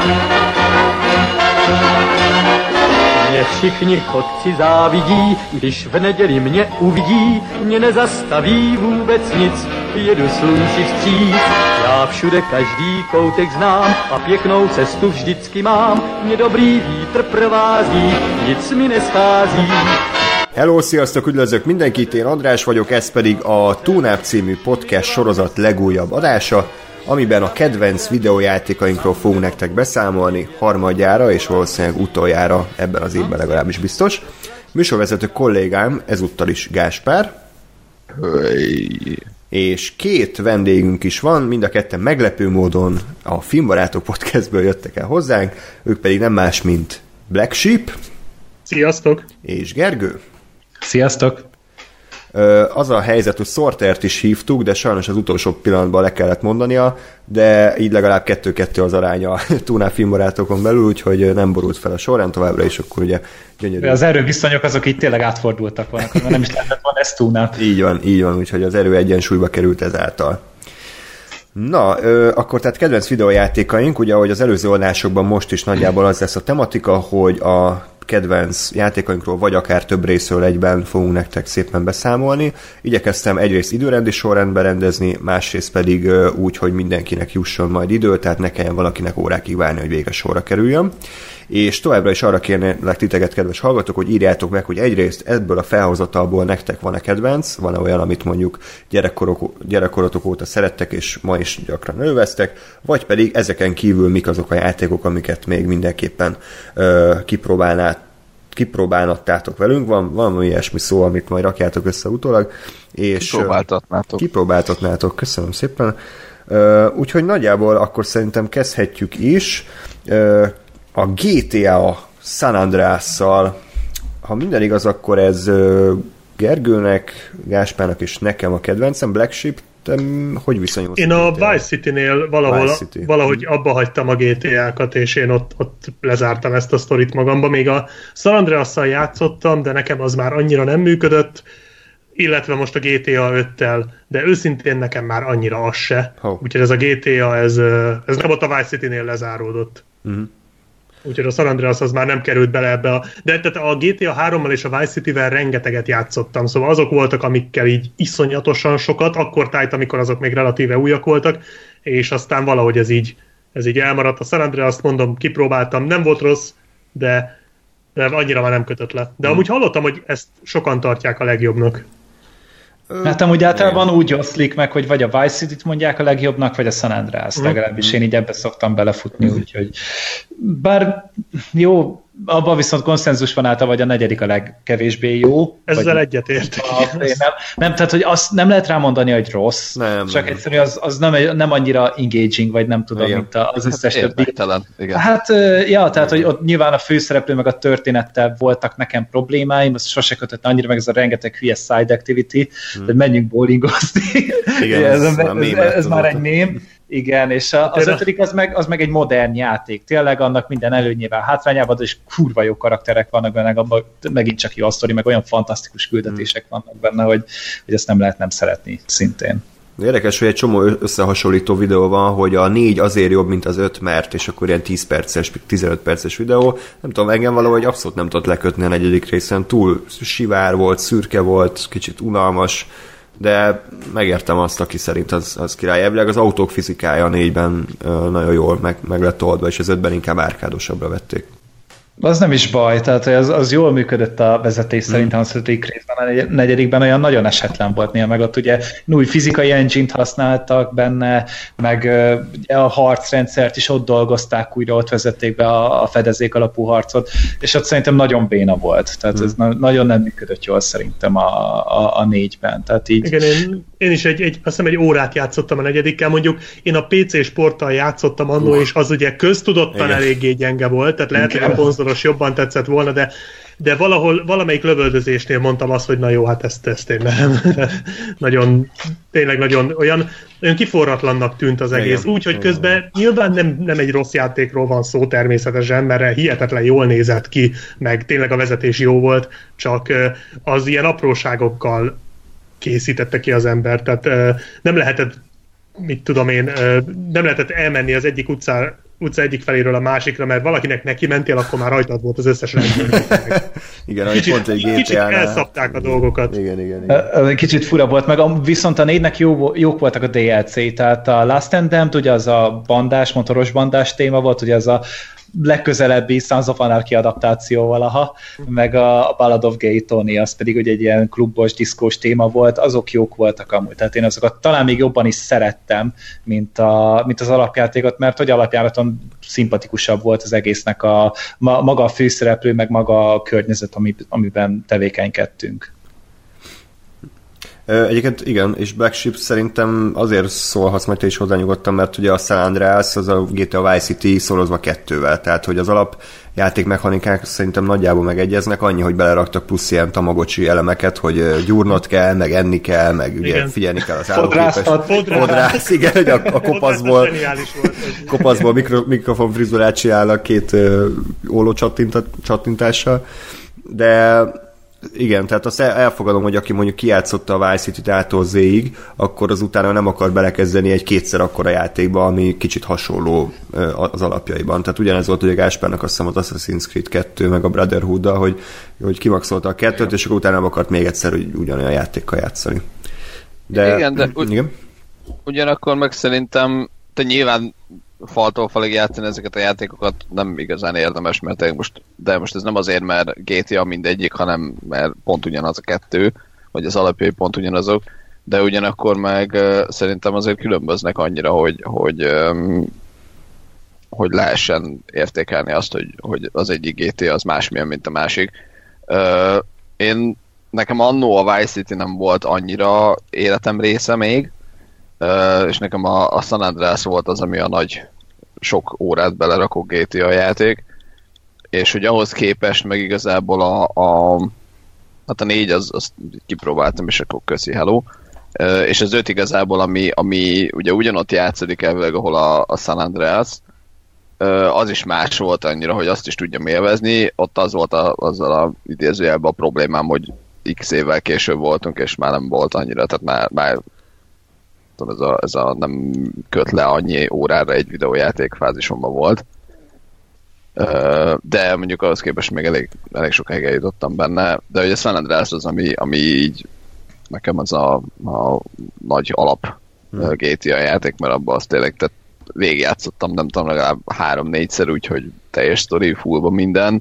Mě všichni chodci závidí, když v neděli mě uvidí, mě nezastaví vůbec nic, jedu slunci vstříc. Já všude každý koutek znám a pěknou cestu vždycky mám, mě dobrý vítr provází, nic mi neschází. Hello, sziasztok, üdvözlök mindenkit, én András vagyok, ez pedig a TuneUp című podcast sorozat legújabb adása, amiben a kedvenc videójátékainkról fogunk nektek beszámolni harmadjára és valószínűleg utoljára ebben az évben legalábbis biztos. Műsorvezető kollégám ezúttal is Gáspár. És két vendégünk is van, mind a ketten meglepő módon a Filmbarátok podcastből jöttek el hozzánk, ők pedig nem más, mint Black Sheep. Sziasztok! És Gergő. Sziasztok! Az a helyzet, hogy Sortert is hívtuk, de sajnos az utolsó pillanatban le kellett mondania, de így legalább 2-2 az aránya a TuneUp Filmbarátokon belül, úgyhogy nem borult fel a sorrend továbbra is, akkor ugye gyönyörű. Az erőviszonyok azok így tényleg átfordultak volna, mert nem is lehetett volna ez TuneUp. Így van, úgyhogy az erő egyensúlyba került ezáltal. Na, akkor tehát kedvenc videójátékaink, ugye ahogy az előző adásokban most is nagyjából az lesz a tematika, hogy a kedvenc játékainkról, vagy akár több részről egyben fogunk nektek szépen beszámolni. Igyekeztem egyrészt időrendi sorrendben rendezni, másrészt pedig úgy, hogy mindenkinek jusson majd idő, tehát ne kelljen valakinek órákig várni, hogy végre sorra kerüljön. És továbbra is arra kérnélek titeket, kedves hallgatók, hogy írjátok meg, hogy egyrészt ebből a felhozatalból nektek van-e kedvenc, van-e olyan, amit mondjuk gyerekkorotok óta szerettek, és ma is gyakran élveztek, vagy pedig ezeken kívül mik azok a játékok, amiket még mindenképpen kipróbálnattátok velünk. Van valami ilyesmi szó, amit majd rakjátok össze utólag. És kipróbáltatnátok. Köszönöm szépen. Úgyhogy nagyjából akkor szerintem kezdhetjük is. A GTA San Andreasszal, ha minden igaz, akkor ez Gergőnek, Gáspárnak és nekem a kedvencem. Black Sheep, te hogy viszonyulsz? Én a Vice City-nél valahogy abba hagytam a GTA-kat, és én ott lezártam ezt a sztorit magamba. Még a San Andreasszal játszottam, de nekem az már annyira nem működött, illetve most a GTA 5-tel, de őszintén nekem már annyira az se. Úgyhogy ez a GTA, ez nem ott a Vice City-nél lezáródott. Úgyhogy a San Andreas az már nem került bele ebbe de tehát a GTA 3-mal és a Vice City-vel rengeteget játszottam, szóval azok voltak, amikkel így iszonyatosan sokat, akkor tájt, amikor azok még relatíve újak voltak, és aztán valahogy ez így elmaradt. A San Andreas-t mondom, kipróbáltam, nem volt rossz, de annyira már nem kötött le. De amúgy hallottam, hogy ezt sokan tartják a legjobbnak. Hát amúgy általában úgy oszlik meg, hogy vagy a Vice City-t mondják a legjobbnak, vagy a San Andreas, legalábbis én így ebbe szoktam belefutni, úgyhogy bár jó, abban viszont konszenzus van által, vagy a negyedik a legkevésbé jó. Ezzel egyetértek. Nem, tehát hogy azt nem lehet rámondani, hogy rossz, csak egyszerűen az nem annyira engaging, vagy nem tudom, mint az összes többi. Hát, ja, tehát hogy ott nyilván a főszereplő meg a történettel voltak nekem problémáim, azt sose kötött annyira, meg ez a rengeteg hülye side activity, de menjünk bowlingozni. Igen, ez már egy mém. Igen, és az ötödik az meg egy modern játék. Tényleg annak minden előnyével, hátrányában, és kurva jó karakterek vannak benne, abban megint csak jó a sztori, meg olyan fantasztikus küldetések vannak benne, hogy ezt nem lehet nem szeretni szintén. Érdekes, hogy egy csomó összehasonlító videó van, hogy a 4 azért jobb, mint az 5, mert, és akkor ilyen 10 perces, 15 perces videó. Nem tudom, engem valahogy abszolút nem tudott lekötni a negyedik részen. Túl sivár volt, szürke volt, kicsit unalmas, de megértem azt, aki szerint az király. Elvileg az autók fizikája a 4-ben nagyon jól meg lett oldva, és az 5-ben inkább árkádosabbra vették. Az nem is baj, tehát az jól működött a vezetés szerintem az 5. részben, a negyedikben olyan nagyon esetlen volt néha, meg ott ugye új fizikai engine-t használtak benne, meg a harcrendszert is ott dolgozták újra, ott vezették be a fedezék alapú harcot, és ott szerintem nagyon béna volt, tehát ez nagyon nem működött jól szerintem a 4-ben. Tehát így... Igen, én is azt hiszem egy órát játszottam a negyedikkel, mondjuk én a PC sporttal játszottam annól, és az ugye köztudottan eléggé gyenge volt, tehát lehet, hogy a konzolos jobban tetszett volna, de valamelyik lövöldözésnél mondtam azt, hogy na jó, hát ezt én nem. Tényleg nagyon olyan kiforratlannak tűnt az egész. Úgyhogy közben nyilván nem egy rossz játékról van szó természetesen, mert hihetetlen jól nézett ki, meg tényleg a vezetés jó volt, csak az ilyen apróságokkal készítette ki az ember, tehát nem lehetett mit tudom én, nem lehetett elmenni az egyik utca egyik feléről a másikra, mert valakinek neki mentél, akkor már rajtad volt az összes rendőr. Igen, pont egy kicsit elszapták a dolgokat. Igen. Kicsit fura volt, meg viszont a 4-nek jók voltak a DLC, tehát a Last and Damned, ugye az a motoros bandás téma volt, ugye az a legközelebbi Sons of Anarchy adaptáció valaha, meg a Ballad of Gay Tony, az pedig ugye egy ilyen klubos, diszkós téma volt, azok jók voltak amúgy, tehát én azokat talán még jobban is szerettem, mint az alapjátékot, mert hogy alapjáraton szimpatikusabb volt az egésznek maga a főszereplő, meg maga a környezet, amiben tevékenykedtünk. Egyébként igen, és Black Sheep szerintem azért szólhatsz majd te is hozzányugodtan, mert ugye a San Andreas az a GTA Vice City szorozva 2-vel, tehát hogy az alapjáték mechanikák szerintem nagyjából megegyeznek, annyi, hogy beleraktak plusz ilyen tamagocsi elemeket, hogy gyúrnod kell, meg enni kell, meg ugye figyelni kell az állóképes. Fodrász, igen, hogy a kopaszból mikrofon frizurát csinálnak 2 óló csattintással, de igen, tehát azt elfogadom, hogy aki mondjuk kijátszotta a Vice City-t A-tól Z-ig, akkor az utána nem akar belekezdeni egy kétszer akkora játékba, ami kicsit hasonló az alapjaiban. Tehát ugyanez volt ugye Gáspárnak azt hiszem az Assassin's Creed 2, meg a Brotherhood-dal, hogy kimaxolta a 2-t, és akkor utána nem akart még egyszer ugyanolyan játékkal játszani. Igen, ugyanakkor meg szerintem te nyilván faltól falig játszani ezeket a játékokat nem igazán érdemes, mert most ez nem azért, mert GTA mindegyik, hanem mert pont ugyanaz a 2, vagy az alapjai pont ugyanazok, de ugyanakkor meg szerintem azért különböznek annyira, hogy lehessen értékelni azt, hogy az egyik GTA az másmilyen, mint a másik. Nekem annó a Vice City nem volt annyira életem része még, és nekem a San Andreas volt az, ami a nagy sok órát belerakó GTA játék, és hogy ahhoz képest meg igazából hát a 4 az kipróbáltam, és akkor köszi, hello. És az 5 igazából, ami ugye ugyanott játszódik elvileg, ahol a San Andreas, az is más volt annyira, hogy azt is tudjam élvezni. Ott az volt azzal a idézőjelben a problémám, hogy x évvel később voltunk, és már nem volt annyira, tehát már ez a nem köt le annyi órára egy videójáték fázisomban volt. De mondjuk ahhoz képest még elég sokáig eljutottam benne, de ugye San Andreas az, ami így nekem az a nagy alap GTA játék, mert abban azt tényleg végigjátszottam, nem tudom, legalább 3-4-szer, úgyhogy teljes sztori, fullba minden,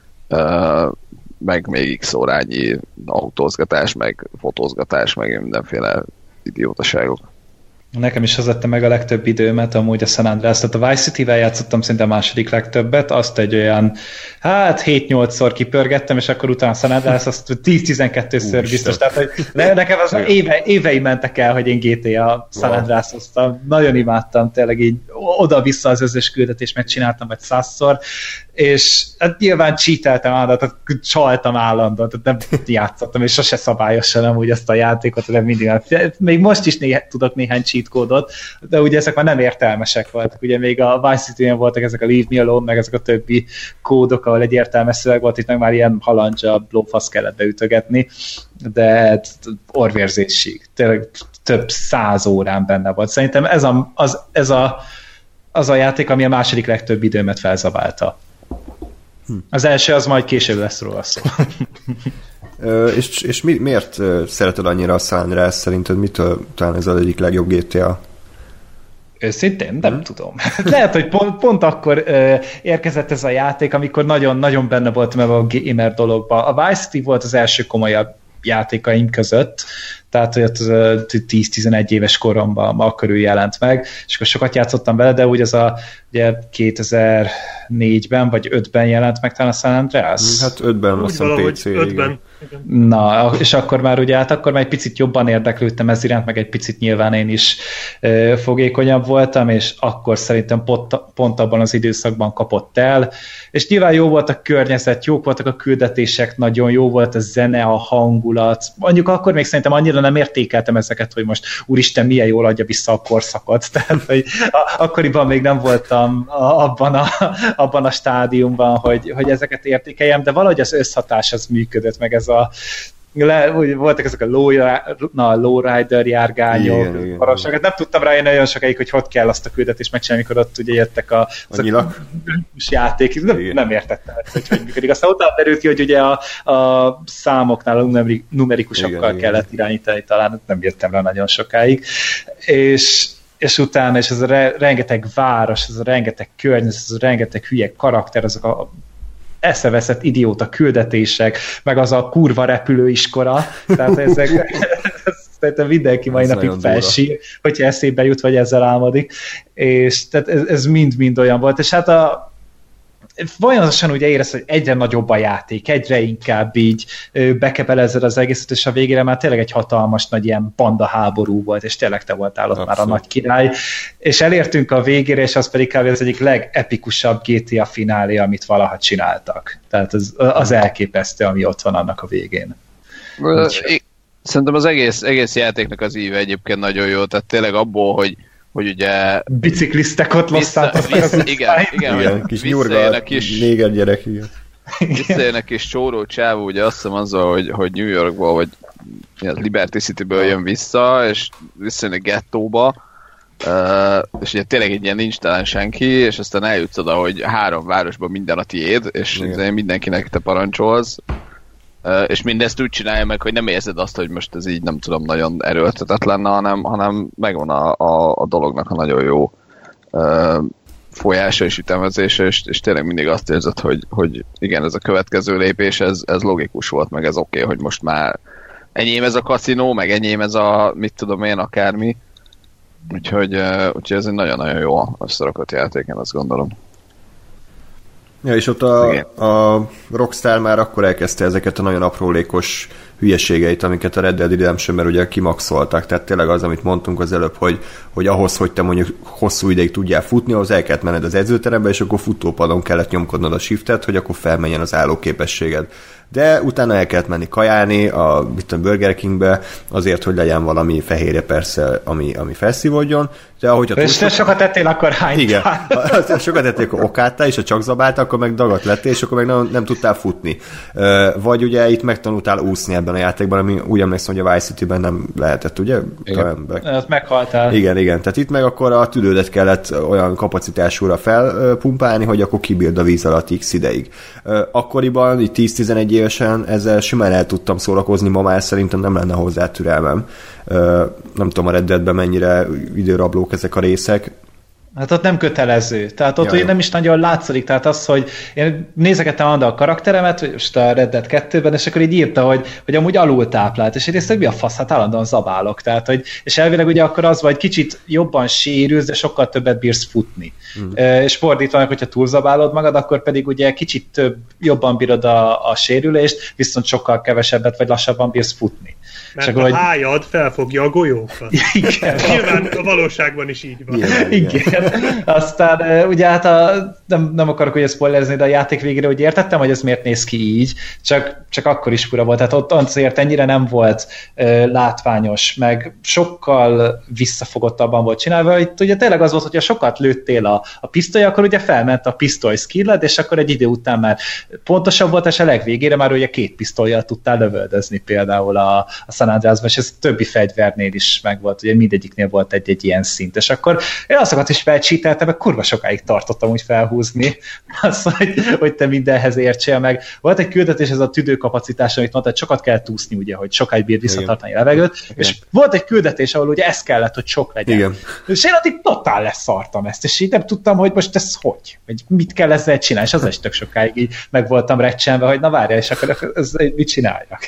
meg még x órányi autózgatás, meg fotózgatás, meg mindenféle idiótaságok. Nekem is az lette meg a legtöbb időmet amúgy a San Andreas, tehát a Vice City-vel játszottam szinte a második legtöbbet, azt egy olyan 7-8-szor kipörgettem, és akkor utána a San Andreas azt 10-12-ször biztos, tehát hogy nekem az évei mentek el, hogy én GTA San Andreas-oztam, nagyon imádtam, tényleg így oda-vissza az összes küldetést megcsináltam vagy 100-szor, és hát nyilván cheateltem állandóan, tehát csaltam állandóan, tehát nem játszottam, és sose szabályosan amúgy ezt a játékot, de mindig, még most is tudok néhány cheat kódot, de ugye ezek már nem értelmesek voltak, ugye még a Vice City-en voltak ezek a Leave Me Alone, meg ezek a többi kódok, ahol egy értelmes szöveg volt, itt meg már ilyen halandzsa, lófasz kellett beütögetni, de orvérzésig, tényleg több 100 órán benne volt. Szerintem az a játék, ami a második legtöbb időmet felzabálta. Az első az majd később lesz róla szó. És miért szereted annyira a San Andreas? Szerinted mitől talán ez az egyik legjobb GTA? Őszintén? Nem tudom. Lehet, hogy pont akkor érkezett ez a játék, amikor nagyon-nagyon benne voltam ebben a gamer dologban. A Vice City volt az első komolyabb játékaim között, tehát hogy 10-11 éves koromban körül jelent meg, és akkor sokat játszottam vele, de úgy az ugye 2004-ben vagy 5-ben jelent meg talán a San Andreas. Hát 5-ben, azt hiszem PC. 5-ben. Na, és akkor már ugye, akkor már egy picit jobban érdeklődtem ez iránt, meg egy picit nyilván én is fogékonyabb voltam, és akkor szerintem pont abban az időszakban kapott el, és nyilván jó volt a környezet, jók voltak a küldetések, nagyon jó volt a zene, a hangulat, mondjuk akkor még szerintem annyira nem értékeltem ezeket, hogy most úristen, milyen jól adja vissza a korszakot, tehát hogy akkoriban még nem voltam abban a stádiumban, hogy ezeket értékeljem, de valahogy az összhatás az működött, meg ez voltak ezek a lowrider járgányok, baromságokat. Nem tudtam rájönni nagyon sokáig, hogy kell azt a küldetést megcsinálni, amikor ott ugye jöttek a játék. Nem értettem, hogy működik. Aztán utána derült ki, hogy ugye a számoknál a numerikusokkal kellett irányítani, talán nem jöttem rá nagyon sokáig. És utána, és ez a rengeteg város, ez a rengeteg környezet, ez a rengeteg hülye karakter, azok a eszeveszett idióta küldetések, meg az a kurva repülőiskola, tehát ezek szerintem mindenki mai napig felsír, hogyha eszébe jut, vagy ezzel álmodik, és tehát ez mind-mind olyan volt, és hát folyamatosan ugye érez, hogy egyre nagyobb a játék, egyre inkább így bekebelezed az egészet, és a végére már tényleg egy hatalmas nagy ilyen banda háború volt, és tényleg te voltál ott már a nagy király, és elértünk a végére, és az pedig kb. Az egyik legepikusabb GTA finálé, amit valaha csináltak. Tehát az elképesztő, ami ott van annak a végén. Szerintem az egész játéknak az íve egyébként nagyon jó, tehát tényleg abból, hogy ugye... Biciklisztek ott losztáltak. Igen, kis nyurga, néger gyerek, igen. Visszajön a kis csóró csávó, ugye azt hiszem azzal, hogy New Yorkból, vagy Liberty Cityből jön vissza, és visszajön a gettóba, és ugye tényleg egy ilyen nincs talán senki, és aztán eljutsz oda, hogy 3 városban minden a tiéd, és mindenkinek te parancsolsz, és mindezt úgy csinálja meg, hogy nem érzed azt, hogy most ez így nem tudom, nagyon erőltetett lenne, hanem megvan a dolognak a nagyon jó folyása és ütemezése, és tényleg mindig azt érzed, hogy igen, ez a következő lépés, ez logikus volt, meg ez oké, hogy most már enyém ez a kaszinó, meg enyém ez a mit tudom én, akármi. Úgyhogy ez egy nagyon-nagyon jó összerakott játék, én azt gondolom. Ja, és ott a Rockstar már akkor elkezdte ezeket a nagyon aprólékos hülyeségeit, amiket a Red Dead Redemption-ben ugye kimaxoltak. Tehát tényleg az, amit mondtunk az előbb, hogy ahhoz, hogy te mondjuk hosszú ideig tudjál futni, ahhoz el kellett menned az edzőterembe, és akkor futópadon kellett nyomkodnod a shiftet, hogy akkor felmenjen az állóképességed. De utána el kellett menni kajálni a Burger Kingbe, azért, hogy legyen valami fehérje persze, ami felszívódjon. De ahogy és te sokat tettél, akkor hánytál? Igen, sokat tettél, akkor okáltál, és ha csak zabáltál, akkor meg dagat lettél, és akkor meg nem tudtál futni. Vagy ugye itt megtanultál úszni ebben a játékban, ami úgy emlékszem, hogy a Vice City-ben nem lehetett, ugye? Igen, ott meghaltál. Igen, tehát itt meg akkor a tüdődet kellett olyan kapacitásúra felpumpálni, hogy akkor kibírd a víz alatt x ideig. Akkoriban, így 10-11 évesen ezzel simán el tudtam szórakozni, ma már szerintem nem lenne hozzá türelmem. Nem tudom a Red Deadben mennyire időrablók ezek a részek. Hát ott nem kötelező. Tehát ott ugye nem is nagyon látszik. Tehát az, hogy én nézegettem a karakteremet, most a Red Dead 2-ben, és akkor így írta, hogy amúgy alultáplált. És egyrészt, hogy mi a fasz, hát állandóan zabálok. Tehát, és elvileg ugye akkor az, vagy kicsit jobban sérülsz, de sokkal többet bírsz futni. És fordítva, hogyha túlzabálod magad, akkor pedig ugye kicsit jobban bírod a sérülést, viszont sokkal kevesebbet, vagy lassabban bírsz futni. Mert akkor, a hájad felfogja a golyókat. Igen. Nyilván a valóságban is így van. Igen. Aztán ugye hát nem akarok ugye spoilerezni, de a játék végére úgy értettem, hogy ez miért néz ki így, csak akkor is fura volt. Tehát ott azért ennyire nem volt látványos, meg sokkal visszafogottabban volt csinálva. Itt ugye tényleg az volt, hogyha sokat lőttél a pisztoly, akkor ugye felment a pisztoly skilled, és akkor egy idő után már pontosabb volt, és a legvégére már ugye 2 pisztollyal tudtál lövöldözni például a San Andreasban, és ez többi fegyvernél is megvolt, ugye mindegyiknél volt egy ilyen szint, és akkor én azokat is felcsíteltem, meg kurva sokáig tartottam úgy felhúzni azt, hogy te mindenhez értsél meg. Volt egy küldetés, ez a tüdőkapacitás, amit mondtad, sokat kellett úszni, ugye, hogy sokáig bír visszatartani a levegőt, és volt egy küldetés, ahol ugye ez kellett, hogy sok legyen. Igen. És én addig totál leszartam ezt, és így nem tudtam, hogy most ez hogy mit kell ezzel csinálni, és az is tök sokáig így meg voltam recsenve, hogy na várjál, és akkor mit csináljak.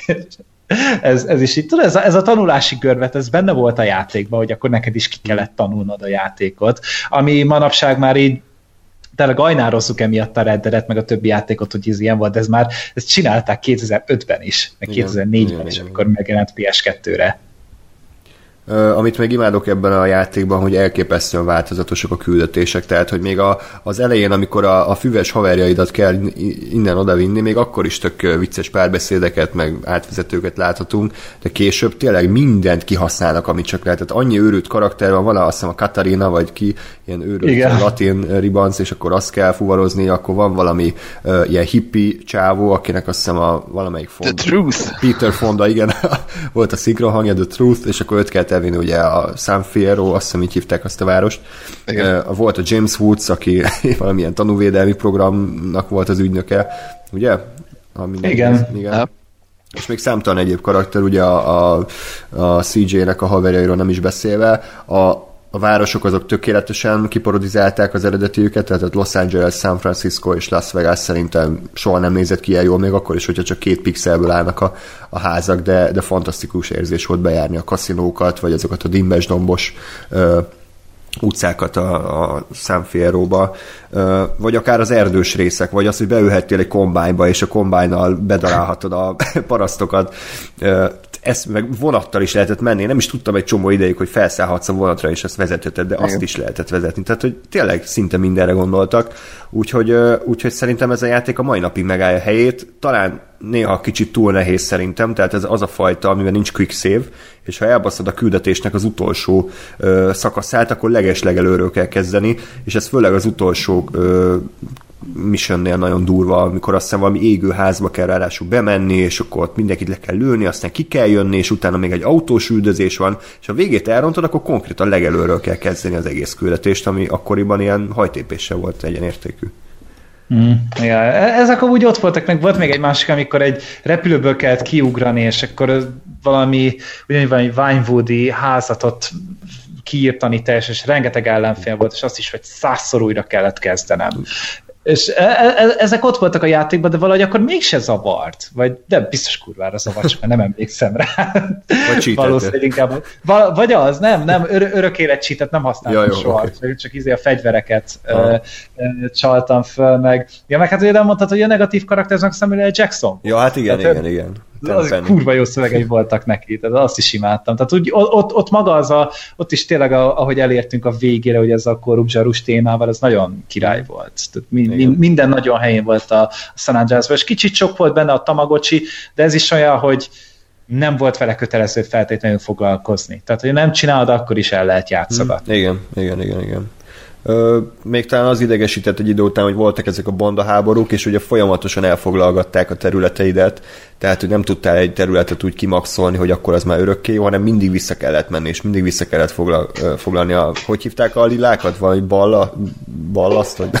Ez is így, tudod, ez a tanulási görvet, ez benne volt a játékban, hogy akkor neked is ki kellett tanulnod a játékot, ami manapság már így tényleg gajnározzuk emiatt a Red Dead-et, meg a többi játékot, hogy ez ilyen volt, de ezt csinálták 2005-ben is, meg 2004-ben is, amikor megjelent PS2-re. Amit még imádok ebben a játékban, hogy elképesztően változatosak a küldetések, tehát hogy még az elején, amikor a füves haverjaidat kell innen odavinni, még akkor is tök vicces párbeszédeket, meg átvezetőket láthatunk, de később tényleg mindent kihasználnak, amit csak lehet. Tehát annyi őrült karakter van, vala azt hiszem a Katarina, vagy ki, ilyen őrült latin ribanc, és akkor azt kell fuvarozni, akkor van valami ilyen hippie csávó, akinek azt hiszem valamelyik Fonda. The Truth. Peter Fonda, igen, volt a szinkron hangja, The Truth, és akkor őt kell elvinni ugye a San Fierro, azt hiszem így hívták azt a várost. Igen. Volt a James Woods, aki valamilyen tanúvédelmi programnak volt az ügynöke, ugye? Igen. És még számtalan egyéb karakter, ugye a CJ-nek a haverjairól nem is beszélve, a városok azok tökéletesen kiparodizálták az eredetiüket, tehát Los Angeles, San Francisco és Las Vegas szerintem soha nem nézett ki ilyen jól, még akkor is, hogyha csak 2 pixelből állnak a házak, de fantasztikus érzés volt bejárni a kaszinókat, vagy azokat a dimbes dombos utcákat a San Fierro-ba, vagy akár az erdős részek, vagy az, hogy beülhettél egy kombányba, és a kombánynal bedarálhatod a parasztokat. Ezt meg vonattal is lehetett menni. Nem is tudtam egy csomó ideig, hogy felszállhatsz a vonatra, és ezt vezetőted, de azt is lehetett vezetni. Tehát, hogy tényleg szinte mindenre gondoltak. Úgyhogy szerintem ez a játék a mai napig megállja a helyét. Talán néha kicsit túl nehéz szerintem, tehát ez az a fajta, amiben nincs quick save, és ha elbaszod a küldetésnek az utolsó szakaszát, akkor legelőről kell kezdeni, és ez főleg az utolsó missionnél nagyon durva, amikor azt hiszem valami égő házba kell ráadásul bemenni, és akkor ott mindenkit le kell lőni, aztán ki kell jönni, és utána még egy autós üldözés van, és ha végét elrontod, akkor konkrétan legelőről kell kezdeni az egész küldetést, ami akkoriban ilyen hajtépéssel volt egyenértékű. Ja, ezek úgy ott voltak, meg volt még egy másik, amikor egy repülőből kellett kiugrani, és akkor valami Vinewoodi házat ott kiírtani teljesen, és rengeteg ellenfél volt, és azt is, hogy 100-szor újra kellett kezdenem. És ezek ott voltak a játékban, de valahogy akkor mégse zavart. De biztos kurvára zavart, csak nem emlékszem rá. Vagy valószínűleg inkább. Vagy az, nem örök élet cheatet nem használtam soha. Okay. Csak a fegyvereket csaltam föl, meg hát ugye mondtad, hogy a negatív karakternek Samuel L. Jackson. Ja, hát igen. Az kurva jó szövegei voltak neki, tehát azt is imádtam. Tehát úgy, ott maga ott is tényleg, ahogy elértünk a végére, hogy ez a korrupt zsarus témával, ez nagyon király volt. Tehát minden nagyon helyén volt a San Andreasban, és kicsit sok volt benne a Tamagocsi, de ez is olyan, hogy nem volt vele kötelező feltétlenül foglalkozni. Tehát, hogy nem csinálod, akkor is el lehet játszogatni. Igen. Még talán az idegesített egy idő után, hogy voltak ezek a bandaháborúk, és ugye folyamatosan elfoglalgatták a területeidet, tehát hogy nem tudtál egy területet úgy kimaxolni, hogy akkor az már örökké, hanem mindig vissza kellett menni, és mindig vissza kellett foglalni hogy hívták a lilákat? Valami ballaszt? Vagy...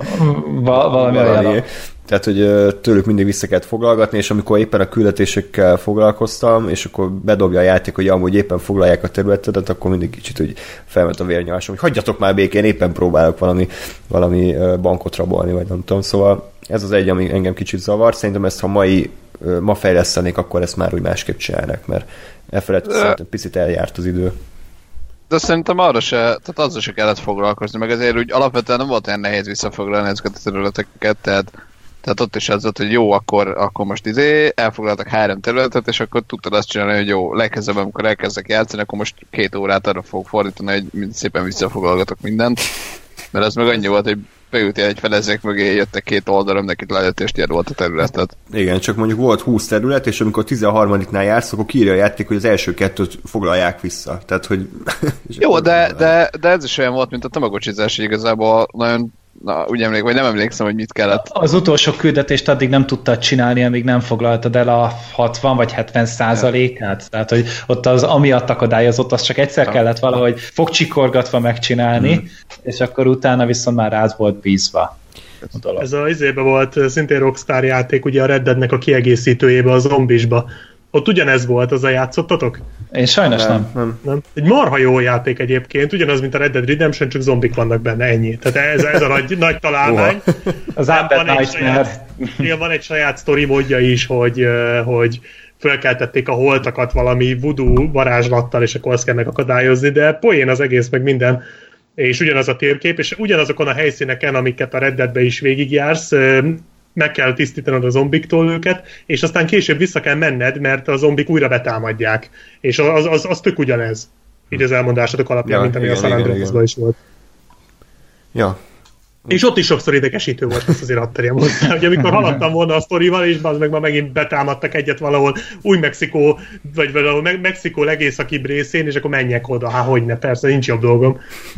valami. Tehát, hogy tőlük mindig vissza kellett foglalgatni, és amikor éppen a küldetésekkel foglalkoztam, és akkor bedobja a játék, hogy amúgy éppen foglalják a területedet, akkor mindig kicsit úgy felment a vérnyomásom, hogy hagyjatok már békén, éppen próbálok valami bankot rabolni, vagy nem tudom. Szóval ez az egy, ami engem kicsit zavart. Szerintem ezt, ha ma fejlesztenék, akkor ezt már úgy másképp csinálnak, mert szerintem picit eljárt az idő. De szerintem tehát azzal se kellett foglalkozni, meg azért úgy alapvetően nem volt olyan nehéz visszafoglalni ezeket a területeket, tehát ott is az volt, hogy jó, akkor most elfoglaltak 3 területet, és akkor tudtad azt csinálni, hogy jó, legközelebb, amikor elkezdek játszani, akkor most 2 órát arra fogok fordítani, hogy szépen visszafoglalgatok mindent. Mert az meg annyi volt, hogy beültél egy felezék mögé, jöttek 2 oldalon, nekit lejött, és tiéd volt a területet. Igen, csak mondjuk volt 20 terület, és amikor 13-nál jársz, akkor kiírja a játék, hogy az első 2-t foglalják vissza. Tehát, hogy... Jó, de ez is olyan volt, mint a Tamagotchizás, igazából nagyon úgy vagy nem emlékszem, hogy mit kellett. Az utolsó küldetést addig nem tudtad csinálni, amíg nem foglaltad el a 60 vagy 70%-át. Tehát, hogy ott az amiatt akadályozott, az csak egyszer kellett valahogy fogcsikorgatva megcsinálni, és akkor utána viszont már rád volt bízva. Ez az izébe volt szintén Rockstar játék, ugye a Red Deadnek a kiegészítőjébe, a Zombisba. Ott ugyanez volt, az a játszottatok? Én sajnos nem. Egy marha jó játék egyébként, ugyanaz, mint a Red Dead Redemption, csak zombik vannak benne, ennyi. Tehát ez a nagy találmány. Az Undead Nightmare. Van egy saját sztori módja is, hogy fölkeltették a holtakat valami voodoo varázslattal, és akkor azt kell megakadályozni, de poén az egész, meg minden. És ugyanaz a térkép, és ugyanazokon a helyszíneken, amiket a Red Deadbe is végigjársz, meg kell tisztítanod a zombiktól őket, és aztán később vissza kell menned, mert a zombik újra betámadják. És az tök ugyanez. így az elmondásatok alapján, mint ami a San Andreasban is volt. Ja. És ott is sokszor idegesítő volt, ezt azért hadd terjem hozzá, hogy amikor haladtam volna a sztorival, és az meg ma megint betámadtak egyet valahol Új-Mexikó, vagy valahol Mexikó legészakibb részén, és akkor menjek oda, hogyne, persze, nincs jobb dolgom.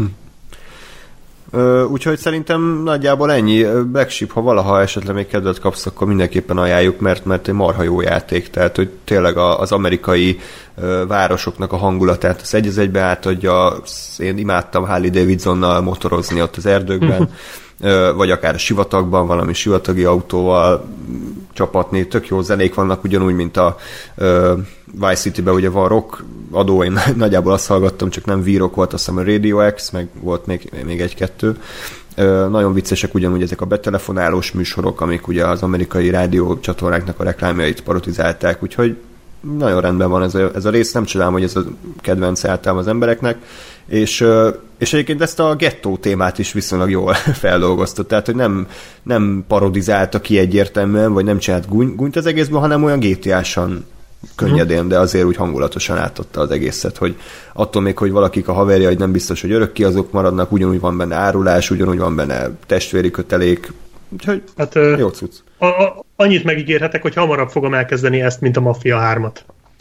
Úgyhogy szerintem nagyjából ennyi. Black Sheep, ha valaha esetleg még kedvet kapsz, akkor mindenképpen ajánljuk, mert egy marha jó játék, tehát hogy tényleg az amerikai városoknak a hangulatát az egy az egybe átadja. Én imádtam Harley Davidsonnal motorozni ott az erdőkben, vagy akár a sivatagban, valami sivatagi autóval csapatni. Tök jó zenék vannak, ugyanúgy, mint a Vice City-ben ugye van rock adó, én nagyjából azt hallgattam, csak nem V-rock volt, azt hiszem a Radio X, meg volt még egy-kettő. Nagyon viccesek ugyanúgy ezek a betelefonálós műsorok, amik ugye az amerikai rádió csatornáknak a reklámjait parodizálták, úgyhogy nagyon rendben van ez a rész, nem csodálom, hogy ez a kedvenc általában az embereknek, és egyébként ezt a gettó témát is viszonylag jól feldolgozta, tehát hogy nem parodizálta ki egyértelműen, vagy nem csinált gúnyt az egészben, hanem olyan GTA-san könnyedén, de azért úgy hangulatosan átadta az egészet, hogy attól még, hogy valakik a haverja, hogy nem biztos, hogy örökké azok maradnak, ugyanúgy van benne árulás, ugyanúgy van benne testvéri kötelék, úgyhogy hát, jó cucc. Annyit megígérhetek, hogy hamarabb fogom elkezdeni ezt, mint a Mafia 3-at.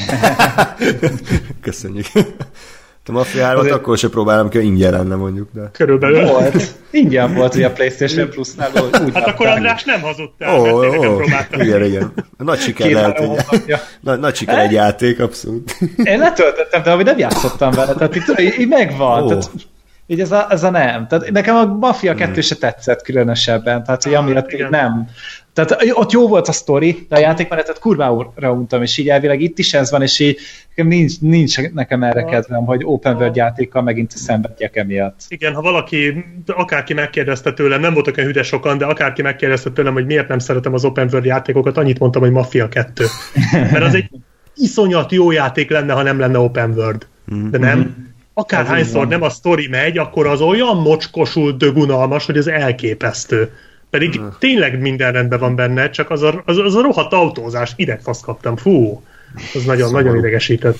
Köszönjük. A Mafia 3-at akkor se próbálom ki, hogy ingyen lenne mondjuk. De... Körülbelül. Volt. Ingyen volt, hogy a PlayStation Plus-nál úgy hát akkor András nem hazudtál, mert tényleg nem próbáltam. Igen. Nagy siker lehet. Nagy siker egy játék, abszolút. Én letöltöttem, de ami nem játszottam vele, tehát így megvan. Tehát, így ez a nem. Tehát nekem a Mafia 2 se tetszett különösebben, tehát hogy amiatt nem. Tehát ott jó volt a sztori, de a játékmenetet kurvára untam, és így elvileg itt is ez van, és így nincs nekem erre kedvem, hogy open world játékkal megint szenvedjek emiatt. Igen, ha valaki, akárki megkérdezte tőlem, nem voltak olyan hüde sokan, de akárki megkérdezte tőlem, hogy miért nem szeretem az open world játékokat, annyit mondtam, hogy Mafia 2. Mert az egy iszonyat jó játék lenne, ha nem lenne open world. De nem. Akárhányszor nem a sztori megy, akkor az olyan mocskosul dögunalmas, hogy az elképesztő. Pedig tényleg minden rendben van benne, csak az a rohadt autózás, idegfasz kaptam. Fú, az nagyon idegesített.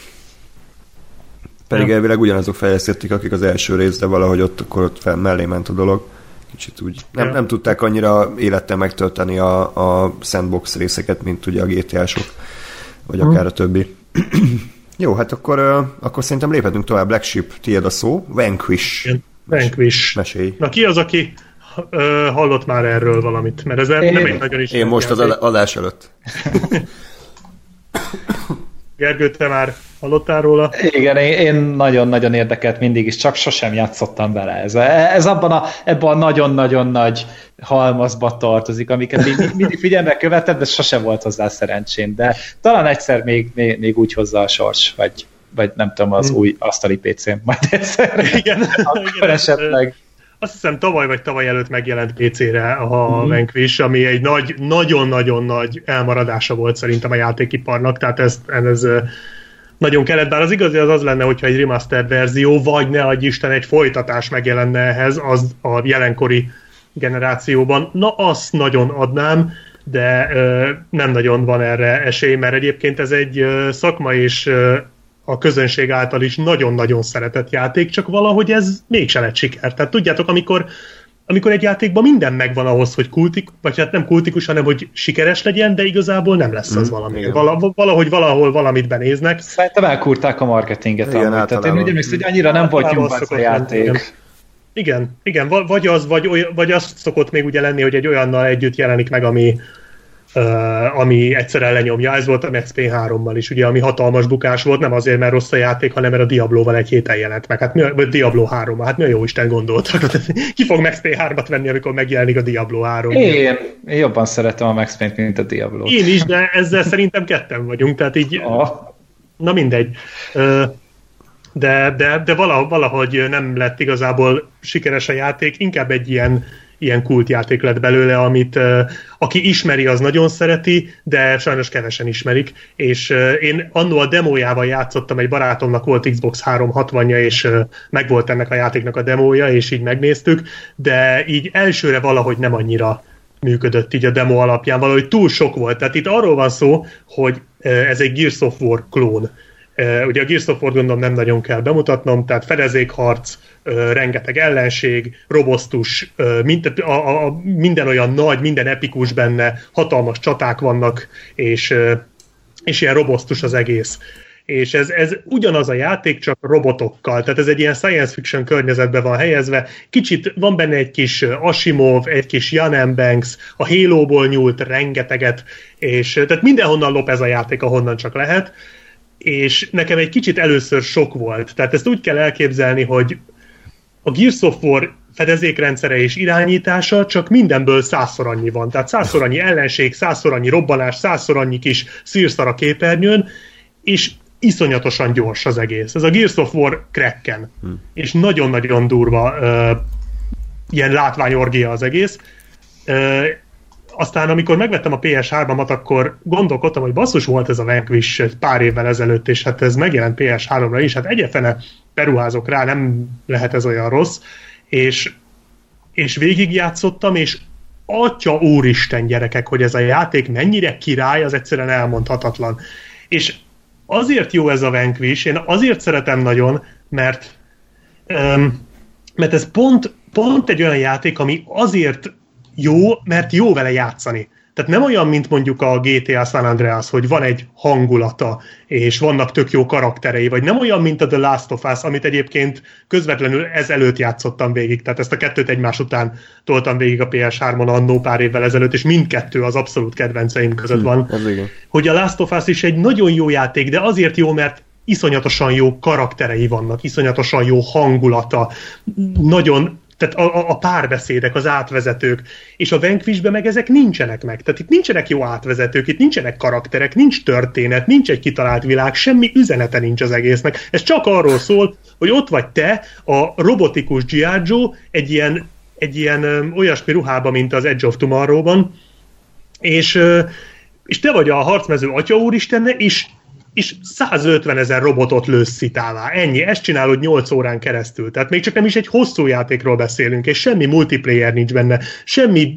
Pedig elvileg ugyanazok fejlesztették, akik az első részben valahogy ott mellé ment a dolog. Kicsit úgy. Nem tudták annyira élettel megtölteni a sandbox részeket, mint ugye a GTA-sok, vagy akár a többi. Jó, hát akkor szerintem léphetünk tovább. Black Sheep, tiéd a szó. Vanquish. Vanquish. Mesélj. Na ki az, aki hallott már erről valamit? Mert ez nem egy nagyon is. Én most az adás előtt. Gergő, te már hallottál róla? Igen, én nagyon-nagyon érdekelt mindig is, csak sosem játszottam vele. Ez ebben a nagyon-nagyon nagy halmazba tartozik, amiket mindig figyelme követett, de sosem volt hozzá szerencsém. De talán egyszer még úgy hozza a sors, vagy nem tudom, az új asztali PC-n majd egyszer. Igen. Esetleg. Azt hiszem tavaly vagy tavaly előtt megjelent PC-re a Vanquish, ami egy nagyon-nagyon nagy elmaradása volt szerintem a játékiparnak, tehát ez nagyon kellett, bár az igazi az lenne, hogyha egy remastered verzió, vagy ne adj Isten egy folytatás megjelenne ehhez, az a jelenkori generációban. Na, azt nagyon adnám, de nem nagyon van erre esély, mert egyébként ez egy szakma és a közönség által is nagyon-nagyon szeretett játék, csak valahogy ez mégse lett siker. Tehát tudjátok, amikor egy játékban minden megvan ahhoz, hogy vagy hát nem kultikus, hanem hogy sikeres legyen, de igazából nem lesz az valami. Valahol valamit benéznek. Szerintem elkúrták a marketinget. Tehát én úgy emlékszem, hogy annyira nem volt jó a játék. Igen, vagy az szokott még ugye lenni, hogy egy olyannal együtt jelenik meg, ami egyszerűen lenyomja. Ez volt a Max Payne 3-mal is, ugye, ami hatalmas bukás volt, nem azért, mert rossz a játék, hanem mert a Diablo-val egy héten jelent meg. Hát Diablo 3-mal, hát mi a jó Isten gondoltak? Ki fog Max Payne 3-at venni, amikor megjelenik a Diablo 3? Én jobban szeretem a Max Payne-t, mint a Diablo-t. Én is, de ezzel szerintem ketten vagyunk, tehát így... Na mindegy. De valahogy nem lett igazából sikeres a játék, inkább egy ilyen kultjáték lett belőle, amit aki ismeri, az nagyon szereti, de sajnos kevesen ismerik, és én annó a demójával játszottam, egy barátomnak volt Xbox 360-ja, és megvolt ennek a játéknak a demója, és így megnéztük, de így elsőre valahogy nem annyira működött így a demo alapján, valahogy túl sok volt. Tehát itt arról van szó, hogy ez egy Gears of War klón. Ugye a Gears of War gondolom nem nagyon kell bemutatnom, tehát fedezékharc, rengeteg ellenség, robosztus, minden olyan nagy, minden epikus benne, hatalmas csaták vannak, és ilyen robosztus az egész. És ez ugyanaz a játék, csak robotokkal. Tehát ez egy ilyen science fiction környezetben van helyezve. Kicsit van benne egy kis Asimov, egy kis Jan M. Banks, a Halo-ból nyúlt rengeteget, és tehát mindenhonnan lop ez a játék, ahonnan csak lehet. És nekem egy kicsit először sok volt. Tehát ezt úgy kell elképzelni, hogy a Gears of War fedezékrendszere és irányítása csak mindenből 100-szor annyi van. Tehát 100-szor annyi ellenség, 100-szor annyi robbanás, 100-szor annyi kis szírszar a képernyőn, és iszonyatosan gyors az egész. Ez a Gears of War Kraken. És nagyon-nagyon durva ilyen látványorgia az egész. Aztán amikor megvettem a PS3-amat, akkor gondolkodtam, hogy basszus, volt ez a Vanquish egy pár évvel ezelőtt, és hát ez megjelent PS3-ra is, hát egyefene beruházok rá, nem lehet ez olyan rossz, és végigjátszottam, és atya úristen gyerekek, hogy ez a játék mennyire király, az egyszerűen elmondhatatlan. És azért jó ez a Vanquish, én azért szeretem nagyon, mert ez pont egy olyan játék, ami azért jó, mert jó vele játszani. Tehát nem olyan, mint mondjuk a GTA San Andreas, hogy van egy hangulata, és vannak tök jó karakterei, vagy nem olyan, mint a The Last of Us, amit egyébként közvetlenül ezelőtt játszottam végig, tehát ezt a kettőt egymás után toltam végig a PS3-on annó pár évvel ezelőtt, és mindkettő az abszolút kedvenceim között van. Hogy a Last of Us is egy nagyon jó játék, de azért jó, mert iszonyatosan jó karakterei vannak, iszonyatosan jó hangulata, nagyon... Tehát a párbeszédek, az átvezetők, és a Vanquishben meg ezek nincsenek meg. Tehát itt nincsenek jó átvezetők, itt nincsenek karakterek, nincs történet, nincs egy kitalált világ, semmi üzenete nincs az egésznek. Ez csak arról szól, hogy ott vagy te, a robotikus G.I. Joe, egy ilyen olyasmi ruhában, mint az Edge of Tomorrow-ban, és te vagy a harcmező atya úristenne, és 150 000 robotot lősz szitává. Ennyi. Ezt csinálod 8 órán keresztül. Tehát még csak nem is egy hosszú játékról beszélünk, és semmi multiplayer nincs benne. Semmi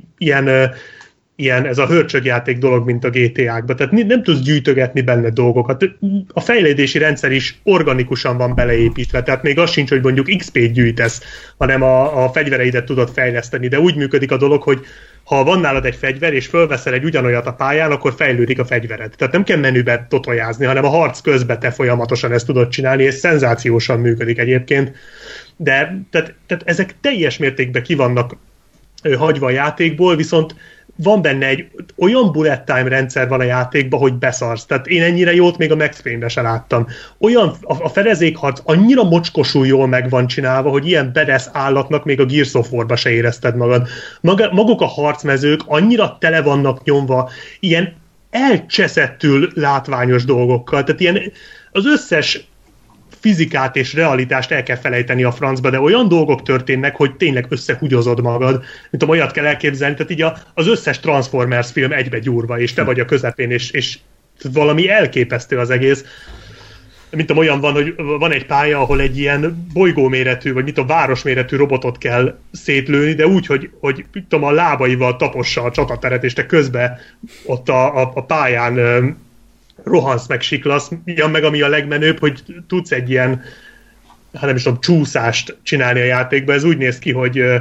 ilyen ez a hörcsögjáték dolog, mint a GTA-kban. Tehát nem tudsz gyűjtögetni benne dolgokat. A fejlődési rendszer is organikusan van beleépítve. Tehát még az sincs, hogy mondjuk XP-t gyűjtesz, hanem a fegyvereidet tudod fejleszteni. De úgy működik a dolog, hogy ha van nálad egy fegyver, és fölveszel egy ugyanolyat a pályán, akkor fejlődik a fegyvered. Tehát nem kell menübe totojázni, hanem a harc közben te folyamatosan ezt tudod csinálni, és szenzációsan működik egyébként. De tehát ezek teljes mértékben ki vannak hagyva a játékból, viszont van benne egy olyan bullet time rendszer van a játékban, hogy beszarsz. Tehát én ennyire jót még a Max Payne-ben se láttam. Olyan, a fedezékharc annyira mocskosul jól meg van csinálva, hogy ilyen badass állatnak még a Gears of War-ba se érezted magad. Maguk a harcmezők annyira tele vannak nyomva, ilyen elcseszettül látványos dolgokkal. Tehát ilyen az összes fizikát és realitást el kell felejteni a francba, de olyan dolgok történnek, hogy tényleg összehugyozod magad, mint a olyat kell elképzelni, tehát így az összes Transformers film egybe gyúrva, és te vagy a közepén, és valami elképesztő az egész. Mint olyan van, hogy van egy pálya, ahol egy ilyen bolygóméretű, vagy mit a városméretű robotot kell szétlőni, de úgy, hogy a lábaival tapossa a csatateret, és te közben ott a pályán rohansz meg siklasz, meg ami a legmenőbb, hogy tudsz egy ilyen, hát nem is tudom, csúszást csinálni a játékban. Ez úgy néz ki,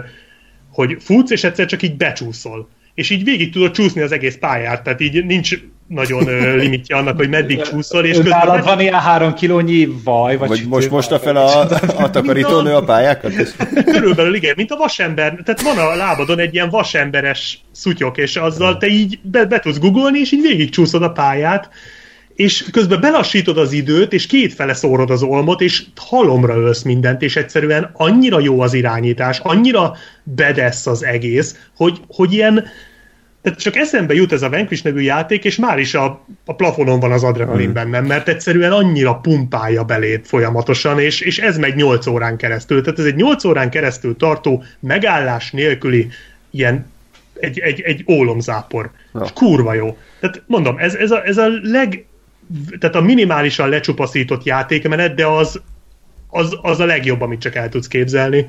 hogy futsz, és egyszer csak így becsúszol. És így végig tudod csúszni az egész pályát, tehát így nincs nagyon limitje annak, hogy meddig csúszol. És nálad van ilyen 3 kilónyi vaj, vagy most fel a takarítónő a pályákat? Körülbelül igen, mint a vasember. Tehát van a lábadon egy ilyen vasemberes szutyok, és azzal te így be tudsz googolni, és így végig csúszod a pályát, és közben belassítod az időt, és kétfele szórod az olmot, és halomra ölsz mindent, és egyszerűen annyira jó az irányítás, annyira badass az egész, hogy ilyen, tehát csak eszembe jut ez a Vanquish nevű játék, és már is a plafonon van az adrenalin bennem, mert egyszerűen annyira pumpálja beléd folyamatosan, és ez megy 8 órán keresztül. Tehát ez egy 8 órán keresztül tartó, megállás nélküli ilyen egy ólomzápor. És kurva jó. Tehát mondom, ez a tehát a minimálisan lecsupaszított játékmenet, de az a legjobb, amit csak el tudsz képzelni,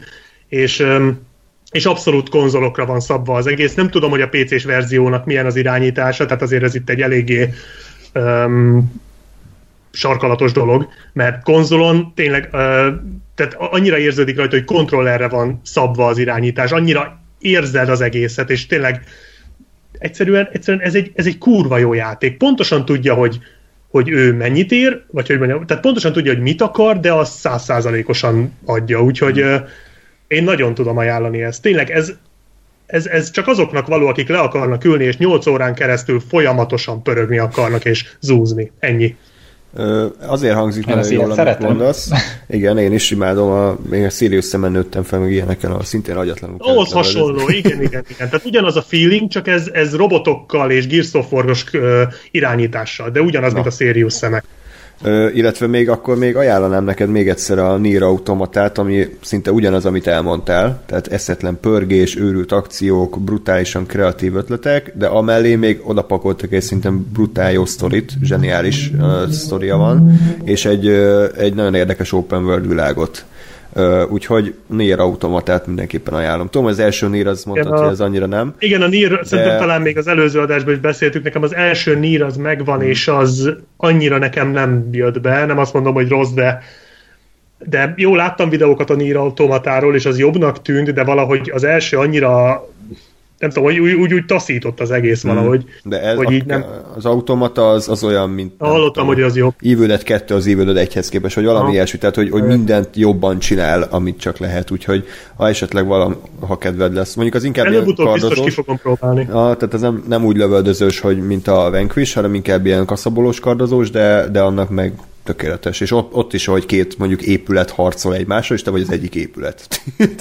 és abszolút konzolokra van szabva az egész. Nem tudom, hogy a PC-s verziónak milyen az irányítása, tehát azért ez itt egy eléggé sarkalatos dolog, mert konzolon tényleg tehát annyira érződik rajta, hogy kontrollerre van szabva az irányítás, annyira érzed az egészet, és tényleg egyszerűen ez egy kurva jó játék. Pontosan tudja, hogy ő mennyit ér, vagy hogy mondjam, tehát pontosan tudja, hogy mit akar, de azt 100%-osan adja, úgyhogy én nagyon tudom ajánlani ezt. Tényleg ez csak azoknak való, akik le akarnak ülni, és 8 órán keresztül folyamatosan pörögni akarnak, és zúzni. Ennyi. Azért hangzik nagyon jól, amit mondasz. Igen, én is imádom, még a Sirius Sam-en nőttem fel, meg ilyeneken, ahol szintén agyatlanul. Ahhoz hasonló, igen. Tehát ugyanaz a feeling, csak ez robotokkal és Gears of War-os irányítással, de ugyanaz, mint a Sirius Sam-ek. Illetve még ajánlanám neked még egyszer a Nier Automatát, ami szinte ugyanaz, amit elmondtál, tehát eszetlen pörgés, őrült akciók, brutálisan kreatív ötletek, de amellé még odapakoltak egy szinten brutál jó sztorit, zseniális sztoria van, és egy nagyon érdekes open world világot. Úgyhogy Nier Automatát mindenképpen ajánlom. Tudom, az első Nier az mondtad, hogy ez annyira nem. Igen, a Nier, szerintem talán még az előző adásban is beszéltük, nekem az első Nier az megvan, és az annyira nekem nem jött be, nem azt mondom, hogy rossz, de jó, láttam videókat a Nier Automatáról, és az jobbnak tűnt, de valahogy az első annyira nem tudom, úgy taszított az egész valahogy. De ez hogy így nem... az automata az olyan, mint... Hallottam, hogy az jobb. Evil Dead 2 az Evil Dead 1-hez képest, vagy valami ilyesmi, tehát hogy mindent jobban csinál, amit csak lehet, úgyhogy ha esetleg ha kedved lesz. Mondjuk az inkább előbb-utóbb biztos ki fogom próbálni. Tehát ez nem úgy lövöldözős, hogy mint a Vanquish, hanem inkább ilyen kaszabolós kardozós, de annak meg tökéletes. És ott is, hogy két mondjuk épület harcol egymásra, és te vagy az egyik épület.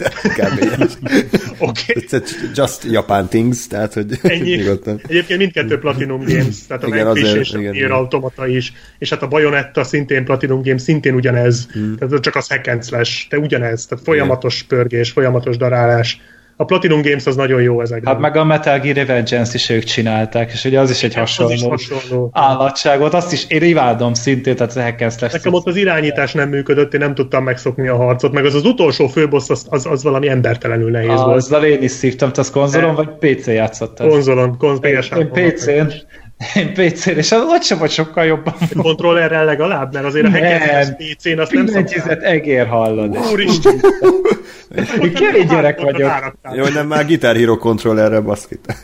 Okay. Just Japan things, tehát hogy egyébként mindkettő Platinum Games, tehát a Vanquish és a Nier Automata is, és hát a Bayonetta szintén Platinum Games, szintén ugyanez, tehát csak az hack and slash, de ugyanez, tehát folyamatos pörgés, folyamatos darálás. A Platinum Games az nagyon jó ezekben. Hát meg a Metal Gear Revengeance-t is ők csinálták, és ugye az is egy hasonló állatságot. Azt is én imádom szintén, tehát a hack and slash. Nekem ott az irányítás nem működött, én nem tudtam megszokni a harcot, meg az utolsó főbossz az valami embertelenül nehéz volt. Azzal én is szívtam, te az konzolon vagy PC játszottad? Konzolon, PS3. Én PC-n, és az ott sem vagy sokkal jobban. A kontrollerrel legalább, mert azért a hack PC-n azt nem szokták. Egér hallod. Úristen! Kemény gyerek vagyok. Jó, nem már Guitar Hero kontrollerre baszkít.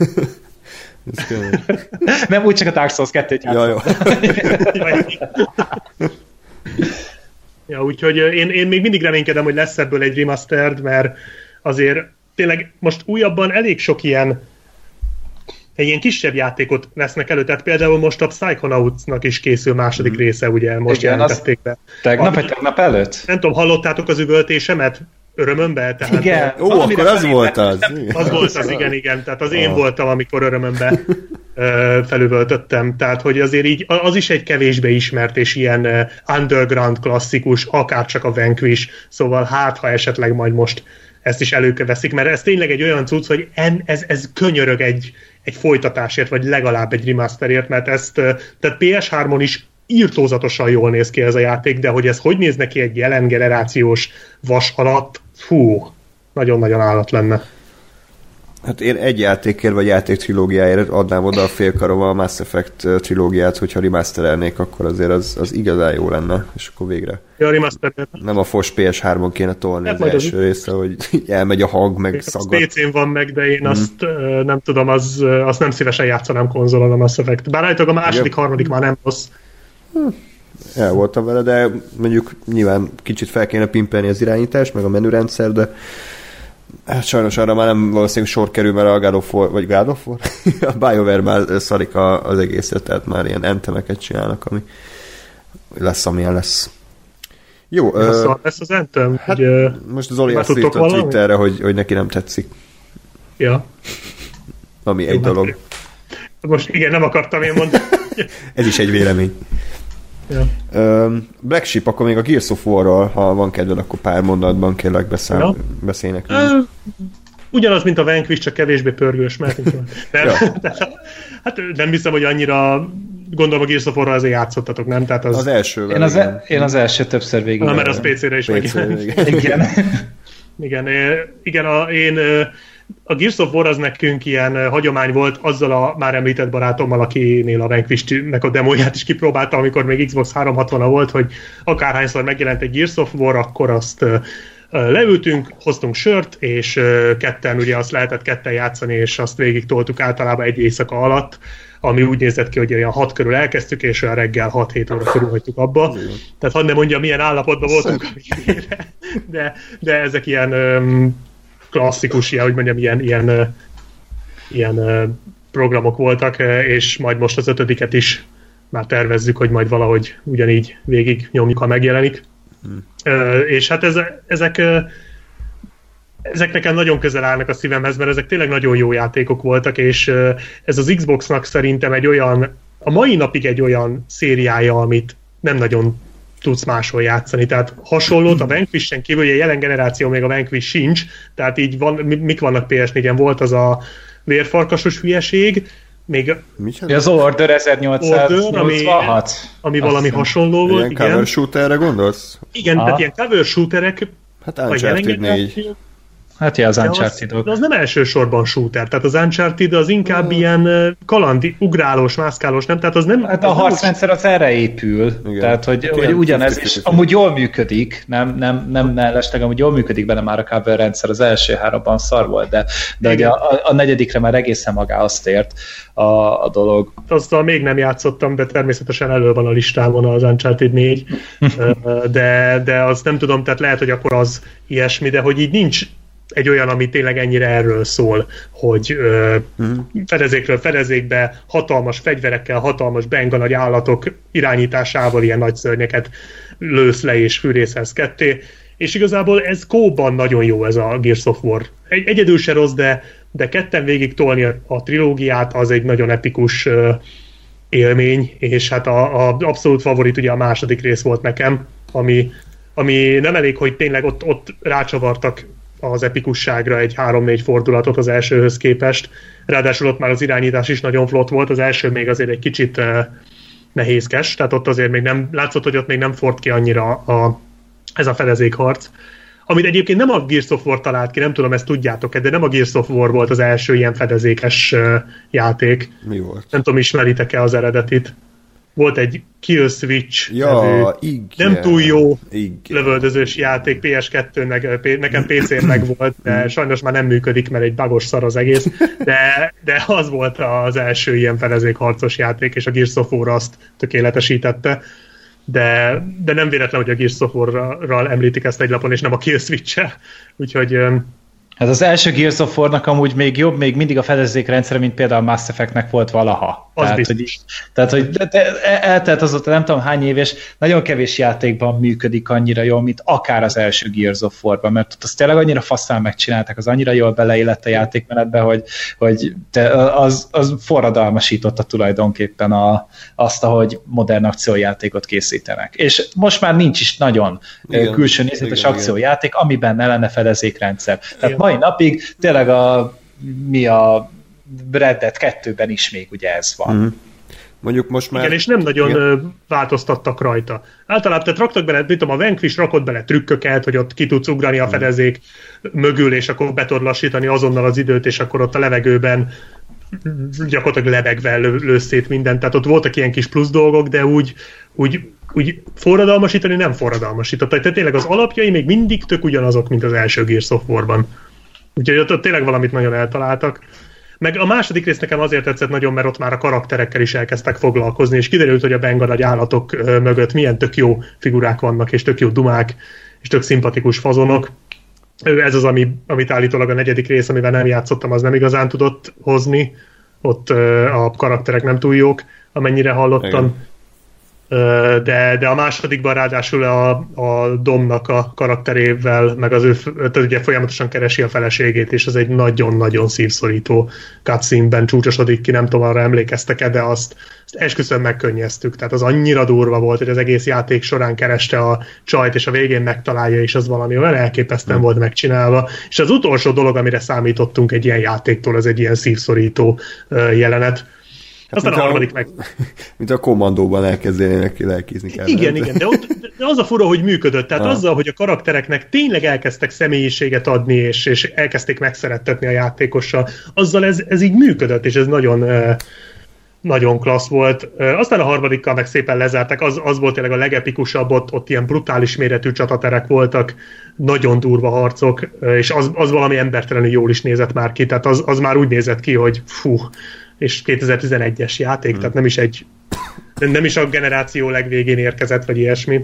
Nem úgy csak a Dark Souls 2-t játszom. Ja, úgyhogy én még mindig reménykedem, hogy lesz ebből egy remastered, mert azért tényleg most újabban elég sok ilyen kisebb játékot vesznek elő, tehát például most a Psychonautsnak is készül második része, ugye most jelentették be. Tegnap előtt? Nem tudom, hallottátok az üvöltésemet? Örömömbe? Tehát igen. Akkor az volt az. Az volt az, igen. Tehát az én voltam, amikor örömömbe felüvöltöttem. Tehát, hogy azért így, az is egy kevésbé ismert és ilyen underground klasszikus, akár csak a Vanquish, szóval ha esetleg majd most ezt is előkeveszik, mert ez tényleg egy olyan cucc, hogy ez könyörög egy folytatásért, vagy legalább egy remasterért, mert tehát PS3-on is írtózatosan jól néz ki ez a játék, de hogy ez hogy néz neki egy jelen generációs vas alatt, nagyon-nagyon állat lenne. Hát én egy játékért vagy játék trilógiáért adnám oda a félkarom a Mass Effect trilógiát, hogyha remasterelnék, akkor azért az igazán jó lenne, és akkor végre. Ja, remaster. Nem a fos PS3-on kéne tolni hát az első része, hogy elmegy a hang, meg szaggat. Az PC-n van meg, de én azt nem tudom, azt nem szívesen játszanám konzolon a Mass Effect. Bár állítólag a második, harmadik már nem rossz. El voltam vele, de mondjuk nyilván kicsit fel kéne pimpelni az irányítást, meg a menürendszer, de hát sajnos arra már nem valószínűleg sor kerül, mert a God of War, vagy God of War? A BioWare már szarik az egészet, tehát már ilyen entemeket csinálnak, ami lesz, amilyen lesz. Jó. Lesz az Anthem? Hát, most az Oli azt írt a Twitterre, hogy neki nem tetszik. Ja. Ami egy dolog. Most igen, nem akartam én mondani. Ez is egy vélemény. Ja. Black Sheep, akkor még a Gears of War-ról, ha van kedved, akkor pár mondatban kérlek beszélnek. Ugyanaz, mint a Vanquish, csak kevésbé pörgős, mert hát nem hiszem, hogy annyira gondolom a Gears of War-ral azért játszottatok, nem? Tehát az elsővel. Én az első többször végig. Mert az PC-re is Igen. Igen, én a Gears of War az nekünk ilyen hagyomány volt azzal a már említett barátommal, akinél a Vanquish-nek a demóját is kipróbálta, amikor még Xbox 360-a volt, hogy akárhányszor megjelent egy Gears of War, akkor azt leültünk, hoztunk sört, és ketten, ugye azt lehetett ketten játszani, és azt végig toltuk általában egy éjszaka alatt, ami úgy nézett ki, hogy olyan 6 körül elkezdtük, és olyan reggel 6-7 óra körül hagytuk abba. Tehát hadd ne mondjam, milyen állapotban voltunk a végére, de ezek ilyen klasszikus, hogy mondjam, ilyen programok voltak, és majd most az 5-et is már tervezzük, hogy majd valahogy ugyanígy végig nyomjuk, ha megjelenik. És hát ezek nekem nagyon közel állnak a szívemhez, mert ezek tényleg nagyon jó játékok voltak, és ez az Xboxnak szerintem a mai napig egy olyan szériája, amit nem nagyon tudsz máshol játszani. Tehát hasonlót a Vanquish-en kívül, ugye a jelen generáció még a Vanquish sincs, tehát így mik vannak PS4-en? Volt az a vérfarkasos hülyeség, még az Order 1886. Ami valami hasonló volt. Ilyen cover shooterre gondolsz? Igen, tehát ilyen cover shooterek. Hát Uncharted 4. Hát ja, az Uncharted-ok. De az nem elsősorban shooter, tehát az Uncharted az inkább ilyen kalandi, ugrálós, mászkálós, nem? Tehát az nem... Hát a harcrendszer az erre épül, igen. Tehát hogy ugyanez, és amúgy jól működik, nem mellesleg, amúgy jól működik benne már a cover rendszer, az első 3-ban szar volt, de ugye a 4. már egészen magához tért a dolog. Azzal még nem játszottam, de természetesen elő van a listámon az Uncharted 4, de azt nem tudom, tehát lehet, hogy akkor az ilyesmi, de hogy így nincs egy olyan, ami tényleg ennyire erről szól, hogy fedezékről fedezékbe hatalmas fegyverekkel, hatalmas benga nagy állatok irányításával ilyen nagy szörnyeket lősz le és fűrészelsz ketté, és igazából ez kóban nagyon jó ez a Gears of War. Egyedül se rossz, de ketten végig tolni a trilógiát, az egy nagyon epikus élmény, és hát a abszolút favorit ugye a második rész volt nekem, ami nem elég, hogy tényleg ott rácsavartak az epikusságra egy 3-4 fordulatot az elsőhöz képest. Ráadásul ott már az irányítás is nagyon flott volt, az első még azért egy kicsit nehézkes, tehát ott azért még nem, látszott, hogy ott még nem ford ki annyira ez a fedezékharc. Amit egyébként nem a Gears of War talált ki, nem tudom, ezt tudjátok-e, de nem a Gears of War volt az első ilyen fedezékes játék. Mi volt? Nem tudom, ismeritek-e az eredetit. Volt egy Kill Switch nem túl jó lövöldözős játék, PS2-nek, nekem PC-n meg volt, de sajnos már nem működik, mert egy bugos szar az egész, de az volt az első ilyen fedezékharcos játék, és a Gears of War azt tökéletesítette. De nem véletlen, hogy a Gears of War-ral említik ezt egy lapon, és nem a Kill Switch-el. Úgyhogy... Ez az első Gears of War-nak amúgy még jobb, még mindig a fedezékrendszere, mint például a Mass Effect-nek volt valaha. Tehát, hogy eltelt azóta nem tudom hány év, és nagyon kevés játékban működik annyira jól, mint akár az első Gears of War-ban, mert ott azt tényleg annyira faszán megcsinálták, az annyira jól beleillett a játékmenetbe, hogy az forradalmasította tulajdonképpen azt, ahogy modern akciójátékot készítenek. És most már nincs is nagyon külső nézetes akciójáték, amiben ne lenne fedezékrendszer. Tehát mai napig tényleg a Red Dead 2-ben is még ugye ez van. Mondjuk most már... Igen, és nem nagyon változtattak rajta. Általában tehát raktak bele, a Vanquish rakott bele trükköket, hogy ott ki tudsz ugrani a fedezék mögül, és akkor be tudod lassítani azonnal az időt, és akkor ott a levegőben gyakorlatilag lebegve lősz szét mindent. Tehát ott voltak ilyen kis plusz dolgok, de úgy forradalmasítani nem forradalmasított. Tehát tényleg az alapjai még mindig tök ugyanazok, mint az első Gears of War-ban. Úgyhogy ott tényleg valamit nagyon eltaláltak. Meg a második rész nekem azért tetszett nagyon, mert ott már a karakterekkel is elkezdtek foglalkozni, és kiderült, hogy a benga nagy állatok mögött milyen tök jó figurák vannak, és tök jó dumák, és tök szimpatikus fazonok. Ez az, amit állítólag a 4. rész, amivel nem játszottam, az nem igazán tudott hozni. Ott a karakterek nem túl jók, amennyire hallottam. Igen. De a másodikban ráadásul a Domnak a karakterével, meg az tehát ugye folyamatosan keresi a feleségét, és ez egy nagyon-nagyon szívszorító cutscene-ben csúcsosodik ki, nem tudom, arra emlékeztek-e, de azt esküszöm megkönnyeztük. Tehát az annyira durva volt, hogy az egész játék során kereste a csajt, és a végén megtalálja, és az valami olyan elképesztően volt megcsinálva. És az utolsó dolog, amire számítottunk egy ilyen játéktól, az egy ilyen szívszorító jelenet. Aztán a harmadik meg... Mint a kommandóban elkezdének lelkizni kell. Igen, de az a fura, hogy működött. Tehát azzal, hogy a karaktereknek tényleg elkezdtek személyiséget adni, és elkezdték megszerettetni a játékossal, azzal ez így működött, és ez nagyon klassz volt. Aztán a harmadikkal meg szépen lezárták, az volt tényleg a legepikusabb, ott ilyen brutális méretű csataterek voltak, nagyon durva harcok, és az valami embertelenül jól is nézett már ki, tehát az már úgy nézett ki, hogy fú, és 2011-es játék, tehát nem is a generáció legvégén érkezett, vagy ilyesmi.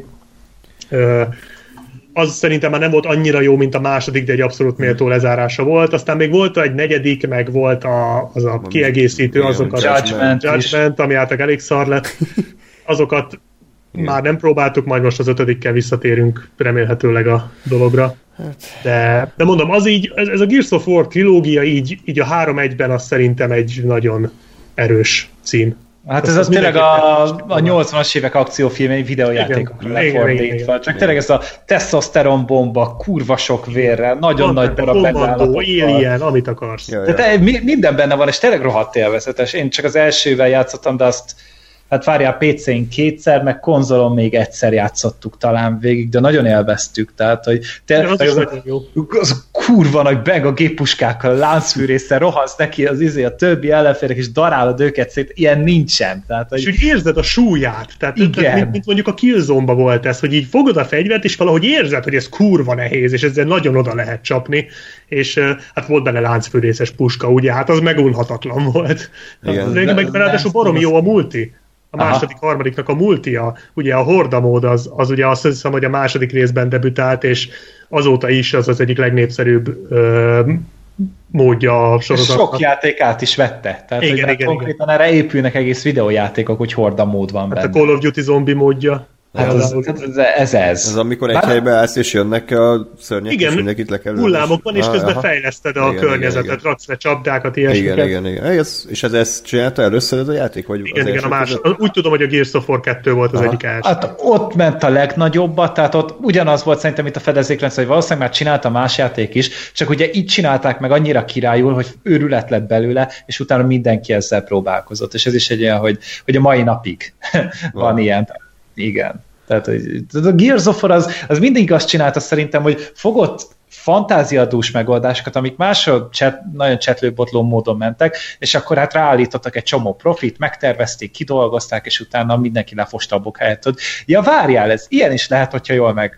Az szerintem már nem volt annyira jó, mint a második, de egy abszolút méltó lezárása volt. Aztán még volt egy negyedik, meg volt az a kiegészítő, azok a Judgment, ami által elég szar lett. Azokat már nem próbáltuk, majd most az ötödikkel visszatérünk remélhetőleg a dologra. De mondom, ez a Gears of War trilógia így a 3-1-ben az szerintem egy nagyon erős cím. Hát ez az tényleg a 80-as évek akciófilmei videójátékokra lefordítva. Csak tényleg ez a testoszteron bomba, kurva sok vérrel, nagyon nagy darab megállapokkal. Alien, amit akarsz. Tehát minden benne van, és tényleg rohadt élvezetes. Én csak az elsővel játszottam, de azt hát várjál, PC-n 2-szer, meg konzolon még egyszer játszottuk talán végig, de nagyon élveztük, tehát, hogy az kurva nagy bang a géppuskákkal, a láncfűrésszel rohansz neki a többi ellenfélnek, és darálod őket szét, ilyen nincsen. Tehát, és úgy érzed a súlyát, tehát mint mondjuk a Killzone-ba volt ez, hogy így fogod a fegyvert, és valahogy érzed, hogy ez kurva nehéz, és ezzel nagyon oda lehet csapni, és hát volt benne láncfűrészes puska, ugye, hát az megunhatatlan volt. Meg ráadásul baromi jó a multi. A második, harmadiknak a multia, ugye a Horda mód az ugye azt hiszem, hogy a második részben debütált, és azóta is az egyik legnépszerűbb módja a sorozatnak. Sok játék át is vette. Tehát igen, konkrétan erre épülnek egész videójátékok, hogy Horda mód van benne. Hát a Call of Duty zombi módja. Hát ez. Ez amikor egy helybe állsz, és jönnek a szörnyek, és mindenkit le kell lőni. Hullámokban, és közben fejleszted a környezetet, raksz le csapdákat, ilyesmiket. Igen. És ezt csinálta először ez a játék? Vagy igen, úgy tudom, hogy a Gears of War 2 volt az egyik első. Hát ott ment a legnagyobbat, tehát ott ugyanaz volt szerintem itt a fedezékrendszer, hogy valószínűleg már csinálta más játék is, csak ugye így csinálták meg annyira királyul, hogy őrület lett belőle, és utána mindenki ezzel próbálkozott. És ez is egy olyan, hogy a mai napig van ilyen. Igen. Tehát a Gears of War az mindig azt csinálta szerintem, hogy fogott fantáziadús megoldásokat, amik máshol nagyon csetlőbotló módon mentek, és akkor hát ráállítottak egy csomó profit, megtervezték, kidolgozták, és utána mindenki lefosta a bok helyett, hogy ja, várjál, ez ilyen is lehet, hogyha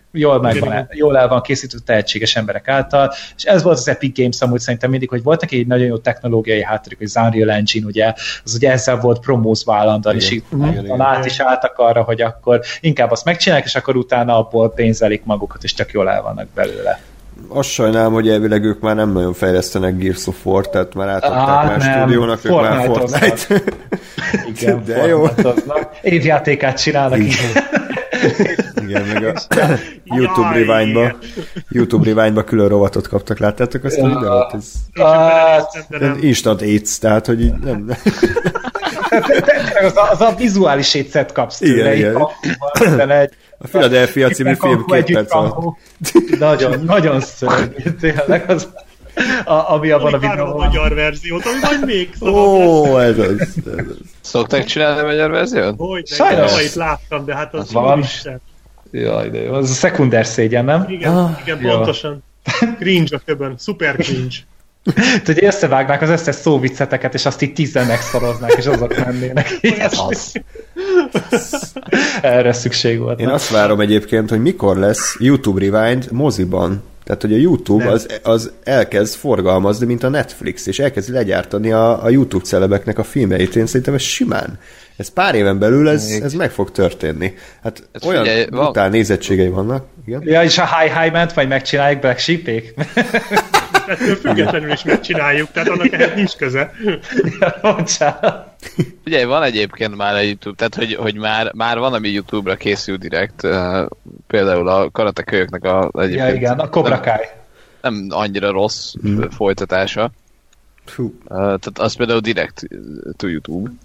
jól el van készítő tehetséges emberek által, és ez volt az Epic Games amúgy szerintem mindig, hogy volt neki egy nagyon jó technológiai hátterük, hogy az Unreal Engine, ugye ezzel volt promózva állandóan, és így át is álltak arra, hogy akkor inkább azt megcsinálják, és akkor utána abból pénzelik magukat, és csak jól el vannak belőle. Azt sajnálom, hogy elvileg ők már nem nagyon fejlesztenek Gears of War, tehát már átadták más stúdiónak, ők már Fortnite. Igen, de jó. Évjátékát csinálnak. Igen, meg a YouTube Rewind-ba külön rovatot kaptak, láttátok azt a videót? Ez instant AIDS, tehát, hogy így nem... az a vizuális étszet kapsz tőle. Igen. A Philadelphia című film 2 perc alatt. Nagyon szörnyű, tényleg az, ami abban a videóban. A magyar verziót, ami majd még szabad lesz. Ez az. Szokták csinálni a magyar verziót? Sajnos. Itt láttam, de hát az van. Jaj, de jó. Az a szekunder szégyen, nem? Igen, pontosan. Cringe a köbön. Super cringe. Hogy összevágnák az összes szóvicceteket, és azt így 10-en megszoroznák, és azok mennének. Erre szükség volt. Én azt várom egyébként, hogy mikor lesz YouTube Rewind moziban. Tehát, hogy a YouTube az elkezd forgalmazni, mint a Netflix, és elkezd legyártani a YouTube celebeknek a filmeit. Én szerintem ez simán. Ez pár éven belül ez meg fog történni. Hát ez olyan brutál nézettségei vannak. Igen? Ja, és a High ment, vagy megcsinálják Black Sheep-ék? Ettől függetlenül is megcsináljuk, tehát annak ehhez nincs köze. Ugye van egyébként már a YouTube, tehát hogy már van, ami YouTube-ra készül direkt, például a Karate Kölyöknek ja, igen, a Cobra Kai. Nem annyira rossz folytatása. Tehát az például direkt to YouTube.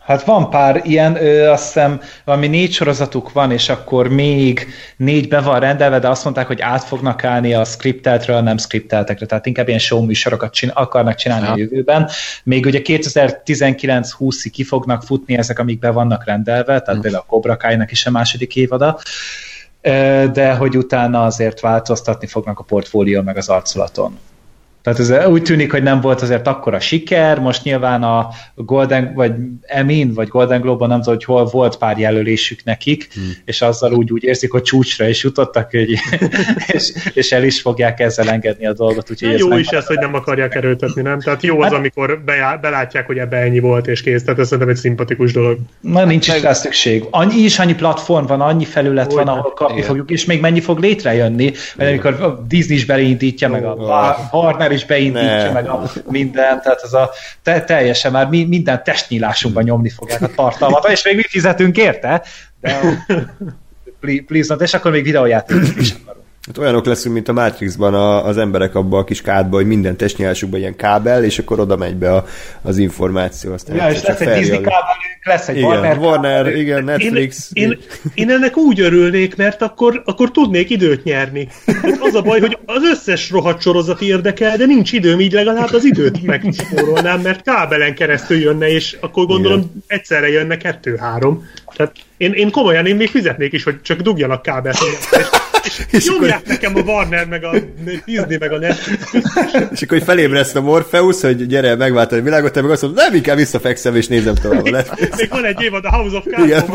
Hát van pár ilyen, azt hiszem valami 4 sorozatuk van, és akkor még 4 be van rendelve, de azt mondták, hogy át fognak állni a skripteltről, nem skripteltekre, tehát inkább ilyen show műsorokat akarnak csinálni a jövőben. Még ugye 2019-20-ig ki fognak futni ezek, amik be vannak rendelve, tehát például a Cobra Kai-nak is a második évada, de hogy utána azért változtatni fognak a portfólió meg az arculaton. Tehát ez úgy tűnik, hogy nem volt azért akkora siker, most nyilván a Golden, vagy Emmy-n, vagy Golden Globe-on nem tudom, hogy hol volt pár jelölésük nekik, és azzal úgy érzik, hogy csúcsra is jutottak, és el is fogják ezzel engedni a dolgot. Úgyhogy jó is ez, hogy nem akarják erőltetni, nem? Tehát jó az, amikor belátják, hogy ebbe ennyi volt, és kész. Tehát ez szerintem egy szimpatikus dolog. Na, nincs is rá szükség. Annyi platform van, annyi felület van, ahol kapni fogjuk, és még mennyi fog létrejönni, mert amikor a Disney is beindítja, meg a Warner is beindítja, meg a minden, tehát ez a teljesen már minden testnyílásunkban nyomni fogják a tartalmat, és még mi fizetünk érte, de please not, és akkor még videójátékot is akarunk. Hát olyanok leszünk, mint a Matrixban az emberek abban a kis kádban, hogy minden testnyilásukban ilyen kábel, és akkor oda megy be az információ. Aztán ja, és lesz egy Disney kábelünk, lesz egy Warner, igen, Netflix. Én ennek úgy örülnék, mert akkor tudnék időt nyerni. Az a baj, hogy az összes rohadt sorozat érdekel, de nincs időm, így legalább az időt megspórolnám, mert kábelen keresztül jönne, és akkor gondolom egyszerre jönne 2-3. Tehát én komolyan még fizetnék is, hogy csak dugjanak kábelt. És nyomják nekem a Warner, meg a Disney, meg a Netflix. És akkor felébresz a Morpheus, hogy gyere, megváltani a világot, te meg azt mondod, nem, inkább visszafekszem, és nézem tovább a Netflix. Még van egy évad, a House of Cards. Igen,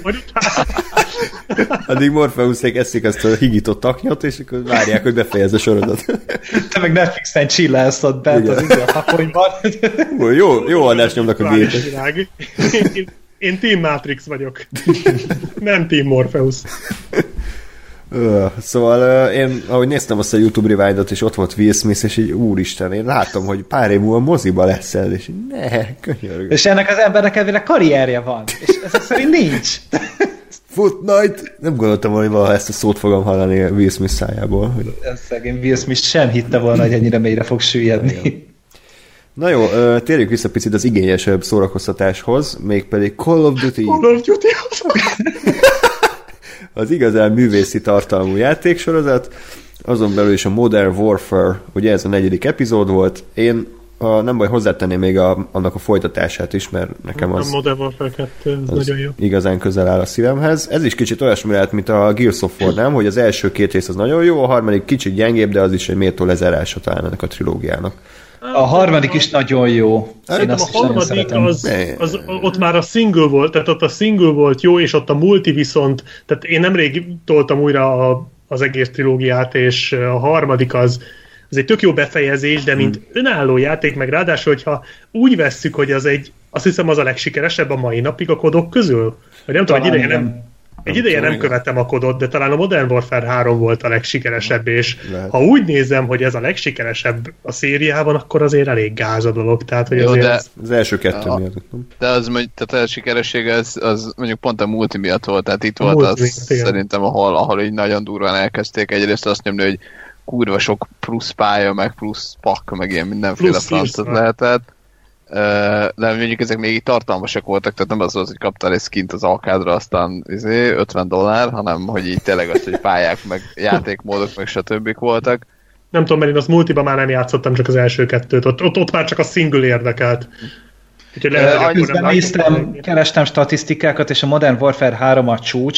addig Morpheusék eszik azt a higított taknyot, és akkor várják, hogy befejezz a sorozat. Te meg Netflixen chillelsz ott bent az idő a takonyban. Jó adást nyomnak a gépet. Én Team Matrix vagyok. Nem Team Morpheus. Szóval én, ahogy néztem azt a YouTube Rewind-ot, és ott volt Will Smith, és így úristen, én látom, hogy pár év múlva moziba leszel, és így könyörgöm. És ennek az embernek elvileg karrierje van, és ezek szerint nincs. Fortnite! Nem gondoltam, hogy valaha ezt a szót fogom hallani Will Smith szájából. Hogy... Ez szegény Will Smith sem hitte volna, hogy ennyire mélyre fog süllyedni. Na jó, térjük vissza picit az igényesebb szórakoztatáshoz, mégpedig Call of Duty. Call of Duty! Az igazán művészi tartalmú játéksorozat, azon belül is a Modern Warfare, ugye ez a 4. epizód volt, én nem baj, hozzátenném még annak a folytatását is, mert nekem az... A Modern Warfare 2, ez nagyon jó. Igazán közel áll a szívemhez. Ez is kicsit olyasmi lehet, mint a Gears of War, nem? Hogy az első 2 rész az nagyon jó, a harmadik kicsit gyengébb, de az is egy méltó lezárása talán ennek a trilógiának. A harmadik is nagyon jó. Én a harmadik az ott már a single volt, tehát ott a single volt jó, és ott a multi viszont, tehát én nemrég toltam újra az egész trilógiát, és a harmadik az egy tök jó befejezés, de mint önálló játék, meg ráadásul, hogyha úgy vesszük, hogy azt hiszem az a legsikeresebb a mai napig a kodok közül. Vagy nem tudom, egy ideje nem követtem a kodot, de talán a Modern Warfare 3 volt a legsikeresebb, és lehet. Ha úgy nézem, hogy ez a legsikeresebb a szériában, akkor azért elég gáz a dolog. Tehát, hogy jó, azért de az első 2 miatt. De az, tehát a sikeressége az mondjuk pont a multi miatt volt, tehát itt volt az szerintem, ahol így nagyon durván elkezdték egyrészt azt nyomni, hogy kurva sok plusz pálya, meg plusz pak, meg ilyen mindenféle francot lehetett. De mondjuk ezek még így tartalmasak voltak, tehát nem az volt, hogy kaptál egy skint az alkádra, aztán $50, hanem hogy így tényleg az, hogy pályák, meg játékmódok, meg stb. Voltak. Nem tudom, mert én azt multiban már nem játszottam, csak az első 2-t. Ott már csak a single érdekelt. Kerestem statisztikákat, és a Modern Warfare 3 a csúcs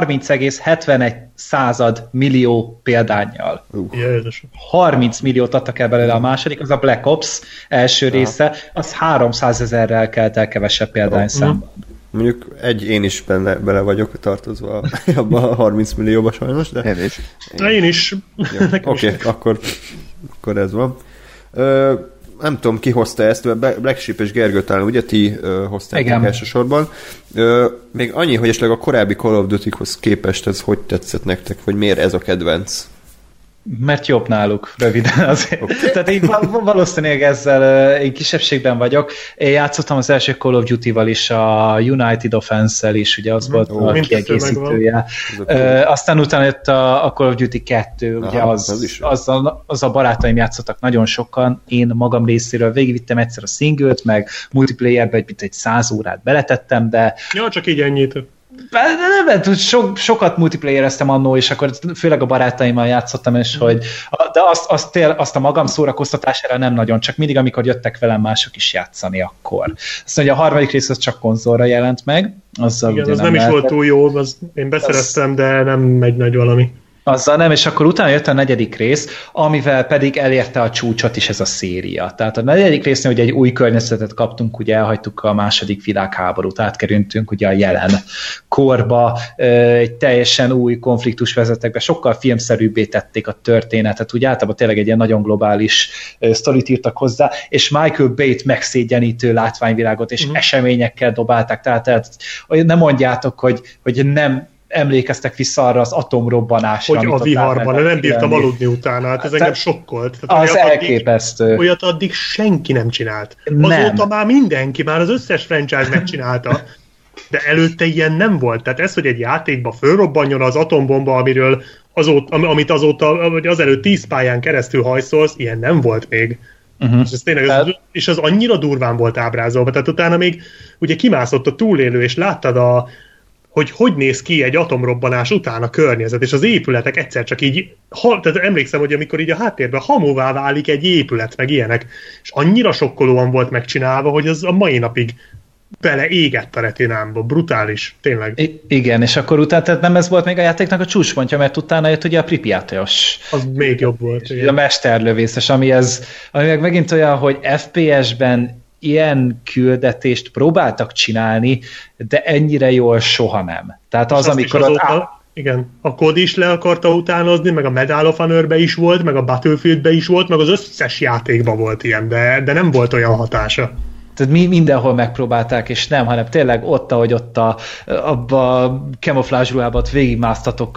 30,71 millió példánnyal. 30 milliót adtak el belőle a második, az a Black Ops első része, az 300 000-rel kelt el kevesebb példányszámban. Mondjuk én is bele vagyok tartozva abban a 30 millióba sajnos, de... Én is. Oké, akkor ez van. Nem tudom, ki hozta ezt, Black Sheep és Gergő talán, ugye ti hoztátok elsősorban. Még annyi, hogy esetleg a korábbi Call of Duty-hoz képest ez hogy tetszett nektek, vagy miért ez a kedvenc? Mert jobb náluk, röviden azért. Okay. Tehát én valószínűleg ezzel én kisebbségben vagyok. Én játszottam az első Call of Duty-val is, a United Offense-el is, ugye az volt a kiegészítője. Aztán utána jött a Call of Duty 2, ugye az a barátaim játszottak nagyon sokan. Én magam részéről végigvittem egyszer a singlet, meg multiplayerbe egy 100 órát beletettem, de... Ja, csak így ennyit. Nem, sokat multiplayereztem annó, és akkor főleg a barátaimmal játszottam, és hogy de azt a magam szórakoztatására nem nagyon, csak mindig, amikor jöttek velem mások is játszani, akkor. Azt mondja, a harmadik rész az csak konzolra jelent meg. Igen, az nem is volt túl jó, én beszereztem, de nem megy nagy valami. Azzal nem, és akkor utána jött a negyedik rész, amivel pedig elérte a csúcsot is ez a széria. Tehát a negyedik résznél ugye egy új környezetet kaptunk, ugye elhagytuk a második világháborút, átkerültünk ugye a jelen korba, egy teljesen új konfliktus vezettek be, sokkal filmszerűbbé tették a történetet, úgy általában tényleg egy ilyen nagyon globális sztorit írtak hozzá, és Michael Bay-t megszégyenítő látványvilágot és eseményekkel dobálták, tehát nem mondjátok, hogy nem emlékeztek vissza arra az atomrobbanásra. Hogy a viharban, nem bírtam aludni utána, hát ez engem sokkolt. Tehát az elképesztő. Olyat addig senki nem csinált. Azóta már mindenki, már az összes franchise megcsinálta, de előtte ilyen nem volt. Tehát ez, hogy egy játékba fölrobbanjon az atombomba, amit azóta, vagy azelőtt 10 pályán keresztül hajszolsz, ilyen nem volt még. És ez tényleg, és az annyira durván volt ábrázolva. Tehát utána még ugye kimászott a túlélő, és láttad hogy néz ki egy atomrobbanás után a környezet, és az épületek egyszer csak így, tehát emlékszem, hogy amikor így a háttérben hamuvá válik egy épület, meg ilyenek, és annyira sokkolóan volt megcsinálva, hogy az a mai napig beleégett a retinámba, brutális, tényleg. Igen, és akkor utána, tehát nem ez volt még a játéknak a csúcspontja, mert utána jött ugye a Pripyat-os. Az még jobb volt. A mesterlövészes, ami meg megint olyan, hogy FPS-ben ilyen küldetést próbáltak csinálni, de ennyire jól soha nem. Tehát az, amikor igen, a kód is le akarta utánozni, meg a Medal of Honor-be is volt, meg a Battlefield-be is volt, meg az összes játékban volt ilyen, de nem volt olyan hatása. Tehát mindenhol megpróbálták, és nem, hanem tényleg ott, ahogy ott abba a camouflage ruhában végigmásztatok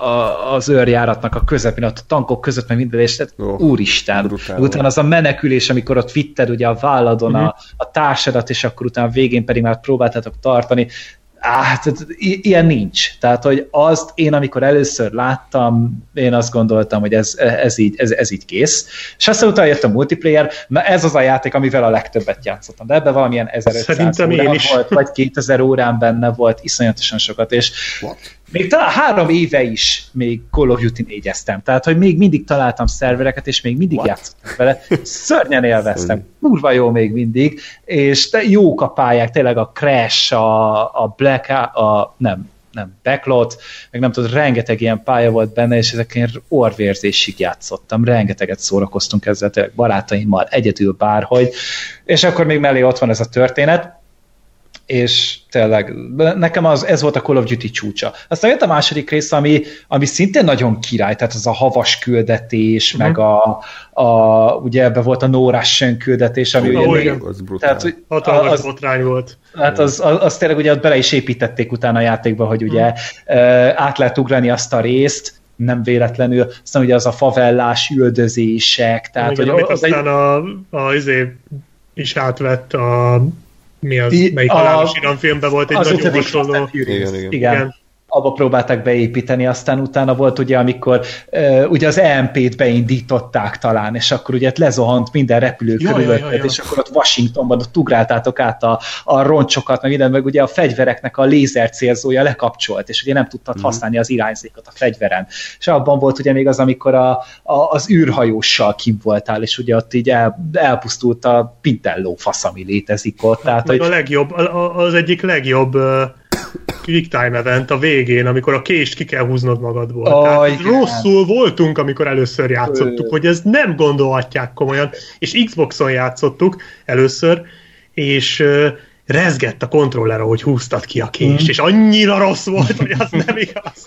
az őrjáratnak a közepén, ott a tankok között, meg minden, és úristen. Utána az a menekülés, amikor ott vitted ugye a válladon a társadat, és akkor utána a végén pedig már próbáltátok tartani. Ilyen nincs. Tehát, hogy azt én, amikor először láttam, én azt gondoltam, hogy ez így kész. És aztán utána jött a multiplayer, ez az a játék, amivel a legtöbbet játszottam. De ebben valamilyen 1500 órán volt, vagy 2000 órán benne volt, iszonyatosan sokat, és még talán 3 éve is még Call of Duty 4-eztem. Tehát, hogy még mindig találtam szervereket, és még mindig játszottam vele. Szörnyen élveztem. Kurva jó még mindig. És jók a pályák, tényleg a Crash, a Black, nem Backlot, meg nem tudod, rengeteg ilyen pálya volt benne, és ezeken orvérzésig játszottam. Rengeteget szórakoztunk ezzel, tényleg barátaimmal, egyedül bárhogy. És akkor még mellé ott van ez a történet, és tényleg nekem ez volt a Call of Duty csúcsa. Aztán jött a második rész, ami szintén nagyon király, tehát az a havas küldetés, meg ugye ebben volt a No Russian küldetés, ami ugye az brutál. Hatalmas botrány volt. Hát az tényleg ugye bele is építették utána a játékba, hogy ugye át lehet ugrani azt a részt, nem véletlenül, aztán ugye az a favellás üldözések, tehát igen, hogy aztán azért is átvett melyik halálos iramfilmben volt egy nagyon hasonló. Igen. Abba próbálták beépíteni, aztán utána volt ugye, amikor ugye az EMP-t beindították talán, és akkor ugye lezuhant minden repülő körülötted, és akkor ott Washingtonban ott ugráltátok át a roncsokat, meg minden, meg ugye a fegyvereknek a lézercélzója lekapcsolt, és ugye nem tudtad használni az irányzékot a fegyveren. És abban volt ugye még az, amikor az űrhajóssal kint voltál, és ugye ott így elpusztult a Pintello fasz, ami létezik ott. Tehát, hogy... az egyik legjobb quick time event a végén, amikor a kést ki kell húznod magadból. Tehát rosszul voltunk, amikor először játszottuk, hogy ezt nem gondolhatják komolyan, és Xboxon játszottuk először, és rezgett a kontroller, ahogy húztad ki a kést, és annyira rossz volt, hogy az nem igaz.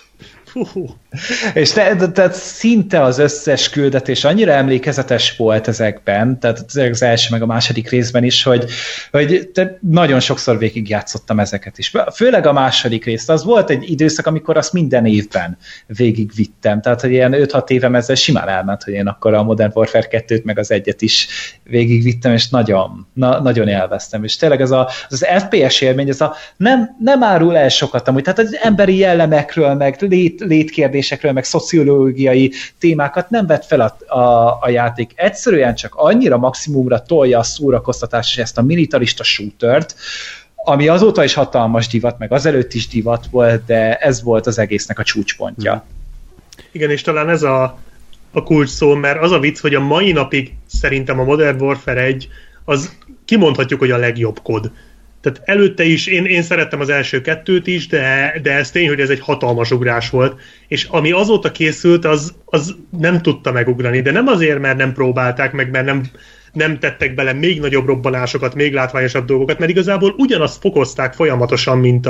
És tehát szinte az összes küldetés annyira emlékezetes volt ezekben, tehát az első meg a második részben is, hogy nagyon sokszor végigjátszottam ezeket is. Főleg a második részt. Az volt egy időszak, amikor azt minden évben végigvittem. Tehát, hogy ilyen 5-6 évem ezzel simán elment, hogy én akkor a Modern Warfare 2-t meg az 1-et is végigvittem, és nagyon élveztem. És tényleg az FPS élmény, nem árul el sokat amúgy. Tehát az emberi jellemekről, meg létkérdésekről, meg szociológiai témákat nem vett fel a játék. Egyszerűen csak annyira maximumra tolja a szórakoztatás és ezt a militarista shootert, ami azóta is hatalmas divat, meg azelőtt is divat volt, de ez volt az egésznek a csúcspontja. Igen, és talán ez a kulcs szó, mert az a vicc, hogy a mai napig szerintem a Modern Warfare 1 az kimondhatjuk, hogy a legjobb kod. Tehát előtte is, én szerettem az első 2-t is, de ez tény, hogy ez egy hatalmas ugrás volt, és ami azóta készült, az nem tudta megugrani, de nem azért, mert nem próbálták meg, mert nem tettek bele még nagyobb robbanásokat, még látványosabb dolgokat, mert igazából ugyanazt fokozták folyamatosan, mint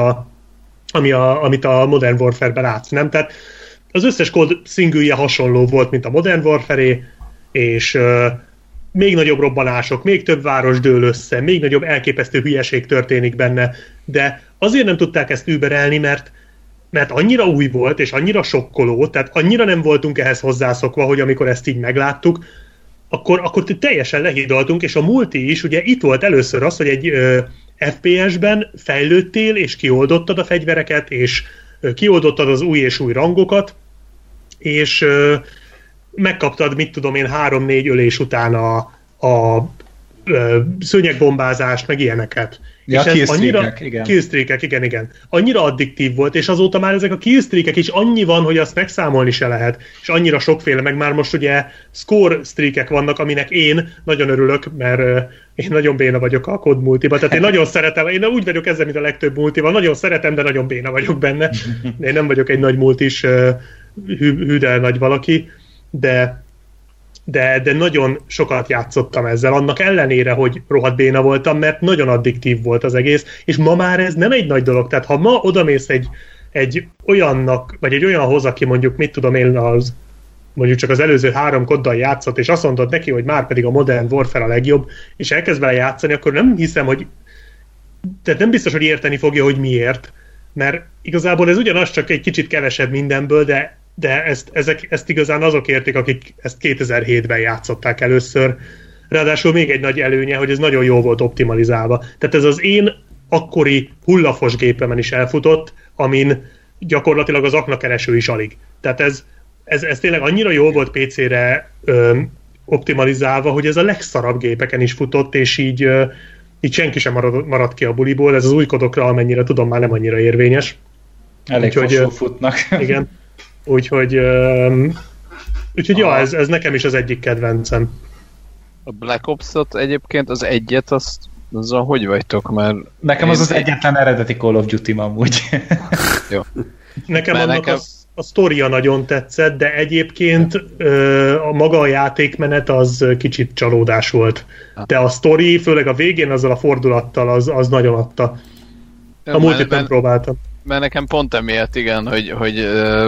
amit a Modern Warfare-ben látsz, nem? Tehát az összes kód szingülje hasonló volt, mint a Modern Warfare-é, és még nagyobb robbanások, még több város dől össze, még nagyobb elképesztő hülyeség történik benne, de azért nem tudták ezt überelni, mert annyira új volt, és annyira sokkoló, tehát annyira nem voltunk ehhez hozzászokva, hogy amikor ezt így megláttuk, akkor teljesen lehidaltunk, és a multi is, ugye itt volt először az, hogy egy FPS-ben fejlődtél, és kioldottad a fegyvereket, és kioldottad az új és új rangokat, és megkaptad, mit tudom én, 3-4 ölés után a szőnyegbombázást, meg ilyeneket. Ja, killstreakek, igen. Annyira addiktív volt, és azóta már ezek a killstreakek is annyi van, hogy azt megszámolni se lehet, és annyira sokféle, meg már most ugye score streakek vannak, aminek én nagyon örülök, mert én nagyon béna vagyok a COD multiba, tehát én nagyon szeretem, én úgy vagyok ezzel, mint a legtöbb multiban, nagyon szeretem, de nagyon béna vagyok benne. Én nem vagyok egy nagy multis hűdel nagy valaki, de nagyon sokat játszottam ezzel, annak ellenére, hogy rohadt béna voltam, mert nagyon addiktív volt az egész, és ma már ez nem egy nagy dolog, tehát ha ma odamész egy olyannak, vagy egy olyanhoz, aki mondjuk, mit tudom én, mondjuk csak az előző 3 koddal játszott, és azt mondod neki, hogy már pedig a Modern Warfare a legjobb, és elkezd vele játszani, akkor nem hiszem, hogy tehát nem biztos, hogy érteni fogja, hogy miért, mert igazából ez ugyanaz, csak egy kicsit kevesebb mindenből, de ezt igazán azok értik, akik ezt 2007-ben játszották először. Ráadásul még egy nagy előnye, hogy ez nagyon jól volt optimalizálva. Tehát ez az én akkori hullafos gépemen is elfutott, amin gyakorlatilag az aknakereső is alig. Tehát ez tényleg annyira jól volt PC-re optimalizálva, hogy ez a legszarabb gépeken is futott, és így senki sem maradt ki a buliból. Ez az új kodokra, amennyire tudom, már nem annyira érvényes. Elég hosszú futnak. Igen. Úgyhogy ja, ez nekem is az egyik kedvencem. A Black Ops-ot egyébként, az egyet, azzal hogy vagytok? Mert nekem az egyetlen eredeti Call of Duty-m amúgy. Jó. Nekem annak a sztoria nagyon tetszett, de egyébként a maga a játékmenet az kicsit csalódás volt. De a sztori, főleg a végén azzal a fordulattal, az nagyon adta. A multit nem próbáltam. Mert nekem pont emiatt, igen, hogy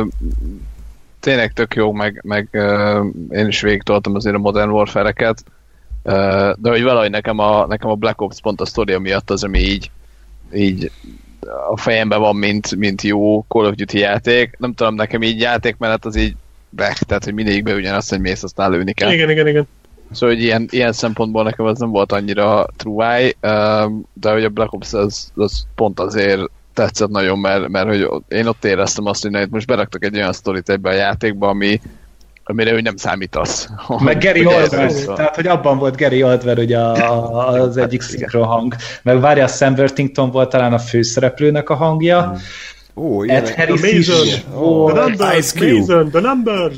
tényleg tök jó, meg én is végigtoltam azért a Modern Warfare-eket, de hogy valahogy nekem a Black Ops pont a sztoria miatt az, ami így a fejemben van, mint jó Call of Duty játék. Nem tudom, nekem így játékmenet az így tehát hogy mindig be ugyanazt, hogy mész, aztán lőni kell. Igen. Szóval, hogy ilyen szempontból nekem az nem volt annyira true, de hogy a Black Ops az pont azért tetszett nagyon, mert hogy én ott éreztem azt, hogy most beraktak egy olyan sztorit ebbe a játékba, amire ő nem számítasz. Meg Gary Oldman, tehát hogy abban volt Gary Oldman ugye az egyik szinkronhang. Meg várja, Sam Worthington volt talán a főszereplőnek a hangja. Ed Harris is. The numbers!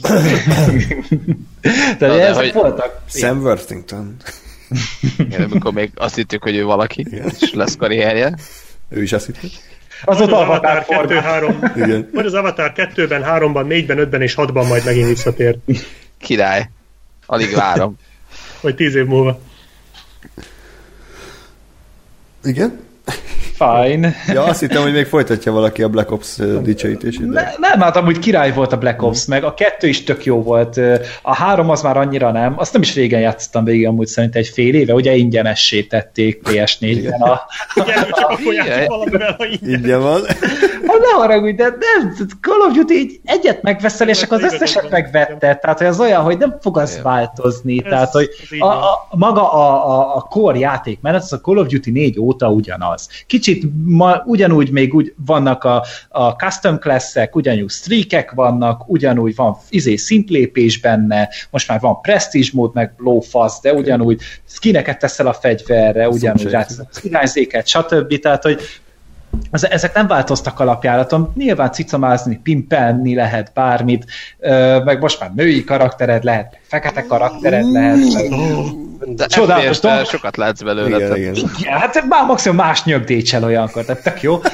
Tehát ezek voltak. Sam Worthington. Igen, amikor még azt hittük, hogy ő valaki, és lesz karrierje. Ő is azt hittük. Az ott Avatar 2-3. Vagy az Avatar 2-ben, 3-ban, 4-ben, 5-ben és 6-ban majd megint visszatér. Király. Alig várom. Vagy 10 év múlva. Igen? fine. Ja, azt hittem, hogy még folytatja valaki a Black Ops dicsőítését. Nem, hát amúgy király volt a Black Ops, meg a 2 is tök jó volt. A 3 az már annyira nem. Azt nem is régen játszottam végig, amúgy szerintem egy fél éve, ugye ingyenessé tették PS4-ben Igen, csak akkor játszik valamivel, ha ingyen van. Ne haragudj, de nem, Call of Duty így egyet megveszel, és akkor az összeset megvetted. Tehát, hogy az olyan, hogy nem fog az változni. Tehát, hogy maga a core játékmenet, az a Call of Duty 4 óta ugyanaz. Kicsit ugyanúgy még úgy vannak a custom class-ek, ugyanúgy streakek vannak, ugyanúgy van szintlépés benne, most már van prestige mód, meg blowfast, de ugyanúgy skineket teszel a fegyverre, ugyanúgy irányzéket, stb. Tehát, hogy ezek nem változtak alapjáraton, nyilván cicamázni, pimpelni lehet bármit, meg most már női karaktered lehet, fekete karaktered lehet. De FPS-tel sokat látsz belőle. Igen, hát már maximum más nyögdécsel olyankor, tehát tök jó.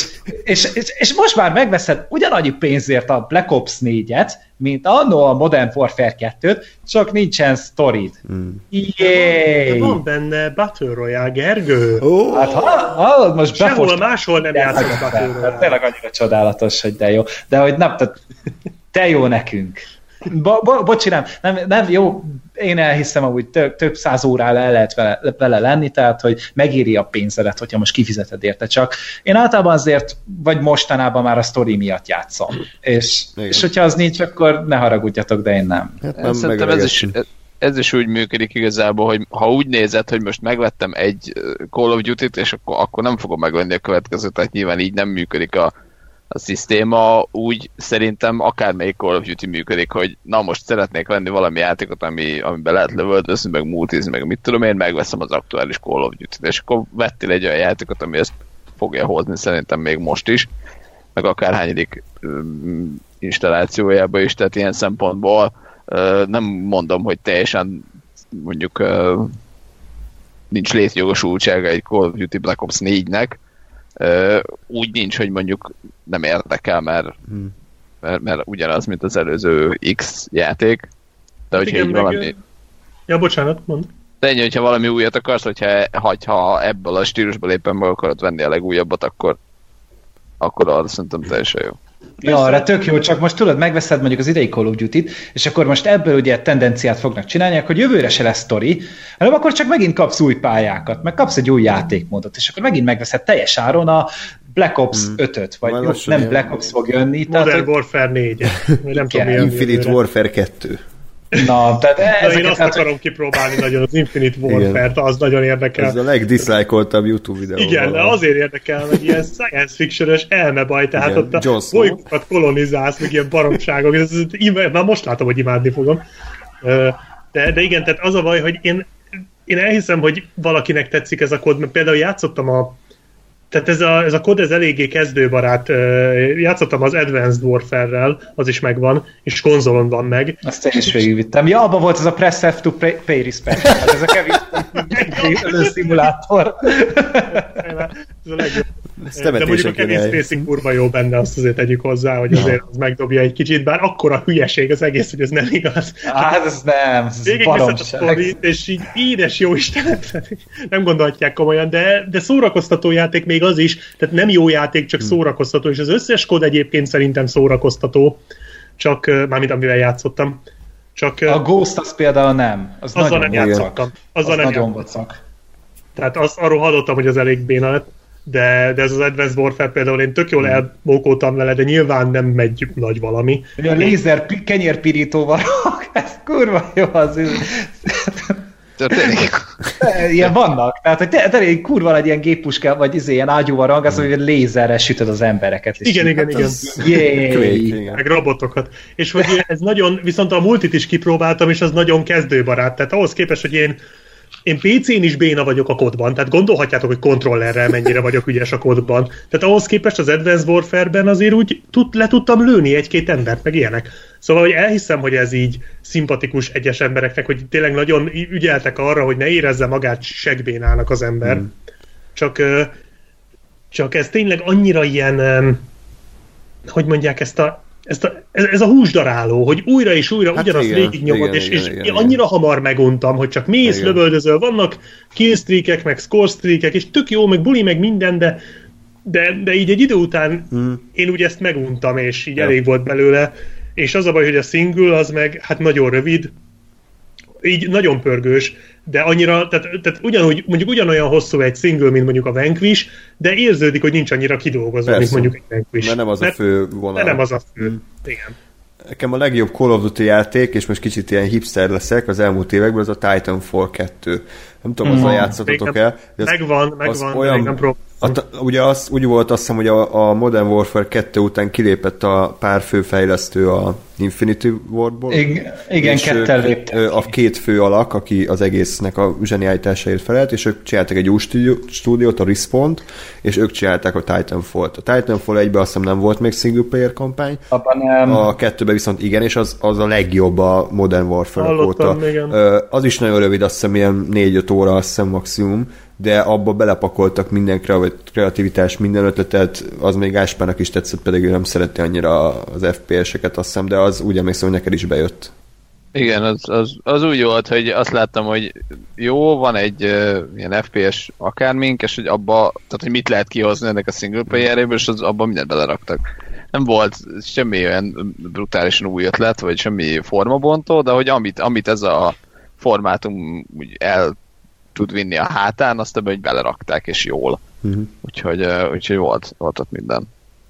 És most már megveszed ugyanannyi pénzért a Black Ops 4-et, mint annó a Modern Warfare 2-t, csak nincsen sztorid. De van benne Battle Royale, Gergő. Hát ha most sehol máshol nem játszik Battle Royale. Tényleg annyira csodálatos, hogy de jó. De hogy nem, te jó nekünk. Bocsi, nem jó, én elhiszem, hogy több száz órára el lehet vele lenni, tehát, hogy megéri a pénzedet, hogyha most kifizeted érte, csak én általában azért, vagy mostanában már a sztori miatt játszom. És hogyha az nincs, akkor ne haragudjatok, de én nem. Hát szerintem ez is úgy működik igazából, hogy ha úgy nézed, hogy most megvettem egy Call of Duty-t, és akkor nem fogom megvenni a következőt, tehát nyilván így nem működik a szisztéma, úgy szerintem akármelyik Call of Duty működik, hogy na most szeretnék venni valami játékot, amiben lehet lövöldözni, meg multizni, meg mit tudom én, megveszem az aktuális Call of Duty-t, és akkor vettél egy olyan játékot, ami ezt fogja hozni szerintem még most is, meg akárhányadik installációjába is, tehát ilyen szempontból nem mondom, hogy teljesen mondjuk nincs létjogosultsága egy Call of Duty Black Ops 4-nek, úgy nincs, hogy mondjuk nem érdekel, mert ugyanaz, mint az előző X játék, de hogyha így valami... Ja, bocsánat, mondd. De ennyi, hogyha valami újat akarsz, hogyha ebből a stílusból éppen meg akarod venni a legújabbat, akkor arra szerintem teljesen jó. Ja, arra tök jó, csak most tudod, megveszed mondjuk az idei Call of Duty-t, és akkor most ebből ugye tendenciát fognak csinálni, hogy jövőre se lesz sztori, hanem akkor csak megint kapsz új pályákat, meg kapsz egy új játékmódot, és akkor megint megveszed teljes áron a Black Ops 5-öt, vagy nem Black Ops fog jönni. Modern Warfare 4, nem tudom mi Infinite Warfare 2. Na, tehát én azt akarom kipróbálni nagyon, az Infinite Warfare-t, az nagyon érdekel. Ez a legdiszlájkoltabb YouTube videó. Igen, de azért érdekel, hogy ilyen science fiction-ös elmebaj, tehát igen, ott a bolygókat kolonizálsz, meg ilyen baromságok, már most látom, hogy imádni fogom. De igen, tehát az a baj, hogy én elhiszem, hogy valakinek tetszik ez a kód, mert például játszottam tehát ez a kód, ez eléggé kezdőbarát. Játszottam az Advanced Warfare-rel, az is megvan, és konzolon van meg. Azt én is végigvittem. Ja, abban volt ez a Press F to Pay Respect. Hát ez a Kevin szimulátor. Ez a legjobb. De mondjuk a Kevin Spacey kurva jó benne, azt azért tegyük hozzá, hogy azért az megdobja egy kicsit, bár akkora hülyeség az egész, hogy ez nem igaz. Hát ez nem, ez baromság. És így édes jó Isten, nem gondolhatják komolyan, de szórakoztató játék még az is, tehát nem jó játék, csak szórakoztató, és az összes kód egyébként szerintem szórakoztató, csak mármint amivel játszottam. Csak, a Ghost az például nem. Azzal nem játszottam. Azzal nem játszottam. Tehát arról hallottam, hogy az elég béna lett. De ez az Advanced Warfare például én tök jól elbókoltam vele, de nyilván nem megy nagy valami. A lézer kenyérpirítóval, ez kurva jó az történik. Ilyen vannak. Tehát, hogy tényleg kurva egy ilyen géppuska, vagy ilyen ágyúval rangasz, hogy lézerrel sütöd az embereket. Igen. Meg robotokat. És hogy ez nagyon, viszont a multit is kipróbáltam, és az nagyon kezdőbarát. Tehát ahhoz képest, hogy én PC-n is béna vagyok a kodban, tehát gondolhatjátok, hogy kontrollerrel mennyire vagyok ügyes a kodban. Tehát ahhoz képest az Advanced Warfare-ben azért úgy le tudtam lőni egy-két embert, meg ilyenek. Szóval, hogy elhiszem, hogy ez így szimpatikus egyes embereknek, hogy tényleg nagyon ügyeltek arra, hogy ne érezze magát segbénának az ember. Csak ez tényleg annyira ilyen, hogy mondják ezt ez a húsdaráló, hogy újra és újra ugyanazt végignyomod, és annyira hamar meguntam, hogy csak mész, lövöldözöl, vannak killstreakek, meg scorestreakek, és tök jó, meg buli, meg minden, de így egy idő után én úgy ezt meguntam, és így elég volt belőle, és az a baj, hogy a single az meg hát nagyon rövid, így nagyon pörgős, de annyira, tehát ugyanúgy, mondjuk ugyanolyan hosszú egy single, mint mondjuk a Vanquish, de érződik, hogy nincs annyira kidolgozva, mint mondjuk egy Vanquish. Mert nem az a fő vonal. Nem az a fő, igen. Nekem a legjobb Call of Duty játék, és most kicsit ilyen hipster leszek az elmúlt években, az a Titanfall 2. Nem tudom, azzal játszottatok el. Megvan, olyan, ugye úgy volt, azt hiszem, hogy a Modern Warfare 2 után kilépett a pár fő fejlesztő a Infinity Wardból. Igen, kettel léptek. A két fő alak, aki az egésznek a zsenialitásáért felelt, és ők csináltak egy új stúdiót, a Respawn-t, és ők csinálták a Titanfall-t. A Titanfall 1-ben azt hiszem nem volt még single player kampány. A 2-ben viszont igen, és az a legjobb a Modern Warfare óta. Az is nagyon rövid, azt hiszem ilyen 4-5 óra, azt hiszem maximum, de abba belepakoltak minden kreativitás, minden ötletet, az még Áspának is tetszett, pedig ő nem szerette annyira az FPS-eket, azt hiszem, de az úgy emlékszem, hogy neked is bejött. Igen, az úgy volt, hogy azt láttam, hogy jó, van egy ilyen FPS akármink, és hogy abba, tehát hogy mit lehet kihozni ennek a single player-éből, és abban mindent beleraktak. Nem volt semmi olyan brutálisan új ötlet, vagy semmi formabontó, de hogy amit ez a formátum úgy el tud vinni a hátán, azt ebben, hogy belerakták, és jól. Úgyhogy volt ott minden.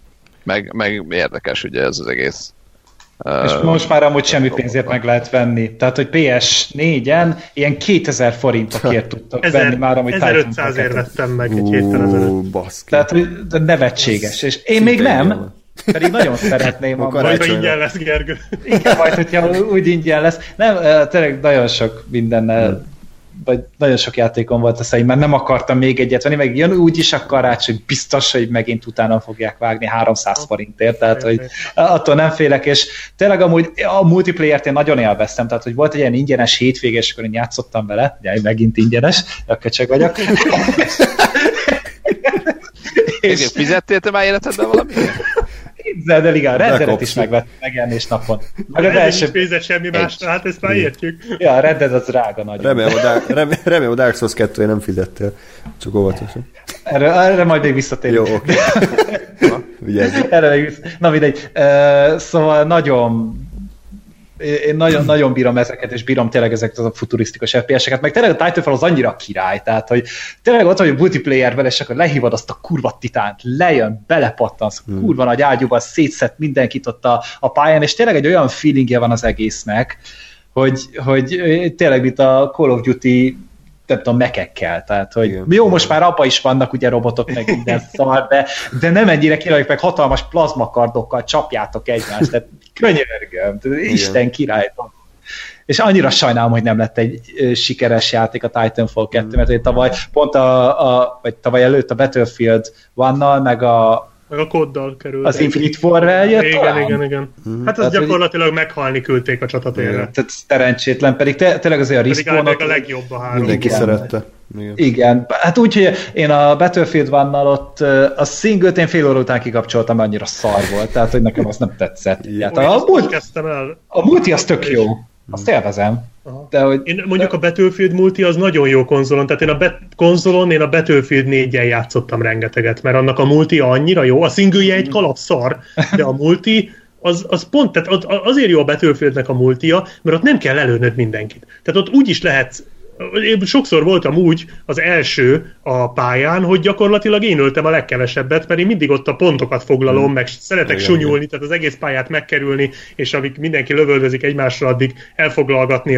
Meg érdekes ugye ez az egész. És most már amúgy semmi pénzért meg lehet venni. Tehát, hogy PS4-en ilyen 2000 forintokért tudtak venni már, amúgy 1500-ért vettem meg egy héttel ezelőtt. Tehát, hogy nevetséges. És én még nem, pedig nagyon szeretném. Majd ingyen lesz, Gergő. Igen, majd, hogyha úgy ingyen lesz. Nem, tényleg nagyon sok mindennel vagy nagyon sok játékon volt a szerint, mert nem akartam még egyet venni, meg jön úgy is a karácsony, biztos, hogy megint utána fogják vágni 300 forintért, tehát hogy attól nem félek, és tényleg amúgy a multiplayer-t én nagyon élveztem, tehát hogy volt egy ilyen ingyenes hétvége, és akkor én játszottam vele, ugye megint ingyenes, a köcsög vagyok. És fizettél te már életedben valamit? De igen, a Red Dead-et is megvettem megjelenés napon. Meg az első pénzet semmi másra, hát ezt már értjük. Ja, a Red Dead az drága nagyon. Remélem a Dark Souls 2-én nem fizettél, csak óvatosan. Erre majd még visszatérünk. Jó, oké. Na mindegy. Szóval én nagyon bírom ezeket, és bírom tényleg ezeket a futurisztikus FPS-eket, meg tényleg a Titanfall az annyira király, tehát hogy tényleg ott vagy a multiplayerben, és akkor lehívod azt a kurva titánt, lejön, belepattansz, kurva nagy ágyúban, szétszed mindenkit ott a pályán, és tényleg egy olyan feelingje van az egésznek, hogy tényleg mint a Call of Duty nem tudom, mekekkel, tehát hogy jó, most már abban is vannak ugye robotok, meg minden szar, de nem ennyire királyok, meg hatalmas plazmakardokkal csapjátok egymást, tehát könyörgöm, Isten király. És annyira sajnálom, hogy nem lett egy sikeres játék a Titanfall 2, mert én tavaly pont vagy tavaly előtt a Battlefield 1-nal, meg a koddal került. Az Infinite War-rel jött Igen. Hát az gyakorlatilag meghalni küldték a csatatérre. Tehát szerencsétlen, pedig tényleg azért a Respawn-ot... Pedig a legjobb a három. Mindenki szerette. Igen. Hát úgy, hogy én a Battlefield 1-nal ott a single-t én fél óra után kikapcsoltam, mert annyira szar volt, tehát hogy nekem az nem tetszett. A multi az tök jó. Azt élvezem. De hogy... Én mondjuk a Battlefield multi az nagyon jó konzolon, tehát én a Battlefield 4-jel játszottam rengeteget, mert annak a multi annyira jó, a single-je egy kalapszar, de a multi az pont, tehát azért jó a Battlefieldnek a multia, mert ott nem kell lelőnöd mindenkit. Tehát ott úgy is lehet, én sokszor voltam úgy az első a pályán, hogy gyakorlatilag én öltem a legkevesebbet, mert én mindig ott a pontokat foglalom, meg szeretek sunyulni, tehát az egész pályát megkerülni, és amíg mindenki lövöldözik egymásra, addig elfoglalgatni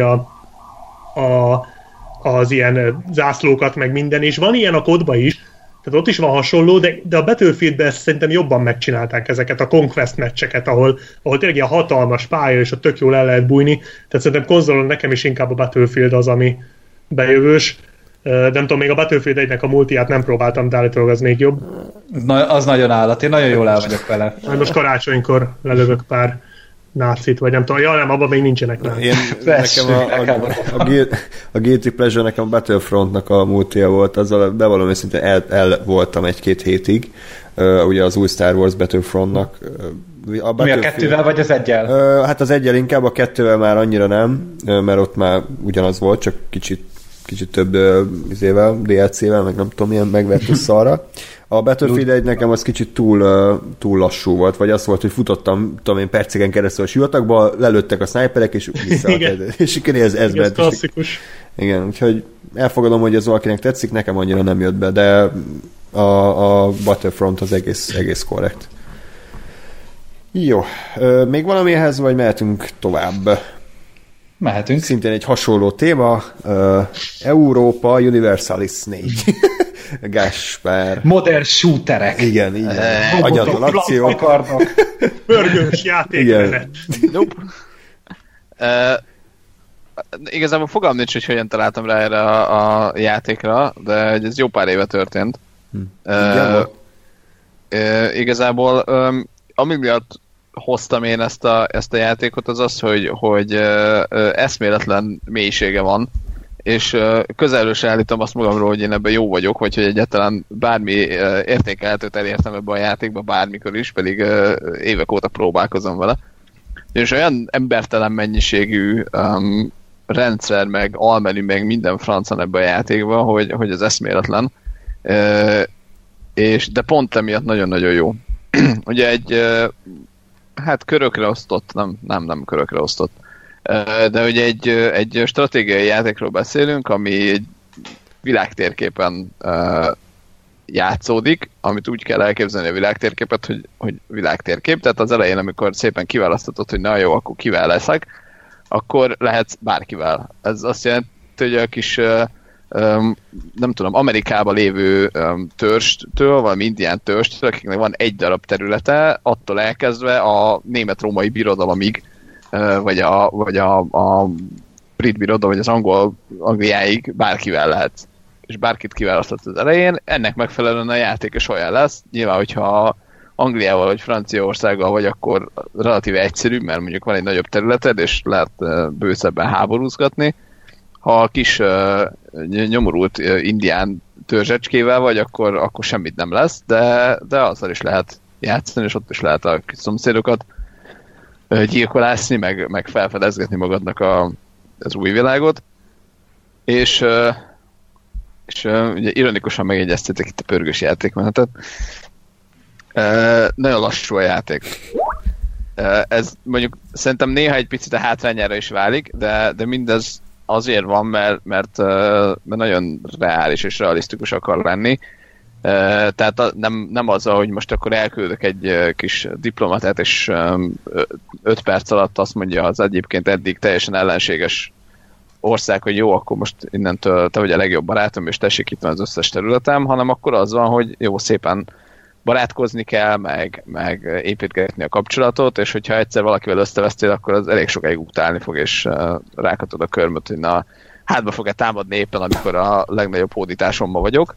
az ilyen zászlókat, meg minden, és van ilyen a kodba is, tehát ott is van hasonló, de a Battlefieldben szerintem jobban megcsinálták ezeket a Conquest meccseket, ahol tényleg ilyen hatalmas pálya, és ott tök jól el lehet bújni, tehát szerintem konzolon nekem is inkább a Battlefield az, ami bejövős. De nem tudom, még a Battlefield 1-nek a multiát nem próbáltam, de állítólag az még jobb. Az nagyon állat, én nagyon jól el vagyok vele. Most karácsonykor lelövök pár nácit, vagy nem tudom. Ja, nem, abban még nincsenek nácit. Nekem a Guilty Pleasure nekem a Battlefrontnak a multia volt, azzal bevallom őszintén el voltam 1-2 hétig, ugye az új Star Wars Battlefrontnak. Mi a 2-vel vagy az 1-el? Hát az 1-el inkább, a 2-vel már annyira nem, mert ott már ugyanaz volt, csak kicsit több izével, DLC-vel, meg nem tudom, milyen megvető szarra. A Battlefield 1 nekem az kicsit túl lassú volt, vagy az volt, hogy futottam, tudom én, perceken keresztül a sivatagba, lelőttek a sniperek, és vissza. És ez ment. Klasszikus. Igen, úgyhogy elfogadom, hogy ez valakinek tetszik, nekem annyira nem jött be, de a Battlefront az egész korrekt. Jó, még valamihez, vagy mehetünk tovább? Mehetünk. Szintén egy hasonló téma, Európa Universalis 4. Gáspár. Modern shooterek. Igen. Agyatlan akció. Pörgős játékmenet. Nope. Igazából fogalmam nincs, hogy hogyan találtam rá erre a játékra, de ez jó pár éve történt. Igazából ami miatt hoztam én ezt a játékot, az az, hogy eszméletlen mélysége van, és közelről se állítom azt magamról, hogy én ebben jó vagyok, vagy hogy egyáltalán bármi értékelhetőt elértem ebben a játékban bármikor is, pedig évek óta próbálkozom vele. És olyan embertelen mennyiségű rendszer, meg almenü, meg minden francon ebben a játékban, hogy ez eszméletlen. De pont emiatt nagyon-nagyon jó. Ugye egy körökre osztott, nem körökre osztott, de ugye egy stratégiai játékról beszélünk, ami egy világtérképen játszódik, amit úgy kell elképzelni a világtérképet, hogy világtérkép, tehát az elején, amikor szépen kiválasztatod, hogy na jó, akkor kivel leszek, akkor lehetsz bárkivel. Ez azt jelenti, hogy a kis nem tudom, Amerikában lévő törstől, valami indián törstől, akiknek van egy darab területe, attól elkezdve a német-római birodalomig, vagy a brit birodalom, vagy az Angliáig bárkivel lehet. És bárkit kiválasztott az elején, ennek megfelelően a játék is olyan lesz. Nyilván, hogyha Angliával vagy Franciaországgal vagy, akkor relatíve egyszerű, mert mondjuk van egy nagyobb területed, és lehet bőszebben háborúzgatni. Ha a kis nyomorult indián törzsecskével vagy, akkor semmit nem lesz, de azzal is lehet játszani, és ott is lehet a kis szomszédokat gyilkolászni, meg felfedezgetni magadnak az új világot. És ugye ironikusan megjegyeztétek itt a pörgős játékmenetet. Nagyon lassú a játék. Ez mondjuk szerintem néha egy picit a hátrányára is válik, de mindez azért van, mert nagyon reális és realisztikus akar lenni. Tehát nem az, hogy most akkor elküldök egy kis diplomatát, és 5 perc alatt azt mondja az egyébként eddig teljesen ellenséges ország, hogy jó, akkor most innentől te vagy a legjobb barátom, és tessék itt van az összes területem, hanem akkor az van, hogy jó, szépen barátkozni kell, meg építgetni a kapcsolatot, és hogyha egyszer valakivel összevesztél, akkor az elég sokáig utálni fog, és rákatod a körmöt, hogy na, hátba fog-e támadni éppen, amikor a legnagyobb hódításomban vagyok.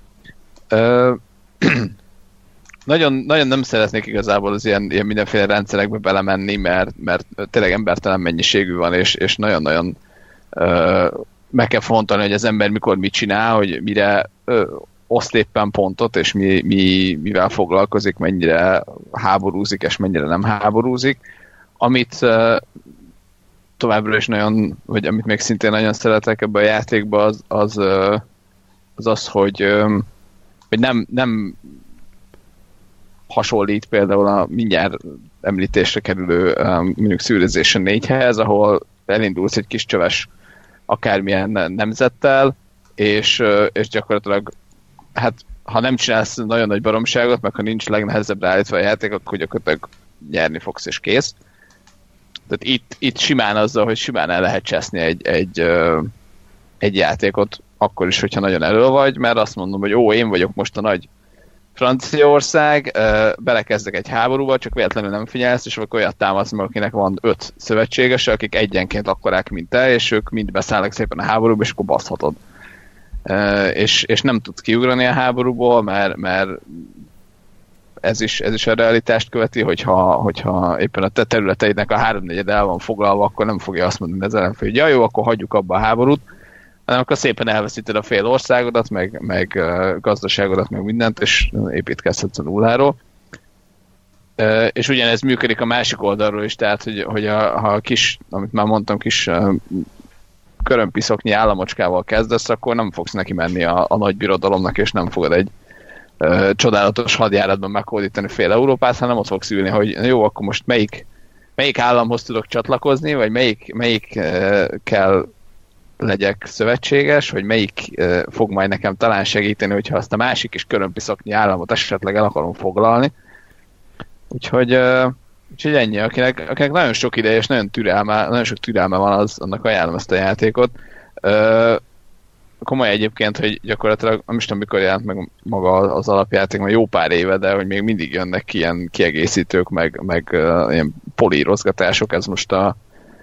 Nagyon, nagyon nem szeretnék igazából az ilyen mindenféle rendszerekbe belemenni, mert tényleg embertelen mennyiségű van, és nagyon-nagyon meg kell fontolni, hogy az ember mikor mit csinál, hogy mire oszt éppen pontot, és mivel foglalkozik, mennyire háborúzik, és mennyire nem háborúzik. Amit továbbra is nagyon, vagy amit még szintén nagyon szeretek ebben a játékban, az, hogy nem hasonlít például a mindjárt említésre kerülő mondjuk Civilization 4-hez, ahol elindulsz egy kis csöves akármilyen nemzettel, és gyakorlatilag hát ha nem csinálsz nagyon nagy baromságot, meg ha nincs legnehezebbre állítva a játék, akkor gyakorlatilag nyerni fogsz és kész. Tehát itt simán azzal, hogy simán el lehet cseszni egy játékot, akkor is, hogyha nagyon elő vagy, mert azt mondom, hogy én vagyok most a nagy Franciaország, belekezdek egy háborúba, csak véletlenül nem figyelsz, és akkor olyat támadsz meg, akinek van 5 szövetségese, akik egyenként akkorák, mint te, és ők mind beszállnak szépen a háborúba, és akkor baszhatod. És nem tudsz kiugrani a háborúból, mert ez is a realitást követi, hogyha éppen a te területeidnek a 3/4 el van foglalva, akkor nem fogja azt mondani az ellenfél, hogy ja, jó, akkor hagyjuk abba a háborút, hanem akkor szépen elveszíted a fél országodat, meg gazdaságodat, meg mindent, és építkezhetsz a nulláról. És ugyanez működik a másik oldalról is, tehát, hogy ha a kis, amit már mondtam, kis körömpiszoknyi államocskával kezdesz, akkor nem fogsz neki menni a nagy birodalomnak, és nem fogod egy csodálatos hadjáratban meghódítani fél Európát, hanem ott fogsz ülni, hogy jó, akkor most melyik államhoz tudok csatlakozni, vagy melyik kell legyek szövetséges, vagy melyik fog majd nekem talán segíteni, hogyha azt a másik is körömpiszoknyi államot esetleg el akarom foglalni. Úgyhogy ennyi, akinek nagyon sok ideje és nagyon sok türelme van, annak ajánlom ezt a játékot. Komoly egyébként, hogy gyakorlatilag, nem is tudom, mikor jelent meg maga az alapjáték, már jó pár éve, de hogy még mindig jönnek ki ilyen kiegészítők, meg ilyen polírozgatások, ez most a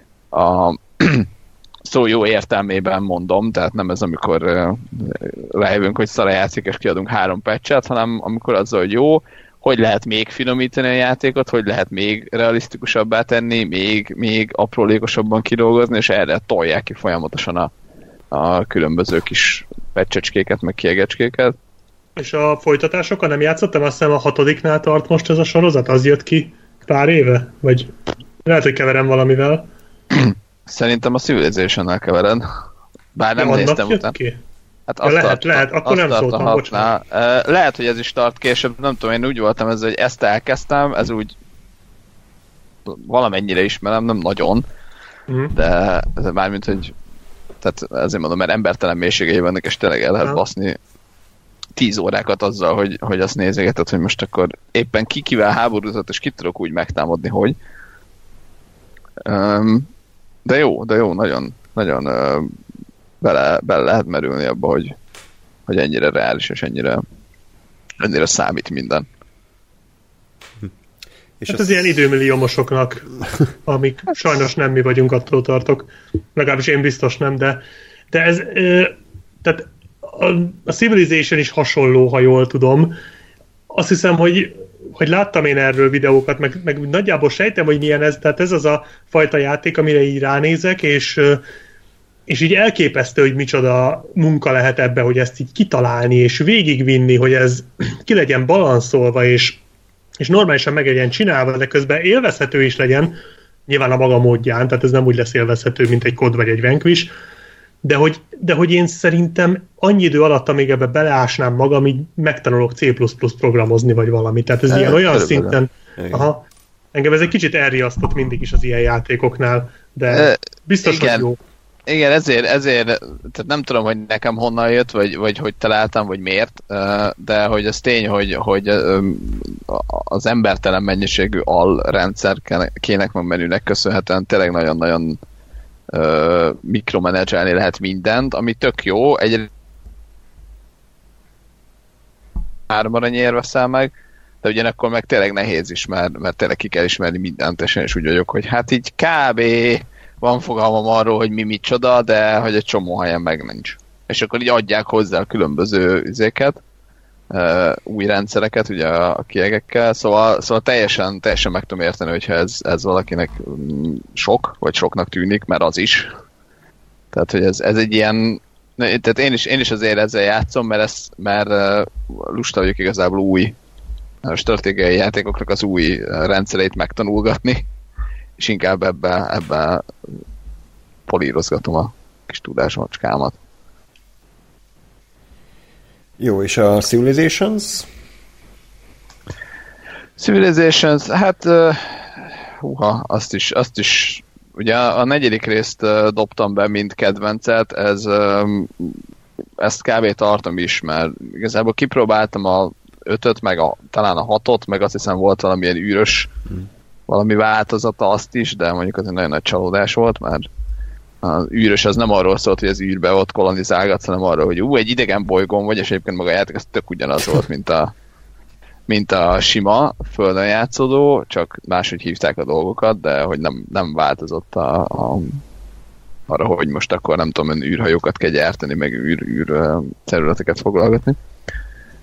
szó jó értelmében mondom, tehát nem ez, amikor rájövünk, hogy szar a játék, és kiadunk 3 patchet, hanem amikor az, hogy jó, hogy lehet még finomítani a játékot, hogy lehet még realisztikusabbá tenni, még aprólékosabban kidolgozni, és erre tolják ki folyamatosan a különböző kis patchecskéket, meg kiegecskéket. És a folytatásokkal nem játszottam? Azt hiszem a 6-nál tart most ez a sorozat? Az jött ki pár éve? Vagy lehet, hogy keverem valamivel? Szerintem a Civilization-nel kevered. Bár nem néztem utána. Hát lehet, akkor nem szóltam, bocsánat. Lehet, hogy ez is tart később, nem tudom, én úgy voltam ezzel, hogy ezt elkezdtem, ez úgy valamennyire ismerem, nem nagyon, de mármint, hogy tehát ezért mondom, mert embertelen mélységei vannak, és tényleg el lehet baszni 10 órákat azzal, hogy azt nézegeted, hogy most akkor éppen kivel háborúzott, és ki tudok úgy megtámadni, hogy. De jó, nagyon, nagyon bele lehet merülni abba, hogy ennyire reális, és ennyire számít minden. És hát az ilyen időmilliómosoknak, amik sajnos nem mi vagyunk, attól tartok. Legalábbis én biztos nem, de ez, tehát a Civilization is hasonló, ha jól tudom. Azt hiszem, hogy láttam én erről videókat, meg nagyjából sejtem, hogy milyen ez, tehát ez az a fajta játék, amire így ránézek, és így elképesztő, hogy micsoda munka lehet ebbe, hogy ezt így kitalálni, és végigvinni, hogy ez ki legyen balanszolva, és normálisan meg legyen csinálva, de közben élvezhető is legyen, nyilván a maga módján, tehát ez nem úgy lesz élvezhető, mint egy COD vagy egy Vanquish, de hogy én szerintem annyi idő alatt, amíg ebbe beleásnám magam, így megtanulok C++ programozni, vagy valami. Tehát ez ilyen olyan szinten... Aha, engem ez egy kicsit elriasztott mindig is az ilyen játékoknál, de biztos, igen. hogy jó. Igen, ezért tehát nem tudom, hogy nekem honnan jött, vagy hogy találtam, vagy miért, de hogy az tény, hogy az embertelen mennyiségű alrendszerkének van menünek köszönhetően tényleg nagyon-nagyon mikromenedzselni lehet mindent, ami tök jó, egy 3 aranyért veszel meg, de ugyanakkor meg tényleg nehéz is, mert tényleg ki kell ismerni mindent, és én is úgy vagyok, hogy hát így kb. Van fogalmam arról, hogy mi micsoda, de hogy egy csomó helyen meg nincs. És akkor így adják hozzá a különböző üzéket, új rendszereket, ugye a kiegekkel, szóval teljesen meg tudom érteni, hogyha ez valakinek sok, vagy soknak tűnik, mert az is. Tehát, hogy ez egy ilyen... Tehát én is azért ezzel játszom, mert lusta vagyok igazából új stratégiai játékoknak az új rendszereit megtanulgatni, és inkább ebbe polírozgatom a kis tudásmacskámat. Jó, és a Civilizations? Civilizations, hát azt is ugye a 4. részt dobtam be, mint kedvencet, ezt kb. Tartom is, mert igazából kipróbáltam a 5-öt, meg talán a 6-ot, meg azt hiszem volt valamilyen űrös valami változata azt is, de mondjuk az egy nagyon nagy csalódás volt, mert az űrös az nem arról szólt, hogy az űrbe ott kolonizálgatsz, hanem arról, hogy egy idegen bolygón vagy, és egyébként maga a játék az tök ugyanaz volt, mint a sima földön játszódó, csak máshogy hívták a dolgokat, de hogy nem változott arra, hogy most akkor nem tudom, űrhajókat kell gyártani, meg űr területeket foglalgatni.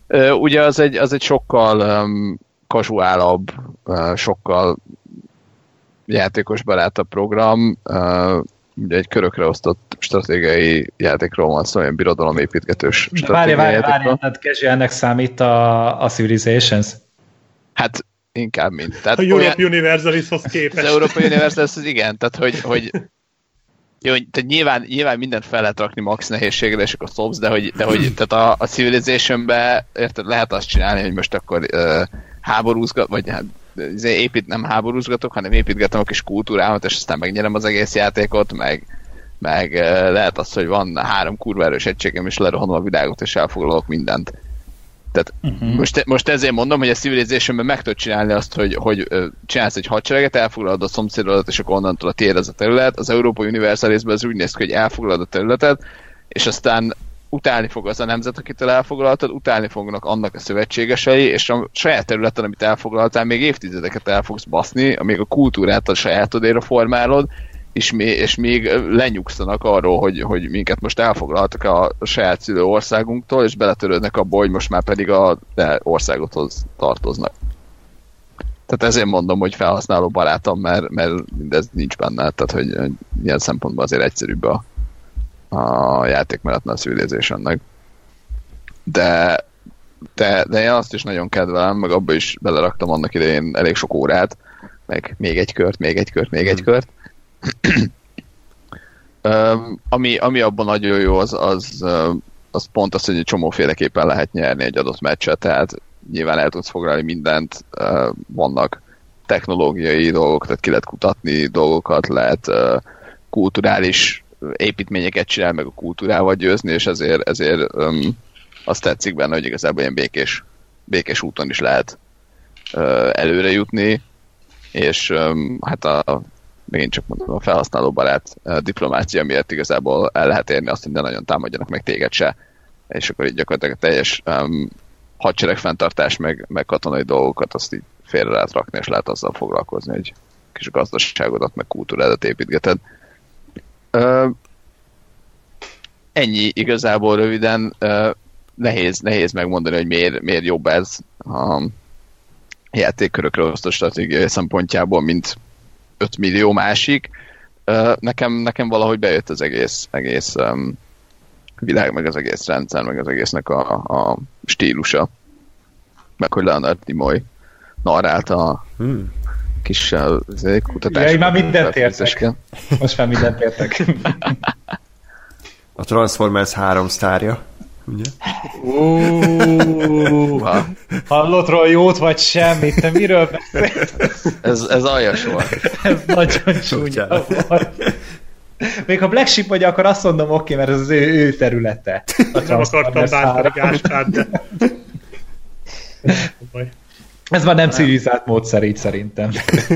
Ugye az egy sokkal casuálabb, sokkal játékos barátabb program, ugye egy körökre osztott stratégiai játékról van szó, olyan birodalomépítgetős stratégiai játékról. Várj, casualnek számít a Civilizations? Hát inkább mint. Tehát a Europe Universalishoz képest. Az Europe Universalishoz igen, tehát hogy jó, tehát nyilván mindent fel lehet rakni max nehézségre, és akkor szobsz, de hogy tehát a Civilization-be érted, lehet azt csinálni, hogy most akkor háborúzgat, vagy hát nem háborúzgatok, hanem építgetem a kis kultúrámat, és aztán megnyerem az egész játékot, meg lehet az, hogy van 3 kurva erős egységem, és lerohanom a világot, és elfoglalok mindent. Tehát most ezért mondom, hogy a Civilizationben meg tudod csinálni azt, hogy csinálsz egy hadsereget, elfoglalod a szomszédodat, és akkor onnantól a tiéd ez a terület. Az Europa Universalisben az úgy néz ki, hogy elfoglalod a területet, és aztán utálni fog az a nemzet, akitől elfoglaltad, utálni fognak annak a szövetségesei, és a saját területen, amit elfoglaltál, még évtizedeket el fogsz baszni, amíg a kultúrát a sajátodéra formálod, és még lenyugszanak arról, hogy minket most elfoglaltak a saját szülő országunktól, és beletörődnek abba, hogy most már pedig a országothoz tartoznak. Tehát ezért mondom, hogy felhasználó barátom, mert mindez nincs benne, tehát hogy ilyen szempontból azért egyszerűbb a játék mellett a Civilizationnek. De én azt is nagyon kedvelem, meg abba is beleraktam annak idején elég sok órát, meg még egy kört. Ami abban nagyon jó, az pont az, hogy egy csomóféleképpen lehet nyerni egy adott meccset, tehát nyilván el tudsz foglalni mindent, vannak technológiai dolgok, tehát ki lehet kutatni dolgokat, lehet kulturális építményeket csinálni, meg a kultúrával győzni, és ezért azt tetszik benne, hogy igazából ilyen békés úton is lehet előre jutni, és hát megint csak mondom, a felhasználóbarát diplomácia miatt igazából el lehet érni azt, hogy ne nagyon támadjanak meg téged se, és akkor így gyakorlatilag a teljes hadseregfenntartás, meg katonai dolgokat azt így félre lehet rakni, és lehet azzal foglalkozni, hogy kis gazdaságodat, meg kultúrádat építgeted. Ennyi igazából röviden. Nehéz megmondani, hogy miért jobb ez a játékkörökre osztott stratégiai szempontjából, mint 5 millió másik. Nekem valahogy bejött az egész világ, meg az egész rendszer, meg az egésznek a stílusa. Meg hogy Leonard Nimoy narrálta a kis kutatás. Ja, már mindent értek. Most már mindent értek. A Transformers 3 sztárja. Ugye? Hallott róla jót vagy semmit? Te miről beszélsz? Ez aljas volt. Ez nagyon csúnya volt. Még ha Black Sheep vagy, akkor azt mondom oké, mert ez az ő területe. Nem akartam bármilyen gáspát, de... Ez már nem civilizált módszer így szerintem.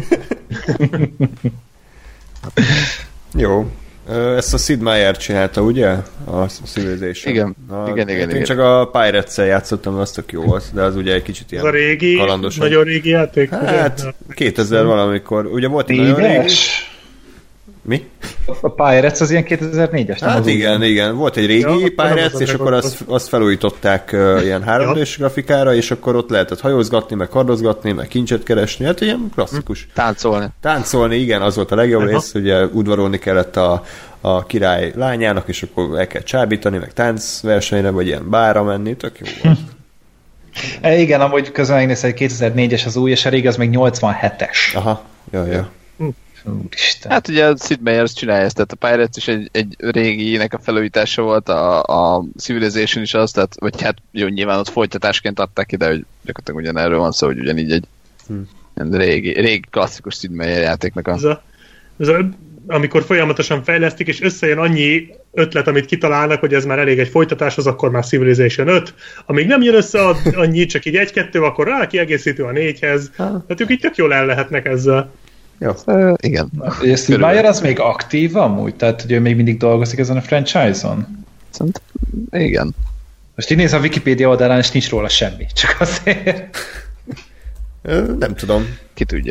Jó. Ezt a Sid Meier csinálta, ugye? A Civilization. Igen. Én csak a Pirates-szel játszottam, az tök jó volt, de az ugye egy kicsit ilyen kalandos. Nagyon régi játék? Hát, 2000 valamikor. Ugye volt egy nagyon régi... Mi? A Pirates az ilyen 2004-es. Hát igen. Volt egy régi Pirates, és akkor azt felújították ilyen 3D-s grafikára, és akkor ott lehetett hajózgatni, meg kardozgatni, meg kincset keresni, hát ilyen klasszikus. Táncolni, igen, az volt a legjobb rész, ugye udvarolni kellett a király lányának, és akkor el kell csábítani, meg táncversenyre, vagy ilyen bárra menni, tök jó volt. Igen, amúgy közben megnézve, hogy 2004-es az új, és a régi az még 87-es. Aha, ja. Úristen. Hát ugye a Sid Meier's csinálja ezt, tehát a Pirates is egy réginek a felújítása volt, a Civilization is az, tehát, vagy hát jó, nyilván ott folytatásként adták ki, de hogy gyakorlatilag ugyanerről van szó, hogy ugyanígy egy régi klasszikus Sid Meier játéknak amikor folyamatosan fejlesztik, és összejön annyi ötlet, amit kitalálnak, hogy ez már elég egy folytatáshoz, akkor már Civilization 5. Amíg nem jön össze annyi, csak így 1-2, akkor rá kiegészítő a 4-hez. Tehát ők így tök jól el lehetnek ezzel. Jó. Igen. Ugye Sid Meier az még aktív amúgy? Tehát, hogy ő még mindig dolgozik ezen a franchise-on? Szerintem igen. Most így néz a Wikipédia oldalán, és nincs róla semmi. Csak azért. Nem tudom. Ki tudja.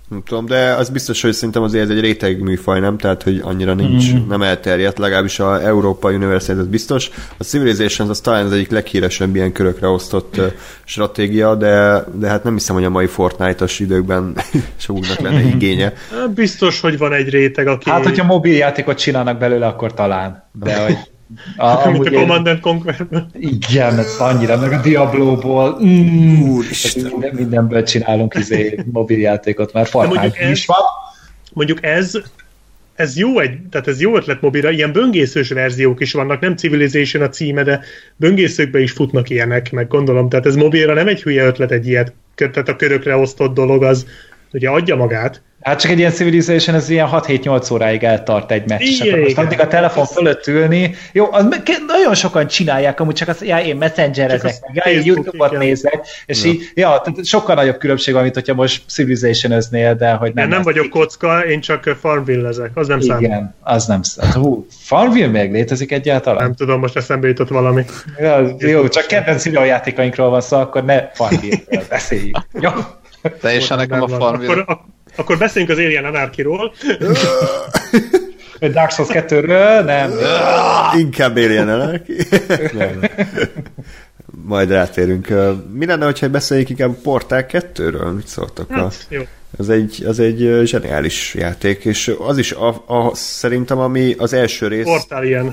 Nem tudom, de az biztos, hogy szerintem azért ez egy réteg műfaj, nem? Tehát, hogy annyira nem elterjedt, legalábbis a Európai Universal, ez biztos. A Civilization az talán az egyik leghíresebb ilyen körökre osztott stratégia, de hát nem hiszem, hogy a mai Fortnite-os időkben sokuknak lenne igénye. Biztos, hogy van egy réteg, aki... Hát, hogyha mobiljátékot csinálnak belőle, akkor talán. De hogy... Mint a Command & Conquer-ből. Igen, ez annyira, meg a Diablo-ból. Mindenből csinálunk mobiljátékot, mert Fortnite is van. Mondjuk ez jó tehát ez jó ötlet mobilra, ilyen böngészős verziók is vannak, nem Civilization a címe, de böngészőkbe is futnak ilyenek, meg gondolom, tehát ez mobilra nem egy hülye ötlet egy ilyet, tehát a körökre osztott dolog az ugye adja magát. Hát csak egy ilyen Civilization, ez ilyen 6-7-8 óráig eltart egy meccs. Igen, most addig a telefon fölött ülni. Jó, az nagyon sokan csinálják, amúgy csak azt, én messengerezek, meg YouTube-ot nézek, és így, tehát sokkal nagyobb különbség van, mint hogyha most Civilization-öznél, de hogy nem. Nem vagyok kocka, én csak Farmville-ezek, az nem számít. Igen, az nem számít. Farmville még létezik egyáltalán? Nem tudom, most eszembe jutott valami. Jó, csak kedvenc videójátékainkról van szó, akkor ne Farmville-ről beszéljünk. Jó? Teljesen nekem a Farmville. Akkor beszéljünk az Alien Anarchy-ról. Dark Souls 2-ről, nem. Inkább Alien Anarchy. Majd rátérünk. Mi lenne, hogyha beszéljük inkább Portal 2-ről? Mit szóltak? Jó. Az egy zseniális játék, és az is szerintem, ami az első rész... Portal ilyen.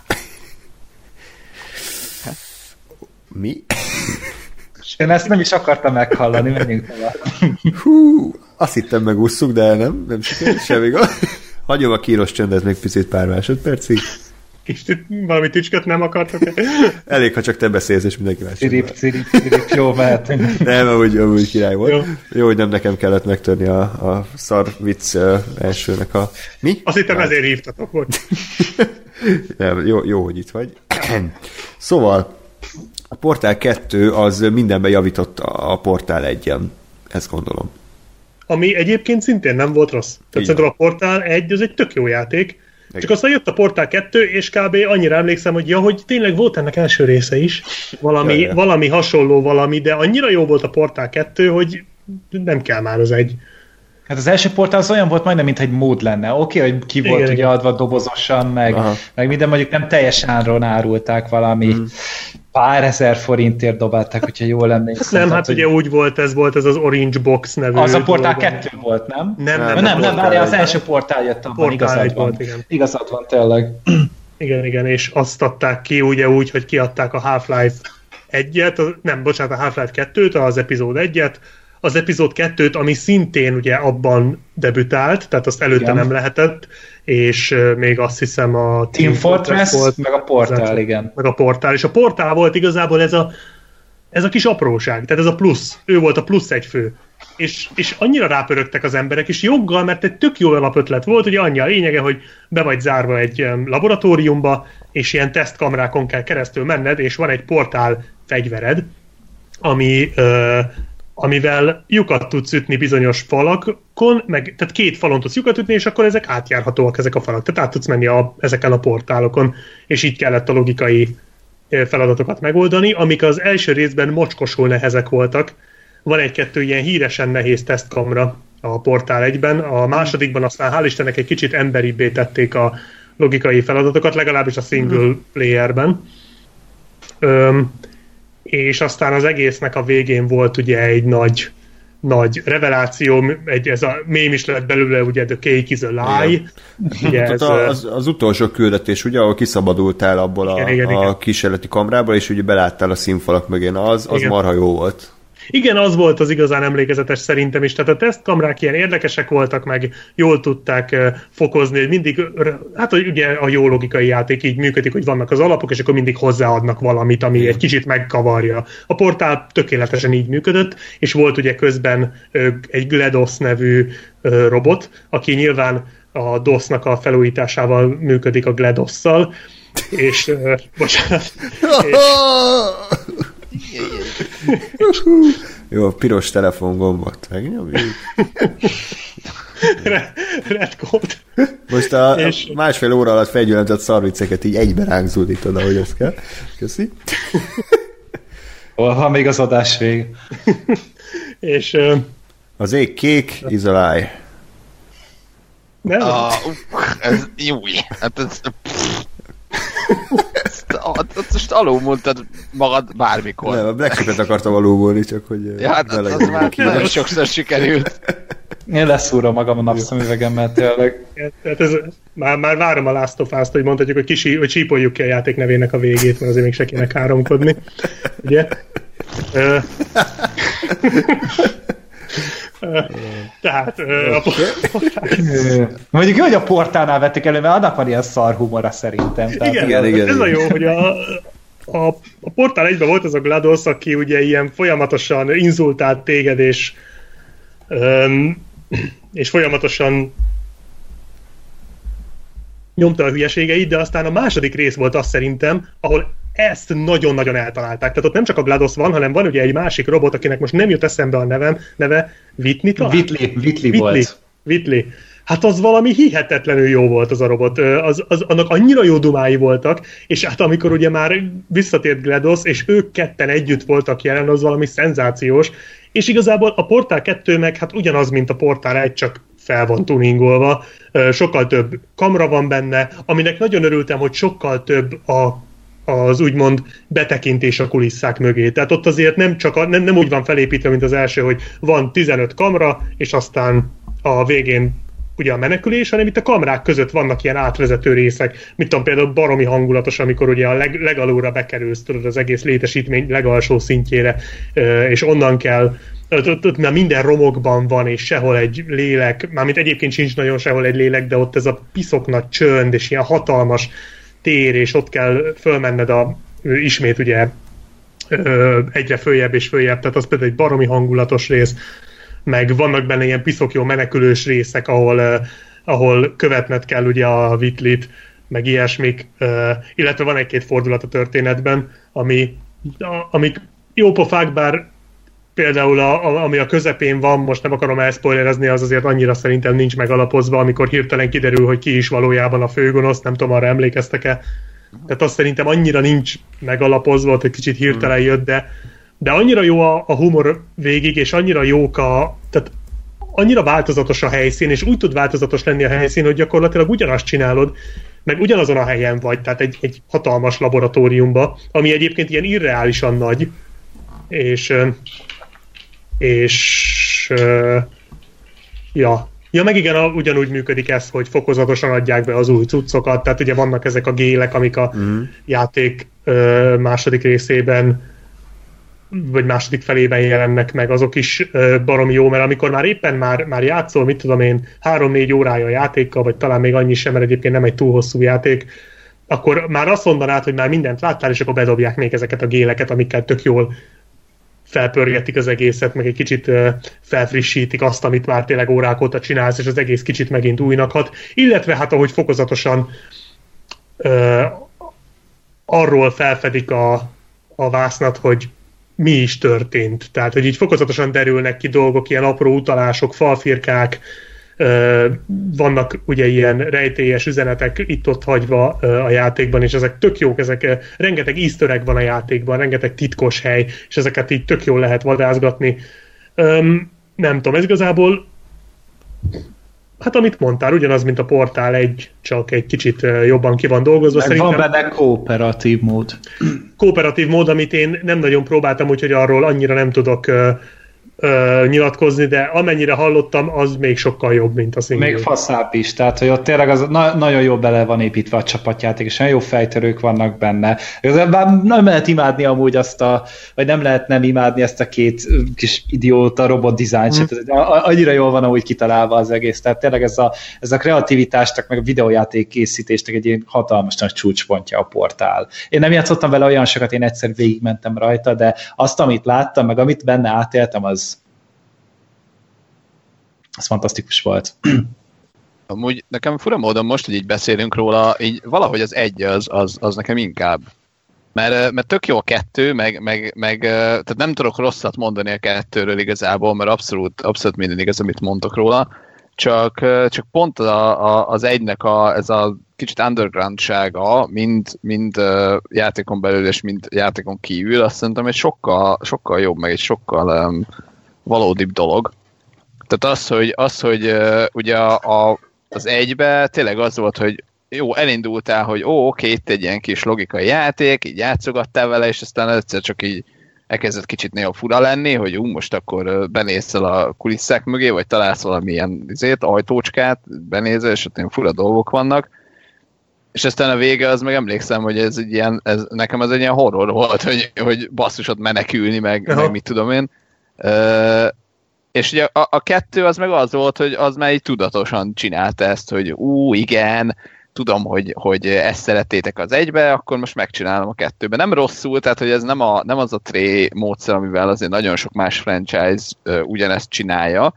Mi? Én ezt nem is akartam meghallani, menjünk tovább. Azt hittem megússzuk, de nem sikerült, semmi gond. Hagyom a kínos csöndet még picit pár másodpercig. Valami tücsköt nem akartok? Elég, ha csak te beszélsz, és mindenki más. Cirip, jó, mehetünk. Nem, amúgy király volt. Jó, hogy nem nekem kellett megtörni a szar vicc elsőnek a... Mi? Azt hittem ezért hívtatok volt. Nem, jó, hogy itt vagy. Szóval, a Portal 2 az mindenben javított a Portal 1-en. Ezt gondolom. Ami egyébként szintén nem volt rossz. Tehát szerintem a Portal 1 az egy tök jó játék. Igen. Csak aztán jött a Portal 2, és kb. Annyira emlékszem, hogy tényleg volt ennek első része is. Valami hasonló valami, de annyira jó volt a Portal 2, hogy nem kell már az egy. Hát az első Portal az olyan volt majdnem, mintha egy mód lenne. Oké, hogy ki volt ugye adva dobozosan, meg minden, mondjuk nem teljesen áron árulták valami pár ezer forintért dobálták, hogyha jól emlékszem. Nem, hát ugye úgy volt ez az Orange Box nevű. Az a Portal 2 volt, nem? Nem, várjál, az első Portal jött abban, igazad van, tényleg. Igen, és azt adták ki ugye úgy, hogy kiadták a Half-Life 1-et, a Half-Life 2-t, az epizód 1-et, az epizód 2-t, ami szintén ugye abban debütált, tehát azt előtte nem lehetett, és még azt hiszem a Team Fortress volt, meg a Portal, igen. Meg a Portal, és a Portal volt igazából ez a kis apróság, tehát ez a plusz, ő volt a plusz egy fő. És annyira rápörögtek az emberek, és joggal, mert egy tök jó alapötlet volt, ugye annyi a lényege, hogy be vagy zárva egy laboratóriumba, és ilyen tesztkamrákon kell keresztül menned, és van egy portál fegyvered, amivel lyukat tudsz ütni bizonyos falakon, tehát 2 falon tudsz lyukat ütni, és akkor ezek átjárhatóak ezek a falak. Tehát át tudsz menni ezeken a portálokon, és így kellett a logikai feladatokat megoldani, amik az első részben mocskosul nehezek voltak. Van 1-2 ilyen híresen nehéz tesztkamra a Portal 1-ben, a másodikban aztán hál' Istennek egy kicsit emberibbé tették a logikai feladatokat, legalábbis a single playerben. És aztán az egésznek a végén volt ugye egy nagy reveláció, ez a mém is lett belőle, ugye The Cake is a Lie. Ugye az utolsó küldetés, ugye, ahol kiszabadultál abból a kísérleti kamrából, és ugye beláttál a színfalak mögén, az marha jó volt. Igen, az volt az igazán emlékezetes szerintem is. Tehát a tesztkamrák ilyen érdekesek voltak, meg jól tudták fokozni, hogy mindig, hát ugye a jó logikai játék így működik, hogy vannak az alapok, és akkor mindig hozzáadnak valamit, ami egy kicsit megkavarja. A Portál tökéletesen így működött, és volt ugye közben egy GLaDOS nevű robot, aki nyilván a DOS-nak a felújításával működik a GLaDOS-szal, és bocsánat. Jó, a piros telefongombot megnyomjuk. Red code. Most a másfél óra alatt felgyűlentett szarvicceket így egybe ránk zúdítod, ahogy ezt kell. Köszi. Hol van még az adás vég? És Az ég kék, is a lie. Nem? Ez jó. Hát ez... Most alulmondtad magad bármikor. Nem, a Black Sheep-et akartam alulmondani, csak hogy... Ja, hát az már nagyon sokszor sikerült. Én leszúrom magam a napszemüvegemmel tényleg. Tehát ez, már várom a Last of Us-t, hogy mondhatjuk, hogy csípoljuk ki a játék nevének a végét, mert azért még se kéne káromkodni. Ugye? Tehát mondjuk jó, hogy a Portálnál vették elő, mert annak van ilyen szar humora szerintem. Igen. Ez a jó, hogy a Portál 1-ben volt az a GLaDOS, aki ugye ilyen folyamatosan inzultált téged, és folyamatosan nyomta a hülyeségeit, de aztán a második rész volt az szerintem, ahol ezt nagyon-nagyon eltalálták. Tehát ott nem csak a GLaDOS van, hanem van ugye egy másik robot, akinek most nem jut eszembe a neve Whitney talán? Whitley volt. Whitley. Hát az valami hihetetlenül jó volt az a robot. Annak annyira jó dumái voltak, és hát amikor ugye már visszatért GLaDOS, és ők ketten együtt voltak jelen, az valami szenzációs. És igazából a Portál 2 meg hát ugyanaz, mint a Portál 1, csak fel van tuningolva. Sokkal több kamera van benne, aminek nagyon örültem, hogy sokkal több az úgymond betekintés a kulisszák mögé. Tehát ott azért nem úgy van felépítve, mint az első, hogy van 15 kamera, és aztán a végén ugye a menekülés, hanem itt a kamerák között vannak ilyen átvezető részek, mint tudom, például baromi hangulatos, amikor ugye a legalulra bekerülsz, tudod, az egész létesítmény legalsó szintjére, és onnan kell, ott már minden romokban van, és sehol egy lélek, mármint egyébként sincs nagyon sehol egy lélek, de ott ez a piszok nagy csönd, és ilyen hatalmas tér, és ott kell fölmenned ismét ugye egyre följebb és följebb, tehát az például egy baromi hangulatos rész, meg vannak benne ilyen piszok jó menekülős részek, ahol követned kell ugye a Whitley-t, meg ilyesmik, illetve van egy-két fordulat a történetben, amik jó pofák, bár például ami a közepén van, most nem akarom elszpoilerezni, az azért annyira szerintem nincs megalapozva, amikor hirtelen kiderül, hogy ki is valójában a főgonosz, nem tudom, arra emlékeztek-e. Tehát azt szerintem annyira nincs megalapozva, hogy kicsit hirtelen jött, de annyira jó a humor végig, és annyira jók tehát annyira változatos a helyszín, és úgy tud változatos lenni a helyszín, hogy gyakorlatilag ugyanazt csinálod, meg ugyanazon a helyen vagy, tehát egy hatalmas laboratóriumba, ami egyébként ilyen irreálisan nagy, és meg igen, ugyanúgy működik ez, hogy fokozatosan adják be az új cuccokat, tehát ugye vannak ezek a gélek, amik a játék második részében vagy második felében jelennek meg, azok is baromi jó, mert amikor már éppen már játszol, mit tudom én, 3-4 órája a játékkal, vagy talán még annyi sem, mert egyébként nem egy túl hosszú játék, akkor már azt mondanád, hogy már mindent láttál, és akkor bedobják még ezeket a géleket, amikkel tök jól felpörgetik az egészet, meg egy kicsit felfrissítik azt, amit már tényleg órák óta csinálsz, és az egész kicsit megint újnak hat. Illetve hát ahogy fokozatosan arról felfedik a vásznat, hogy mi is történt. Tehát, hogy így fokozatosan derülnek ki dolgok, ilyen apró utalások, falfirkák, vannak ugye ilyen rejtélyes üzenetek itt-ott hagyva a játékban, és ezek tök jók, rengeteg easter egg van a játékban, rengeteg titkos hely, és ezeket így tök jól lehet vadászgatni. Nem tudom, ez igazából hát amit mondtál, ugyanaz, mint a Portál 1, csak egy kicsit jobban ki van dolgozva. Meg van benne kooperatív mód. Kooperatív mód, amit én nem nagyon próbáltam, úgyhogy arról annyira nem tudok nyilatkozni, de amennyire hallottam, az még sokkal jobb, mint a single. Még faszább is, tehát hogy ott tényleg az nagyon jó bele van építve a csapatjáték, és nagyon jó fejtörők vannak benne. Igazából nem lehet imádni amúgy vagy nem lehet nem imádni ezt a két kis idióta robot dizájnt, annyira jól van amúgy kitalálva az egész, tehát tényleg ez a kreativitásnak, meg a videójáték készítésnek egy ilyen hatalmas nagy csúcspontja a Portál. Én nem játszottam vele olyan sokat, én egyszer végigmentem rajta, de azt, amit láttam, meg amit benne átéltem, az fantasztikus volt. Amúgy nekem fura módon most, hogy így beszélünk róla, így valahogy az egy az nekem inkább. Mert tök jó a kettő, tehát nem tudok rosszat mondani a kettőről igazából, mert abszolút minden igaz, amit mondtok róla. Csak pont az egynek ez a kicsit undergroundsága, mind játékon belül és mind játékon kívül, azt szerintem egy sokkal jobb, meg egy sokkal valódibb dolog. Tehát az, hogy ugye az egybe tényleg az volt, hogy jó, elindultál, hogy oké, itt egy ilyen kis logikai játék, így játszogattál vele, és aztán egyszer csak így elkezdett kicsit néha fura lenni, hogy most akkor benézzel a kulisszák mögé, vagy találsz valamilyen ajtócskát, benézel, és ott ilyen fura dolgok vannak. És aztán a vége, az meg emlékszem, hogy ez egy ilyen, nekem az egy ilyen horror volt, hogy basszusot menekülni, meg mit tudom én. És ugye a kettő az meg az volt, hogy az már így tudatosan csinálta ezt, hogy igen, tudom, hogy ezt szerettétek az egybe, akkor most megcsinálom a kettőbe. Nem rosszul, tehát hogy ez nem az a Trey módszer, amivel azért nagyon sok más franchise ugyanezt csinálja,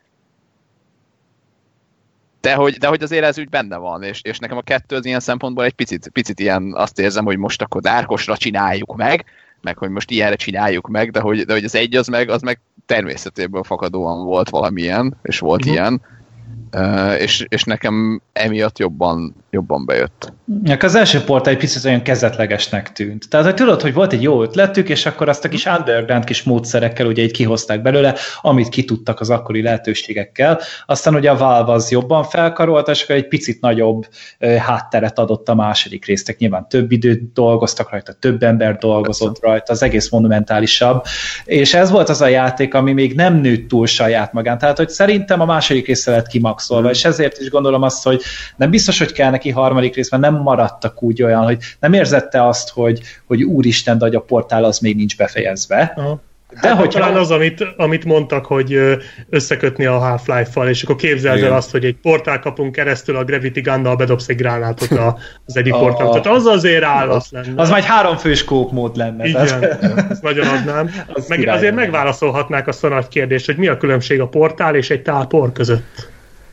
de hogy azért ez úgy benne van, és nekem a kettő az ilyen szempontból egy picit ilyen, azt érzem, hogy most akkor Darkosra csináljuk meg hogy most ilyenre csináljuk meg, de hogy az egy az meg természetéből fakadóan volt valamilyen, és volt ilyen, és nekem emiatt jobban bejött. Az első portál egy picit olyan kezetlegesnek tűnt. Tehát, hogy tudod, hogy volt egy jó ötletük, és akkor azt a kis underground kis módszerekkel ugye így kihozták belőle, amit ki tudtak az akkori lehetőségekkel. Aztán ugye a Valve az jobban felkarolta, és akkor egy picit nagyobb hátteret adott a második résznek. Nyilván több időt dolgoztak rajta, több ember dolgozott rajta, az egész monumentálisabb. És ez volt az a játék, ami még nem nőtt túl saját magán. Tehát, hogy szerintem a második része lett kimaxolva, és ezért is gondolom azt, hogy nem biztos, hogy kell neki harmadik rész, mert nem maradtak úgy olyan, hogy nem érzette azt, hogy úristen, de hogy a portál az még nincs befejezve. De hát talán az, amit mondtak, hogy összekötni a Half-Life-val, és akkor képzeld el azt, hogy egy portálkapunk keresztül a Gravity Gunnal bedobsz egy gránátot az egyik portál. Tehát az azért állat lenne. Az már egy 3 fős kóp mód lenne. Igen, ezt nagyon adnám. Azért megválaszolhatnák azt a nagy kérdést, hogy mi a különbség a portál és egy tál por között.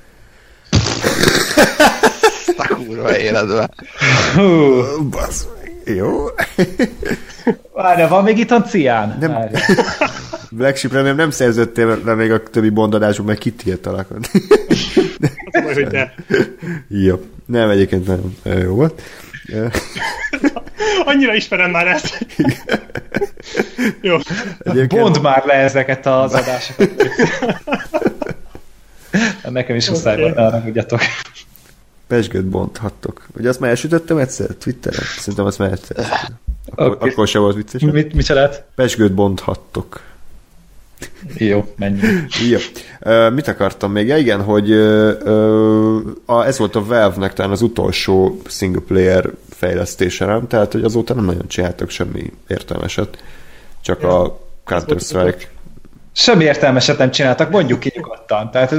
A kurva életben. Jó. Várja, van még itt a cián? Nem. Black Sheep, remélem nem szerződtél le még a többi bondadások, meg kitért találkozni. Az majd, hogy de. Jó. Nem, egyébként nagyon jó volt. Annyira ismerem már ezt. Jó. Bond már le ezeket az adásokat. Nekem is muszáj volt, arra tudjatok. Pezsgőt bonthattok. Ugye azt már elsütöttem egyszer Twitteren? Szerintem azt már egyszer. Akkor sem volt vicces. Mit csinált? Pezsgőt bonthattok. Jó, menjünk. Jó. Mit akartam még? Ja, igen, hogy ez volt a Valve-nek talán az utolsó single player fejlesztése, nem? Tehát, hogy azóta nem nagyon csináltak semmi értelmeset. Csak a Counter-Strike. Semmi értelmeset nem csináltak, mondjuk ki nyugodtan. Tehát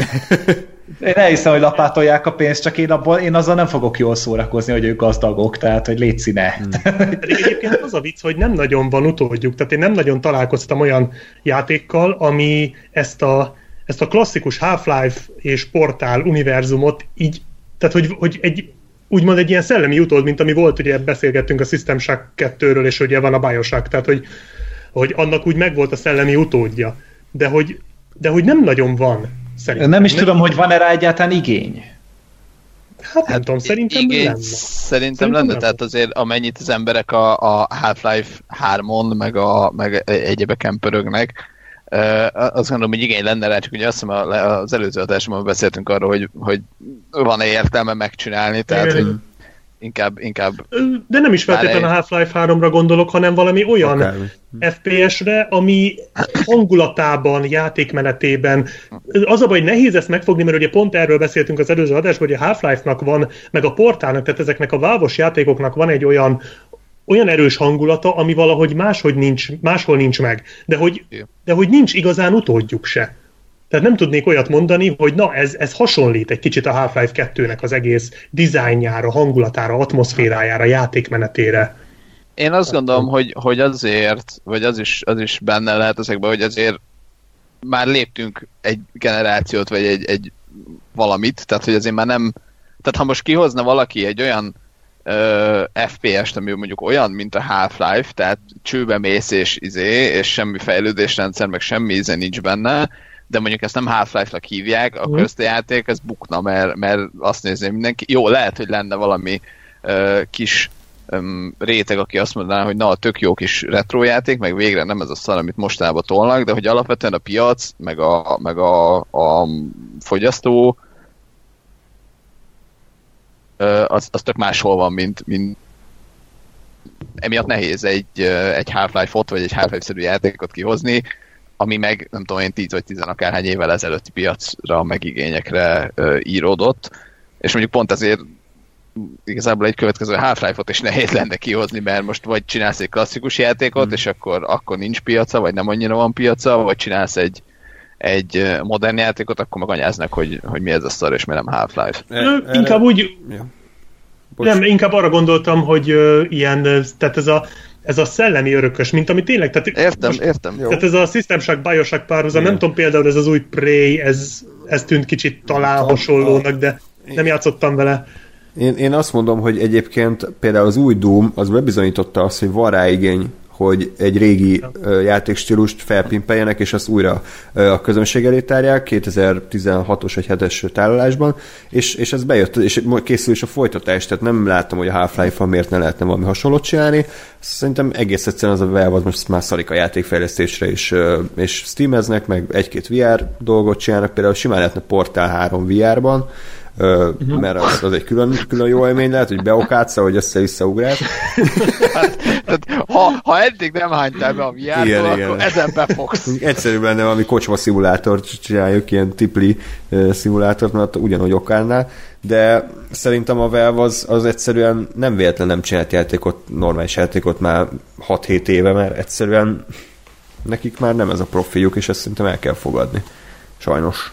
én elhiszem, hogy lapátolják a pénzt, csak én azzal nem fogok jól szórakozni, hogy ők gazdagok, tehát hogy légy színe. Pedig egyébként az a vicc, hogy nem nagyon van utódjuk, tehát én nem nagyon találkoztam olyan játékkal, ami ezt a klasszikus Half-Life és Portál univerzumot így, tehát hogy úgymond egy ilyen szellemi utód, mint ami volt, ugye beszélgettünk a System Shock 2-ről, és ugye van a Bioshock, tehát hogy annak úgy megvolt a szellemi utódja, de hogy nem nagyon van. Szerintem. Nem is tudom, hogy van-e rá egyáltalán igény. Hát nem tudom, szerintem lenne. Szerintem lenne, tehát azért amennyit az emberek a Half-Life 3-on, meg egyébeken pörögnek, azt gondolom, hogy igény lenne rá, csak ugye azt hiszem az előző adásban beszéltünk arról, hogy van-e értelme megcsinálni, tehát hogy inkább... De nem is feltétlenül a Half-Life 3-ra gondolok, hanem valami olyan FPS-re, ami hangulatában, játékmenetében. Az a baj, hogy nehéz ezt megfogni, mert ugye pont erről beszéltünk az előző adásban, hogy a Half-Life-nak van, meg a Portálnak, tehát ezeknek a Valve-os játékoknak van egy olyan erős hangulata, ami valahogy máshol nincs meg. De hogy nincs igazán utódjuk se. Tehát nem tudnék olyat mondani, hogy na, ez hasonlít egy kicsit a Half-Life 2-nek az egész dizájnjára, hangulatára, atmoszférájára, játékmenetére. Én azt gondolom, hogy azért, vagy az is benne lehet ezekben, hogy azért már léptünk egy generációt, vagy egy valamit, tehát hogy azért már nem... Tehát ha most kihozna valaki egy olyan FPS-t, ami mondjuk olyan, mint a Half-Life, tehát csőbe mész és semmi fejlődésrendszer, meg semmi nincs benne, de mondjuk ezt nem Half-Life-nak hívják, akkor ezt a játék, ez bukna, mert azt nézni mindenki. Jó, lehet, hogy lenne valami kis réteg, aki azt mondaná, hogy na, tök jó kis retrojáték, meg végre nem ez a szar, amit mostanában tolnak, de hogy alapvetően a piac, meg a fogyasztó az tök máshol van, mint emiatt nehéz egy Half-Life-ot, vagy egy Half-Life-szerű játékot kihozni, ami meg, nem tudom én, 10 vagy 10 akárhány évvel ezelőtti piacra, meg igényekre íródott, és mondjuk pont ezért igazából egy következő Half-Life-ot is nehéz lenne kihozni, mert most vagy csinálsz egy klasszikus játékot, és akkor nincs piaca, vagy nem annyira van piaca, vagy csinálsz egy modern játékot, akkor meg anyáznak, hogy mi ez a szar, és mi nem Half-Life. Inkább úgy... Ja. Nem, inkább arra gondoltam, hogy ilyen, tehát ez a szellemi örökös, mint ami tényleg... Tehát értem. Jó. Tehát ez a System Shock, Bioshock párhuzam, nem tudom, például ez az új Prey, ez tűnt kicsit talán hasonlónak, de nem játszottam vele. Én azt mondom, hogy egyébként például az új Doom, az bebizonyította azt, hogy van rá igény, hogy egy régi játékstílust felpimpeljenek, és azt újra a közönség elé tárják 2016-os vagy 7-es tárolásban, és ez bejött, és készül is a folytatás, tehát nem láttam, hogy a Half-Life-on miért ne lehetne valami hasonlót csinálni. Szerintem egész egyszerűen az a Valve az most már szarik a játékfejlesztésre, és streameznek, meg egy-két VR dolgot csinálnak, például simán lehetne Portal 3 VR-ban, mert az egy külön jó élmény lehet, hogy beokátsz, hogy össze-vissza ugrál. Hát, ha eddig nem hánytál be a VR-ból, akkor ezen befogsz. Egyszerűbb lenne valami kocsma szimulátort csináljuk, ilyen tipli szimulátort, mert ugyanúgy okálnál, de szerintem a Valve az egyszerűen nem véletlen nem csinált játékot, normális játékot már 6-7 éve, mert egyszerűen nekik már nem ez a profiljuk, és ezt szerintem el kell fogadni. Sajnos.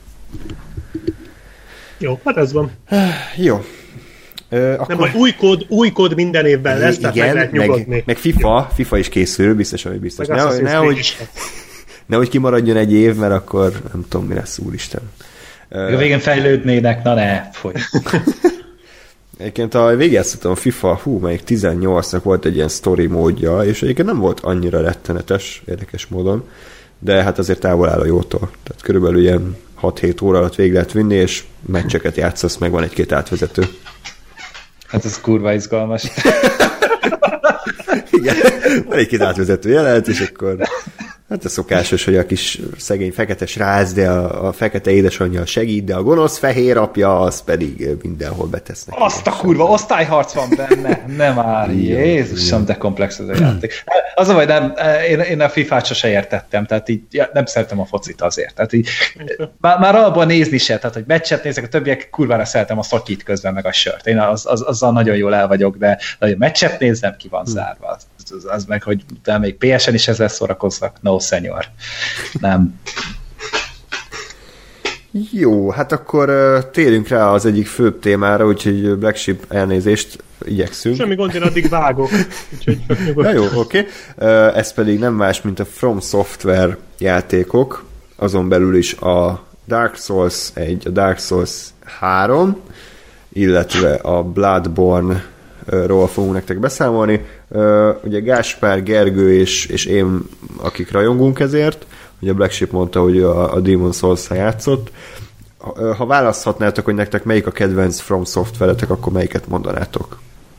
Jó, hát ez van. Jó. Akkor... Nem, majd új kód minden évben lesz, tehát meg lehet nyugodni. Meg FIFA is készül, biztos, hogy biztos. Nehogy kimaradjon egy év, mert akkor nem tudom, mi lesz, úristen. A végén fejlődnének, na ne, foly. Egyébként a végigjátszottam a FIFA, melyik 18-nak volt egy ilyen story módja, és egyébként nem volt annyira rettenetes, érdekes módon, de hát azért távol áll a jótól. Tehát körülbelül ilyen 6-7 óra alatt végig lehet vinni, és meccseket játszasz, meg van egy-két átvezető. Hát ez kurva izgalmas. Igen, van egy-két átvezető jelent, és akkor hát ez szokásos, hogy a kis szegény fekete srác, de a fekete édesanyja segít, de a gonosz fehér apja, az pedig mindenhol betesznek. Azt a kurva, osztályharc van benne. Nem már, Jézusom, de komplex ez a játék. Az a baj, én a FIFA-t sose értettem, tehát így nem szeretem a focit azért. Tehát így, már abban nézni se, tehát hogy meccset nézek, a többiek kurvára szeretem a szokit közben, meg a sört. Én azzal nagyon jól el vagyok, de hogy meccset nézem, ki van zárva. Az meg, hogy utána még PS-en is ezzel szórakozzak. No, senyor. Nem. Jó, hát akkor térjünk rá az egyik főbb témára, úgyhogy Black Sheep, elnézést, igyekszünk. Semmi gond, én addig vágok. Ja, jó, oké. Ez pedig nem más, mint a From Software játékok, azon belül is a Dark Souls 1, a Dark Souls 3, illetve a Bloodborne-ról fogunk nektek beszámolni. Ugye Gáspár, Gergő és én, akik rajongunk ezért, ugye Black Sheep mondta, hogy a Demon's Souls-ra játszott. Ha választhatnátok, hogy nektek melyik a kedvenc From Software-etek, akkor melyiket mondanátok?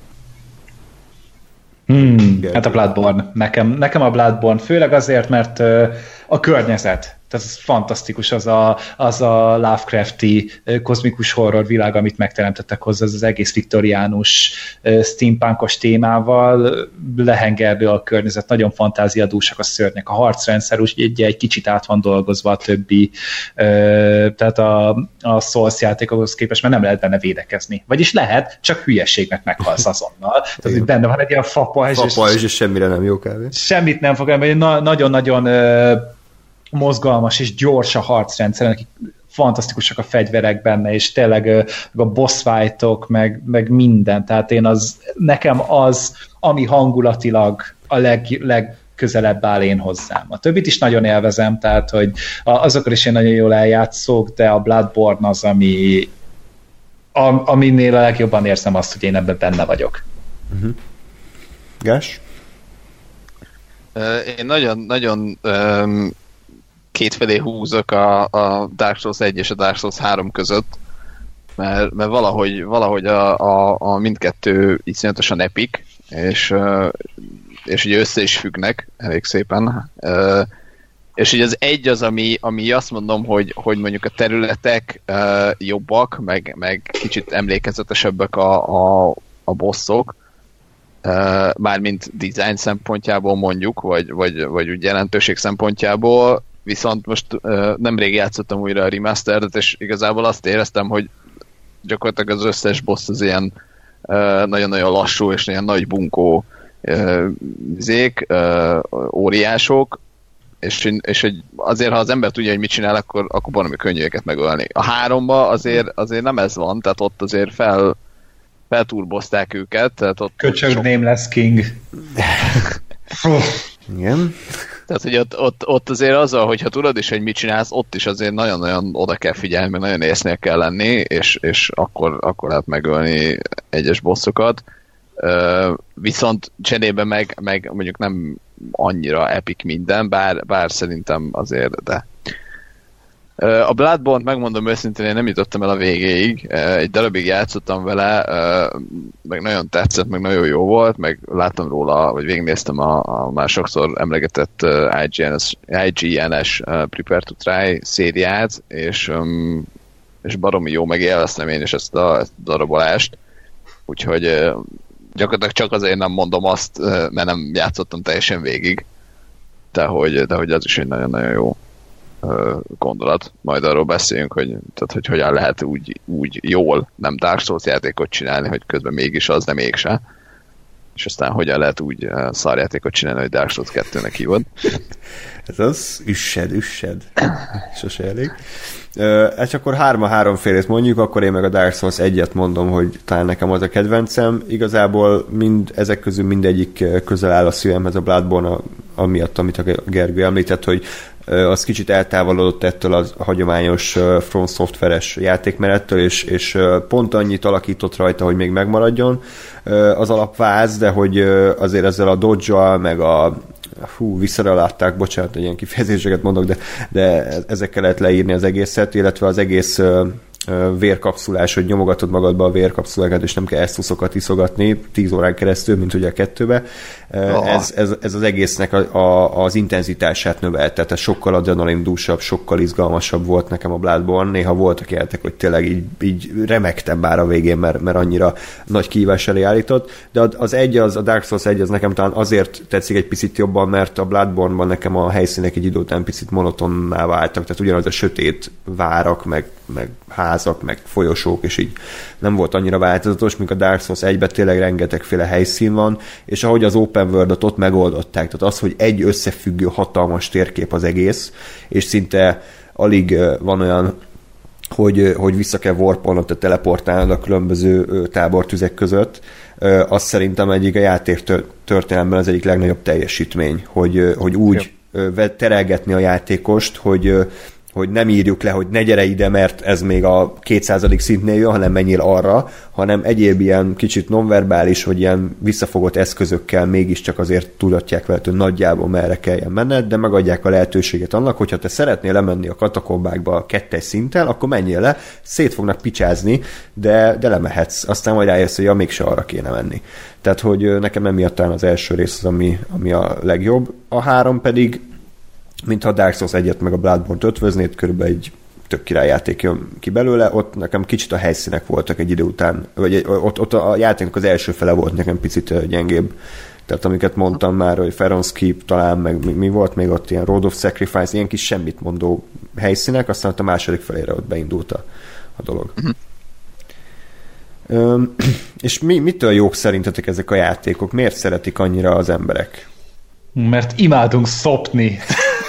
Hát a Bloodborne. Nekem a Bloodborne, főleg azért, mert a környezet. Tehát ez fantasztikus, az a Lovecrafti kozmikus horror világ, amit megteremtettek hozzá, az egész viktoriánus steampunkos témával, lehengerlő a környezet, nagyon fantáziadúsak a szörnyek, a harcrendszer úgy egy kicsit át van dolgozva a többi, tehát a Souls játékokhoz képest, mert nem lehet benne védekezni. Vagyis lehet, csak hülyeségnek meghalsz azonnal. Tehát benne van egy ilyen fapajzs, és semmire nem jó kávé. Semmit nem fog elmenni, nagyon-nagyon mozgalmas és gyors a harcrendszer, akik fantasztikusak a fegyverek benne, és tényleg a boss fightok, meg minden. Tehát nekem az, ami hangulatilag a legközelebb áll én hozzám. A többit is nagyon élvezem, tehát hogy azokkal is én nagyon jól eljátszok, de a Bloodborne az, aminél a legjobban érzem azt, hogy én ebben benne vagyok. Gás? Én nagyon kétfelé húzok a Dark Souls 1 és a Dark Souls 3 között, mert valahogy a mindkettő iszonyatosan epic, és ugye össze is függnek elég szépen. És ugye az egy az, ami azt mondom, hogy mondjuk a területek jobbak, meg kicsit emlékezetesebbek a bosszok, mármint design szempontjából mondjuk, vagy úgy jelentőség szempontjából, viszont most nemrég játszottam újra a remastered, és igazából azt éreztem, hogy gyakorlatilag az összes boss az ilyen nagyon-nagyon lassú, és ilyen nagy bunkó óriások, és hogy azért, ha az ember tudja, hogy mit csinál, akkor valami könnyű őket megölni. A 3-ba azért nem ez van, tehát ott azért felturbozták őket. Tehát ott Köcsög Nameless King. Igen. Tehát, hogy ott azért azzal, hogyha tudod is, hogy mit csinálsz, ott is azért nagyon-nagyon oda kell figyelni, meg nagyon észnél kell lenni, és akkor lehet megölni egyes bosszokat. Viszont cserébe meg mondjuk nem annyira epic minden, bár szerintem azért, de a Bloodborne-t megmondom őszintén, én nem jutottam el a végéig, egy darabig játszottam vele, meg nagyon tetszett, meg nagyon jó volt, meg láttam róla, vagy végignéztem a már sokszor emlegetett IGN-es Prepare to Try szériát, és baromi jó, meg élveztem én is ezt a darabolást, úgyhogy gyakorlatilag csak azért nem mondom azt, mert nem játszottam teljesen végig, de hogy az is egy nagyon-nagyon jó gondolat. Majd arról beszéljünk, hogy hogyan lehet úgy jól nem Dark Souls játékot csinálni, hogy közben mégis az, de mégse. És aztán hogyan lehet úgy szarjátékot csinálni, hogy Dark Souls 2-nek hívod. Ez az üssed. Sose elég. És akkor 3-3 mondjuk, akkor én meg a Dark Souls 1-et mondom, hogy talán nekem az a kedvencem. Igazából ezek közül mindegyik közel áll a szívemhez, a Bloodborne amiatt, amit a Gergő említett, hogy az kicsit eltávolodott ettől a hagyományos From Software-es játékmenettől, és pont annyit alakított rajta, hogy még megmaradjon az alapváz, de hogy azért ezzel a dodge-al, meg a visszarelátták, bocsánat, hogy ilyen kifejezéseket mondok, de ezekkel lehet leírni az egészet, illetve az egész vérkapszulás, hogy nyomogatod magadba a vérkapszulákat, és nem kell esztuszokat iszogatni 10 órán keresztül, mint ugye a 2-be. Ez az egésznek az intenzitását növelte, tehát sokkal adrenalindúsabb, sokkal izgalmasabb volt nekem a Bloodborne. Néha voltak ilyenek, hogy tényleg így remegtem bár a végén, mert annyira nagy kihívás elé állított, de a Dark Souls 1 az nekem talán azért tetszik egy picit jobban, mert a Bloodborne-ban nekem a helyszínek egy idő után picit monotonná váltak, tehát ugyanaz a sötét várak, meg házak, meg folyosók, és így nem volt annyira változatos, míg a Dark Souls 1-ben tényleg rengetegféle helyszín van, és ahogy az Open World-ot ott megoldották, tehát az, hogy egy összefüggő hatalmas térkép az egész, és szinte alig van olyan, hogy vissza kell warpolnod, tehát teleportálnod a különböző tábortüzek között, az szerintem egyik a játék történelemben az egyik legnagyobb teljesítmény, hogy úgy terelgetni a játékost, hogy nem írjuk le, hogy ne gyere ide, mert ez még a 200. szintnél jön, hanem menjél arra, hanem egyéb ilyen kicsit nonverbális, vagy ilyen visszafogott eszközökkel mégiscsak azért tudatják veled, hogy nagyjából merre kelljen menned, de megadják a lehetőséget annak, hogyha te szeretnél lemenni a katakombákba a 2. szinten, akkor menjél le, szét fognak picsázni, de lemehetsz. Aztán majd rájössz, hogy mégse arra kéne menni. Tehát, hogy nekem emiatt talán az első rész az, ami a legjobb. A 3 pedig mintha a Dark Souls 1-et meg a Bloodborne-t ötvöznéd, körülbelül egy tök királyjáték jön ki belőle, ott nekem kicsit a helyszínek voltak egy idő után, vagy ott a játéknak az első fele volt nekem picit gyengébb. Tehát amiket mondtam már, hogy Faron's Keep talán, meg mi volt még ott, ilyen Road of Sacrifice, ilyen kis semmit mondó helyszínek, aztán a második felére ott beindult a dolog. És mitől jók szerintetek ezek a játékok? Miért szeretik annyira az emberek? Mert imádunk szopni.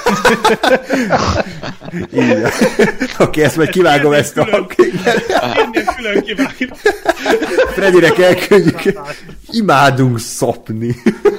Oké, ezt majd kivágom ezt a... Külön kivágom. Fredinek elküldjük. Imádunk szopni.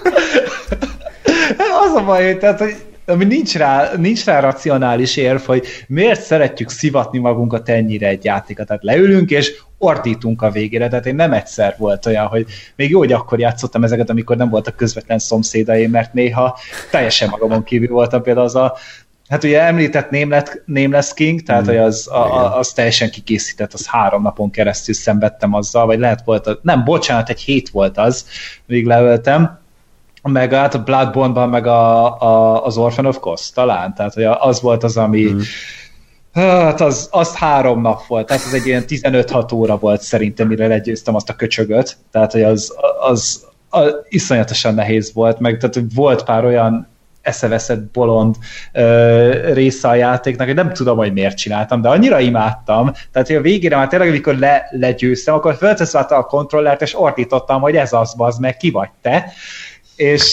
Az a baj, tehát, hogy ami nincs rá racionális érv, hogy miért szeretjük szivatni magunkat ennyire egy játékot. Tehát leülünk, és ordítunk a végére. Tehát én nem egyszer volt olyan, hogy még jó, hogy akkor játszottam ezeket, amikor nem voltak közvetlen szomszédaim, mert néha teljesen magamon kívül voltam. Például az a Hát ugye említett Nameless King, tehát hogy az teljesen kikészített, az 3 napon keresztül szenvedtem azzal, vagy lehet volt, nem, bocsánat, egy 7 volt az, még leöltem, meg hát a Bloodborne-ban, meg az Orphan of Kos talán, tehát hogy az volt az, ami hát az 3 nap volt, tehát az egy ilyen 15-6 óra volt szerintem, mire legyőztem azt a köcsögöt, tehát hogy az iszonyatosan nehéz volt, meg tehát volt pár olyan eszeveszett bolond része a játéknak, hogy nem tudom, hogy miért csináltam, de annyira imádtam, tehát hogy a végére már tényleg, amikor legyőztem, akkor fölteszem a kontrollert, és ordítottam, hogy ez az, bazd meg, ki vagy te, és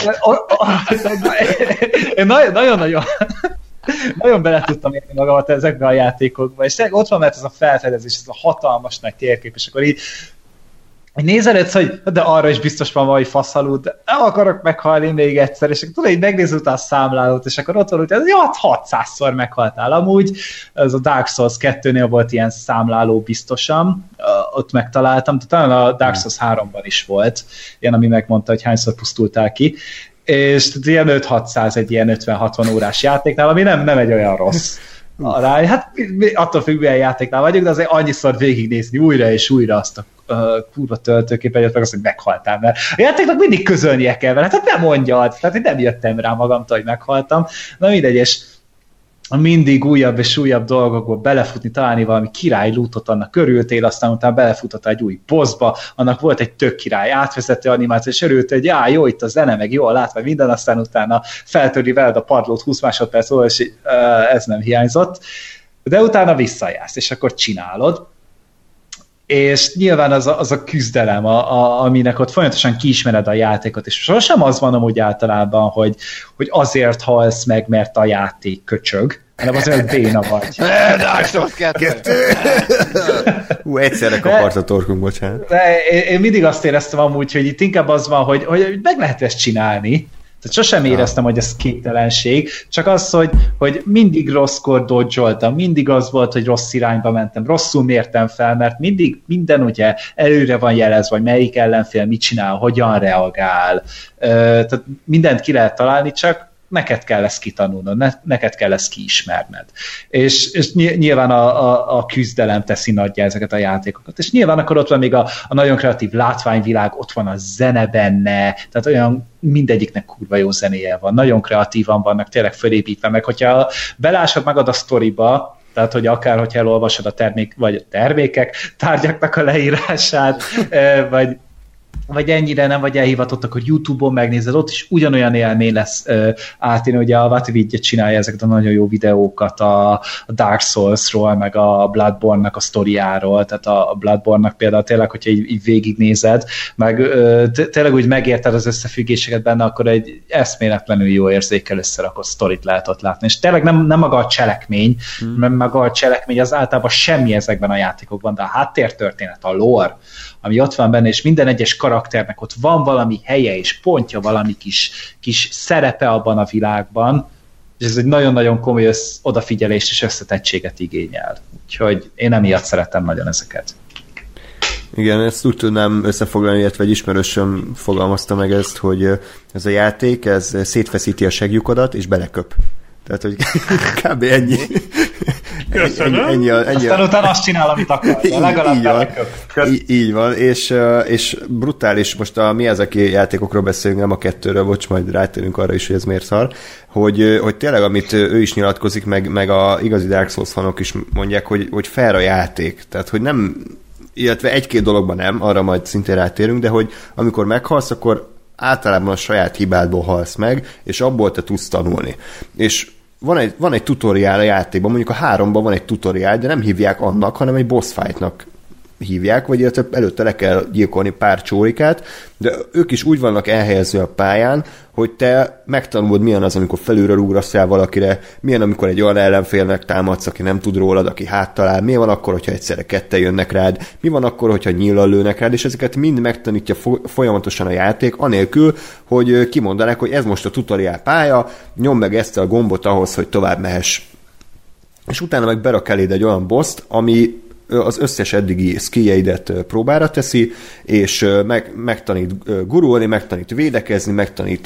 én nagyon-nagyon nagyon bele tudtam érni magamat ezekbe a játékokba, és ott van, mert ez a felfedezés, ez a hatalmas nagy térkép, és akkor így nézelődsz, hogy de arra is biztos van valami faszalú, de nem akarok meghalni még egyszer, és akkor tudod, így megnézed utána a számlálót, és akkor ott van, hogy 600-szor meghaltál. Amúgy ez a Dark Souls 2-nél volt ilyen számláló biztosan, ott megtaláltam, de talán a Dark Souls 3-ban is volt, ilyen, ami megmondta, hogy hányszor pusztultál ki, és ilyen 5-600 egy ilyen 50-60 órás játéknál, ami nem egy olyan rossz arány. Hát attól függ, milyen játéknál vagyok, de azért annyiszor végignézni újra és újra azt a kurva töltőképen, meg azt, hogy meghaltál, mert a játéknak mindig közölnie kell vele, tehát nem mondjad, tehát én nem jöttem rá magamtól, hogy meghaltam, na mindegy, és mindig újabb és újabb dolgokból belefutni, találni valami király lootot, annak körültél, aztán utána belefutottál egy új bossba, annak volt egy tök király átvezető animáció, és örült, hogy jó, itt a zene, meg jól lát, meg minden, aztán utána feltöri veled a padlót 20 másodperc óra, és ez nem hiányzott, de utána visszajársz, és akkor csinálod, és nyilván az a küzdelem, aminek ott folyamatosan kiismered a játékot, és sosem az van amúgy általában, hogy azért halsz meg, mert a játék köcsög, hanem azért, hogy béna vagy. Dark Souls 2! Egyszerre kapart a torkunk, bocsánat. Én mindig azt éreztem amúgy, hogy itt inkább az van, hogy meg lehet ezt csinálni. Tehát sosem éreztem, hogy ez képtelenség, csak az, hogy mindig rosszkor dodge-oltam, mindig az volt, hogy rossz irányba mentem, rosszul mértem fel, mert mindig minden ugye előre van jelezve, hogy melyik ellenfél mit csinál, hogyan reagál. Tehát mindent ki lehet találni, csak neked kell ezt kitanulnod, neked kell ezt kiismerned. És nyilván a küzdelem teszi nagyjá ezeket a játékokat. És nyilván akkor ott van még a nagyon kreatív látványvilág, ott van a zene benne, tehát olyan mindegyiknek kurva jó zenéje van, nagyon kreatívan vannak, tényleg fölépítve meg, hogyha belásod magad a sztoriba, tehát, hogy akár, hogyha elolvasod a termékek, tárgyaknak a leírását, vagy ennyire nem vagy elhivatott, akkor YouTube-on megnézed, ott is ugyanolyan élmény lesz átélni, ugye a Vatividya csinálja ezeket a nagyon jó videókat a Dark Souls-ról, meg a Bloodborne-nak a sztoriáról, tehát a Bloodborne-nak például tényleg, hogyha így végignézed, meg tényleg úgy megérted az összefüggéseket benne, akkor egy eszméletlenül jó érzékkel összerakott sztorit lehet ott látni. És tényleg nem maga a cselekmény, mert maga a cselekmény az általában semmi ezekben a játékokban, de a háttértörténet, a lore, ami ott van benne, és minden egyes karakternek ott van valami helye és pontja, valami kis szerepe abban a világban, és ez egy nagyon-nagyon komoly odafigyelést és összetettséget igényel. Úgyhogy én emiatt szeretem nagyon ezeket. Igen, ezt úgy tudnám összefoglalni, illetve egy ismerősöm fogalmazta meg ezt, hogy ez a játék, ez szétfeszíti a seglyukodat, és beleköp. Tehát, hogy kb. Ennyi. Köszönöm. Ennyi. Aztán utána azt csinál, amit akar, de legalább így van, és brutális, most a Miyazaki játékokról beszélünk, nem a 2-ről, bocs, majd rátérünk arra is, hogy ez miért szar, hogy tényleg, amit ő is nyilatkozik, meg a igazi Dark Souls fanok is mondják, hogy fair a játék, tehát, hogy nem, illetve egy-két dologban nem, arra majd szintén rátérünk, de hogy amikor meghalsz, akkor általában a saját hibádból halsz meg, és abból te tudsz tanulni. És van egy tutoriál a játékban, mondjuk a 3-ban van egy tutoriál, de nem hívják annak, hanem egy boss fightnak hívják, vagy illetve előtte le kell gyilkolni pár csórikát, de ők is úgy vannak elhelyezve a pályán, hogy te megtanulod, milyen az, amikor felülről ugrasz el valakire, milyen, amikor egy olyan ellenfélnek támadsz, aki nem tud rólad, aki háttalál, mi van akkor, hogyha egyszerre ketten jönnek rád, mi van akkor, hogyha nyíllal lőnek rád, és ezeket mind megtanítja folyamatosan a játék, anélkül, hogy kimondanák, hogy ez most a tutoriál pálya, nyomd meg ezt a gombot ahhoz, hogy tovább mehess. És utána meg berak eléd egy olyan boszt, ami az összes eddigi skilljeidet próbára teszi, és megtanít gurulni, megtanít védekezni, megtanít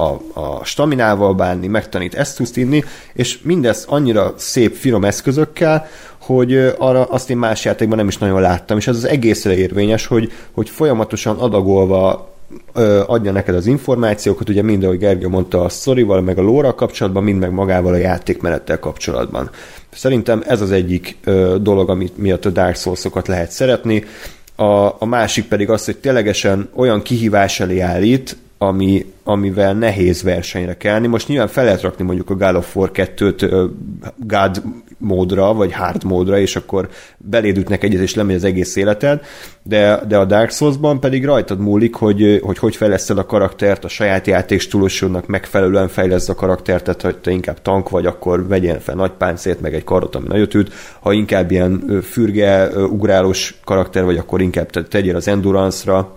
a staminával bánni, megtanít esztuszt inni, és mindezt annyira szép, finom eszközökkel, hogy arra azt én más játékban nem is nagyon láttam, és ez az egészre érvényes, hogy folyamatosan adagolva adja neked az információkat, ugye mind, ahogy Gergő mondta, a sztorival, meg a lore-ral kapcsolatban, mind meg magával a játékmenettel kapcsolatban. Szerintem ez az egyik dolog, amit miatt a Dark Souls-okat lehet szeretni. A másik pedig az, hogy ténylegesen olyan kihívás elé állít, amivel nehéz versenyre kelni. Most nyilván fel lehet rakni mondjuk a God of War 2-t God módra, vagy hard módra, és akkor beléd ütnek egyet, és lemegy az egész életed, de a Dark Souls-ban pedig rajtad múlik, hogy fejleszted a karaktert, a saját játékstílusodnak megfelelően fejleszd a karaktert, tehát ha te inkább tank vagy, akkor vegyél fel nagy páncélt, meg egy kardot, ami nagyot üt, ha inkább ilyen fürge, ugrálós karakter vagy, akkor inkább tegyél az endurance-ra,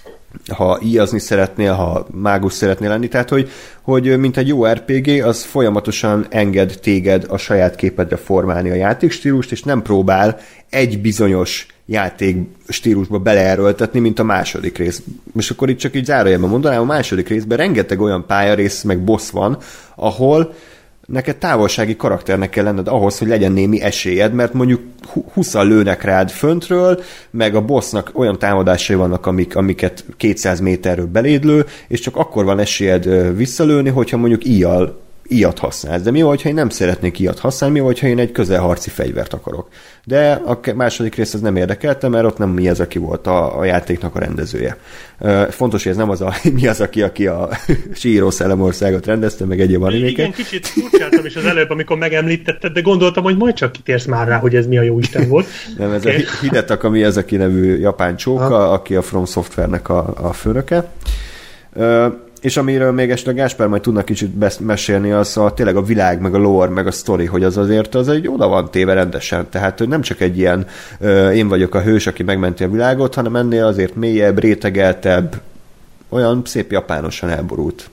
ha íjazni szeretnél, ha mágus szeretnél lenni, tehát hogy mint egy jó RPG, az folyamatosan enged téged a saját képedre formálni a játékstílust, és nem próbál egy bizonyos játékstílusba beleerőltetni, mint a második rész. Most akkor itt csak így zárójelben mondanám, a második részben rengeteg olyan pályarész meg boss van, ahol neked távolsági karakternek kell lenned ahhoz, hogy legyen némi esélyed, mert mondjuk 20-an lőnek rád föntről, meg a bossnak olyan támadásai vannak, amiket 200 méterről beléd lő, és csak akkor van esélyed visszalőni, hogyha mondjuk íjat használsz. De mi van, ha én nem szeretnék íjat használni, mi van, ha én egy közelharci fegyvert akarok. De a második rész az nem érdekelte, mert ott nem Miyazaki volt a játéknak a rendezője. Fontos, hogy ez nem az a Miyazaki, aki a Chihiro Szellemországot rendezte, meg egyéb animéket. Igen, kicsit furcsáltam is az előbb, amikor megemlítetted, de gondoltam, hogy majd csak kitérsz már rá, hogy ez mi a jó Isten volt. Nem, ez okay. A Hidetaka Miyazaki nevű japán csóka, aki a From Software-nek a főnöke. És amiről még esetleg Gáspár majd tudnak kicsit mesélni, az tényleg a világ, meg a lore, meg a sztori, hogy az azért az egy oda van téve rendesen. Tehát nem csak egy ilyen én vagyok a hős, aki megmenti a világot, hanem ennél azért mélyebb, rétegeltebb, olyan szép japánosan elborult.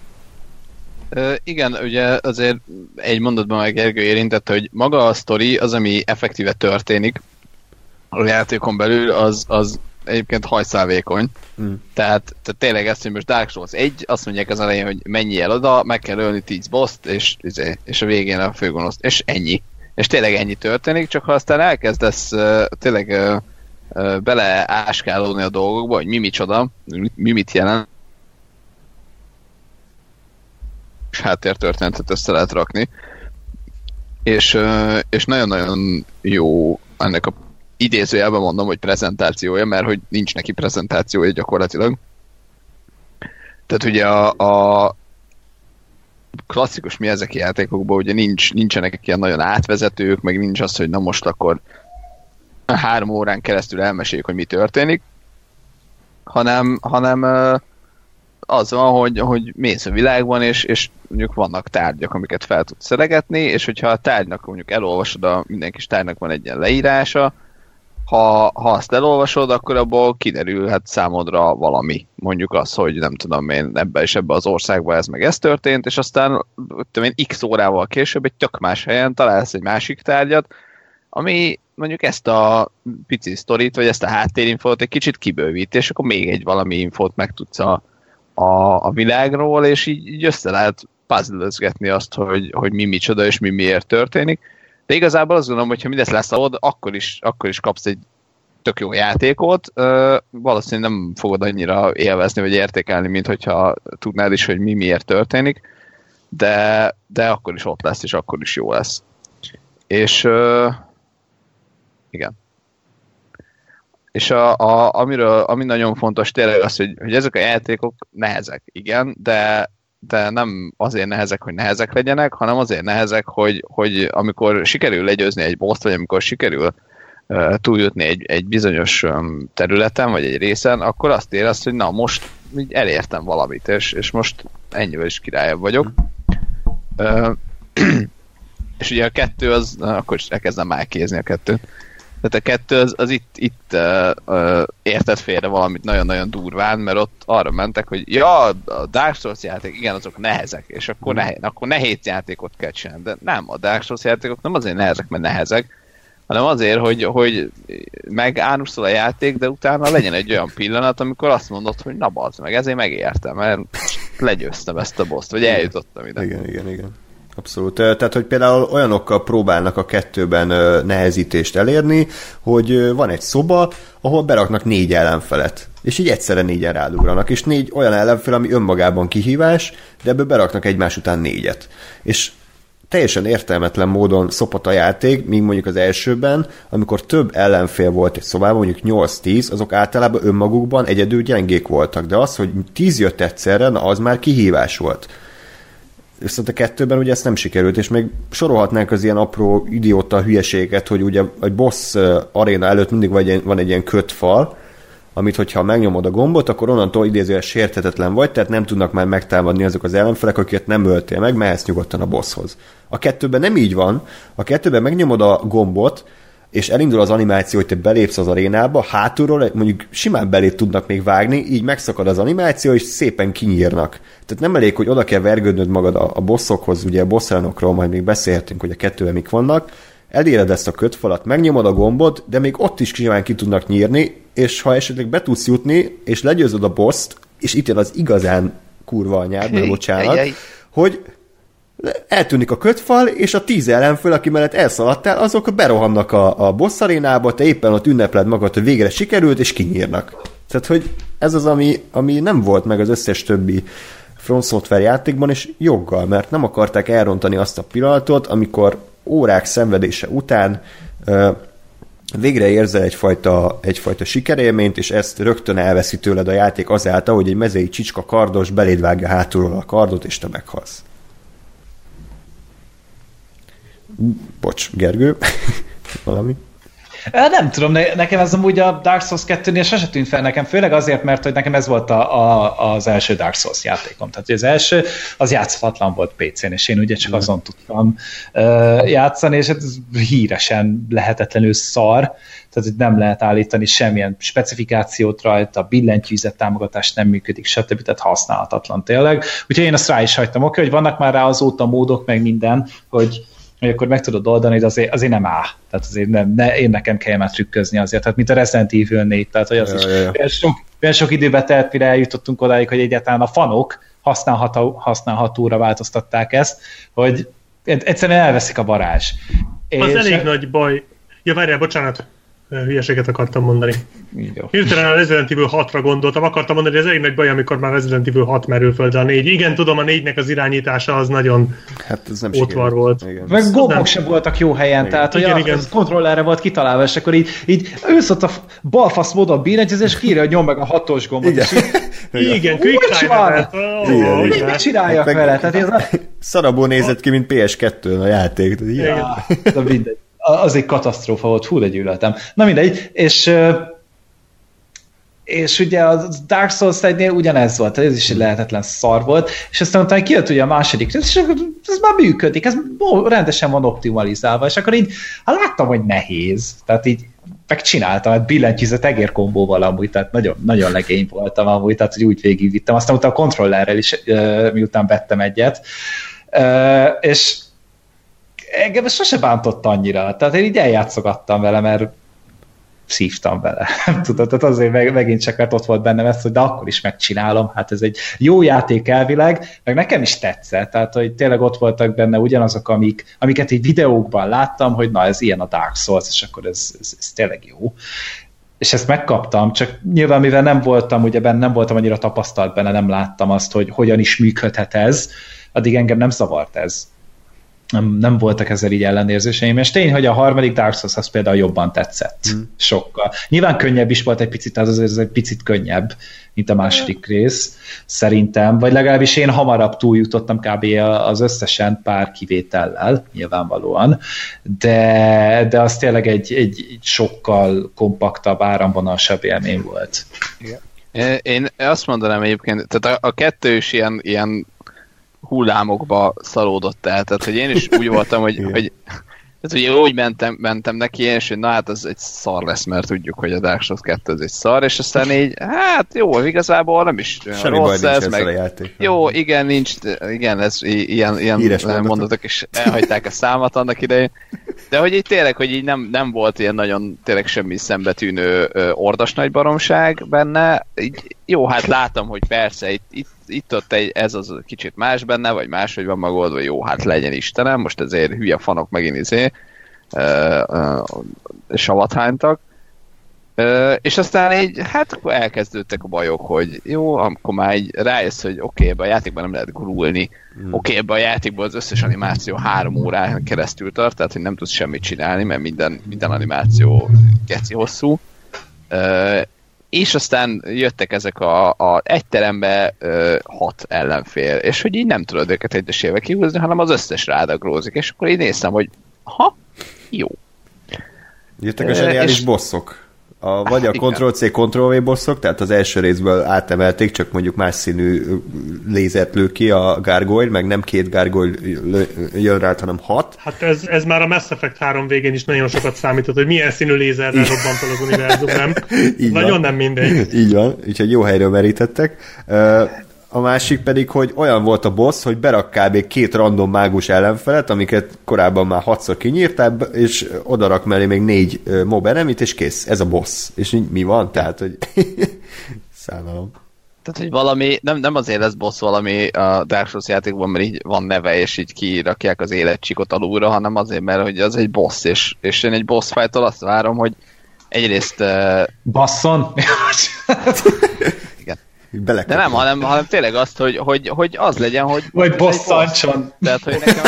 Igen, ugye azért egy mondatban meg Gergő érintette, hogy maga a sztori az, ami effektíve történik a játékon belül, az egyébként hajszálvékony. Tehát tényleg ezt, hogy most Dark Souls 1, azt mondják az elején, hogy menjél el oda, meg kell ölni 10 bosst, és a végén a főgonoszt, és ennyi. És tényleg ennyi történik, csak ha aztán elkezdesz tényleg beleáskálódni a dolgokba, hogy mi micsoda, mi mit jelent, és háttértörténetet össze lehet rakni. És nagyon-nagyon jó ennek a idézőjelben mondom, hogy prezentációja, mert hogy nincs neki prezentációja gyakorlatilag. Tehát ugye a klasszikus Miyazaki játékokban ugye nincsenek ilyen nagyon átvezetők, meg nincs az, hogy na most akkor 3 órán keresztül elmeséljük, hogy mi történik, hanem az van, hogy mész a világban, és mondjuk vannak tárgyak, amiket fel tudsz szelegetni, és hogyha a tárgynak mondjuk elolvasod, minden kis tárgynak van egy ilyen leírása, ha azt elolvasod, akkor abból kiderülhet számodra valami. Mondjuk az, hogy nem tudom én, ebbe az országban ez meg ez történt, és aztán tudom én, x órával később egy tök más helyen találsz egy másik tárgyat, ami mondjuk ezt a pici sztorit, vagy ezt a háttérinfót egy kicsit kibővít, és akkor még egy valami infót megtudsz a világról, és így össze lehet puzzle-özgetni azt, hogy mi micsoda, és mi miért történik. De igazából azt gondolom, hogy ha mindezt leszalod, akkor is kapsz egy tök jó játékot. Valószínűleg nem fogod annyira élvezni, vagy értékelni, mint hogyha tudnád is, hogy mi miért történik, de akkor is ott lesz, és akkor is jó lesz. És igen. És ami nagyon fontos tényleg az, hogy ezek a játékok nehezek, igen, de nem azért nehezek, hogy nehezek legyenek, hanem azért nehezek, hogy amikor sikerül legyőzni egy boss-t, vagy amikor sikerül túljutni egy bizonyos területen, vagy egy részen, akkor azt érez, hogy na most így elértem valamit, és most ennyivel is királyabb vagyok. És ugye a 2 az, akkor is elkezdem mákézni a 2. Tehát a 2 az itt értett félre valamit nagyon-nagyon durván, mert ott arra mentek, hogy ja, a Dark Souls játék, igen, azok nehezek, és akkor nehéz játékot kell csinálni. De nem, a Dark Souls játékok nem azért nehezek, mert nehezek, hanem azért, hogy megánuszol a játék, de utána legyen egy olyan pillanat, amikor azt mondod, hogy na bazd meg, ezért megértem, mert legyőztem ezt a boszt, vagy eljutottam ide. Igen. Abszolút. Tehát, hogy például olyanokkal próbálnak a 2-ben nehezítést elérni, hogy van egy szoba, ahol beraknak 4 ellenfelet. És így egyszerre 4-en rádugranak. És 4 olyan ellenfél, ami önmagában kihívás, de ebből beraknak egymás után 4-et. És teljesen értelmetlen módon szopott a játék, míg mondjuk az elsőben, amikor több ellenfél volt egy szobában, mondjuk 8-10, azok általában önmagukban egyedül gyengék voltak. De az, hogy 10 jött egyszerre, na az már kihívás volt. Viszont a 2-ben ugye ezt nem sikerült, és még sorolhatnánk az ilyen apró idióta hülyeséget, hogy ugye egy boss aréna előtt mindig van egy ilyen kötfal, amit hogyha megnyomod a gombot, akkor onnantól idézően sérthetetlen vagy, tehát nem tudnak már megtámadni azok az ellenfelek, akiket nem öltél meg, mehetsz nyugodtan a bosshoz. A 2-ben nem így van, a 2-ben megnyomod a gombot, és elindul az animáció, hogy te belépsz az arénába, hátulról mondjuk simán belép tudnak még vágni, így megszakad az animáció, és szépen kinyírnak. Tehát nem elég, hogy oda kell vergődnöd magad a bosszokhoz, ugye a bosszánokról majd még beszélhetünk, hogy a 2-ben mik vannak, eléred ezt a kötfalat, megnyomod a gombot, de még ott is simán ki tudnak nyírni, és ha esetleg be tudsz jutni, és legyőzöd a boszt, és itt jön az igazán kurva anyád, bocsánat, hogy eltűnik a kötfal, és a 10 ellenfél, aki mellett elszaladtál, azok berohannak a boss arénába, te éppen ott ünnepled magad, hogy végre sikerült, és kinyírnak. Tehát, hogy ez az, ami nem volt meg az összes többi From Software játékban, és joggal, mert nem akarták elrontani azt a pillanatot, amikor órák szenvedése után végre érzel egyfajta sikerélményt, és ezt rögtön elveszi tőled a játék azáltal, hogy egy mezei csicska kardos beléd vágja hátulról a kardot, és te meghalsz. Bocs, Gergő, valami? Nem tudom, nekem ez amúgy a Dark Souls 2-nél sose tűnt fel nekem, főleg azért, mert hogy nekem ez volt az első Dark Souls játékom. Tehát az első, az játszhatatlan volt PC-n, és én ugye csak azon tudtam játszani, és ez híresen lehetetlenül szar, tehát nem lehet állítani semmilyen specifikációt rajta, a billentyűzet támogatás nem működik, stb. Tehát használhatatlan tényleg. Úgyhogy én azt rá is hagytam, hogy vannak már rá azóta módok, meg minden, hogy akkor meg tudod oldani, de azért nem áll. Tehát azért én nekem kell már trükközni azért, tehát mint a Resident Evil 4, tehát hogy az is olyan sok időbe telt, mire eljutottunk odáig, hogy egyáltalán a fanok használhatóra változtatták ezt, hogy egyszerűen elveszik a varázs. Az elég nagy baj. Ja, várjál, bocsánat. Hülyeséget akartam mondani. Hirtelen a Resident Evil 6-ra gondoltam, akartam mondani, hogy ez elég nagy baj, amikor már Resident Evil 6 merül föl, de a 4. Igen, tudom, a 4-nek az irányítása az nagyon ótvar volt. Igen. Meg gombok sem voltak jó helyen, igen. Tehát hogy az kontrollerre volt kitalálva, és akkor így ősz ott a balfasz módon billentyűzés, és kírja, hogy nyom meg a 6-os gombot. Igen, quick time. Mit csináljak vele? Szarabból nézett ki, mint PS2-n a játék. De mindegy. Az egy katasztrófa volt, fú, de gyűlöltem. Na mindegy, és ugye a Dark Souls 1-nél ugyanez volt, ez is egy lehetetlen szar volt, és aztán utána kijött ugye a második rész, és ez már működik, ez rendesen van optimalizálva, és akkor így láttam, hogy nehéz, tehát így megcsináltam, hát billentyűzet egérkombóval amúgy, tehát nagyon, nagyon legény voltam amúgy, tehát hogy úgy végigvittem, aztán utána a kontrollerrel is miután vettem egyet, és engem ez sose bántott annyira, tehát én így eljátszogattam vele, mert szívtam vele. Tudod, tehát azért megint csak, mert ott volt bennem ezt, hogy de akkor is megcsinálom, hát ez egy jó játék elvileg, meg nekem is tetszett, tehát hogy tényleg ott voltak benne ugyanazok, amiket így videókban láttam, hogy na ez ilyen a Dark Souls, és akkor ez tényleg jó. És ezt megkaptam, csak nyilván mivel nem voltam annyira tapasztalt benne, nem láttam azt, hogy hogyan is működhet ez, addig engem nem zavart ez. Nem voltak ezzel így ellenérzéseim, és tény, hogy a harmadik Dark Souls az például jobban tetszett. Sokkal. Nyilván könnyebb is volt egy picit, az azért egy picit könnyebb, mint a második rész, szerintem, vagy legalábbis én hamarabb túljutottam kb. Az összesen pár kivétellel, nyilvánvalóan, de az tényleg egy sokkal kompaktabb, áramvonalsabb élmény volt. Igen. Én azt mondanám egyébként, tehát a kettős ilyen hullámokba szalódott el, tehát hogy én is úgy voltam, hogy úgy mentem neki, és hogy na hát ez egy szar lesz, mert tudjuk, hogy a Dark Souls 2 ez egy szar, és aztán így, hát jó, igazából nem is semmi rossz ez, meg jó, igen, nincs, igen, ez ilyen mondatok, és elhagyták a számat annak idején, De hogy így tényleg, hogy így nem volt ilyen nagyon tényleg semmi szembetűnő ordas nagy baromság benne. Így, jó, hát látom, hogy persze itt-ott ez az kicsit más benne, vagy máshogy van megoldva, jó, hát legyen Istenem, most ezért hülye fanok megint savathánytak. És aztán így, hát akkor elkezdődtek a bajok, hogy jó, akkor már így rájössz, hogy oké, ebben a játékban nem lehet gurulni, oké, ebben a játékban az összes animáció 3 órán keresztül tart, tehát hogy nem tudsz semmit csinálni, mert minden animáció geci hosszú. És aztán jöttek ezek a egy terembe 6 ellenfél, és hogy így nem tudod őket egyesével kihúzni, hanem az összes rádagrózik, és akkor így néztem, hogy jó. Jöttek a zseniális bosszok. Vagy a Ctrl-C, Ctrl-V bosszok, tehát az első részből átemelték, csak mondjuk más színű lézert lő ki a gargoyle, meg nem 2 gargoyle jön rá, hanem 6. Hát ez már a Mass Effect 3 végén is nagyon sokat számított, hogy milyen színű lézerrel robbantol az univerzum, nem? Nagyon van. Nem mindegy. Így van, úgyhogy jó helyről merítettek. A másik pedig, hogy olyan volt a boss, hogy berak kb. 2 random mágus ellenfelet, amiket korábban már 6-szor kinyírtál, és odarak mellé még 4 mob enemit, és kész, ez a boss. És mi van? Tehát, hogy szánalom. Tehát, hogy valami, nem azért lesz boss valami a Dark Souls játékban, mert így van neve, és így kirakják az életcsikot alulra, hanem azért, mert hogy az egy boss, és én egy boss fight-tól azt várom, hogy egyrészt... Basszon? Igen. De nem, hanem tényleg azt, hogy az legyen, hogy... Vagy bosszantson. Tehát, hogy nekem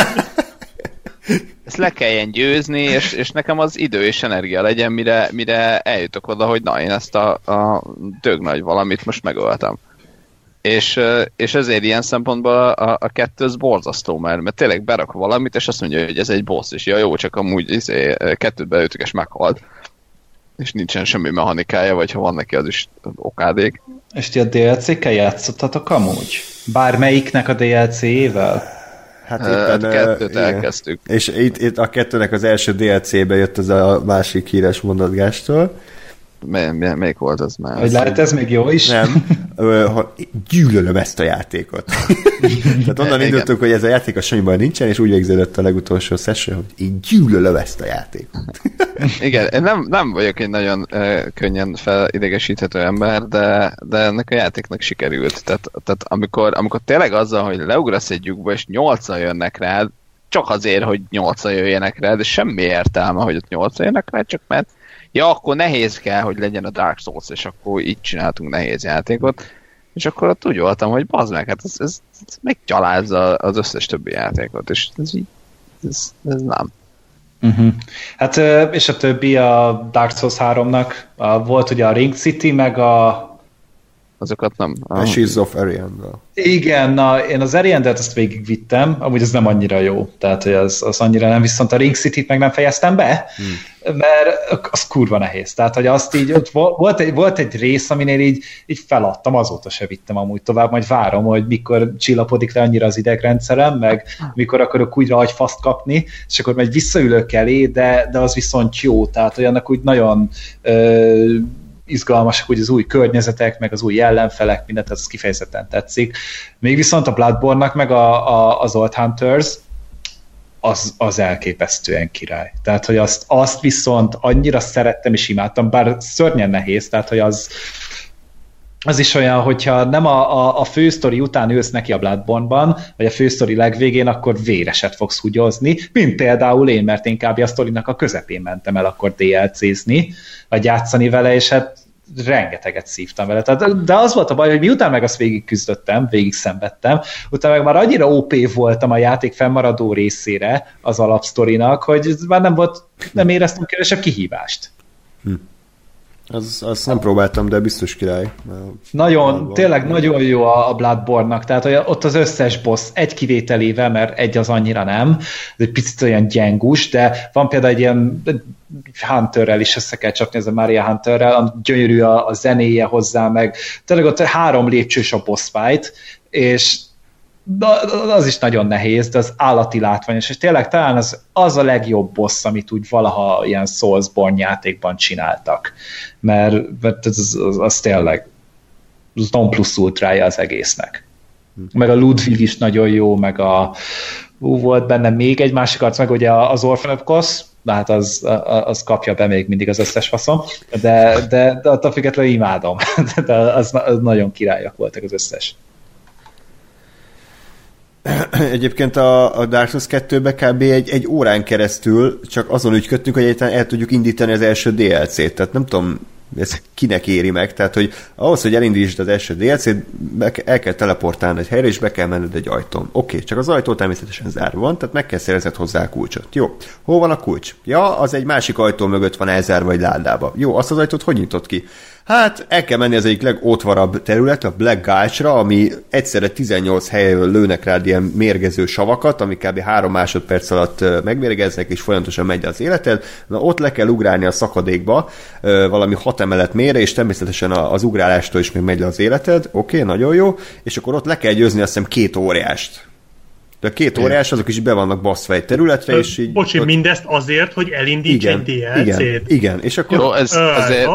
ezt le kelljen győzni, és nekem az idő és energia legyen, mire eljutok oda, hogy na, én ezt a dög nagy valamit most megöltem. És ezért ilyen szempontból a kettő az borzasztó, mert tényleg berak valamit, és azt mondja, hogy ez egy boss, és ja, jó, csak amúgy kettőt beütök, és meghalt. És nincsen semmi mechanikája, vagy ha van neki, az is okádék. És ti a DLC-kkel játszottatok amúgy? Bármelyiknek a DLC-ével? Hát éppen, kettőt elkezdtük. És itt a kettőnek az első DLC-be jött ez a másik híres mondatgástól. Melyik volt az már? Hogy lehet ez még jó is? Nem. Gyűlölöm ezt a játékot. Tehát onnan indultunk, hogy ez a játék a semmiben nincsen, és úgy végződött a legutolsó session, hogy én gyűlölöm ezt a játékot. Igen, én nem vagyok egy nagyon könnyen felidegesíthető ember, de ennek a játéknak sikerült. Tehát amikor tényleg azzal, hogy leugrasz egy lyukba, és 8-an jönnek rád, csak azért, hogy 8-an jöjjenek rád, és semmi értelme, hogy ott 8-an jönnek rád, csak mert ja, akkor nehéz kell, hogy legyen a Dark Souls, és akkor így csináltunk nehéz játékot, és akkor ott úgy voltam, hogy bazd meg, hát ez meggyalázza az összes többi játékot, és ez nem. Uh-huh. Hát, és a többi a Dark Souls 3-nak volt ugye a Ring City, meg azokat nem. Ashes of Ariandel. Igen, én az Ariandelt azt végigvittem, amúgy ez nem annyira jó, tehát hogy az annyira nem, viszont a Ring City-t meg nem fejeztem be, mert az kurva nehéz, tehát hogy azt így, ott volt egy rész, aminél így feladtam, azóta se vittem amúgy tovább, majd várom, hogy mikor csillapodik le annyira az idegrendszerem, meg mikor akarok újra agyfaszt kapni, és akkor majd visszaülök elé, de az viszont jó, tehát hogy annak úgy nagyon izgalmasak úgy az új környezetek, meg az új ellenfelek, mindent, ez kifejezetten tetszik. Még viszont a Bloodborne-nak, meg az Old Hunters, az elképesztően király. Tehát, hogy azt viszont annyira szerettem és imádtam, bár szörnyen nehéz, tehát, hogy az is olyan, hogyha nem a fősztori után ülsz neki a Bloodborne-ban, vagy a fősztori legvégén, akkor véreset fogsz húgyozni, mint például én, mert én kb. A sztorinak a közepén mentem el akkor DLC-zni, vagy játszani vele, és hát rengeteget szívtam vele. De az volt a baj, hogy miután meg azt végig küzdöttem, végig szenvedtem, utána meg már annyira OP voltam a játék fennmaradó részére az alapsztorinak, hogy már nem éreztem kevesebb kihívást. Azt nem próbáltam, de biztos király. Nagyon, tényleg nagyon jó a Bloodborne-nak, tehát hogy ott az összes boss egy kivételével, mert egy az annyira nem, egy picit olyan gyengus, de van például egy ilyen Hunterrel is össze kell csapni, ez a Maria Hunterrel, gyönyörű a zenéje hozzá, meg tényleg ott 3 lépcsős a boss fight, és az is nagyon nehéz, de az állati látványos, és tényleg talán az a legjobb boss, amit úgy valaha ilyen Soulsborne játékban csináltak, mert az tényleg az non plus ultrája az egésznek. Meg a Ludwig is nagyon jó, meg volt benne még egy másik arc, meg ugye az Orphan of Kos, hát az kapja be még mindig az összes faszom, de attól függetlenül imádom. De az nagyon királyak voltak az összes. Egyébként a Dark Souls 2-be kb. egy órán keresztül csak azon ügyködtünk, hogy egyáltalán el tudjuk indítani az első DLC-t. Tehát nem tudom, ez kinek éri meg. Tehát, hogy ahhoz, hogy elindítsd az első DLC-t, el kell teleportálni egy helyre, és be kell menned egy ajtón. Oké, csak az ajtó természetesen zárva van, tehát meg kell szerezned hozzá a kulcsot. Jó, hol van a kulcs? Ja, az egy másik ajtó mögött van elzárva egy ládába. Jó, azt az ajtót hogy nyitott ki? Hát el kell menni az egyik legótvarabb terület, a Black Gulch-ra, ami egyszerre 18 helyről lőnek rád ilyen mérgező savakat, ami kb. 3 másodperc alatt megmérgeznek, és folyamatosan megy az életed. Na, ott le kell ugrálni a szakadékba, valami 6 emelet mélyre, és természetesen az ugrálástól is még megy le az életed. Oké, nagyon jó. És akkor ott le kell győzni azt hiszem 2 óriást. De a 2 óriás, azok is be vannak baszva egy területre, és így... Bocsi, mindezt azért, hogy elindíts egy DLC-t. Igen, és akkor... Jó, ez azért...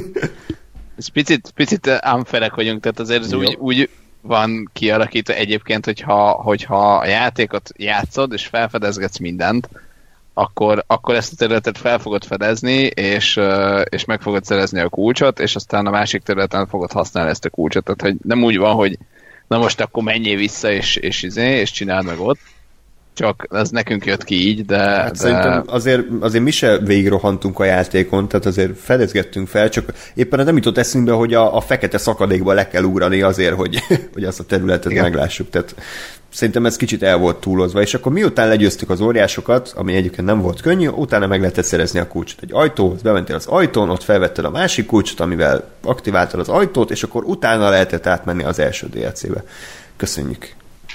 Ez picit unfairek vagyunk, tehát azért ez úgy van kialakítva egyébként, hogyha a játékot játszod, és felfedezgetsz mindent, akkor ezt a területet fel fogod fedezni, és meg fogod szerezni a kulcsot, és aztán a másik területen fogod használni ezt a kulcsot. Tehát hogy nem úgy van, hogy na most akkor menjél vissza, és csináld meg ott. Csak ez nekünk jött ki így, de... Szerintem azért mi se végigrohantunk a játékon, tehát azért fedezgettünk fel, csak éppen nem jutott eszünkbe, hogy a fekete szakadékba le kell ugrani azért, hogy azt a területet meglássuk. Tehát szerintem ez kicsit el volt túlozva, és akkor miután legyőztük az óriásokat, ami egyébként nem volt könnyű, utána meg lehetett szerezni a kulcsot. Egy ajtóhoz bementél az ajtón, ott felvetted a másik kulcsot, amivel aktiváltad az ajtót, és akkor utána lehetett átmenni az első DLC-be. Köszönjük!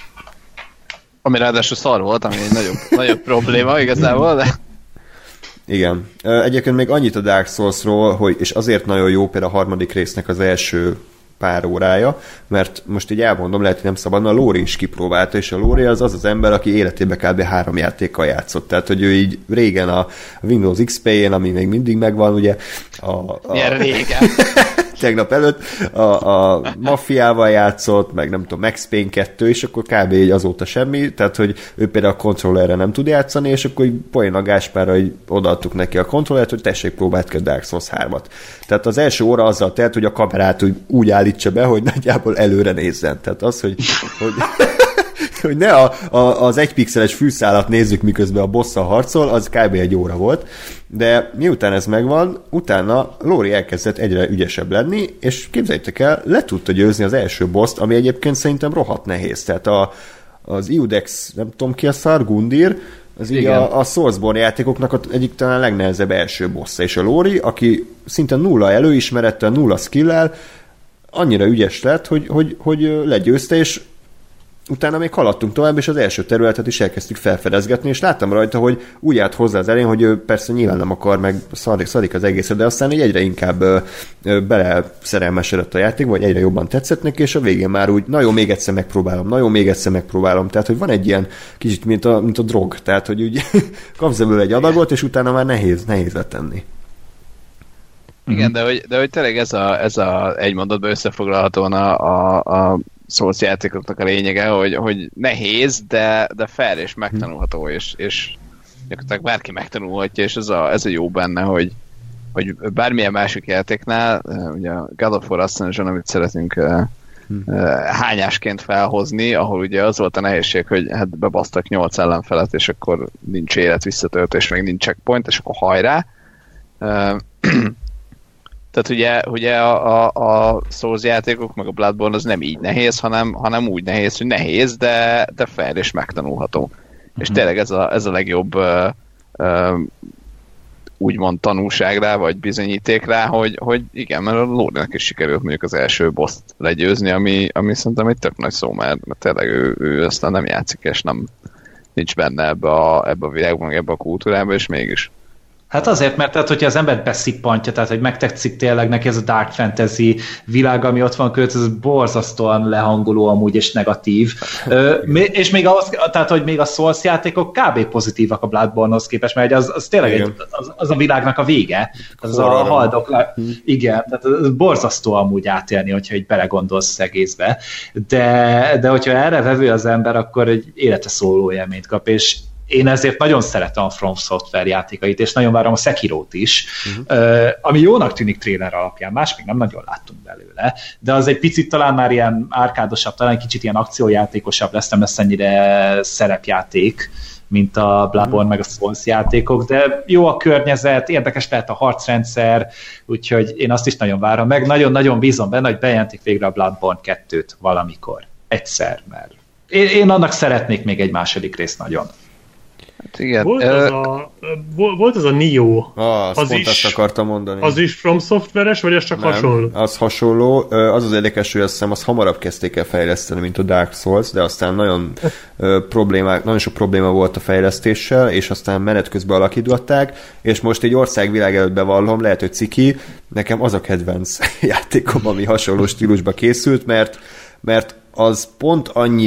Ami ráadásul szar volt, ami egy nagyobb probléma igazából, de... Igen. Egyébként még annyit a Dark Souls-ról, hogy, és azért nagyon jó például a harmadik résznek az első pár órája, mert most így elmondom, lehet, hogy nem szabadna, a Lóri is kipróbálta, és a Lóri az ember, aki életében kb. 3 játékkal játszott. Tehát, hogy ő így régen a Windows XP-jén, ami még mindig megvan, ugye... Milyen régen? Tegnap előtt a Maffiával játszott, meg nem tudom, Max Payne 2, és akkor kb. Így azóta semmi, tehát, hogy ő például a kontrollerre nem tud játszani, és akkor poén a Gáspárra, hogy odaadtuk neki a kontrollert, hogy tessék, próbáld ki a Dark Souls 3-at. Tehát az első óra azzal telt, hogy a kamerát úgy állítsa be, hogy nagyjából előre nézzen. Tehát az, hogy ne az 1 pixeles fűszálat nézzük, miközben a bosszal harcol, az kb. 1 óra volt, de miután ez megvan, utána Lóri elkezdett egyre ügyesebb lenni, és képzeljétek el, le tudta győzni az első boszt, ami egyébként szerintem rohadt nehéz. Tehát az Iudex, nem tudom ki a szar, Gundir, az így a Soulsborne játékoknak egyik talán legnehezebb első bossza, és a Lóri, aki szinte 0 előismerettel, 0 skill-el, annyira ügyes lett, hogy legyőzte, és utána még haladtunk tovább, és az első területet is elkezdtük felfedezgetni, és láttam rajta, hogy úgy állt hozzá az elején, hogy ő persze nyilván nem akar, meg szarik az egészet, de aztán így egyre inkább beleszerelmesedett a játék, vagy egyre jobban tetszett neki, és a végén már úgy, nagyon még egyszer megpróbálom, tehát, hogy van egy ilyen kicsit, mint a drog, tehát, hogy úgy kapsz ebből egy adagot, és utána már nehéz letenni. Igen, de hogy tényleg ez a egy mondatban összefoglalhatóan a Souls játékoknak a lényege, hogy nehéz, de fair és megtanulható, és gyakorlatilag bárki megtanulhatja, és ez a jó benne, hogy bármilyen másik játéknál, ugye a God of War Ascension, amit szeretünk hányásként felhozni, ahol ugye az volt a nehézség, hogy hát bebasztak 8 ellenfelet, és akkor nincs élet visszatöltés, meg nincs checkpoint, és akkor hajrá. Tehát ugye a Souls játékok, meg a Bloodborne az nem így nehéz, hanem úgy nehéz, hogy nehéz, de fair és megtanulható. És tényleg ez a legjobb úgymond tanulság rá, vagy bizonyíték rá, hogy igen, mert a Lórinak is sikerült mondjuk az első boss-t legyőzni, ami szerintem egy tök nagy szó, mert tényleg ő aztán nem játszik, és nincs benne ebbe a világban, ebbe a kultúrába, és mégis. Hát azért, mert tehát, hogyha az embert beszippantja, tehát, hogy megtetszik tényleg neki ez a dark fantasy világ, ami ott van között, ez borzasztóan lehangoló amúgy, és negatív. És még tehát, hogy még a Souls játékok kb. Pozitívak a Bloodborne-hoz képest, mert az tényleg az a világnak a vége. Az a haldok. Igen, tehát ez borzasztó amúgy átélni, hogyha így belegondolsz az egészbe. De hogyha erre vevő az ember, akkor egy élete szóló élményt kap, és én ezért nagyon szeretem a From Software játékait, és nagyon várom a Sekirót is, ami jónak tűnik trailer alapján, más még nem nagyon láttunk belőle, de az egy picit talán már ilyen árkádosabb, talán kicsit ilyen akciójátékosabb lesz, nem lesz ennyire szerepjáték, mint a Bloodborne meg a Souls játékok, de jó a környezet, érdekes lehet a harcrendszer, úgyhogy én azt is nagyon várom, meg nagyon-nagyon bízom benne, hogy bejelentik végre a Bloodborne 2-t valamikor. Egyszer, mert én annak szeretnék még egy második részt nagyon. Hát igen. Volt az a Nioh. Az pont ezt akartam mondani. Az is From Software-es, vagy ez csak nem, hasonló? Az hasonló. Az érdekes, hogy azt hiszem, azt hamarabb kezdték el fejleszteni, mint a Dark Souls, de aztán nagyon sok probléma volt a fejlesztéssel, és aztán menet közben alakítgatták, és most egy országvilág előtt bevallom, lehet, hogy ciki, nekem az a kedvenc játékom, ami hasonló stílusba készült, mert az pont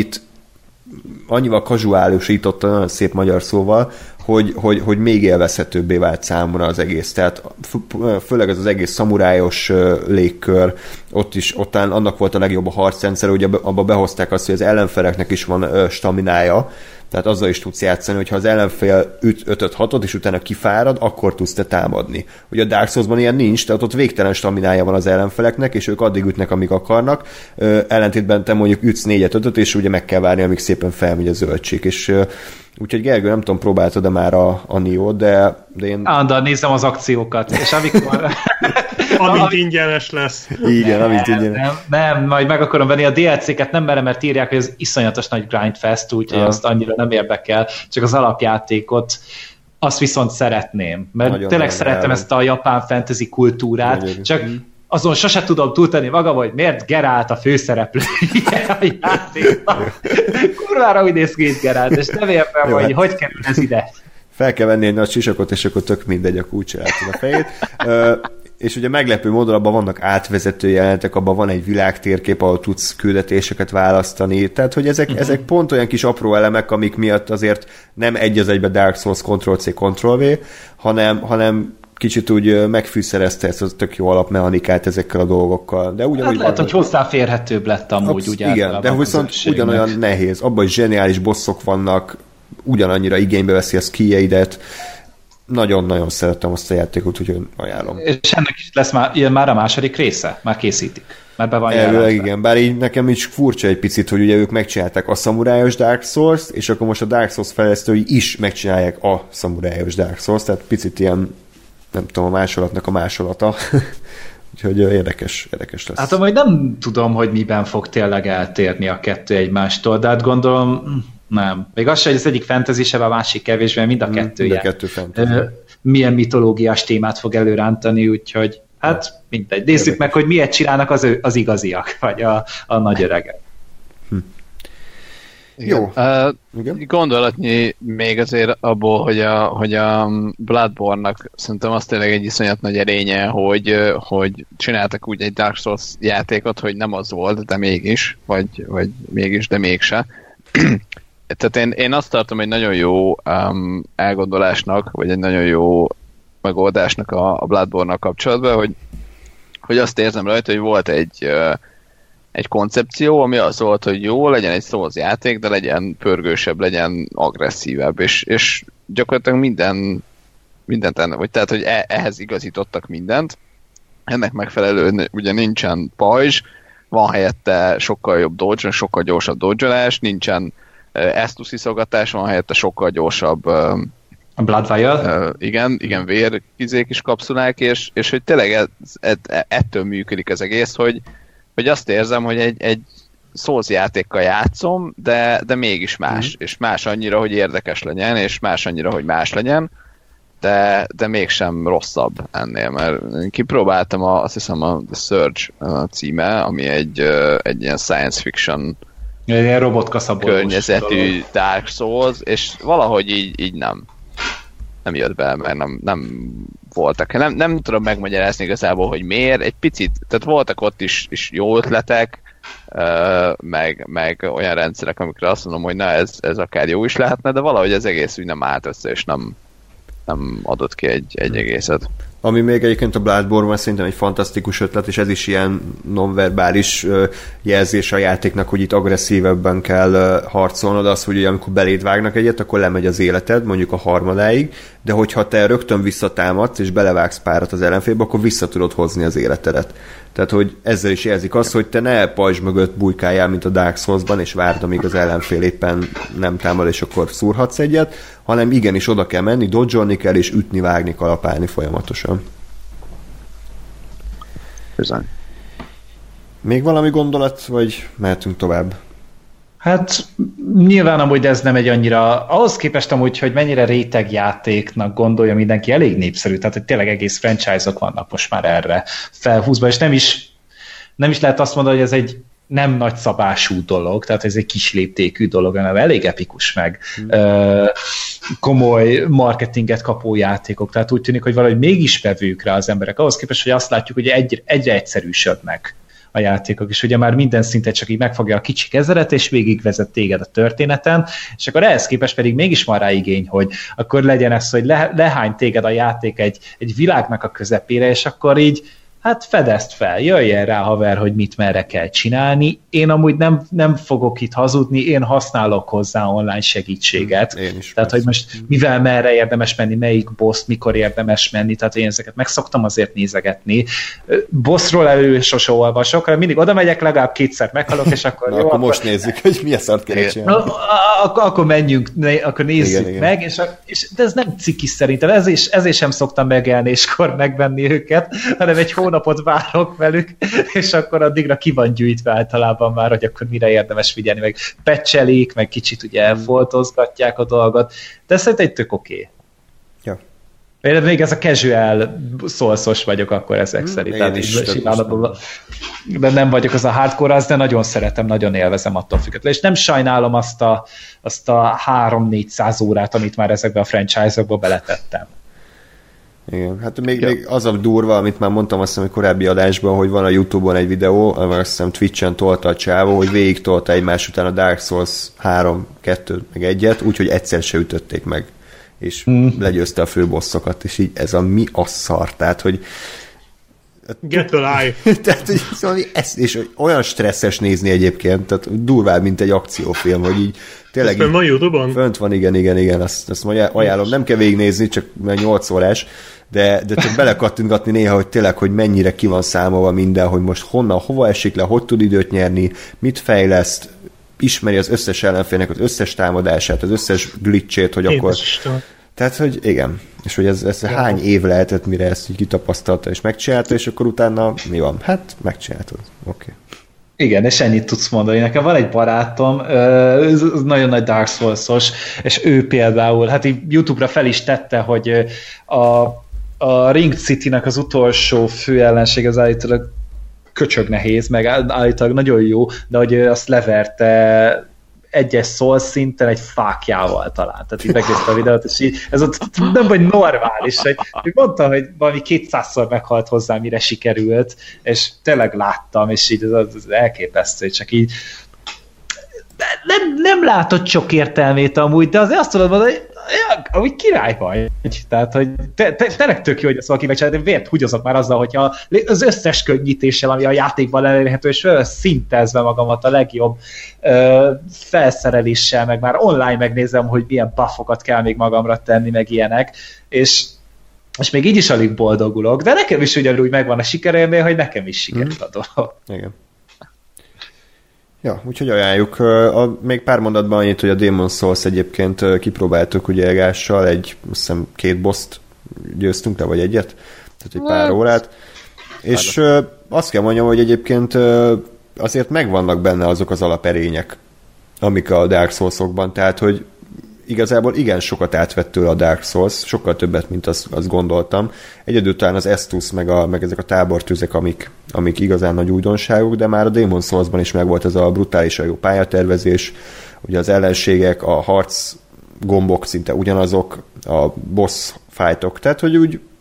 annyival casuálisította, nagyon szép magyar szóval, hogy még élvezhetőbbé vált számomra az egész. Tehát főleg az egész szamurájos légkör, ott annak volt a legjobb a harcrendszer, ugye abba behozták azt, hogy az ellenfeleknek is van staminája, tehát azzal is tudsz játszani, hogyha az ellenfél üt 5-6-ot, és utána kifárad, akkor tudsz te támadni. Ugye a Dark Souls-ban ilyen nincs, tehát ott végtelen staminája van az ellenfeleknek, és ők addig ütnek, amíg akarnak. Ellentétben te mondjuk ütsz 4-5-öt, és ugye meg kell várni, amíg szépen felmegy a zöldség. És úgyhogy Gergő, nem tudom, próbáltad-e már a Nioh-t, de én... de nézem az akciókat, és amikor... amint ingyenes lesz. Igen, amint ingyenes. Nem, majd meg akarom venni a DLC-ket, nem merem, mert írják, hogy ez iszonyatos nagy grindfest, úgyhogy azt annyira nem érdekel, csak az alapjátékot azt viszont szeretném, mert nagyon tényleg szeretem ezt a japán fantasy kultúrát, nagyon csak azon sose tudom túltenni magam, hogy miért Geralt a főszereplője a játéknak. Kurvára úgy néz ki Geralt, és nem értem, hogy kerül ez ide. Fel kell venni egy nagy sisakot, és akkor tök mindegy, a kulcs látod a fejét. És ugye meglepő módon abban vannak átvezető jelentek, abban van egy világtérkép, ahol tudsz küldetéseket választani, tehát hogy ezek pont olyan kis apró elemek, amik miatt azért nem egy az egybe Dark Souls Ctrl-C, Ctrl-V, hanem kicsit úgy megfűszerezte ezt a tök jó alapmechanikát ezekkel a dolgokkal. De ugyanúgy lehet, hogy hozzáférhetőbb lett amúgy. Igen, de viszont ugyanolyan nehéz. Abban is zseniális bosszok vannak, ugyanannyira igénybe veszi a skijeidet. Nagyon-nagyon szerettem azt a játékot, úgyhogy ajánlom. És ennek is lesz már a második része? Már készítik? Már be van jelentve. Igen, bár így nekem is furcsa egy picit, hogy ugye ők megcsinálták a szamurájos Dark Souls-t, és akkor most a Dark Souls fejlesztői is megcsinálják a szamurájos Dark Souls, tehát picit ilyen, nem tudom, a másolatnak a másolata. Úgyhogy érdekes lesz. Hát amúgy nem tudom, hogy miben fog tényleg eltérni a kettő egymástól, de hát gondolom nem. Még az sem, hogy az egyik fantasy-sebb, a másik kevésbé, mind a kettő ilyen. Kettő fantasy. Milyen mitológiás témát fog előrántani, úgyhogy hát mindegy. Nézzük meg, hogy miért csinálnak az igaziak, vagy a nagy öregek. Jó. Gondolatnyi még azért abból, hogy a Bloodborne-nak szerintem az tényleg egy iszonyat nagy erénye, hogy csináltak úgy egy Dark Souls játékot, hogy nem az volt, de mégis, vagy mégis, de mégse. Tehát én azt tartom egy nagyon jó elgondolásnak, vagy egy nagyon jó megoldásnak a Bloodborne-nal kapcsolatban, hogy azt érzem rajta, hogy volt egy koncepció, ami az volt, hogy jó, legyen egy Souls játék, de legyen pörgősebb, legyen agresszívebb, és gyakorlatilag mindent ennek, vagy tehát, hogy ehhez igazítottak mindent. Ennek megfelelően ugye nincsen pajzs, van helyette sokkal jobb dodge, sokkal gyorsabb dodge-olás, nincsen esztusziszolgatás, van helyette sokkal gyorsabb a Bloodwire? Igen, vérkizék is kapszulák, és hogy tényleg ettől működik az egész, hogy azt érzem, hogy egy Souls játékkal játszom, de mégis más. És más annyira, hogy érdekes legyen, és más annyira, hogy más legyen, de mégsem rosszabb ennél, mert kipróbáltam azt hiszem a The Surge címe, ami egy ilyen science fiction ilyen robotkaszabolós környezetű Dark Souls, és valahogy így nem jött be, mert nem voltak. Nem tudom megmagyarázni igazából, hogy miért. Egy picit, tehát voltak ott is jó ötletek, meg olyan rendszerek, amikre azt mondom, hogy na ez akár jó is lehetne, de valahogy az egész úgy nem állt össze, és nem adott ki egy egészet. Ami még egyébként a Bloodborne-ban szerintem egy fantasztikus ötlet, és ez is ilyen nonverbális jelzés a játéknak, hogy itt agresszívebben kell harcolnod, az, hogy amikor beléd vágnak egyet, akkor lemegy az életed, mondjuk a harmadáig, de hogyha te rögtön visszatámadsz, és belevágsz párat az ellenfélbe, akkor vissza tudod hozni az életedet. Tehát, hogy ezzel is jelzik azt, hogy te ne pajzs mögött bujkáljál, mint a Dark Souls-ban, és várd, amíg az ellenfél éppen nem támad, és akkor szúrhatsz egyet, hanem igenis oda kell menni, dodge-olni kell, és ütni, vágni, kalapálni folyamatosan. Bizony. Még valami gondolat, vagy mehetünk tovább? Hát nyilván amúgy ez nem egy annyira, ahhoz képest amúgy, hogy mennyire rétegjátéknak gondolja mindenki, elég népszerű, tehát hogy tényleg egész franchise-ok vannak most már erre felhúzva, és nem is lehet azt mondani, hogy ez egy nem nagyszabású dolog, tehát ez egy kis léptékű dolog, hanem elég epikus meg komoly marketinget kapó játékok, tehát úgy tűnik, hogy valahogy mégis vevők rá az emberek, ahhoz képest, hogy azt látjuk, hogy egyre egyszerűsödnek a játékok, és ugye már minden szinten csak így megfogja a kicsi kezelet, és végigvezet téged a történeten, és akkor ehhez képest pedig mégis van rá igény, hogy akkor legyen ez, hogy lehány téged a játék egy világnak a közepére, és akkor így hát fedezd fel, jöjjön rá haver, hogy mit merre kell csinálni. Én amúgy nem fogok itt hazudni, én használok hozzá online segítséget. Tehát, hogy most mivel merre érdemes menni, melyik boss, mikor érdemes menni, tehát én ezeket meg szoktam azért nézegetni. Bossról elő sose olvasok, hanem mindig oda megyek, legalább kétszer meghalok, és akkor jó. Akkor most nézzük, hogy mi a szart kell csinálni. Akkor menjünk, akkor nézzük igen, meg, de ez nem ciki szerintem, ezért sem szoktam megjelenéskkor megvenni őket, hanem egy hónapot várok velük, és akkor addigra ki van gyűjtve általában már, hogy akkor mire érdemes figyelni, meg patchelik, meg kicsit ugye elfoltozgatják a dolgot, de szerintem egy tök oké. Ja. Én még ez a casual szolszos vagyok akkor ezek szerint. Én is. De nem vagyok az a hardcore, az, de nagyon szeretem, nagyon élvezem attól függetlenül. És nem sajnálom azt a 3-400 órát, amit már ezekbe a franchise-okba beletettem. Igen, hát még az a durva, amit már mondtam azt hiszem a korábbi adásban, hogy van a YouTube-on egy videó, azt hiszem Twitch-en tolta a csávó, hogy végig tolta egymás után a Dark Souls 3, 2, meg 1-et, úgyhogy egyszer se ütötték meg, és legyőzte a főbosszokat, és így ez a mi a szar, tehát, hogy get alive! Tehát, hogy szóval és olyan stresszes nézni egyébként, tehát durvább, mint egy akciófilm, hogy így tényleg... Ez fönn van YouTube-on? Fönt van, igen, azt ajánlom, nem kell végignézni, csak 8 órás, de csak belekattintgatni néha, hogy tényleg, hogy mennyire ki van számolva minden, hogy most honnan, hova esik le, hogy tud időt nyerni, mit fejleszt, ismeri az összes ellenfélnek az összes támadását, az összes glitchét, hogy akkor... Tehát, hogy igen. És hogy ez hány év lehetett, mire ezt így kitapasztalta és megcsinálta, és akkor utána mi van? Hát megcsináltad. Oké. Igen, és ennyit tudsz mondani. Nekem van egy barátom, nagyon nagy Dark Souls-os, és ő például, hát így YouTube-ra fel is tette, hogy a Ring City-nek az utolsó fő ellenség az állítólag köcsög nehéz, meg állítólag nagyon jó, de hogy azt leverte egyes Souls szinten egy fákjával talán. Tehát így megnézte a videót, és így ez ott nem vagy normális. Hogy mondta, hogy valami 200-szor meghalt hozzá, mire sikerült, és tényleg láttam, és így az elképesztő, csak így nem látott sok értelmét amúgy, de azért azt tudod mondani, hogy amúgy király vagy. Tehát, hogy tényleg tök jó, hogy ezt valaki megcsinálja, de vért húgyozok már azzal, hogyha az összes könnyítéssel, ami a játékban elérhető, és szintezve magamat a legjobb felszereléssel, meg már online megnézem, hogy milyen buffokat kell még magamra tenni, meg ilyenek, és még így is alig boldogulok, de nekem is ugyanúgy megvan a sikerélmény, hogy nekem is sikerült a dolog. Igen. Ja, úgyhogy ajánljuk. Még pár mondatban annyit, hogy a Demon's Souls egyébként kipróbáltuk ugye Egással, azt hiszem 2 boszt győztünk le, vagy egyet, tehát egy pár órát. És azt kell mondjam, hogy egyébként azért megvannak benne azok az alaperények, amik a Dark Souls-okban, tehát hogy igazából igen sokat átvett tőle a Dark Souls, sokkal többet, mint azt gondoltam. Egyedül talán az Estus, meg ezek a tábortüzek, amik igazán nagy újdonságok, de már a Demon's Souls-ban is megvolt ez a brutálisan jó pályatervezés, ugye az ellenségek, a harc gombok szinte ugyanazok, a boss fightok, tehát hogy úgy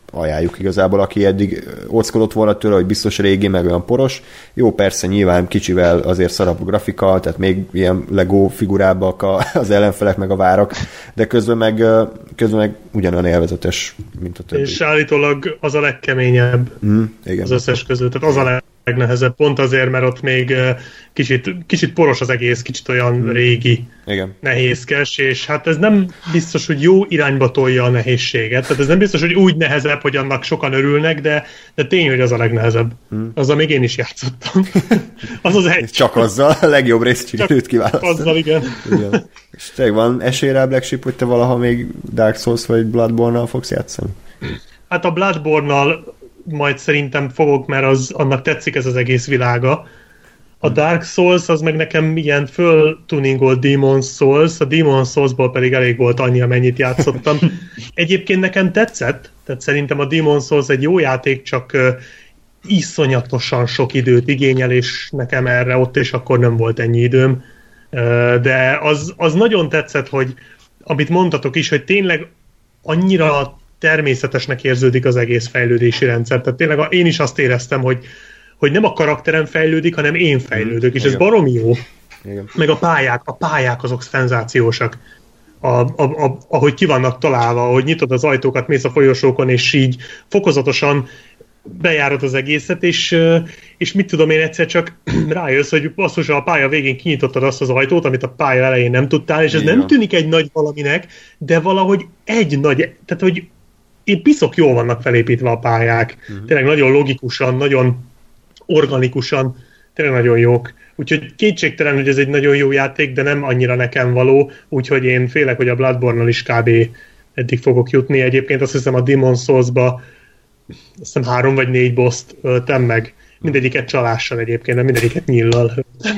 ajánljuk igazából, aki eddig óckodott volna tőle, hogy biztos régi, meg olyan poros. Jó, persze nyilván kicsivel azért szarabb a grafika, tehát még ilyen Lego figurábbak az ellenfelek, meg a várak, de közben meg ugyanolyan élvezetes, mint a többi. És állítólag az a legkeményebb igen. Az összes közül, tehát az a legnehezebb, pont azért, mert ott még kicsit poros az egész, kicsit olyan régi, igen. Nehézkes, és hát ez nem biztos, hogy jó irányba tolja a nehézséget, tehát ez nem biztos, hogy úgy nehezebb, hogy annak sokan örülnek, de tény, hogy az a legnehezebb. Azzal még én is játszottam. Az egy. Csak azzal, a legjobb részt sikerült kiválasztani. Azzal, igen. És tényleg van esély rá, Black Sheep, hogy te valaha még Dark Souls vagy Bloodborne-nal fogsz játszani? Hát a Bloodborne-nal majd szerintem fogok, mert annak tetszik ez az egész világa. A Dark Souls az meg nekem ilyen föltuningolt Demon's Souls, a Demon's Soulsból pedig elég volt annyi, amennyit játszottam. Egyébként nekem tetszett, tehát szerintem a Demon's Souls egy jó játék, csak iszonyatosan sok időt igényel, és nekem erre ott és akkor nem volt ennyi időm. De az nagyon tetszett, hogy amit mondtatok is, hogy tényleg annyira természetesnek érződik az egész fejlődési rendszer. Tehát tényleg én is azt éreztem, hogy nem a karakterem fejlődik, hanem én fejlődök, és ez baromi jó. Igen. Meg a pályák azok szenzációsak. Ahogy ki vannak találva, ahogy nyitod az ajtókat, mész a folyosókon, és így fokozatosan bejárod az egészet, és mit tudom én, egyszer csak rájössz, hogy basszus, a pálya végén kinyitottad azt az ajtót, amit a pálya elején nem tudtál, és ez nem tűnik egy nagy valaminek, de valahogy egy nagy, tehát hogy én piszok jól vannak felépítve a pályák. Tényleg nagyon logikusan, nagyon organikusan, tényleg nagyon jók. Úgyhogy kétségtelen, hogy ez egy nagyon jó játék, de nem annyira nekem való, úgyhogy én félek, hogy a Bloodborne-nal is kb. Eddig fogok jutni. Egyébként azt hiszem a Demon's Souls-ba 3 vagy 4 bosst öltem meg. Mindegyiket csalással egyébként, de mindegyiket nyíllal.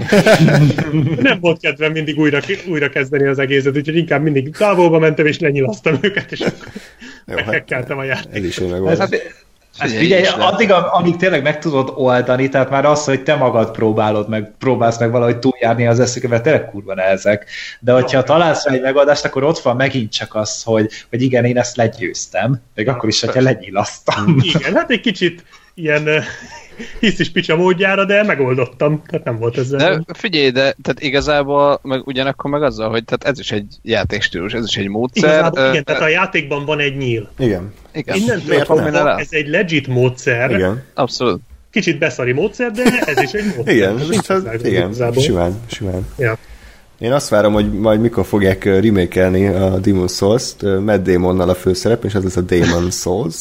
Nem volt kedvem mindig újra kezdeni az egészet, úgyhogy inkább mindig távolba mentem és lenyilaztam őket, és meghekkeltem a játékot. Ez is jó Hát figyelj, addig, amíg tényleg meg tudod oldani, tehát már az, hogy te magad próbálsz meg valahogy túljárni az eszüket, tényleg kurva nehezek. De hogyha találsz rá egy megoldást, akkor ott van megint csak az, hogy igen, én ezt legyőztem, még akkor is, hogyha lenyilasztam. Igen, hát egy kicsit ilyen hisz is picsa módjára, de megoldottam, tehát nem volt ezzel. De figyelj, de tehát igazából meg ugyanakkor meg azzal, hogy tehát ez is egy játékstílus, ez is egy módszer. Igazából igen, tehát a játékban van egy nyíl. Igen. Innentől fogva ez egy legit módszer. Igen. Abszolút. Kicsit beszari módszer, de ez is egy módszer. Igen, simán. Ja. Én azt várom, hogy majd mikor fogják remake-elni a Demon's Souls-t, Matt Damonnal a főszerep, és ez lesz a Demon's Souls.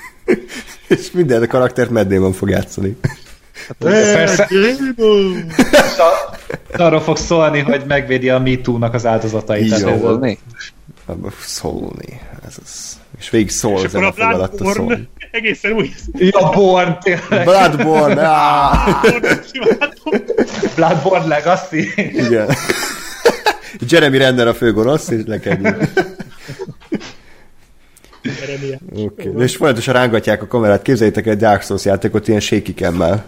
És minden karaktert Matt Damon fog játszani. Persze. Arról fog szólni, hogy megvédi a MeToo-nak az áldozatait. Szólni. Ez az. És végig szól ezen a fog alatt szólni. Egészen új. Ja, Born, tényleg. Bloodborne, Bloodborne Legacy. Igen. Jeremy Renner a főgonosz, és lekegyünk. Okay. És folyamatosan rángatják a kamerát. Képzeljétek egy Dark Souls játékot ilyen shaky cam-mel.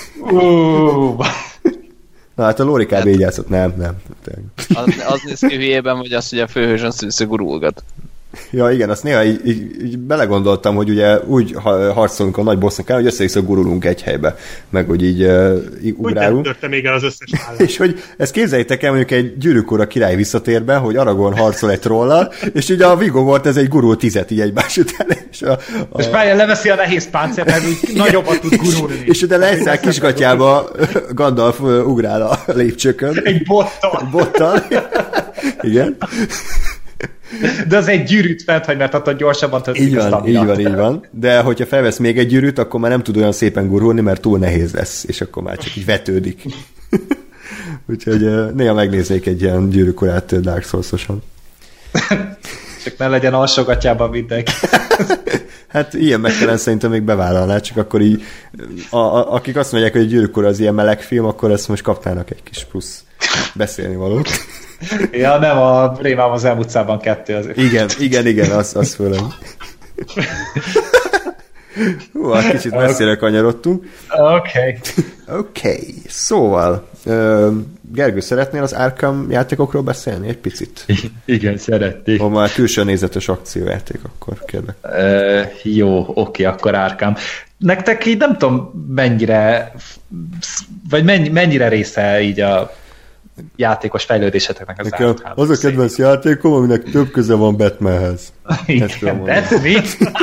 Na hát a Lori kb. Így játszott. Nem. Az néz ki hülyében, vagy az, hogy a főhős össze gurulgat. Ja, igen, azt néha így belegondoltam, hogy ugye úgy harcolunk a nagy bossnak el, hogy össze-vissza gurulunk egy helybe, meg hogy így ugrálunk. Hogy nem még el az összes állat. És hogy ezt képzeljétek el mondjuk egy Gyűrűk Ura király visszatérben, hogy Aragorn harcol egy trollal, és ugye a Viggo volt ez egy gurul 10 így egymás után. És Brian leveszi a nehéz páncélt, mert úgy nagyobbat tud gurulni. És ugye leszáll kisgatyába Gandalf ugrál a lépcsőkön. Egy bottal. Igen. De az egy gyűrűt fenthagy, mert attól gyorsabban töltik a stamina. Így van. De hogyha felvesz még egy gyűrűt, akkor már nem tud olyan szépen gurulni, mert túl nehéz lesz, és akkor már csak így vetődik. Úgyhogy néha megnéznék egy ilyen Gyűrűk Urát Dark Souls-osan. Csak ne legyen alsógatjában mindenki. Hát ilyen megtelen szerintem még bevállalná, csak akkor így akik azt mondják, hogy a Gyűrűk Ura az ilyen meleg film, akkor ezt most kapnának egy kis plusz beszélni valót. Ja, nem, a Rémám az Elm utcában 2 azért. Igen, az főleg. Hú, kicsit messzire kanyarodtunk. Oké. Oké, szóval Gergő, szeretnél az Arkham játékokról beszélni egy picit? Igen, szeretnék. Ha már külső nézetes akciójáték, akkor kérlek. Jó, oké, akkor Arkham. Nektek így nem tudom mennyire, vagy mennyire része így a játékos fejlődéseteknek az Arkham. Az a kedvenc játékom, aminek több köze van Batmanhez. Igen, that's me.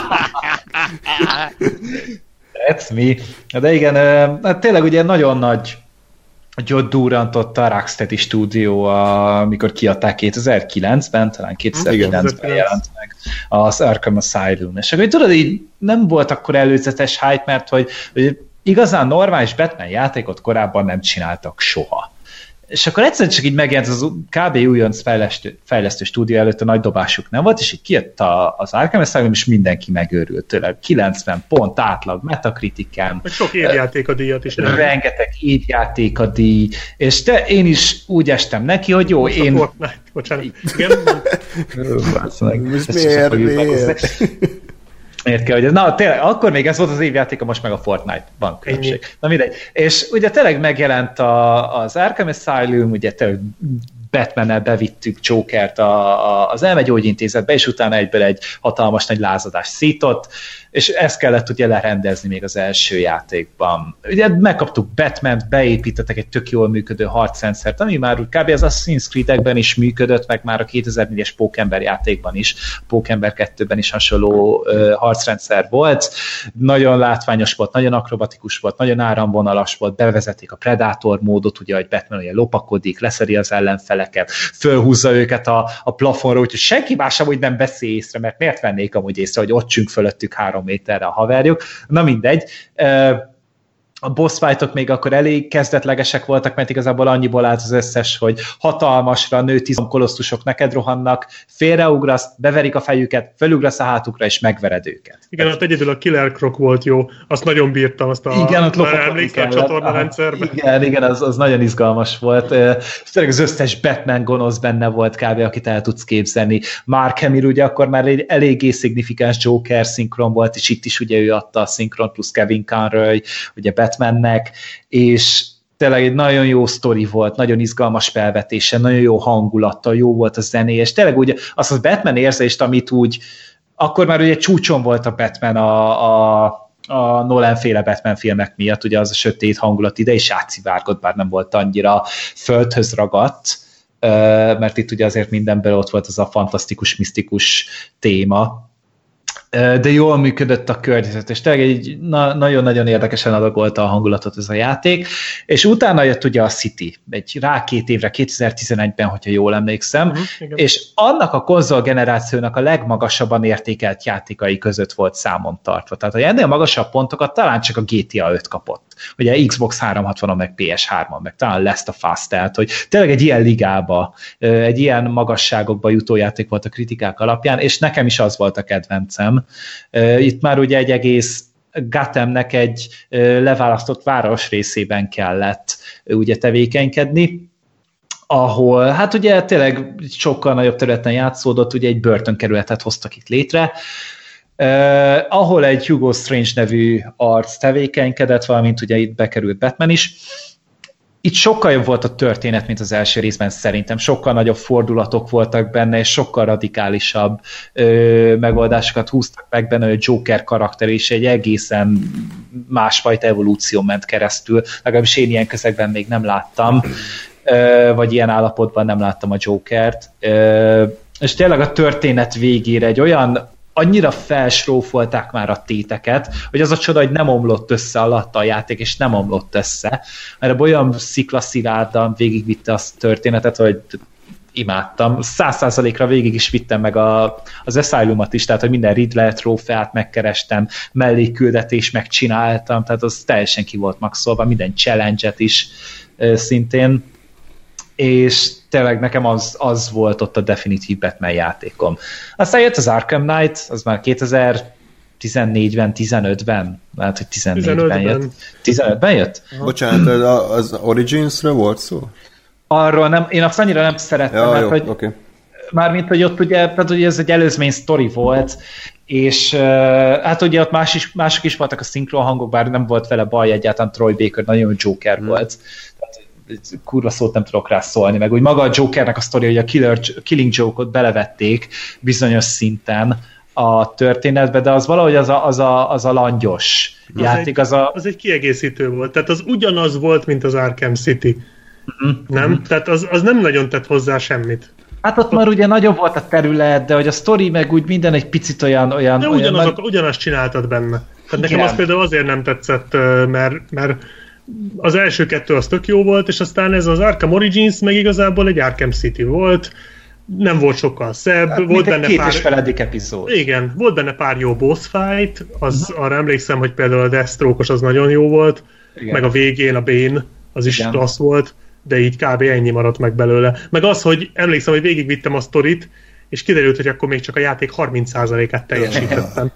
That's me. De igen, hát tényleg ugye nagyon nagy durrantott a Rocksteady stúdió, amikor kiadták 2009-ben, talán 2009-ben jelent meg az Arkham Asylum. És akkor tudod, így nem volt akkor előzetes hype, mert hogy igazán normális Batman játékot korábban nem csináltak soha. És akkor egyszerűen csak így megjelent az kb. Újonc fejlesztő stúdió előtt a nagy dobásuk nem volt, és így kijött az Arkham Asylum, és mindenki megőrült tőle. 90 pont átlag, Metacritiken. Sok évjáték a díjat is. Rengeteg évjáték a díj, és én is úgy estem neki, hogy jó, most én... Fortnite, bocsánat. Igen? Most miért? Miért kell, hogy na tényleg, akkor még ez volt az évjátéka, most meg a Fortnite, van különbség. Na mindegy. És ugye tényleg megjelent az Arkham Asylum, ugye tényleg Batman-nel bevittük Jokert az elmegyógyintézetbe, és utána egyből egy hatalmas nagy lázadás szított, és ezt kellett ugye lerendezni még az első játékban. Ugye megkaptuk Batman-t, beépítettek egy tök jól működő harcrendszert, ami már kb. Az Assassin's Creed-ekben is működött, meg már a 2004-es Pókember játékban is, Pókember 2-ben is hasonló harcrendszer volt. Nagyon látványos volt, nagyon akrobatikus volt, nagyon áramvonalas volt, bevezették a Predator módot, ugye, hogy Batman ugye lopakodik, leszedi az ellenfeleket, fölhúzza őket a plafonra, úgyhogy senki más sem úgy nem veszi észre, mert miért vennék amúgy észre, hogy ott csünk fölöttük 3 méterre a haverjuk. Na mindegy. A boss fightok még akkor elég kezdetlegesek voltak, mert igazából annyiból állt az összes, hogy hatalmasra nő 10 kolosztusok neked rohannak, félreugrasz, beverik a fejüket, fölugrasz a hátukra, és megvered őket. Igen, ott egyedül a Killer Croc volt jó, azt nagyon bírtam, azt emlékszel a csatorna rendszerben. Igen, az nagyon izgalmas volt. Tényleg az összes Batman gonosz benne volt kb., akit el tudsz képzelni. Mark Hamill ugye akkor már egy eléggé szignifikáns Joker szinkron volt, és itt is ugye ő adta a szinkron, plusz Kevin Conroy, ugye Batmannek, és tényleg egy nagyon jó sztori volt, nagyon izgalmas felvetése, nagyon jó hangulattal, jó volt a zené, és tényleg úgy azt a Batman érzést, amit úgy, akkor már ugye csúcson volt a Batman a Nolan-féle Batman filmek miatt, ugye az a sötét hangulat ide is átszivárgott, bár nem volt annyira földhöz ragadt, mert itt ugye azért mindenből ott volt az a fantasztikus, misztikus téma, de jól működött a környezet, és tényleg egy nagyon-nagyon érdekesen adagolta a hangulatot ez a játék, és utána jött ugye a City, rá 2 évre, 2011-ben, hogyha jól emlékszem, és annak a konzol generációnak a legmagasabban értékelt játékai között volt számon tartva. Tehát ennél magasabb pontokat talán csak a GTA 5 kapott. Ugye Xbox 360-on, meg PS3-on, meg talán Last of Us, tehát hogy tényleg egy ilyen ligába, egy ilyen magasságokba jutó játék volt a kritikák alapján, és nekem is az volt a kedvencem. Itt már ugye egy egész Gothamnek egy leválasztott város részében kellett ugye tevékenykedni, ahol hát ugye tényleg sokkal nagyobb területen játszódott, ugye egy börtönkerületet hoztak itt létre, ahol egy Hugo Strange nevű arc tevékenykedett, valamint ugye itt bekerült Batman is. Itt sokkal jobb volt a történet, mint az első részben szerintem. Sokkal nagyobb fordulatok voltak benne, és sokkal radikálisabb megoldásokat húztak meg benne, hogy a Joker karakter is egy egészen másfajta evolúció ment keresztül. Legalábbis én ilyen közegben még nem láttam, vagy ilyen állapotban nem láttam a Jokert. És tényleg a történet végére egy olyan annyira felsrófolták már a téteket, hogy az a csoda, hogy nem omlott össze alatta a játék, és nem omlott össze, mert olyan sziklaszilárdan végigvitte a történetet, hogy imádtam. 100%-ra végig is vittem meg az Asylumot is, tehát hogy minden Riddler trófeát megkerestem, mellékküldetés megcsináltam, tehát az teljesen ki volt maxolva, minden challenge-et is szintén, és tényleg nekem az volt ott a definitív Batman játékom. Aztán jött az Arkham Knight, az már 2014-ben, 15-ben, lehet, hogy 14-ben jött. 15-ben jött? Bocsánat, az Origins-ről volt szó? Arról nem, én azt annyira nem szerettem, ja, mert jó, hogy okay. Mármint, hogy ott ugye, tehát ugye ez egy előzmény sztori volt, és hát ugye ott mások is voltak a szinkron hangok, bár nem volt vele baj egyáltalán, Troy Baker nagyon Joker volt. Tehát, kurva szót nem tudok rá szólni, meg úgy maga a Jokernek a sztoria, hogy a Killing Joke-ot belevették bizonyos szinten a történetbe, de az valahogy az a langyos játék. Az egy kiegészítő volt, tehát az ugyanaz volt, mint az Arkham City. Nem? Tehát az nem nagyon tett hozzá semmit. Hát ott már ugye nagyobb volt a terület, de hogy a sztori meg úgy minden egy picit olyan... De ugyanazt csináltad benne. Tehát nekem az például azért nem tetszett, mert az első kettő az tök jó volt, és aztán ez az Arkham Origins meg igazából egy Arkham City volt, nem volt sokkal szebb. Hát, volt benne pár epizód. Igen, volt benne pár jó boss fight, arra emlékszem, hogy például a Deathstroke-os az nagyon jó volt, igen. Meg a végén a Bane, az is klassz volt, de így kb. Ennyi maradt meg belőle. Meg az, hogy emlékszem, hogy végigvittem a sztorit, és kiderült, hogy akkor még csak a játék 30%-át teljesítettem.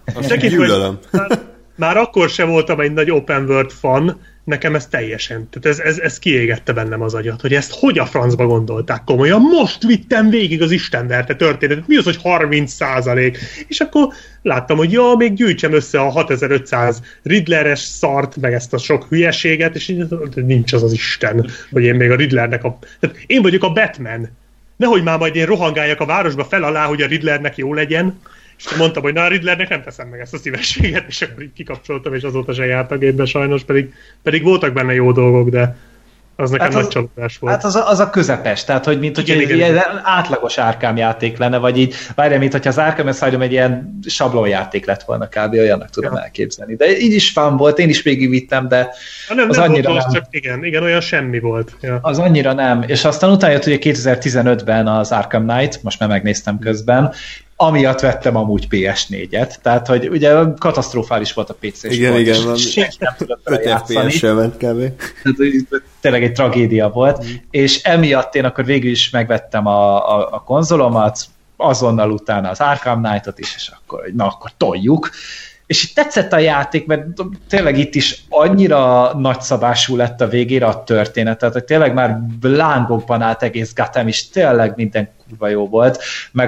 Már akkor se voltam egy nagy open world fan, nekem ez teljesen, tehát ez kiégette bennem az agyat, hogy ezt hogy a francba gondolták komolyan, most vittem végig az istenverte történetet, mi az, hogy 30%? És akkor láttam, hogy még gyűjtsem össze a 6500 Riddleres szart, meg ezt a sok hülyeséget, és nincs az Isten, hogy én még a Riddlernek tehát én vagyok a Batman. Nehogy már majd én rohangáljak a városba fel alá, hogy a Riddlernek jó legyen, és mondtam, hogy a Riddlernek nem teszem meg ezt a szívességet, és akkor így kikapcsoltam, és azóta se járt a gépbe sajnos, pedig voltak benne jó dolgok, de az nekem nagy csalódás volt. Hát az a közepes, tehát hogy mint hogy egy átlagos Arkham játék lenne, vagy így, várjál, mint hogyha az Arkham Asylum egy ilyen sablonjáték lett volna kb. Olyannak tudom elképzelni. De így is fun volt, én is végigvittem, de nem, az annyira volt, csak igen, olyan semmi volt. Ja. Az annyira nem, és aztán utána jött ugye 2015-ben az Arkham Knight, most már megnéztem közben, amiatt vettem amúgy PS4-et, tehát hogy ugye katasztrofális volt a PC-s igen, volt, igen, van. Nem tudott vele játszani. FPS-sel ment kb. Tényleg egy tragédia volt, és emiatt én akkor végül is megvettem a konzolomat, azonnal utána az Arkham Knight-ot is, és akkor, hogy na, akkor toljuk. És itt tetszett a játék, mert tényleg itt is annyira nagyszabású lett a végére a történet, tehát hogy tényleg már lángokban állt egész Gotham, és tényleg minden kurva jó volt, meg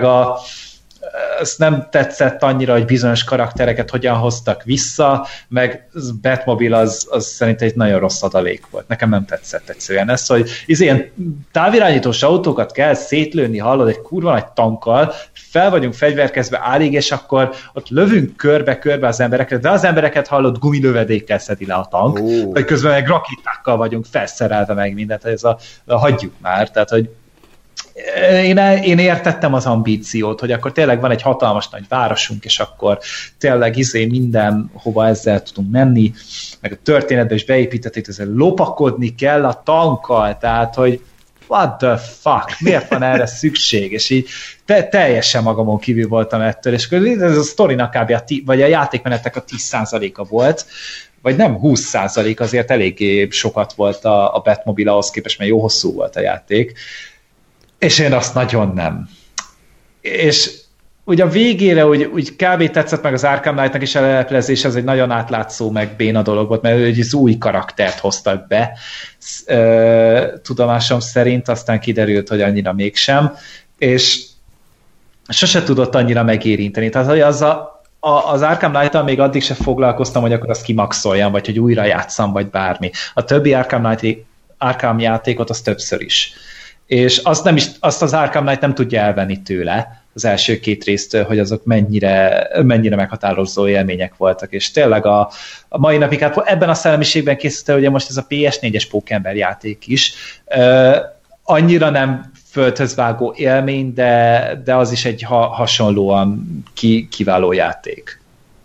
ezt nem tetszett annyira, hogy bizonyos karaktereket hogyan hoztak vissza, meg Batmobile az szerintem egy nagyon rossz adalék volt. Nekem nem tetszett egyszerűen ez, hogy ilyen távirányítós autókat kell szétlőni, hallod, egy kurva nagy tankkal, fel vagyunk fegyverkezve állig, és akkor ott lövünk körbe-körbe az embereket, de az embereket hallod, gumilövedékkel szedi le a tank, vagy közben meg rakétákkal vagyunk felszerelve meg mindent, ez hagyjuk már, tehát hogy én értettem az ambíciót, hogy akkor tényleg van egy hatalmas nagy városunk, és akkor tényleg mindenhova ezzel tudunk menni, meg a történetbe is beépítették, ezzel lopakodni kell a tankkal, tehát, hogy what the fuck, miért van erre szükség? És így teljesen magamon kívül voltam ettől, és ez a sztorinak kb. Vagy a játékmenetnek a 10%-a volt, vagy nem 20%, azért eléggé sokat volt a Batmobile ahhoz képest, mert jó hosszú volt a játék. És én azt nagyon nem. És ugye a végére úgy kb. Tetszett meg az Arkham Knight-nak is a leleplezés, ez egy nagyon átlátszó, meg béna dolog volt, mert egy új karaktert hoztak be, tudomásom szerint, aztán kiderült, hogy annyira mégsem, és sose tudott annyira megérinteni. Tehát, hogy az Arkham Knight-tal még addig se foglalkoztam, hogy akkor azt kimaxoljam, vagy hogy újra játsszam, vagy bármi. A többi Arkham játékot az többször is. És azt az Arkham Knight nem tudja elvenni tőle az első két résztől, hogy azok mennyire meghatározó élmények voltak, és tényleg a mai napig, hát ebben a szellemiségben készült el ugye most ez a PS4-es Pókember játék is, annyira nem földhöz vágó élmény, de az is egy hasonlóan kiváló játék.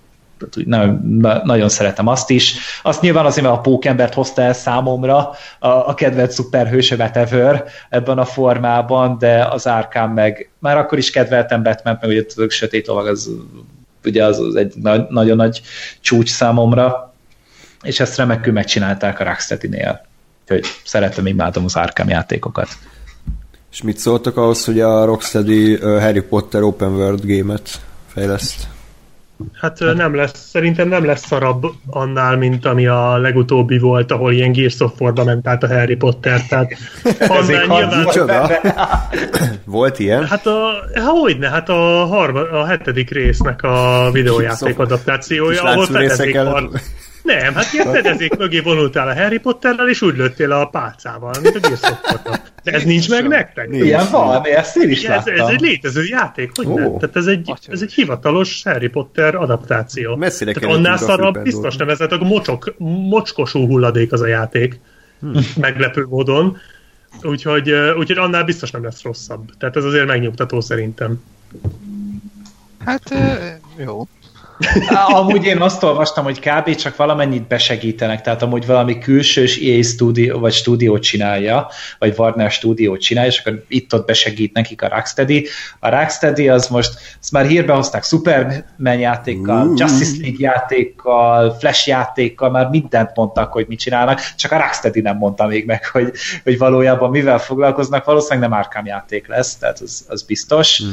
Nagyon szeretem azt is. Azt nyilván azért, mert a Pókembert hozta el számomra a kedvelt szuperhősövet ever ebben a formában, de az Arkham meg már akkor is kedveltem Batman, meg ugye tudok, Sötét Lovag az egy nagyon nagy csúcs számomra, és ezt remekül megcsinálták a Rocksteady-nél. Úgyhogy szeretem, imádom az Arkham játékokat. És mit szóltak ahhoz, hogy a Rocksteady Harry Potter Open World game-et fejleszt? Hát nem lesz, szerintem nem lesz szarabb annál, mint ami a legutóbbi volt, ahol ilyen Gears of War-ba ment át a Harry Potter, tehát nyilván... Volt ilyen? Hát hogyne, hát a 7. résznek a videójáték adaptációja, ahol fedezék van. Nem, hát ilyen fedezék mögé vonultál a Harry Potterrel, és úgy lőttél a pálcával, mint a Gears of War-ra. De ez nincs meg nektek? Ilyen van, ezt én is láttam. Ez egy létező játék, hogy nem? Tehát ez egy hivatalos Harry Potter adaptáció. Messzire tehát annál szarabb biztos nem, ez a mocskosú hulladék az a játék. Meglepő módon. Úgyhogy annál biztos nem lesz rosszabb. Tehát ez azért megnyugtató szerintem. Hát jó. Amúgy én azt olvastam, hogy kb. Csak valamennyit besegítenek, tehát amúgy valami külsős EA stúdió, vagy stúdiót csinálja, vagy Warner stúdiót csinálja, és akkor itt-ott besegít nekik a Rocksteady. A Rocksteady az most, ezt már hírbe hozták Superman játékkal, Justice League játékkal, Flash játékkal, már mindent mondtak, hogy mit csinálnak, csak a Rocksteady nem mondta még meg, hogy valójában mivel foglalkoznak, valószínűleg nem Arkham játék lesz, tehát az biztos.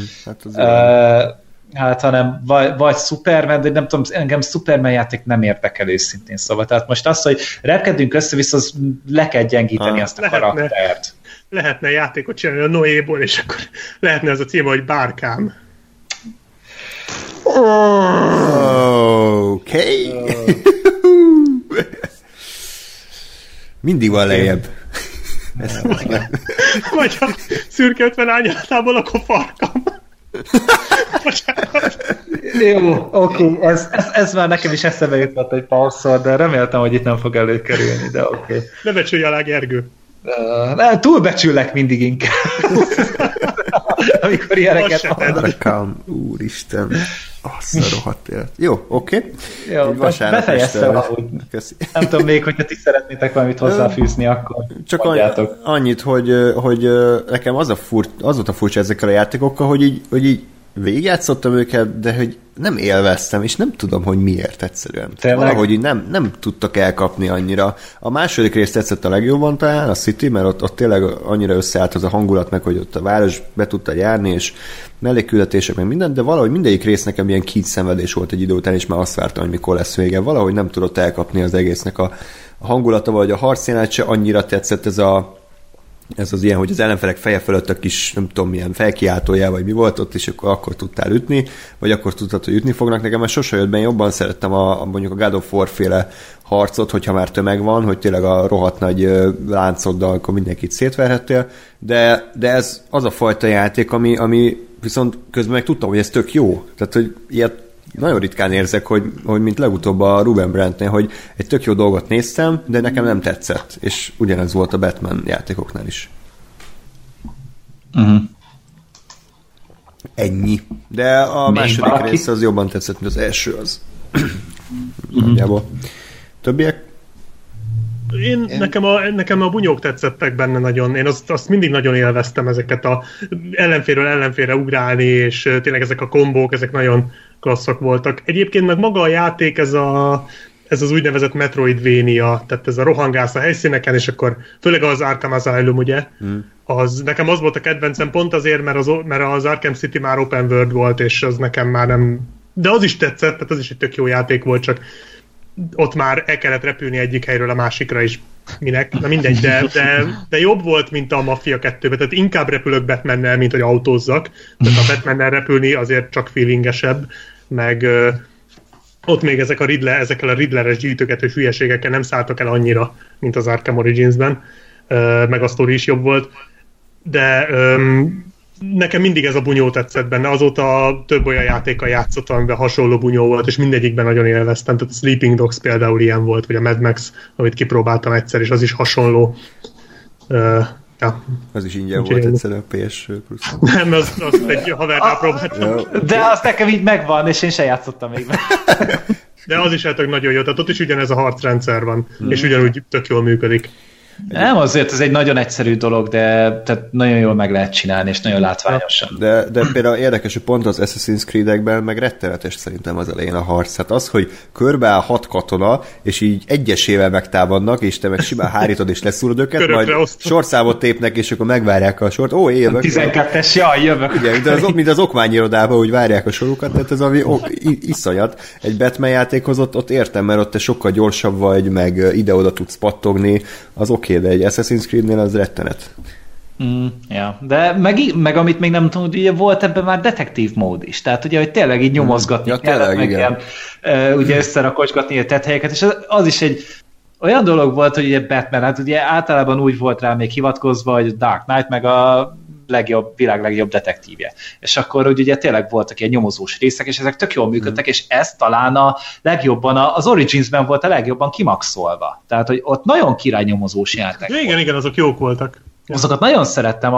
Hát hanem vagy Superman, de nem tudom, engem Superman játék nem érdekel őszintén, szóval. Tehát most az, hogy repkedünk össze-vissza, az le kell gyengíteni azt a karaktert. Lehetne játékot csinálni a Noéból, és akkor lehetne ez a címe, hogy Bárkám. Oké. Mindig van lejjebb. Vagy a szürke 50 árnyalatából, akkor Farkam. Jó, oké. Ez már nekem is eszembe jutott egy párszor, de reméltem, hogy itt nem fog előkerülni, de oké. Ne becsülj alá, Gergő. Túlbecsüllek mindig inkább. Amikor ilyeneket mondom. Úristen. Azt a rohadt élet. Jó, oké. Jó, befejeztem ahogy. Nem tudom még, hogyha ti szeretnétek valamit hozzáfűzni, akkor csak annyit, hogy nekem az volt a furcsa ezekkel a játékokkal, hogy így végigjátszottam őket, de hogy nem élveztem, és nem tudom, hogy miért egyszerűen. Valahogy így nem tudtak elkapni annyira. A második rész tetszett a legjobban talán, a City, mert ott tényleg annyira összeállt az a hangulat, meg hogy ott a város be tudta járni, és mellékküldetések, meg mindent, de valahogy mindegyik rész nekem ilyen kínszenvedés volt egy idő után, és már azt vártam, hogy mikor lesz vége. Valahogy nem tudott elkapni az egésznek a hangulata, vagy a harcjánát se annyira tetszett ez az ilyen, hogy az ellenfelek feje fölött a kis, nem tudom milyen felkiáltójá, vagy mi volt ott, és akkor tudtál ütni, vagy akkor tudtad, hogy ütni fognak. Nekem már sose jött be, jobban szerettem mondjuk a God of War féle harcot, hogyha már tömeg van, hogy tényleg a rohadt nagy láncoddal akkor mindenkit szétverhettél, de ez az a fajta játék, ami viszont közben meg tudtam, hogy ez tök jó. Tehát, hogy ilyet nagyon ritkán érzek, hogy mint legutóbb a Ruben Brandtnél, hogy egy tök jó dolgot néztem, de nekem nem tetszett. És ugyanez volt a Batman játékoknál is. Ennyi. De a második rész az jobban tetszett, mint az első az. Nagyjából. Többiek? Nekem a bunyók tetszettek benne nagyon. Én azt mindig nagyon élveztem, ezeket a ellenfélről ellenfélre ugrálni, és tényleg ezek a kombók, ezek nagyon klasszak voltak. Egyébként meg maga a játék, ez az úgynevezett Metroidvania, tehát ez a rohangálsz a helyszíneken, és akkor főleg az Arkham Asylum, ugye? Nekem az volt a kedvencem pont azért, mert az Arkham City már open world volt, és az nekem már nem... De az is tetszett, tehát az is egy tök jó játék volt, csak ott már el kellett repülni egyik helyről a másikra is. Minek? Na mindegy, de jobb volt, mint a Mafia 2-ben, tehát inkább repülök Batmannel, mint hogy autózzak. Tehát a Batmannel repülni azért csak feelingesebb, meg ott még ezekkel a Riddleres gyűjtögető hülyeségekkel nem szálltak el annyira, mint az Arkham Origins-ben, meg a sztori is jobb volt, de nekem mindig ez a bunyó tetszett benne, azóta több olyan játékkal játszottam, amiben hasonló bunyó volt, és mindegyikben nagyon élveztem, tehát a Sleeping Dogs például ilyen volt, vagy a Mad Max, amit kipróbáltam egyszer, és az is hasonló. Ja. Az is ingyen volt egyszer a PS Plus. Nem, az egy havernál próbáltam. De azt nekem így megvan, és én se játszottam még. De az is nagyon jó, tehát ott is ugyanez a harcrendszer van, és ugyanúgy tök jól működik. Nem, azért ez egy nagyon egyszerű dolog, de tehát nagyon jól meg lehet csinálni, és nagyon látványosan. De például érdekes, hogy pont az Assassin's Creed-ekben meg rettenetes szerintem az elején a harc. Hát az, hogy körbeáll 6 katona, és így egyesével megtámadnak, és te meg simán hárítod és leszúrod őket, majd sorszámot tépnek, és akkor megvárják a sort. Ó, jövök. 12-es, jaj, jövök. Igen, mint az okmányirodában, hogy várják a sorukat, tehát ez ami iszonyat. Egy Batman játékhoz ott értem, mert ott te sokkal gyorsabb vagy, meg ide-oda tudsz pattogni, az oké, de egy Assassin's Creed-nél az rettenet. Ja, de meg amit még nem tudom, ugye volt ebben már detektív mód is, tehát ugye, hogy tényleg így nyomozgatni kellett, meg ilyen, ugye összerakocsgatni a tetthelyeket, és az is egy olyan dolog volt, hogy ugye Batman, hát ugye általában úgy volt rá még hivatkozva, hogy Dark Knight meg a világ legjobb detektívje. És akkor ugye tényleg voltak ilyen nyomozós részek, és ezek tök jól működtek, és ez talán a legjobban, az Originsben volt a legjobban kimaxolva. Tehát, hogy ott nagyon király nyomozós játék. Igen, azok jók voltak. Azokat nagyon szerettem.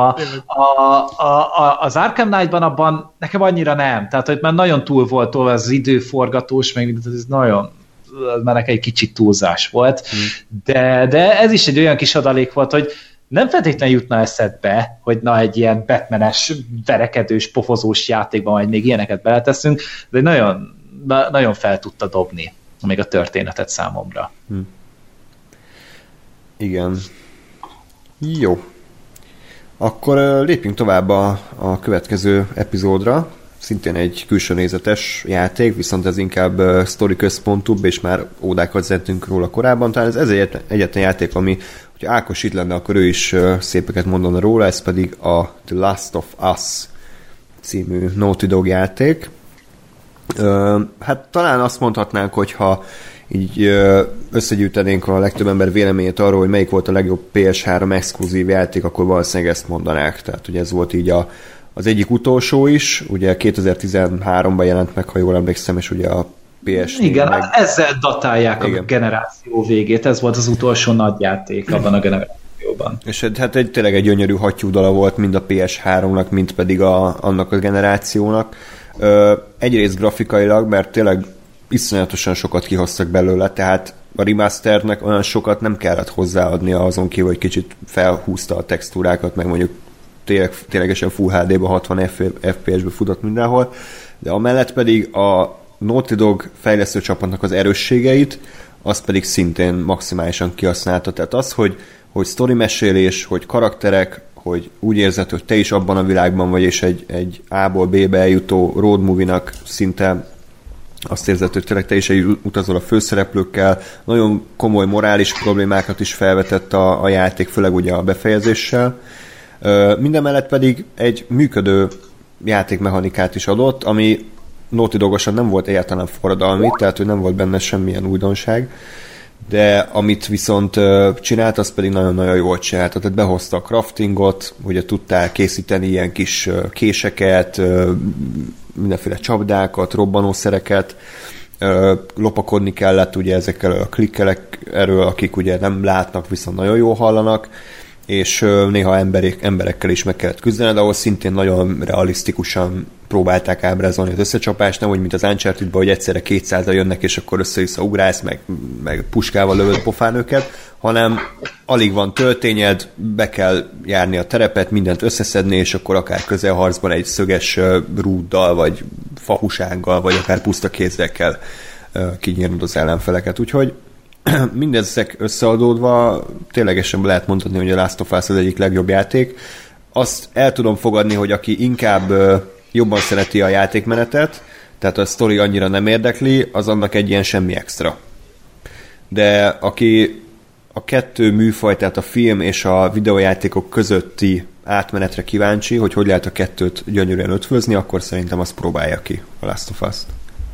Az Arkham Knight-ban abban nekem annyira nem. Tehát, hogy már nagyon túl volt tolva az időforgatós, meg ez nagyon már nekem egy kicsit túlzás volt. De ez is egy olyan kis adalék volt, hogy nem feltétlenül jutna eszedbe, hogy na egy ilyen Batman-es, verekedős, pofozós játékban majd még ilyeneket beleteszünk, de nagyon, nagyon fel tudta dobni még a történetet számomra. Igen. Jó. Akkor lépjünk tovább a következő epizódra. Szintén egy külső nézetes játék, viszont ez inkább sztori központúbb, és már ódákat zettünk róla korábban. Talán ez egyetlen játék, ami, hogyha Ákos itt lenne, akkor ő is szépeket mondana róla, ez pedig a The Last of Us című Naughty Dog játék. Hát talán azt mondhatnánk, hogyha így összegyűjtenénk a legtöbb ember véleményét arról, hogy melyik volt a legjobb PS3 exkluzív játék, akkor valószínűleg ezt mondanák. Tehát ugye ez volt így az egyik utolsó is, ugye 2013-ban jelent meg, ha jól emlékszem, és ugye a PS4 igen, meg... ezzel datálják a generáció végét, ez volt az utolsó nagy játék abban a generációban. És hát tényleg egy gyönyörű hattyúdala volt mind a PS3-nak, mind pedig annak a generációnak. Egyrészt grafikailag, mert tényleg iszonyatosan sokat kihoztak belőle, tehát a remasternek olyan sokat nem kellett hozzáadnia azon kívül, hogy kicsit felhúzta a textúrákat, meg mondjuk ténylegesen Full HD-ba 60 FPS-be futott mindenhol, de amellett pedig a Naughty Dog fejlesztő csapatnak az erősségeit, azt pedig szintén maximálisan kihasználta. Tehát az, hogy sztori mesélés, hogy karakterek, hogy úgy érzed, hogy te is abban a világban vagy, és egy A-ból B-be eljutó road movie-nak szinte azt érzed, hogy tényleg te is utazol a főszereplőkkel, nagyon komoly morális problémákat is felvetett a játék, főleg ugye a befejezéssel. Minden mellett pedig egy működő játékmechanikát is adott, ami Naughty Dogosan nem volt egyáltalán forradalmi, tehát hogy nem volt benne semmilyen újdonság, de amit viszont csinált, az pedig nagyon-nagyon jól csinálta. Tehát behozta a craftingot, ugye tudtál készíteni ilyen kis késeket, mindenféle csapdákat, robbanószereket, lopakodni kellett ugye ezekkel a klikkelek erről, akik ugye nem látnak, viszont nagyon jól hallanak, és néha emberekkel is meg kellett küzdened, ahol szintén nagyon realisztikusan próbálták ábrázolni az összecsapást, nem úgy, mint az Uncharted-ban, hogy egyszerre 200-ra jönnek, és akkor össze-vissza ugrálsz, meg puskával lövöd pofán őket, hanem alig van töltényed, be kell járni a terepet, mindent összeszedni, és akkor akár közelharcban egy szöges rúddal, vagy fahusággal, vagy akár puszta kézzel kell kinyírnod az ellenfeleket. Úgyhogy mindezek összeadódva ténylegesen lehet mondani, hogy a Last of Us az egyik legjobb játék. Azt el tudom fogadni, hogy aki inkább jobban szereti a játékmenetet, tehát a sztori annyira nem érdekli, az annak egy ilyen semmi extra. De aki a kettő műfaj, tehát a film és a videójátékok közötti átmenetre kíváncsi, hogy lehet a kettőt gyönyörűen ötvözni, akkor szerintem azt próbálja ki a Last of Us-t.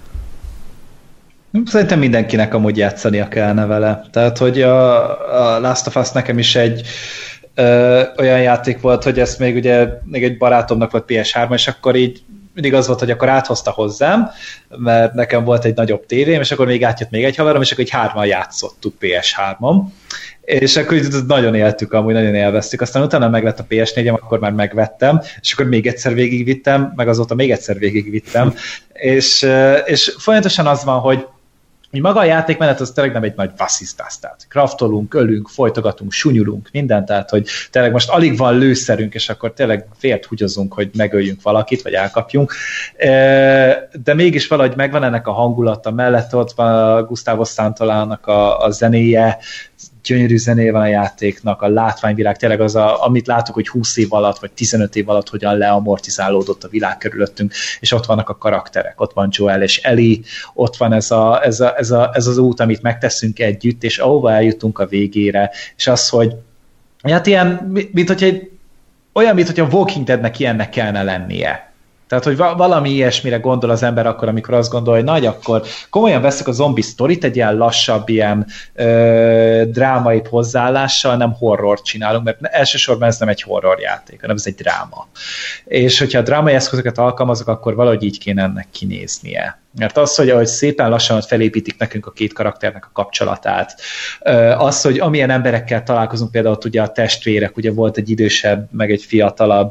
Szerintem mindenkinek amúgy játszania kellene vele. Tehát, hogy a Last of Us nekem is egy olyan játék volt, hogy ezt még egy barátomnak volt PS3, és akkor így mindig az volt, hogy akkor áthozta hozzám, mert nekem volt egy nagyobb tévém, és akkor még átjött még egy haverom, és akkor így hárman játszottuk PS3-on. És akkor nagyon éltük, amúgy nagyon élveztük. Aztán utána meg lett a PS4-em, akkor már megvettem, és akkor még egyszer végigvittem, meg azóta még egyszer végigvittem. És folyamatosan az van, hogy maga a játékmenet az tényleg nem egy nagy vasszisztász, tehát kraftolunk, ölünk, folytogatunk, sunyulunk, mindent, tehát hogy tényleg most alig van lőszerünk, és akkor tényleg vért húgyozunk, hogy megöljünk valakit, vagy elkapjunk, de mégis valahogy megvan ennek a hangulata mellett, ott van a Gustavo Santaolalla-nak a zenéje, gyönyörű zenéje van a játéknak, a látványvilág, tényleg az, amit látok, hogy 20 év alatt, vagy 15 év alatt hogyan leamortizálódott a világ körülöttünk, és ott vannak a karakterek, ott van Joel és Ellie, ott van ez az út, amit megteszünk együtt, és ahova eljutunk a végére, és az, hogy hát ilyen, mint hogyha Walking Deadnek ilyennek kellene lennie. Tehát, hogy valami ilyesmire gondol az ember akkor, amikor azt gondolja, hogy akkor komolyan veszük a zombi sztorit, egy ilyen lassabb, ilyen drámai hozzáállással, nem horrort csinálunk, mert elsősorban ez nem egy horrorjáték, hanem ez egy dráma. És hogyha a drámai eszközöket alkalmazok, akkor valahogy így kéne ennek kinéznie. Mert az, hogy ahogy szépen lassan felépítik nekünk a két karakternek a kapcsolatát, az, hogy amilyen emberekkel találkozunk, például ott ugye a testvérek, ugye volt egy idősebb, meg egy fiatalabb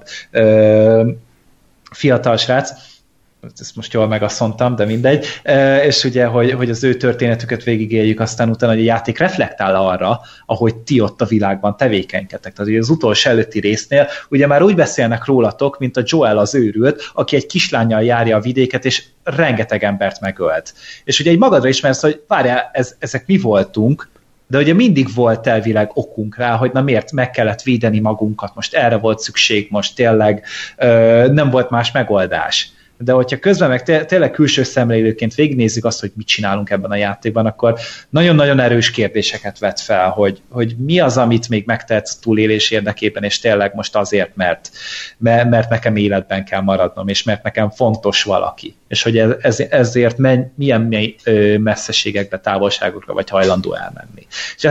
fiatal srác, ezt most jól megasszontam, de mindegy, és ugye, hogy az ő történetüket végigéljük, aztán utána, hogy a játék reflektál arra, ahogy ti ott a világban tevékenykedtek. Tehát ugye az utolsó előtti résznél ugye már úgy beszélnek rólatok, mint a Joel az őrült, aki egy kislánnyal járja a vidéket, és rengeteg embert megölt. És ugye egy magadra ismersz, hogy várjál, ezek mi voltunk, de ugye mindig volt elvileg okunk rá, hogy na miért meg kellett védeni magunkat, most erre volt szükség, most tényleg nem volt más megoldás. De hogyha közben meg tényleg külső szemlélőként végignézzük azt, hogy mit csinálunk ebben a játékban, akkor nagyon-nagyon erős kérdéseket vet fel, hogy mi az, amit még megtehetsz túlélés érdekében, és tényleg most azért, mert nekem életben kell maradnom, és mert nekem fontos valaki. És hogy ezért milyen messzeségekbe, távolságokra vagy hajlandó elmenni. És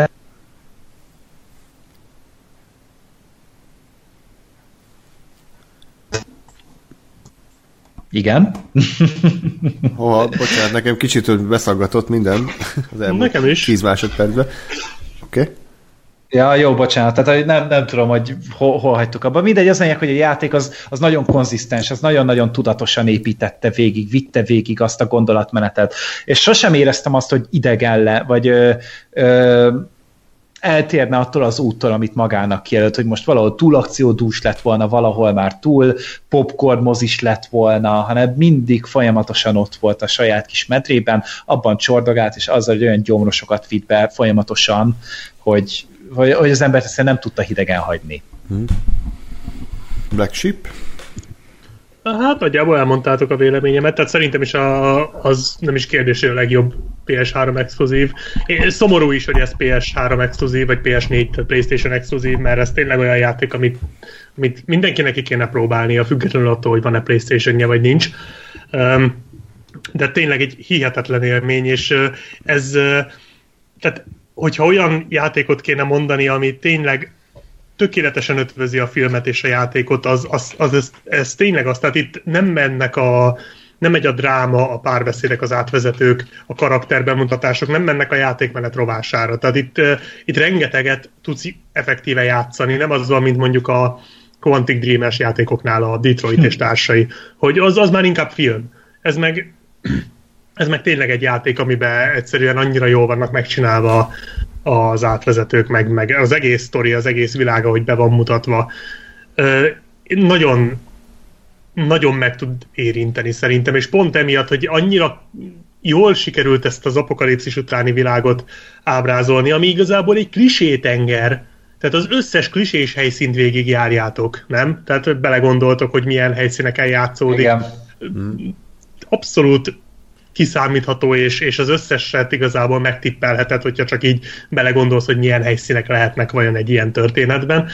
igen. Bocsánat, nekem kicsit beszaggatott minden az elmúlt 10 másodpercben. Oké. Okay. Ja, jó, bocsánat, tehát nem tudom, hogy hol hagytuk abban. Mindegy, az lényeg, hogy a játék az nagyon konzisztens, az nagyon-nagyon tudatosan építette végig, vitte végig azt a gondolatmenetet, és sosem éreztem azt, hogy idegen vagy eltérne attól az úttól, amit magának kijelölt, hogy most valahol túl akciódús lett volna, valahol már túl popcorn mozis lett volna, hanem mindig folyamatosan ott volt a saját kis medrében, abban csordogált, és azzal, hogy olyan gyomrosokat vitt be folyamatosan, hogy az embert ezt nem tudta hidegen hagyni. Black Sheep? Hát nagyjából elmondtátok a véleményemet, tehát szerintem is az nem is kérdés, hogy a legjobb PS3 exkluzív. Szomorú is, hogy ez PS3 exkluzív, vagy PS4, tehát PlayStation exkluzív, mert ez tényleg olyan játék, amit mindenkinek ki kéne próbálnia, függetlenül attól, hogy van-e PlayStation-ja, vagy nincs. De tényleg egy hihetetlen élmény, és ez, tehát hogyha olyan játékot kéne mondani, ami tényleg tökéletesen ötvözi a filmet és a játékot, ez tényleg az, tehát itt nem megy a dráma, a párbeszédek, az átvezetők, a karakterbemutatások, nem mennek a játékmenet rovására. Tehát itt rengeteget tudsz effektíve játszani, nem az van, mint mondjuk a Quantic Dream-es játékoknál a Detroit és társai, hogy az már inkább film. Ez meg tényleg egy játék, amiben egyszerűen annyira jól vannak megcsinálva az átvezetők, meg az egész sztori, az egész világa, hogy be van mutatva. Nagyon, nagyon meg tud érinteni szerintem, és pont emiatt, hogy annyira jól sikerült ezt az apokalipszis utáni világot ábrázolni, ami igazából egy klisétenger. Tehát az összes klisés helyszínt végigjárjátok, nem? Tehát belegondoltok, hogy milyen helyszíneken játszódik. Igen. Abszolút kiszámítható, és az összeset igazából megtippelheted, hogyha csak így belegondolsz, hogy milyen helyszínek lehetnek vajon egy ilyen történetben,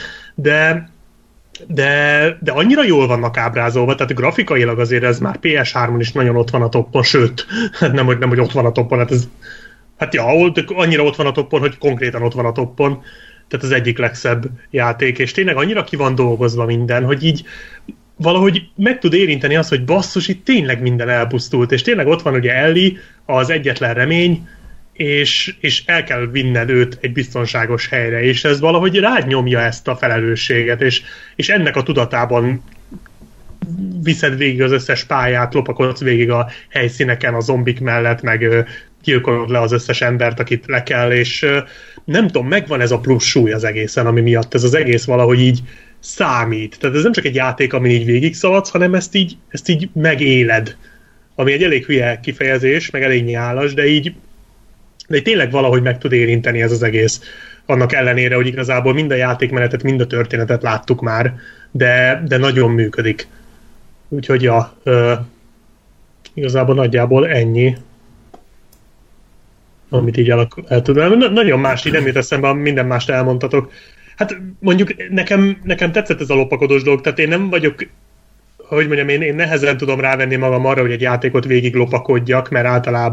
de annyira jól vannak ábrázolva, tehát grafikailag azért ez már PS3-on is nagyon ott van a toppon, sőt, nem hogy ott van a toppon, annyira ott van a toppon, hogy konkrétan ott van a toppon, tehát az egyik legszebb játék, és tényleg annyira ki van dolgozva minden, hogy így valahogy meg tud érinteni azt, hogy basszus, itt tényleg minden elpusztult, és tényleg ott van ugye Ellie, az egyetlen remény, és el kell vinned őt egy biztonságos helyre, és ez valahogy rád nyomja ezt a felelősséget, és ennek a tudatában viszed végig az összes pályát, lopakodsz végig a helyszíneken, a zombik mellett, meg gyilkolod le az összes embert, akit le kell, és nem tudom, megvan ez a plusz súly az egészen, ami miatt ez az egész valahogy így számít. Tehát ez nem csak egy játék, amin így végig szaladsz, hanem ezt így megéled. Ami egy elég hülye kifejezés, meg elég nyálas, de így tényleg valahogy meg tud érinteni ez az egész. Annak ellenére, hogy igazából mind a játékmenetet, mind a történetet láttuk már, de nagyon működik. Úgyhogy ja, igazából nagyjából ennyi, amit így el tudom. Nagyon más, így nem jut eszembe, minden mást elmondtatok. Hát mondjuk nekem tetszett ez a lopakodós dolog, tehát én nem vagyok, hogy mondjam, én nehezen tudom rávenni magam arra, hogy egy játékot végig lopakodjak, mert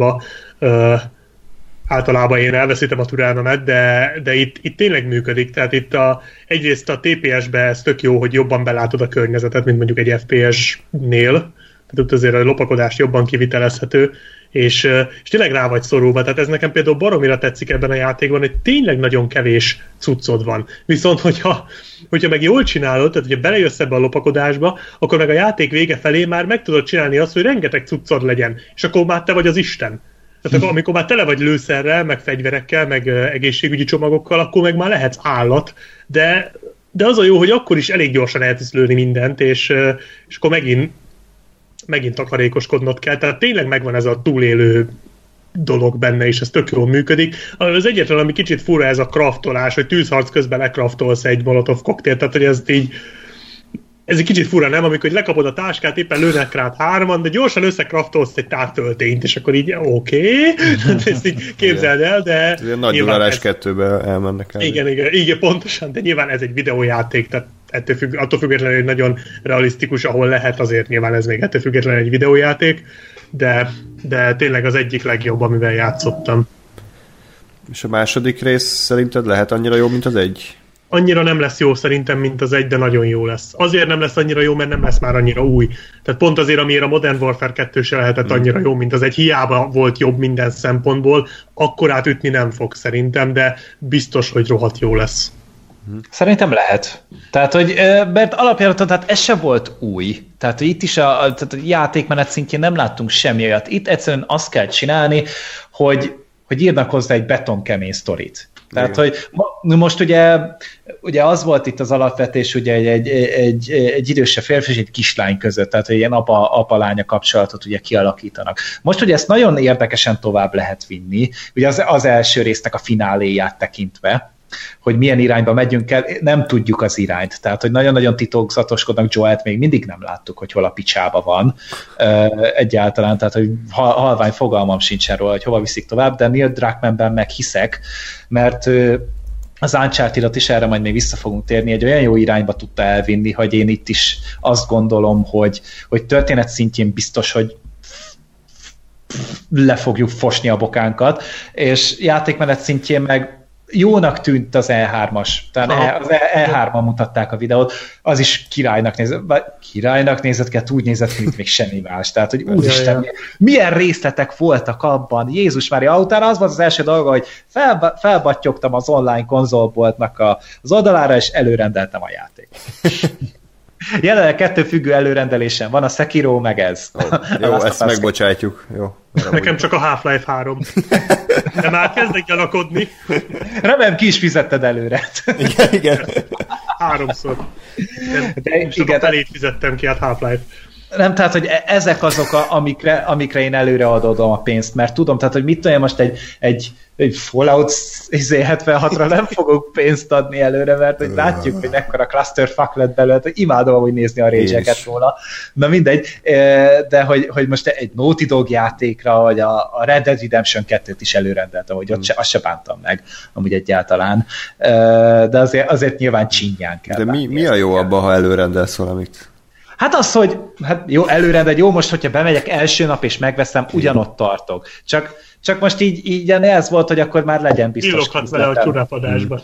általában én elveszítem a türelmemet, de itt tényleg működik. Tehát itt egyrészt a TPS-be ez tök jó, hogy jobban belátod a környezetet, mint mondjuk egy FPS-nél. Tehát ott azért a lopakodás jobban kivitelezhető, és tényleg rá vagy szorulva. Tehát ez nekem például baromira tetszik ebben a játékban, hogy tényleg nagyon kevés cuccod van. Viszont, hogyha meg jól csinálod, tehát hogyha belejössz ebbe a lopakodásba, akkor meg a játék vége felé már meg tudod csinálni azt, hogy rengeteg cuccod legyen, és akkor már te vagy az Isten. Tehát amikor már tele vagy lőszerrel, meg fegyverekkel, meg egészségügyi csomagokkal, akkor meg már lehetsz állat, de az a jó, hogy akkor is elég gyorsan el tudsz lőni mindent, és akkor megint takarékoskodnod kell, tehát tényleg megvan ez a túlélő dolog benne, és ez tök jól működik. Az egyetlen, ami kicsit fura, ez a craftolás, hogy tűzharc közben lekraftolsz egy molotov koktélt, tehát hogy ez egy kicsit fura, nem? Amikor lekapod a táskát, éppen lőnek rád 3-an, de gyorsan összekraftolsz egy tártöltényt, és akkor így oké, ezt így képzeld el, de... Nagy Duvarás 2-be elmennek el. Igen, pontosan, de nyilván ez egy videójáték, tehát attól függetlenül, hogy nagyon realisztikus, ahol lehet, azért nyilván ez még ettől függetlenül egy videójáték, de tényleg az egyik legjobb, amivel játszottam. És a második rész szerinted lehet annyira jó, mint az egy? Annyira nem lesz jó szerintem, mint az egy, de nagyon jó lesz. Azért nem lesz annyira jó, mert nem lesz már annyira új. Tehát pont azért, amiért a Modern Warfare 2 se lehetett annyira jó, mint az egy, hiába volt jobb minden szempontból, akkor átütni nem fog szerintem, de biztos, hogy rohadt jó lesz. Szerintem lehet. Tehát, hogy, mert alapjáraton, tehát ez se volt új. Tehát itt is tehát a játékmenet szintjén nem láttunk semmi olyat. Itt egyszerűen azt kell csinálni, hogy írnak hozzá egy betonkemény sztorit. Tehát, hogy most ugye az volt itt az alapvetés, ugye egy idősebb férfi és egy kislány között, tehát hogy ilyen apa-lánya kapcsolatot ugye kialakítanak. Most ugye ezt nagyon érdekesen tovább lehet vinni, ugye az első résznek a fináléját tekintve, hogy milyen irányba megyünk el, nem tudjuk az irányt. Tehát, hogy nagyon-nagyon titokzatoskodnak, Joelt még mindig nem láttuk, hogy hol a picsába van egyáltalán, tehát, hogy halvány fogalmam sincsen róla, hogy hova viszik tovább, de Neil Druckmannben meg hiszek, mert az Uncharted-ot is erre majd még vissza fogunk térni, egy olyan jó irányba tudta elvinni, hogy én itt is azt gondolom, hogy történet szintjén biztos, hogy le fogjuk fosni a bokánkat, és játékmenet szintjén meg jónak tűnt az E3-as. Tehát az E3-ban mutatták a videót, az is királynak nézett ki, úgy nézett ki, mint még semmi más. Tehát, hogy úristen, milyen részletek voltak abban. Jézus Mária, utána az volt az első dolga, hogy felbattyogtam az online konzolboltnak az oldalára, és előrendeltem a játékot. Jelenleg 2 függő előrendelésen van, a Sekiro meg ez. Jó, ezt megbocsátjuk. Jó, nekem csak a Half-Life 3. De már kezdek gyanakodni. Remélem, ki is fizetted előre. Igen. 3-szor. De igen, felét fizettem ki, hát Half-Life. Nem, tehát, hogy ezek azok, amikre én előre adom a pénzt, mert tudom, tehát, hogy mit tudom, most egy Fallout 76-ra nem fogok pénzt adni előre, mert hogy látjuk, hogy mekkora clusterfuck lett belőle, hogy imádom amúgy nézni a rage-eket róla. Na mindegy, de hogy most egy Naughty Dog játékra, vagy a Red Dead Redemption 2-t is előrendeltem, hogy azt se bántam meg, amúgy egyáltalán. De azért nyilván csinyán kell. De mi a jó abban, ha előrendelsz valamit? Hát az, hogy jó, előrendel, jó, most, hogyha bemegyek első nap és megveszem, ugyanott tartok. Csak most így ez volt, hogy akkor már legyen biztos. Illoghatsz vele a csurápadásban.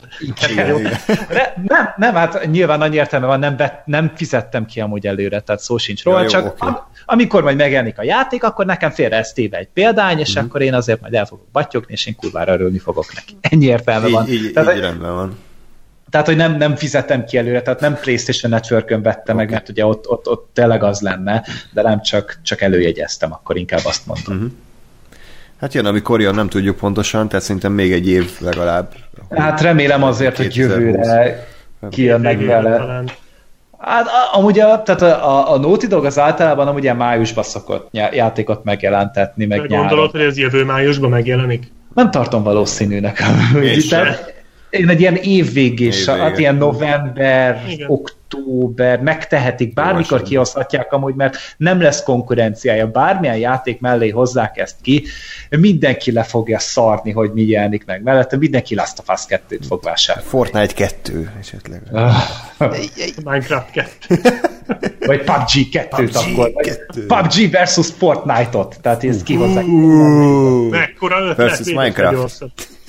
Nem, hát nyilván annyi értelme van, nem fizettem ki amúgy előre, tehát szó sincs róla, jó, csak okay. Amikor majd megjelenik a játék, akkor nekem félre ez téve egy példány, és akkor én azért majd el fogok battyogni, és én kurvára örülni fogok neki. Ennyi értelme van. Így rendben van. Tehát, hogy nem fizettem ki előre, tehát nem PlayStation Network-ön vettem meg, mert ugye ott tényleg az lenne, de nem csak előjegyeztem, akkor inkább azt mondtam. Uh-huh. Hát jön, amikor jön, nem tudjuk pontosan, tehát szerintem még egy év legalább. Hát remélem azért, hogy jövőre kijönnek vele. Hát amúgy tehát a Naughty Dog az általában amúgy ilyen májusban szokott játékot megjelentetni, meg nyáron. Gondolod, hogy ez jövő májusban megjelenik? Nem tartom valószínűnek. Én egy ilyen évvégés, hát ilyen november, október, megtehetik, bármikor kihozhatják amúgy, mert nem lesz konkurenciája. Bármilyen játék mellé hozzák ezt ki, mindenki le fogja szarni, hogy mi jelenik meg mellette, mindenki Last of Us 2-t fog vásárolni. Fortnite 2 esetleg. Minecraft 2. Vagy PUBG 2-t akkor. PUBG versus Fortnite-ot. Tehát ezt kihozzák. Mekkora versus Minecraft.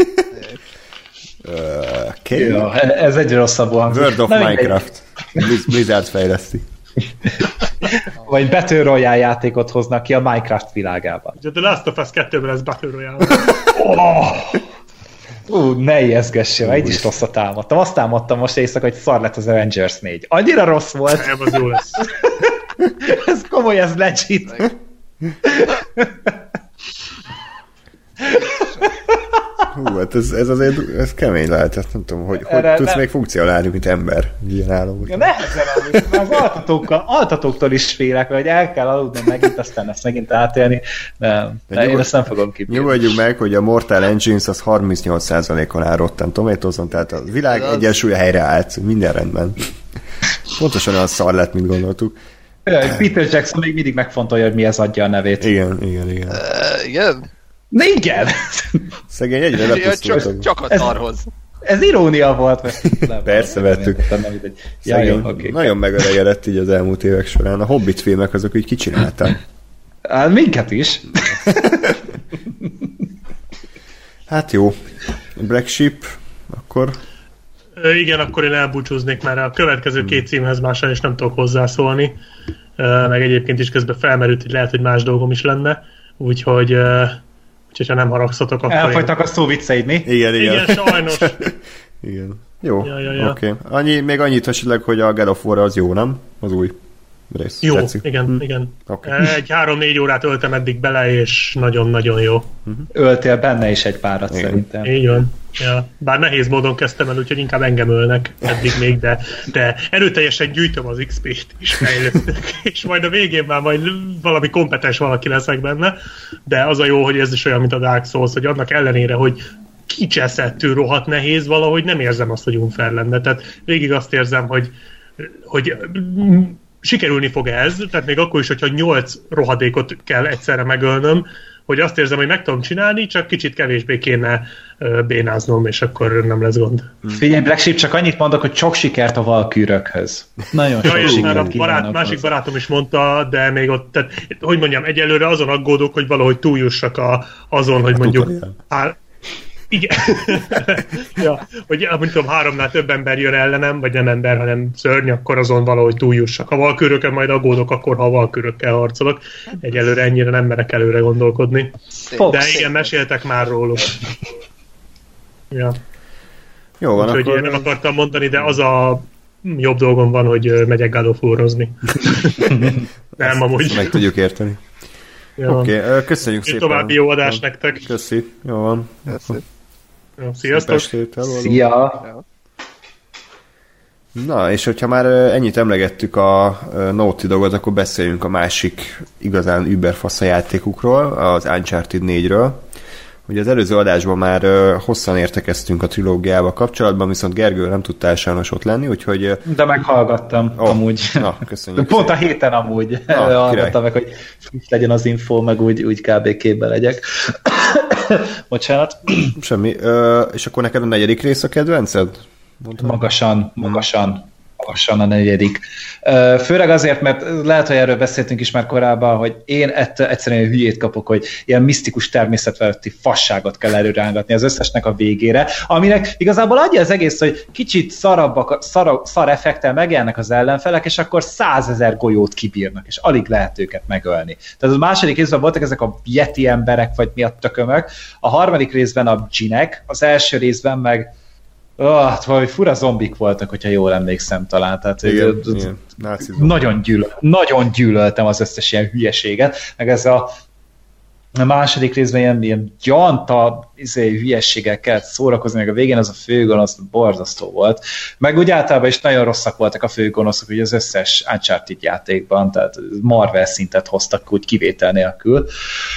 Okay. Ja, ez egyre rosszabbul hangzik. World of Minecraft. Blizzard fejleszti. Vagy Battle Royale játékot hoznak ki a Minecraft világában. The Last of Us 2-ben ez Battle Royale. Ne ijeszgessél, egy is rosszat támadtam. Azt támadtam most éjszaka, hogy szar lett az Avengers 4. Annyira rossz volt. Nem, az jó lesz. Ez komoly, ez legit. Hát ez azért ez kemény lehet, ezt nem tudom, hogy tudsz még funkcionálni, mint ember. Ilyen állomot. Ja, nehezen aludni, az altatóktól is félek, hogy el kell aludnom megint, aztán ezt megint átélni. Nem, én ezt nem fogom kipírni. Nyugodjunk meg, hogy a Mortal Engines az 38%-on áll Rotten Tomatoes-on, tehát a világ egyensúlya helyreállt, minden rendben. Pontosan olyan szar lett, mint gondoltuk. Peter Jackson még mindig megfontolja, hogy mi ez adja a nevét. Igen. Igen? Na igen! Szegény egyre lepusztultak. Csak a tarhoz. Ez irónia volt. Mert persze vettük. Nagyon megeregedett így az elmúlt évek során. A Hobbit filmek azok így kicsinálták. Hát minket is. Hát jó. Black Sheep, akkor... Igen, akkor én elbúcsúznék már a következő két címhez mással, és nem tudok hozzászólni. Meg egyébként is közben felmerült, hogy lehet, hogy más dolgom is lenne. Úgyhogy ha nem haragszatok, akkor... Elfogytak a szó vicceid, mi? Igen, sajnos. Igen. Jó, oké. Még annyit esetleg, hogy a God of War az jó, nem? Az új rész. Jó, tetszik? Igen. Okay. Egy 3-4 órát öltem eddig bele, és nagyon-nagyon jó. Öltél benne is egy párat szerintem. Így van. Ja. Bár nehéz módon kezdtem el, úgyhogy inkább engem ölnek eddig még, de erőteljesen gyűjtöm az XP-t is fejlődök, és majd a végén már majd valami kompetens valaki leszek benne, de az a jó, hogy ez is olyan, mint a Dark Souls, hogy annak ellenére, hogy kicseszettől rohadt nehéz, valahogy nem érzem azt, hogy unfair lenne. Tehát végig azt érzem, hogy sikerülni fog ez, tehát még akkor is, hogyha 8 rohadékot kell egyszerre megölnöm, hogy azt érzem, hogy meg tudom csinálni, csak kicsit kevésbé kéne bénáznom, és akkor nem lesz gond. Figyelj, Black Sheep, csak annyit mondok, hogy sok sikert a Valkürökhöz. Nagyon sok sikert kívánok. Másik barátom is mondta, de még ott, tehát, hogy mondjam, egyelőre azon aggódok, hogy valahogy túljussak azon, hogy mondjuk... Igen. Ja, hogy nem tudom, 3-nál több ember jön ellenem, vagy nem ember, hanem szörny, akkor azon valahogy túljussak. Ha valkürökön majd aggódok, akkor ha valkürökkel harcolok. Egyelőre ennyire nem merek előre gondolkodni. De igen, meséltek már róluk. Ja. Jó van, úgyhogy én nem akartam mondani, de az a jobb dolgom van, hogy megyek God of War-ozni. Nem, amúgy. Meg tudjuk érteni. Ja. Oké, köszönjük szépen. További jó adást nektek. Köszi, jó van. Sziasztok! Szia! Na, és hogyha már ennyit emlegettük a Naughty Dogot, akkor beszéljünk a másik igazán überfasza játékukról, az Uncharted 4-ről. Ugye az előző adásban már hosszan értekeztünk a trilógiával kapcsolatban, viszont Gergő nem tudtál sajnos ott lenni, úgyhogy... De meghallgattam amúgy. Na, köszönjük. Pont a héten amúgy hallgattam meg, hogy friss legyen az info, meg úgy kb. Képbe legyek. Bocsánat. Semmi. És akkor neked a 4. rész a kedvenced? Mondtam. Magasan a 4. Főleg azért, mert lehet, hogy erről beszéltünk is már korábban, hogy én egyszerűen hülyét kapok, hogy ilyen misztikus természetfeletti fasságot kell előrángatni az összesnek a végére, aminek igazából adja az egész, hogy kicsit szar effektel megjelennek az ellenfelek, és akkor 100 000 golyót kibírnak, és alig lehet őket megölni. Tehát a második részben voltak ezek a yeti emberek, vagy mi a tökömök, a harmadik részben a dzsinek, az első részben meg Valami fura zombik voltak, hogyha jól emlékszem talán. Tehát igen. Nagyon gyűlöltem az összes ilyen hülyeséget, meg ez a második részben ilyen gyanta hülyességgel kellett szórakozni, meg a végén az a főgonosz borzasztó volt. Meg úgy általában is nagyon rosszak voltak a főgonoszok, ugye az összes Uncharted játékban, tehát Marvel szintet hoztak úgy kivétel nélkül.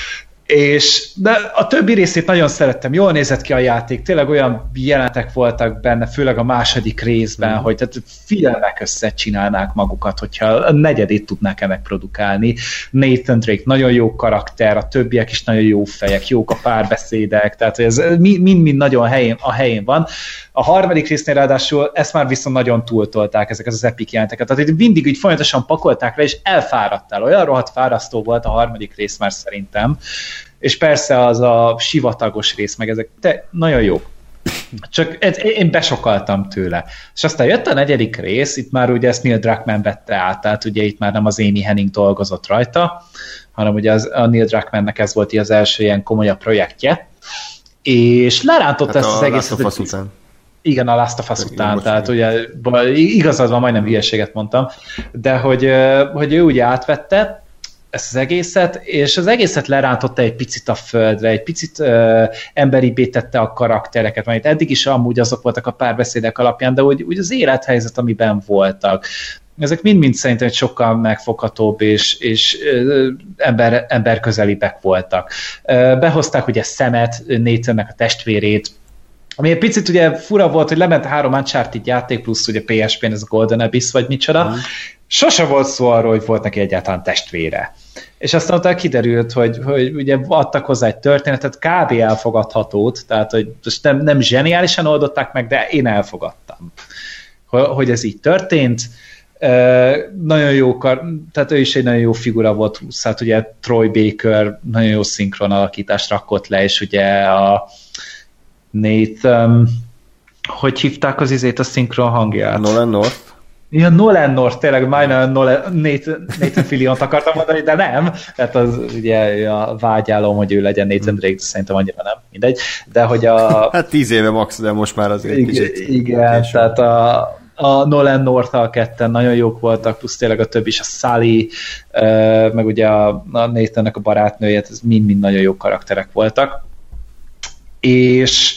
De a többi részét nagyon szerettem, jól nézett ki a játék, tényleg olyan jelenetek voltak benne, főleg a második részben, hogy tehát filmek összecsinálnák magukat, hogyha a negyedét tudnák megprodukálni. Nathan Drake nagyon jó karakter, a többiek is nagyon jó fejek, jók a párbeszédek, tehát ez mind-mind nagyon a helyén van. A harmadik résznél ráadásul ezt már viszont nagyon túltolták, ezeket az epic jelenteket. Tehát mindig így folyamatosan pakolták le, és elfáradtál. Olyan rohadt fárasztó volt a harmadik rész már szerintem. És persze az a sivatagos rész, meg ezek nagyon jó. Csak én besokaltam tőle. És aztán jött a negyedik rész, itt már ugye ezt Neil Druckmann vette át, tehát ugye itt már nem az Amy Hennig dolgozott rajta, hanem ugye a Neil Druckmannnek ez volt az első ilyen komolyabb projektje, és lerántotta ezt az egészet. Igen, a Last of Us után, tehát ugye igazad van, majdnem hülyeséget mondtam, de hogy ő ugye átvette ezt az egészet, és az egészet lerántotta egy picit a földre, egy picit emberibbé tette a karaktereket, mert eddig is amúgy azok voltak a párbeszédek alapján, de úgy az élethelyzet, amiben voltak. Ezek mind-mind szerintem egy sokkal megfoghatóbb és emberközelibbek voltak. Behozták ugye Samet, Nathannek a testvérét, ami egy picit ugye fura volt, hogy lement 3 Uncharted játék, plusz ugye PSP-n ez a Golden Abyss, vagy micsoda. Sose volt szó arról, hogy volt neki egyáltalán testvére. És aztán utána kiderült, hogy ugye adtak hozzá egy történetet, kb. Elfogadhatót, tehát hogy nem zseniálisan oldották meg, de én elfogadtam, hogy ez így történt. Nagyon jó, tehát ő is egy nagyon jó figura volt, hát ugye Troy Baker nagyon jó szinkron alakítást rakott le, és ugye a Nathan, hogy hívták az a szinkron hangját? Nolan North. Ja, Nolan North, tényleg majdnem Nathan Filliont akartam mondani, de nem. Tehát az ugye a vágyálom, hogy ő legyen Nathan Drake, szerintem annyira nem, mindegy. De hogy hát 10 éve max, de most már azért kicsit. Igen, tehát a Nolan North-tal ketten nagyon jók voltak, plusz tényleg a többi is, a Sully, meg ugye a Nathannek a barátnője, ez mind-mind nagyon jó karakterek voltak. És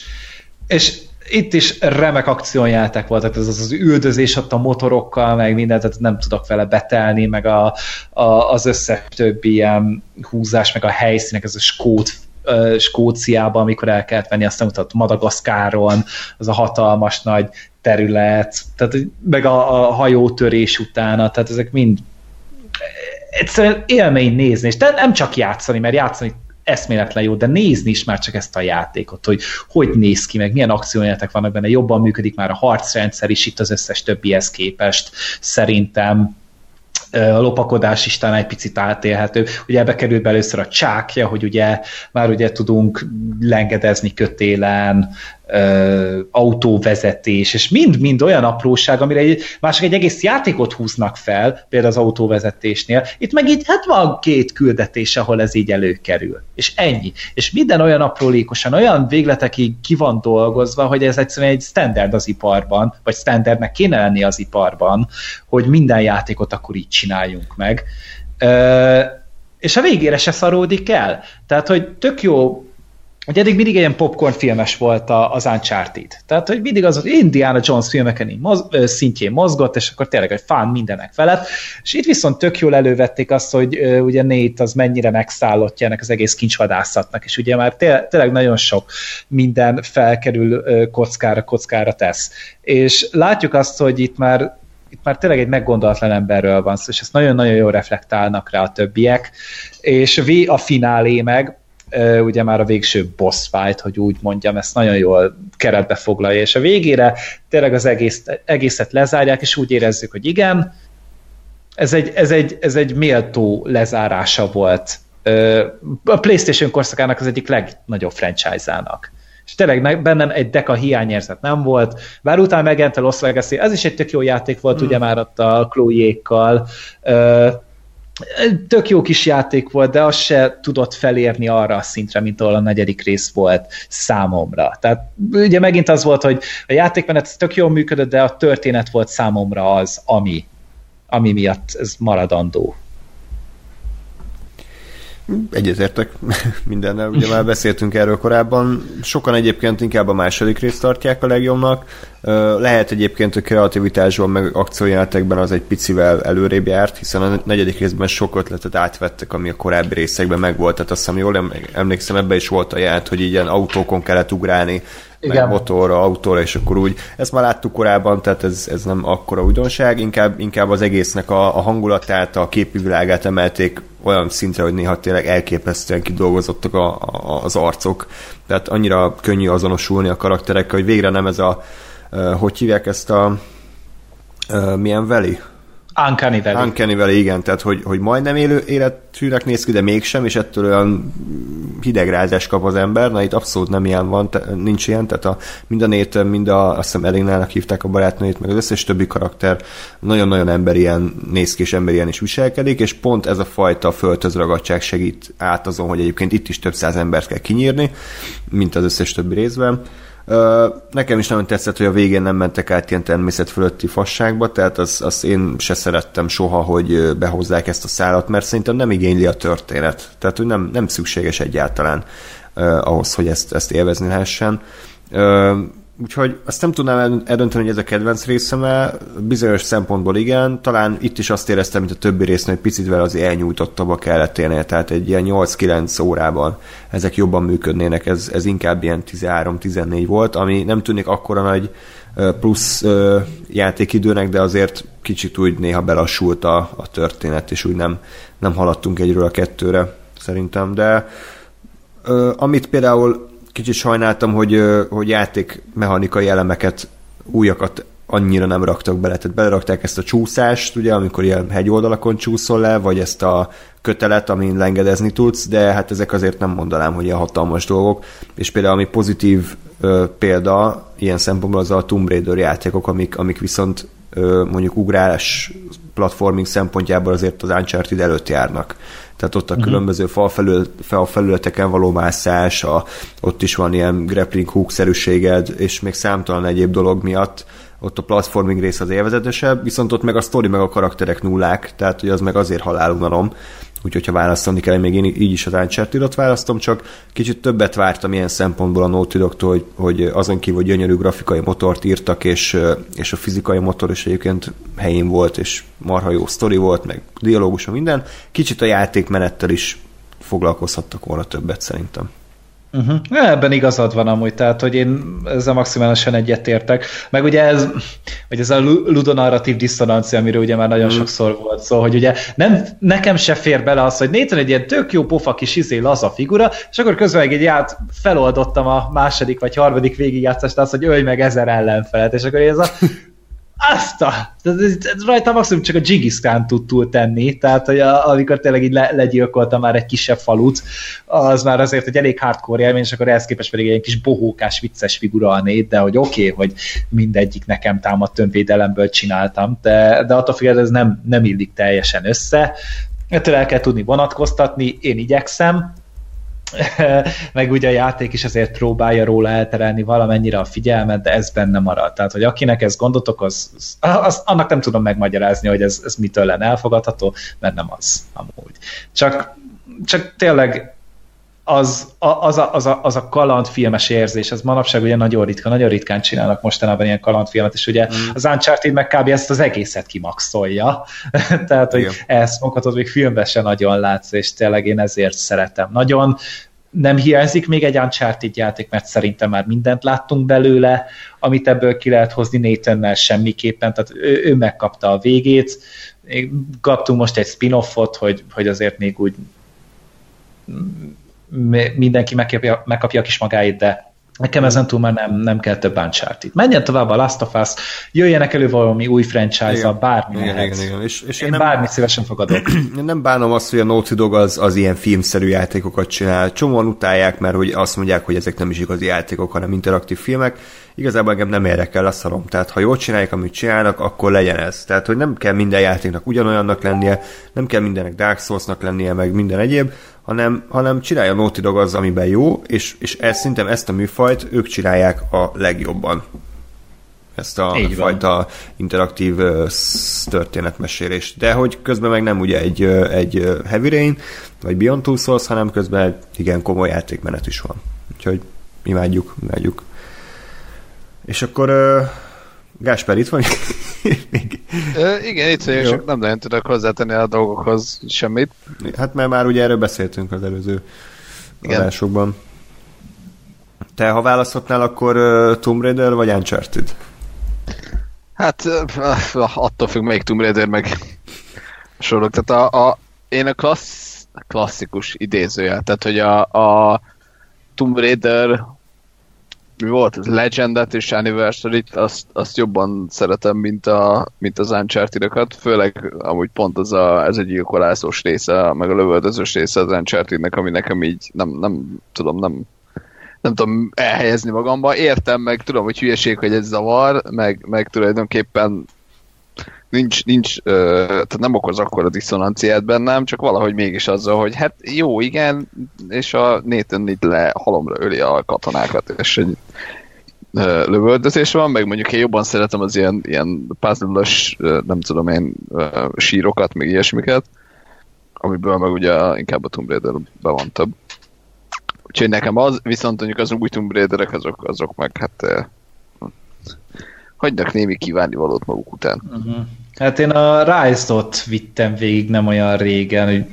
itt is remek akciójáték voltak, ez az üldözés ott a motorokkal, meg mindent, tehát nem tudok vele betelni, meg az összes többi ilyen húzás, meg a helyszínek, ez a Skóciában, amikor el kellett venni, aztán utat Madagaszkáron, az a hatalmas nagy terület, tehát meg a hajótörés utána, tehát ezek mind egyszerűen élmény nézni, és nem csak játszani, mert játszani eszméletlen jó, de nézni is már csak ezt a játékot, hogy néz ki, meg milyen akciójáték vannak benne, jobban működik már a harcrendszer is itt az összes többihez képest, szerintem a lopakodás is talán egy picit átélhető. Ugye ebbe került be először a csákja, hogy ugye már ugye tudunk lengedezni kötélen, autóvezetés, és mind-mind olyan apróság, amire már csak egy egész játékot húznak fel, például az autóvezetésnél. Itt meg így, hát van 2 küldetés, ahol ez így előkerül. És ennyi. És minden olyan aprólékosan, olyan végletekig ki van dolgozva, hogy ez egyszerűen egy standard az iparban, vagy standardnek kéne lenni az iparban, hogy minden játékot akkor így csináljunk meg. És a végére se szaródik el. Tehát, hogy tök jó, hogy eddig mindig ilyen popcorn filmes volt az Uncharted. Tehát, hogy mindig az Indiana Jones filmeken szintjén mozgott, és akkor tényleg egy fán mindenek felett. És itt viszont tök jól elővették azt, hogy ugye Nate az mennyire megszállottja ennek az egész kincsvadászatnak, és ugye már tényleg nagyon sok minden felkerül kockára tesz. És látjuk azt, hogy itt már tényleg egy meggondolatlan emberről van szó, és ezt nagyon-nagyon jól reflektálnak rá a többiek, és a finálé meg, ugye már a végső boss fight, hogy úgy mondjam, ezt nagyon jól keretbe foglalja, és a végére tényleg az egészet lezárják, és úgy érezzük, hogy igen, ez egy méltó lezárása volt a PlayStation korszakának az egyik legnagyobb franchise-ának. És tényleg bennem egy deka hiányérzet nem volt, bár utána megjelent a Lost Legacy, ez is egy tök jó játék volt, ugye már ott a Chloe-ékkal, tök jó kis játék volt, de az se tudott felérni arra a szintre, mint ahol a 4. rész volt számomra. Tehát ugye megint az volt, hogy a játékmenet tök jól működött, de a történet volt számomra az, ami miatt ez maradandó. Egyetértek mindennel, ugye már beszéltünk erről korábban. Sokan egyébként inkább a 2. részt tartják a legjobbnak. Lehet egyébként, hogy kreativitásban meg akciójátékben az egy picivel előrébb járt, hiszen a 4. részben sok ötletet átvettek, ami a korábbi részekben megvolt. Tehát azt hiszem, jól emlékszem, ebben is volt a ját, hogy ilyen autókon kellett ugrálni, igen, meg motorra, autóra, és akkor úgy. Ezt már láttuk korábban, tehát ez nem akkora újdonság, inkább az egésznek a hangulatát, a képi világát emelték olyan szintre, hogy néha tényleg elképesztően kidolgozottak az arcok. Tehát annyira könnyű azonosulni a karakterekkel, hogy végre nem ez a hogy hívják ezt a milyen valley? Uncanny Valley, igen, tehát hogy majdnem élő életűnek néz ki, de mégsem, és ettől olyan hidegrázás kap az ember, na itt abszolút nem ilyen van, nincs ilyen, tehát mind a Nathan, mind azt hiszem Elingnának hívták a barátnőjét, meg az összes többi karakter nagyon-nagyon emberien néz ki, és emberien is viselkedik, és pont ez a fajta földhözragadtság segít át azon, hogy egyébként itt is több száz embert kell kinyírni, mint az összes többi részben. Nekem is nagyon tetszett, hogy a végén nem mentek át ilyen természet fölötti fasságba, tehát azt én se szerettem soha, hogy behozzák ezt a szálat, mert szerintem nem igényli a történet. Tehát, hogy nem szükséges egyáltalán ahhoz, hogy ezt élvezni lehessen. Úgyhogy azt nem tudnám eldönteni, hogy ez a kedvenc részem-e, bizonyos szempontból igen, talán itt is azt éreztem, mint a többi résznél, hogy picit vele az elnyújtottabbba kellett élnie, tehát egy ilyen 8-9 órában ezek jobban működnének, ez inkább ilyen 13-14 volt, ami nem tűnik akkora nagy plusz játékidőnek, de azért kicsit úgy néha belassult a történet, és úgy nem haladtunk egyről a kettőre szerintem, de amit például kicsit sajnáltam, hogy játékmechanikai elemeket, újakat annyira nem raktak bele. Tehát belerakták ezt a csúszást, ugye, amikor ilyen hegyoldalakon csúszol le, vagy ezt a kötelet, amin lengedezni tudsz, de hát ezek azért nem mondanám, hogy ilyen hatalmas dolgok. És például ami pozitív példa ilyen szempontból az a Tomb Raider játékok, amik viszont mondjuk ugrás platforming szempontjából azért az Uncharted előtt járnak. Tehát ott a különböző falfelületeken való mászás, ott is van ilyen grappling hook-szerűséged, és még számtalan egyéb dolog miatt ott a platforming rész az élvezetesebb, viszont ott meg a sztori meg a karakterek nullák, tehát hogy az meg azért halálunalom. Úgyhogy ha választani kell, még én így is az Uncharted-ot választom, csak kicsit többet vártam ilyen szempontból a Naughty Dogtól, hogy azon kívül, hogy gyönyörű grafikai motort írtak, és a fizikai motor is egyébként helyén volt, és marha jó sztori volt, meg dialógus, minden. Kicsit a játékmenettel is foglalkozhattak volna többet szerintem. Ebben igazad van amúgy, tehát, hogy én ezzel maximálisan egyetértek. Meg ugye ez a ludonarratív diszonancia, amiről ugye már nagyon sokszor volt szó, hogy ugye nekem se fér bele az, hogy Nathan egy ilyen tök jó pofa kis laza figura, és akkor közben egy feloldottam a második vagy harmadik végigjátszást azt, hogy ölj meg 1000 ellenfelet, és akkor ez a rajta maximum csak a Genghis Khan tud túltenni, tehát hogy amikor tényleg így legyilkolta már egy kisebb falut, az már azért egy elég hardcore élmény, és akkor ehhez képest pedig egy kis bohókás, vicces figura a Nate, de hogy oké, hogy mindegyik nekem támadt önvédelemből csináltam, de attól függetlenül ez nem illik teljesen össze. Ettől el kell tudni vonatkoztatni, én igyekszem, meg ugye a játék is azért próbálja róla elterelni valamennyire a figyelmet, de ez benne marad. Tehát, hogy akinek ez gondot okoz, annak nem tudom megmagyarázni, hogy ez mitől lenne elfogadható, mert nem az amúgy. Csak tényleg az a kalandfilmes érzés, ez manapság ugye nagyon ritkán csinálnak mostanában ilyen kalandfilmet, és ugye az Uncharted meg kb. Ezt az egészet kimaxolja. Tehát, hogy ezt magadod még filmben se nagyon látsz, és tényleg én ezért szeretem. Nagyon nem hiányzik még egy Uncharted játék, mert szerintem már mindent láttunk belőle, amit ebből ki lehet hozni, Nathannel semmiképpen, tehát ő megkapta a végét. Kaptunk most egy spin-offot, hogy azért még úgy mindenki megkapja a kis magáit, de Nekem ezen túl már nem kell több Uncharted. Menjen tovább a Last of Us, jöjjenek elő valami új franchise-a, bármi lehet. Igen. És én bármit szívesen fogadok. Én nem bánom azt, hogy a Naughty Dog az ilyen filmszerű játékokat csinál. Csomóan utálják, mert hogy azt mondják, hogy ezek nem is igazi játékok, hanem interaktív filmek. Igazából engem nem érdekel a szarom. Tehát ha jól csinálják, amit csinálnak, akkor legyen ez. Tehát, hogy nem kell minden játéknak ugyanolyannak lennie, nem kell mindennek Dark Souls-nak lennie, meg minden egyéb, hanem csinálja a Naughty Dog az, amiben jó, és szerintem ezt a műfajt ők csinálják a legjobban. Ezt a fajta interaktív történetmesélést. De hogy közben meg nem ugye egy Heavy Rain, vagy Beyond Two Souls, hanem közben igen komoly játékmenet is van. Úgyhogy imádjuk. És akkor Gáspár itt van? Igen, itt vagyok, csak nem nagyon tudok hozzátenni a dolgokhoz semmit. Hát mert már ugye erről beszéltünk az előző adásokban. Te, ha választhatnál, akkor Tomb Raider vagy Uncharted? Hát attól függ, melyik Tomb Raider meg sorok. Tehát én a klasszikus idézőjel, tehát hogy a Tomb Raider mi volt, az Legendet és Anniversary-t, azt jobban szeretem, mint az Uncharted-okat, főleg amúgy pont ez egy gyilkolászós része, meg a lövöldözős része az Uncharted-nek, ami nekem így nem tudom elhelyezni magamba. Értem, meg tudom, hogy hülyeség, hogy ez zavar, meg tulajdonképpen nincs tehát nem okoz akkora diszonanciát bennem, csak valahogy mégis azzal, hogy hát jó, igen, és a Nathan itt halomra öli a katonákat, és egy lövöldözés van, meg mondjuk én jobban szeretem az ilyen puzzle-os, nem tudom én, sírokat, meg ilyesmiket, amiből meg ugye inkább a Tomb Raider-be van több. Úgyhogy nekem az, viszont mondjuk az új Tomb Raiderek, azok meg hát hagynak némi kívánnivalót maguk után. Uh-huh. Hát én a Rise-ot vittem végig nem olyan régen, hogy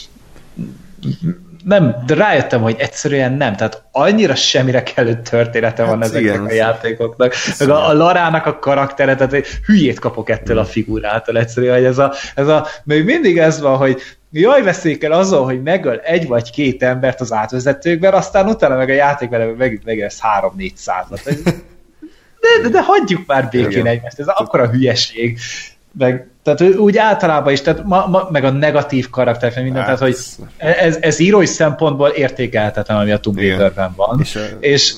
nem, de rájöttem, hogy egyszerűen nem. Tehát annyira semmire kellő története van ezeknek a játékoknak. Meg a Larának a karaktere, tehát hülyét kapok ettől a figurától egyszerűen, hogy ez a még mindig ez van, hogy jaj, veszélyk el azon, hogy megöl egy vagy két embert az átvezetőkben, aztán utána meg a játékban megölsz 3-400-at. De hagyjuk már békén egymást, ez akkora hülyeség. Tehát úgy általában is, tehát meg a negatív karakter, minden, tehát hogy ez írói szempontból értékelhetetlen, ami a Tomb Raiderben van. És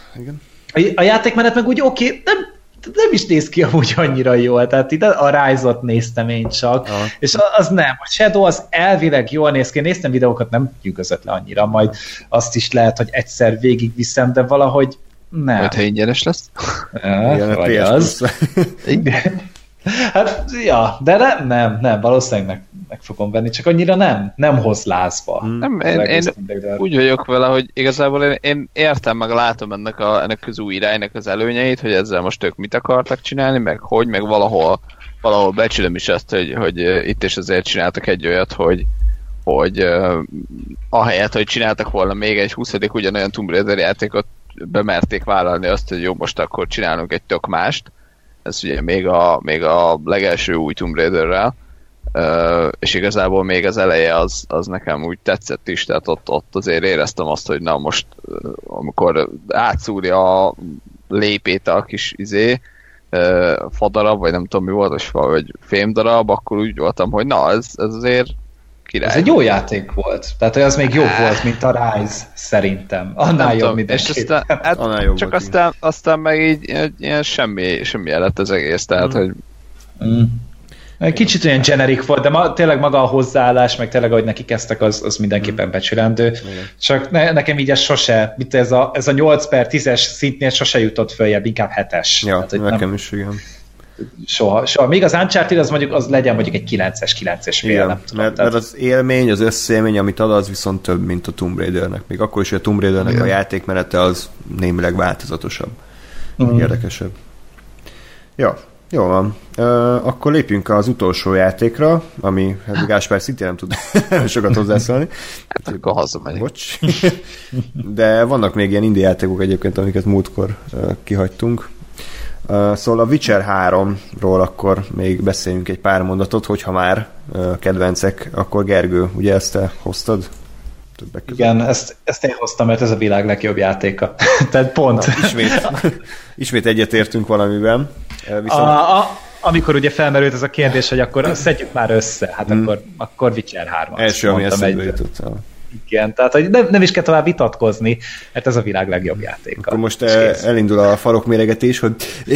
a játékmenet meg úgy oké, nem is néz ki amúgy annyira jól, tehát ide a Rise-ot néztem én csak, és az nem. A Shadow az elvileg jól néz ki, néztem videókat, nem nyűgözött le annyira, majd azt is lehet, hogy egyszer végigviszem, de valahogy nem. Majd ha ingyenes lesz? Vagy az. Igen. Hát, ja, de nem, valószínűleg meg fogom venni, csak annyira nem hoz lázba. Én úgy vagyok vele, hogy igazából én értem, meg látom ennek az új iránynak az előnyeit, hogy ezzel most ők mit akartak csinálni, meg valahol becsülöm is azt, hogy itt és azért csináltak egy olyat, hogy ahelyett, hogy csináltak volna még egy 20. ugyanolyan Tomb Raider játékot, bemerték vállalni azt, hogy jó, most akkor csinálunk egy tök mást. Ez ugye még a legelső új Tomb Raiderrel, és igazából még az eleje az nekem úgy tetszett is, tehát ott azért éreztem azt, hogy na most, amikor átszúrja a lépét a kis fadarab, vagy nem tudom mi volt, vagy fémdarab, akkor úgy voltam, hogy na, ez azért király. Ez egy jó játék volt. Tehát, hogy az még jobb volt, mint a Rise, szerintem. Annál jobb mindenképp. Csak aztán meg így ilyen semmi lett az egész, tehát, hogy... Kicsit olyan generic volt, de tényleg maga a hozzáállás, meg tényleg, ahogy neki kezdtek, az mindenképpen becsülendő. Csak nekem így ez sose, ez a 8/10-es szintnél sose jutott följebb, inkább 7-es. Ja, tehát, nekem is, igen. Soha. Még az Uncharted az legyen mondjuk egy 9-es fél, nem tudom. Mert az élmény, az összélmény, amit ad, az viszont több, mint a Tomb Raidernek. Még akkor is, hogy a Tomb Raidernek a játékmenete az némileg változatosabb. Érdekesebb. Ja, jó van. Akkor lépjünk az utolsó játékra, ami Gáspár szintén nem tud sokat hozzászólni. Hát akkor hazamegyek. Bocs. De vannak még ilyen indie játékok egyébként, amiket múltkor kihagytunk. Szóval a Witcher 3-ról akkor még beszéljünk egy pár mondatot, hogyha már kedvencek, akkor Gergő, ugye ezt te hoztad? többek között. Igen, ezt én hoztam, mert ez a világ legjobb játéka. Tehát pont. Ismét egyetértünk valamiben. Amikor ugye felmerült ez a kérdés, hogy akkor szedjük már össze, hát akkor Witcher 3. Első, ami eszembe jutott. Igen, tehát hogy nem is kell tovább vitatkozni, mert ez a világ legjobb játéka. Akkor most elindul a farokméregetés, hogy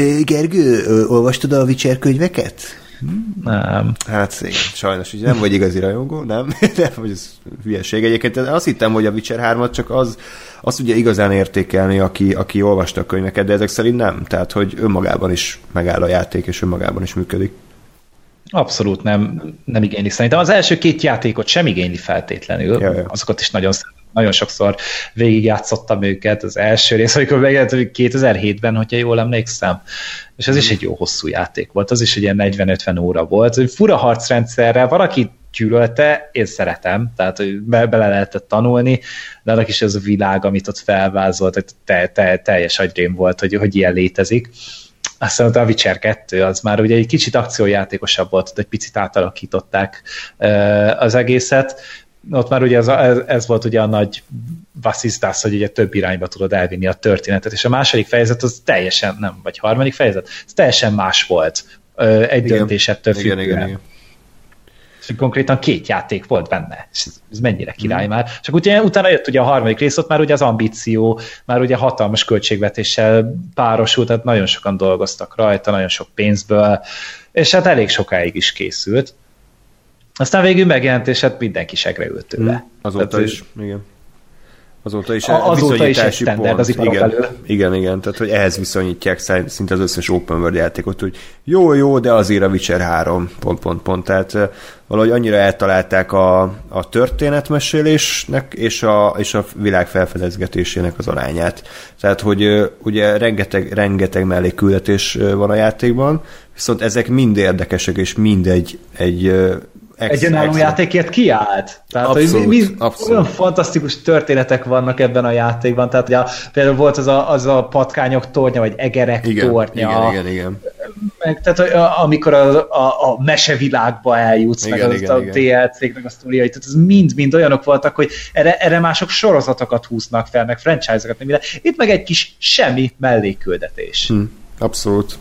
Gergő, olvastad a Witcher könyveket? Nem. Hát szépen, sajnos, ugye nem vagy igazi rajongó, nem? Nem, hogy ez hülyeség. Egyébként azt hittem, hogy a Witcher 3-at csak azt ugye igazán értékelni, aki olvasta a könyveket, de ezek szerint nem. Tehát, hogy önmagában is megáll a játék, és önmagában is működik. Abszolút nem igényli. Szerintem az első 2 játékot sem igényli feltétlenül. Ja. Azokat is nagyon sokszor végigjátszottam őket. Az első rész, amikor megjelent 2007-ben, hogyha jól emlékszem. És ez is egy jó hosszú játék volt. Az is egy ilyen 40-50 óra volt. Egy fura harcrendszerrel, valaki gyűlölte, én szeretem, tehát bele lehetett tanulni, de annak is ez a világ, amit ott felvázolt, teljes agyrém volt, hogy ilyen létezik. Aztán a Witcher 2 az már ugye egy kicsit akciójátékosabb volt, egy picit átalakították az egészet. Ott már ugye ez volt ugye a nagy vasszizdász, hogy ugye több irányba tudod elvinni a történetet, és a második fejezet az teljesen, nem, vagy harmadik fejezet, ez teljesen más volt egy döntésettől függően. Igen. Konkrétan 2 játék volt benne. Ez mennyire király már. Csak utána jött ugye a harmadik rész, ott már ugye az ambíció, már ugye hatalmas költségvetéssel párosult, tehát nagyon sokan dolgoztak rajta, nagyon sok pénzből, és hát elég sokáig is készült. Aztán végül megjelent, és hát mindenki segre ült tőle. Azóta is, igen. Azóta is egy standard az iparok belül. Igen, tehát hogy ehhez viszonyítják szinte az összes open world játékot, hogy jó, de azért a Witcher 3, pont. Tehát valahogy annyira eltalálták a történetmesélésnek és a világ felfedezgetésének az arányát. Tehát, hogy ugye rengeteg mellékküldetés van a játékban, viszont ezek mind érdekesek, és mind egy önálló játékért kiállt. Tehát, abszolút. Olyan fantasztikus történetek vannak ebben a játékban. Tehát, ugye, például volt az a patkányok tornya, vagy egerek tornya. Igen. Meg, tehát, amikor a mesevilágba eljutsz, meg a DLC-k, meg a sztoriai, tehát ez mind olyanok voltak, hogy erre mások sorozatokat húznak fel, meg franchise-okat, meg minden. Itt meg egy kis semmi mellékküldetés. Abszolút.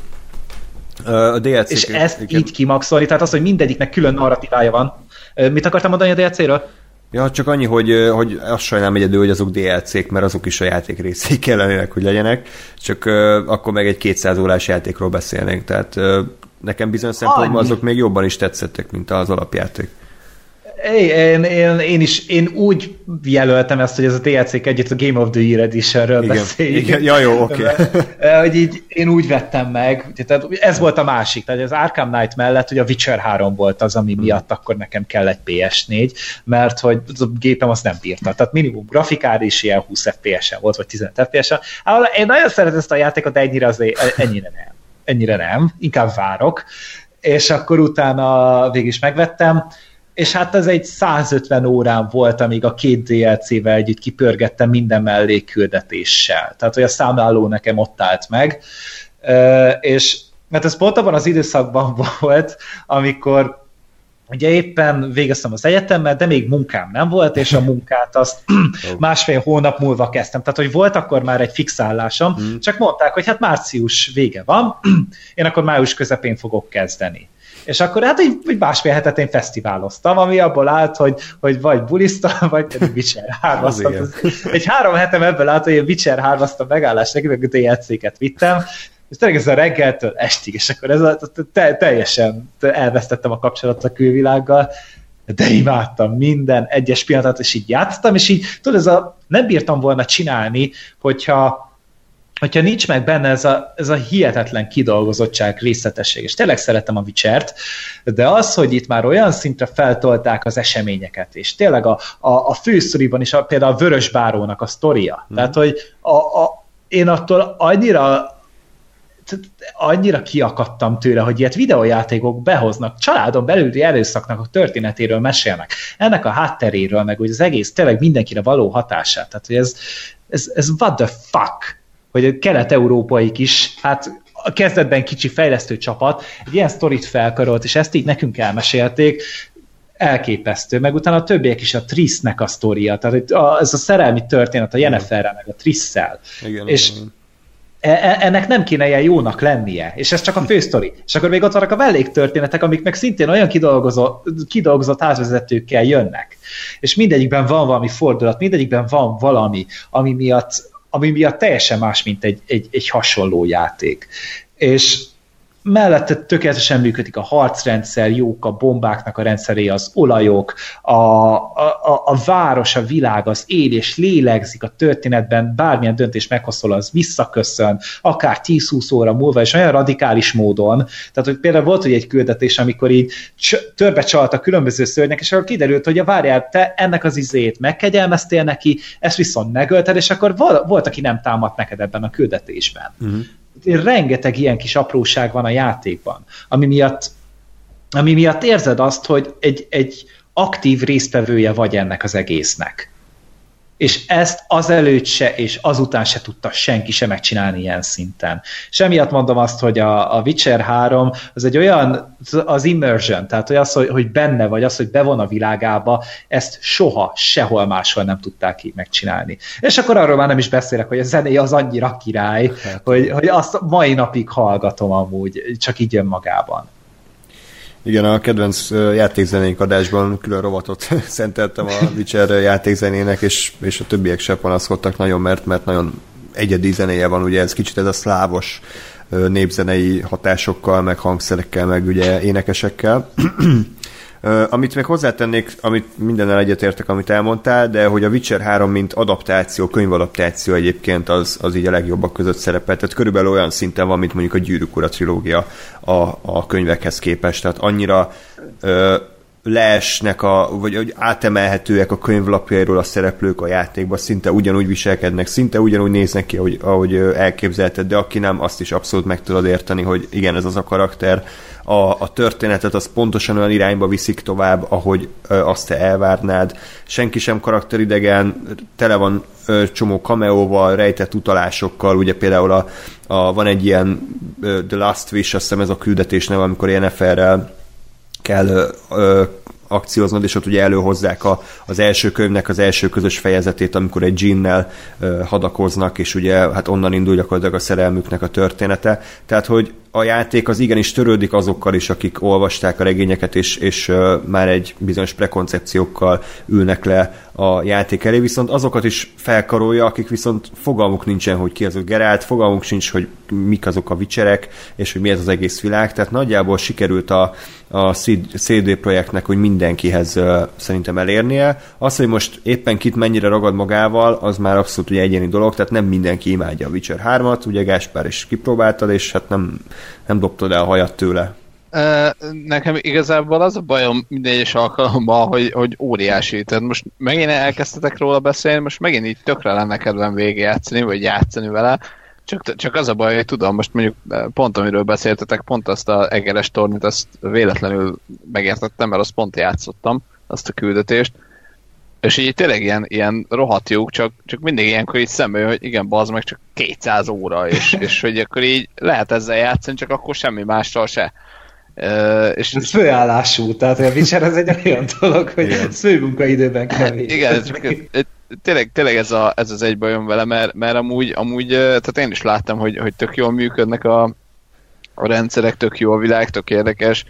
A DLC-k, és ezt így kimaxolni, tehát az, hogy mindegyiknek külön narratívája van. Mit akartam mondani a DLC-ről? Ja, csak annyi, hogy azt sajnálom egyedül, hogy azok DLC-k, mert azok is a játék részei kellenének, hogy legyenek, csak akkor meg egy 200 órás játékról beszélnénk, tehát nekem bizonyos szempontból azok még jobban is tetszettek, mint az alapjáték. Én úgy jelöltem ezt, hogy ez a DLC-k együtt a Game of the Year Editionről beszéljük. Igen. Ja, jó, oké. Hogy így én úgy vettem meg, tehát ez volt a másik, tehát az Arkham Knight mellett, hogy a Witcher 3 volt az, ami miatt akkor nekem kell egy PS4, mert hogy a gépem azt nem bírta. Tehát minimum grafikára is ilyen 20 FPS-en volt, vagy 15 FPS-en. Én nagyon szeretem ezt a játékot, de ennyire nem. Inkább várok. És akkor utána végig is megvettem, és hát ez egy 150 órán volt, amíg a 2 DLC-vel együtt kipörgettem minden mellékküldetéssel. Tehát, hogy a számláló nekem ott állt meg. És mert ez pont abban az időszakban volt, amikor ugye éppen végeztem az egyetemmet, de még munkám nem volt, és a munkát azt 1,5 hónap múlva kezdtem. Tehát, hogy volt akkor már egy fixállásom, csak mondták, hogy hát március vége van, én akkor május közepén fogok kezdeni. És akkor hát egy 1,5 hetet én fesztiváloztam, ami abból állt, hogy vagy bulisztam, vagy pedig Witcher 3-aztam. Egy 3 hetem ebből állt, hogy én Witcher 3-aztam megállást neki, meg a DLC-ket vittem, és tényleg ez a reggeltől estig, és akkor teljesen elvesztettem a kapcsolatot a külvilággal, de imádtam minden egyes pillanatot, és így játszottam, és így tudod, nem bírtam volna csinálni, hogyha nincs meg benne ez a hihetetlen kidolgozottság, részletesség, és tényleg szeretem a Witchert, de az, hogy itt már olyan szintre feltolták az eseményeket, és tényleg a fősztoriban is például a Vörös Bárónak a sztoria, tehát, hogy én attól annyira kiakadtam tőle, hogy ilyet videójátékok behoznak, családon belüli erőszaknak a történetéről mesélnek, ennek a hátteréről, meg úgy az egész tényleg mindenkire való hatását, tehát, hogy ez what the fuck, hogy a kelet-európaik is, hát a kezdetben kicsi fejlesztő csapat egy ilyen sztorit felkarolt, és ezt így nekünk elmesélték, elképesztő, meg utána a többiek is, a Triss-nek a sztoria, tehát ez a szerelmi történet a Yenneferrel, meg a Triss-szel. És ennek nem kéne ilyen jónak lennie, és ez csak a fősztori. És akkor még ott vannak a melléktörténetek, amik meg szintén olyan kidolgozott átvezetőkkel jönnek. És mindegyikben van valami fordulat, mindegyikben van valami, ami miatt teljesen más, mint egy hasonló játék. És mellette tökéletesen működik a harcrendszer, jók a bombáknak a rendszeré, az olajok, a város, a világ, az él és lélegzik a történetben, bármilyen döntés meghozol, az visszaköszön, akár 10-20 óra múlva, és olyan radikális módon. Tehát, hogy például volt egy küldetés, amikor így törbe csalt a különböző szörnyek, és akkor kiderült, hogy várjál, te ennek az izét megkegyelmeztél neki, ezt viszont megölted, és akkor volt, aki nem támadt neked ebben a küldetésben. Rengeteg ilyen kis apróság van a játékban, ami miatt érzed azt, hogy egy aktív résztvevője vagy ennek az egésznek. És ezt azelőtt se, és azután se tudta senki sem megcsinálni ilyen szinten. És emiatt mondom azt, hogy a Witcher 3 az egy olyan, az immersion, tehát az, hogy benne vagy, az, hogy bevon a világába, ezt soha, sehol máshol nem tudták így megcsinálni. És akkor arról már nem is beszélek, hogy a zenéje az annyira király, hogy azt mai napig hallgatom amúgy, csak így önmagában. Igen, a kedvenc játékzenénk adásban külön rovatot szenteltem a Witcher játékzenének, és a többiek se panaszkodtak nagyon, mert nagyon egyedi zenéje van, ugye ez kicsit ez a szlávos népzenei hatásokkal, meg hangszerekkel, meg ugye énekesekkel. Amit még hozzátennék, amit mindennel egyetértek, amit elmondtál, de hogy a Witcher 3 mint adaptáció, könyvadaptáció egyébként az így a legjobbak között szerepel. Tehát körülbelül olyan szinten van, mint mondjuk a Gyűrűk Ura trilógia a könyvekhez képest. Tehát annyira leesnek, vagy átemelhetőek a könyvlapjairól a szereplők a játékban, szinte ugyanúgy viselkednek, szinte ugyanúgy néznek ki, ahogy elképzelted, de aki nem, azt is abszolút meg tudod érteni, hogy igen, ez az a karakter. A történetet az pontosan olyan irányba viszik tovább, ahogy azt te elvárnád. Senki sem karakteridegen, tele van csomó cameóval, rejtett utalásokkal, ugye például van egy ilyen The Last Wish, azt hiszem ez a küldetés neve, amikor Yenneferrel kell akcióznod, és ott ugye előhozzák az első könyvnek az első közös fejezetét, amikor egy djinnel hadakoznak, és ugye hát onnan indul gyakorlatilag a szerelmüknek a története. Tehát, hogy a játék az igenis törődik azokkal is, akik olvasták a regényeket, és már egy bizonyos prekoncepciókkal ülnek le a játék elé, viszont azokat is felkarolja, akik viszont fogalmuk nincsen, hogy ki az a Geralt, fogalmuk sincs, hogy mik azok a Witcherek, és hogy mi ez az egész világ. Tehát nagyjából sikerült a CD Projektnek, hogy mindenkihez szerintem elérnie. Az, hogy most éppen kit mennyire ragad magával, az már abszolút ugye egyéni dolog, tehát nem mindenki imádja a Witcher 3-at, ugye Gáspár is kipróbáltad, és hát nem dobtad el a hajat tőle. Nekem igazából az a bajom minden egyes alkalommal, hogy óriási. Tehát most megint elkezdtetek róla beszélni, most megint így tökre lenne kedvem végigjátszani, vagy játszani vele. Csak az a baj, hogy tudom, most mondjuk pont amiről beszéltetek, pont azt a egeres tornit, azt véletlenül megértettem, mert azt pont játszottam, azt a küldetést. És így tényleg ilyen rohadt jók, csak mindig ilyenkor így szembe, hogy igen, bazd meg, csak 200 óra, és hogy akkor így lehet ezzel játszani, csak akkor semmi mással se. És ez főállású, tehát a Witcher ez egy olyan dolog, hogy ez főmunkaidőben kevés. Igen, tényleg ez az egy bajom vele, mert amúgy tehát én is láttam, hogy tök jól működnek a rendszerek, tök jó a világ, tök érdekes.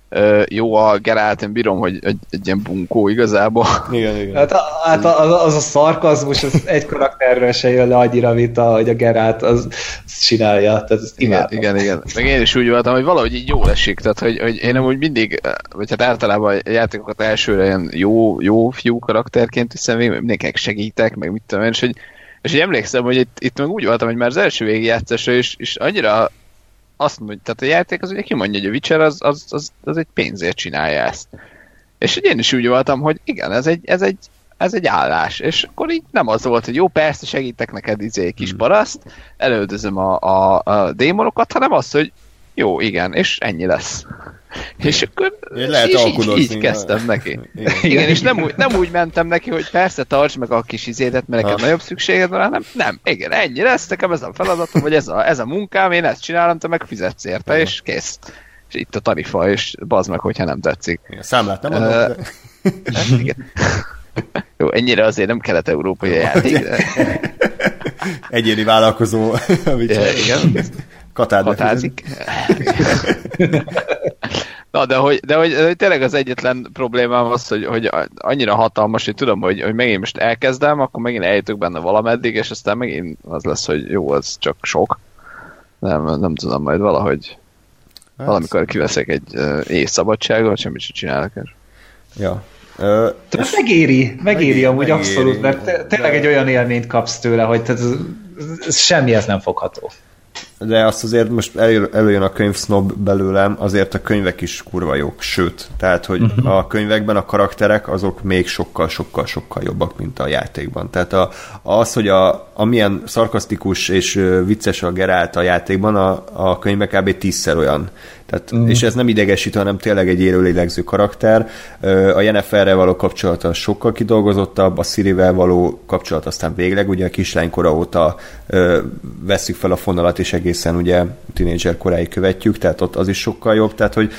Jó a Geralt, én bírom, hogy egy ilyen bunkó igazából. Igen. Hát az a szarkazmus, az egy karakterről se jön le annyira, mint hogy a Geralt az csinálja, tehát ezt imádom. Igen. Meg én is úgy voltam, hogy valahogy így jól esik, tehát hogy én amúgy mindig, vagy hát általában a játékokat elsőre ilyen jó fiú karakterként hiszem, mindenkinek segítek, meg mit tudom én, és hogy emlékszem, hogy itt meg úgy voltam, hogy már az első végigjátszásra is annyira azt mondja, tehát a játék az ugye kimondja, hogy a Witcher az egy pénzért csinálja ezt. És én is úgy voltam, hogy igen, ez egy állás. És akkor így nem az volt, hogy jó, persze segítek neked kis paraszt, elődözöm a démonokat, hanem az, hogy jó, igen, és ennyi lesz. És akkor így kezdtem neki. Igen, és nem úgy mentem neki, hogy persze tartsd meg a kis izédet, mert neked nagyobb szükséged van, hanem nem, igen, ennyi lesz, nekem ez a feladatom, vagy ez a munkám, én ezt csinálom, te meg fizetsz érte, és kész. és itt a tarifa, és bazd meg, hogyha nem tetszik. A számlát nem adok, igen. Jó, ennyire azért nem kelet-európai játék. Egyéni vállalkozó. Igen. Katázik. Na, de hogy tényleg az egyetlen problémám az, hogy annyira hatalmas, hogy tudom, hogy megint most elkezdem, akkor megint eljutok benne valameddig, és aztán megint az lesz, hogy jó, az csak sok. Nem tudom, majd valahogy valamikor kiveszek egy éjszabadságot, semmit sem csinálok. Ja. Megéri amúgy abszolút, mert tényleg egy olyan élményt kapsz tőle, hogy semmihez nem fogható. De azt azért most előjön a könyvsznob belőlem, azért a könyvek is kurva jók, sőt, tehát, hogy a könyvekben a karakterek azok még sokkal jobbak, mint a játékban. Tehát az, hogy amilyen szarkasztikus és vicces a Geralt a játékban, a könyvek kb. 10-szer olyan. Tehát, és ez nem idegesítő, hanem tényleg egy élőlélegző karakter. A Yenneferrel való kapcsolata sokkal kidolgozottabb, a Cirivel való kapcsolat aztán végleg, ugye a kislánykora óta vesszük fel a fonalat, és egészen ugye tínédzser koráig követjük, tehát ott az is sokkal jobb, tehát hogy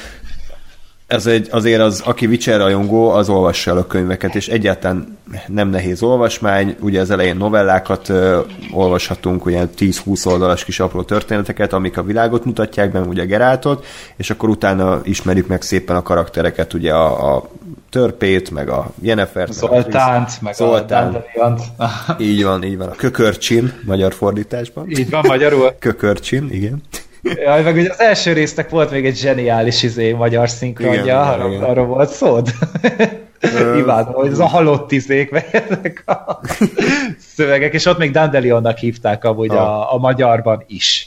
azért aki Witcher rajongó, az olvassa el a könyveket, és egyáltalán nem nehéz olvasmány, ugye az elején novellákat olvashatunk, ugye 10-20 oldalas kis apró történeteket, amik a világot mutatják be, ugye Geraltot, és akkor utána ismerjük meg szépen a karaktereket, ugye a törpét, meg a Yennefert, Zoltánt, meg a Dandeliont. Így van, a Kökörcsin, magyar fordításban. Így van, magyarul. Kökörcsin, igen. Jaj, meg ugye az első résznek volt még egy zseniális magyar szinkronja, arra volt szód. Imádom, hogy ez a halott izék, meg ezek a szövegek, és ott még Dandelionnak hívták amúgy a magyarban is.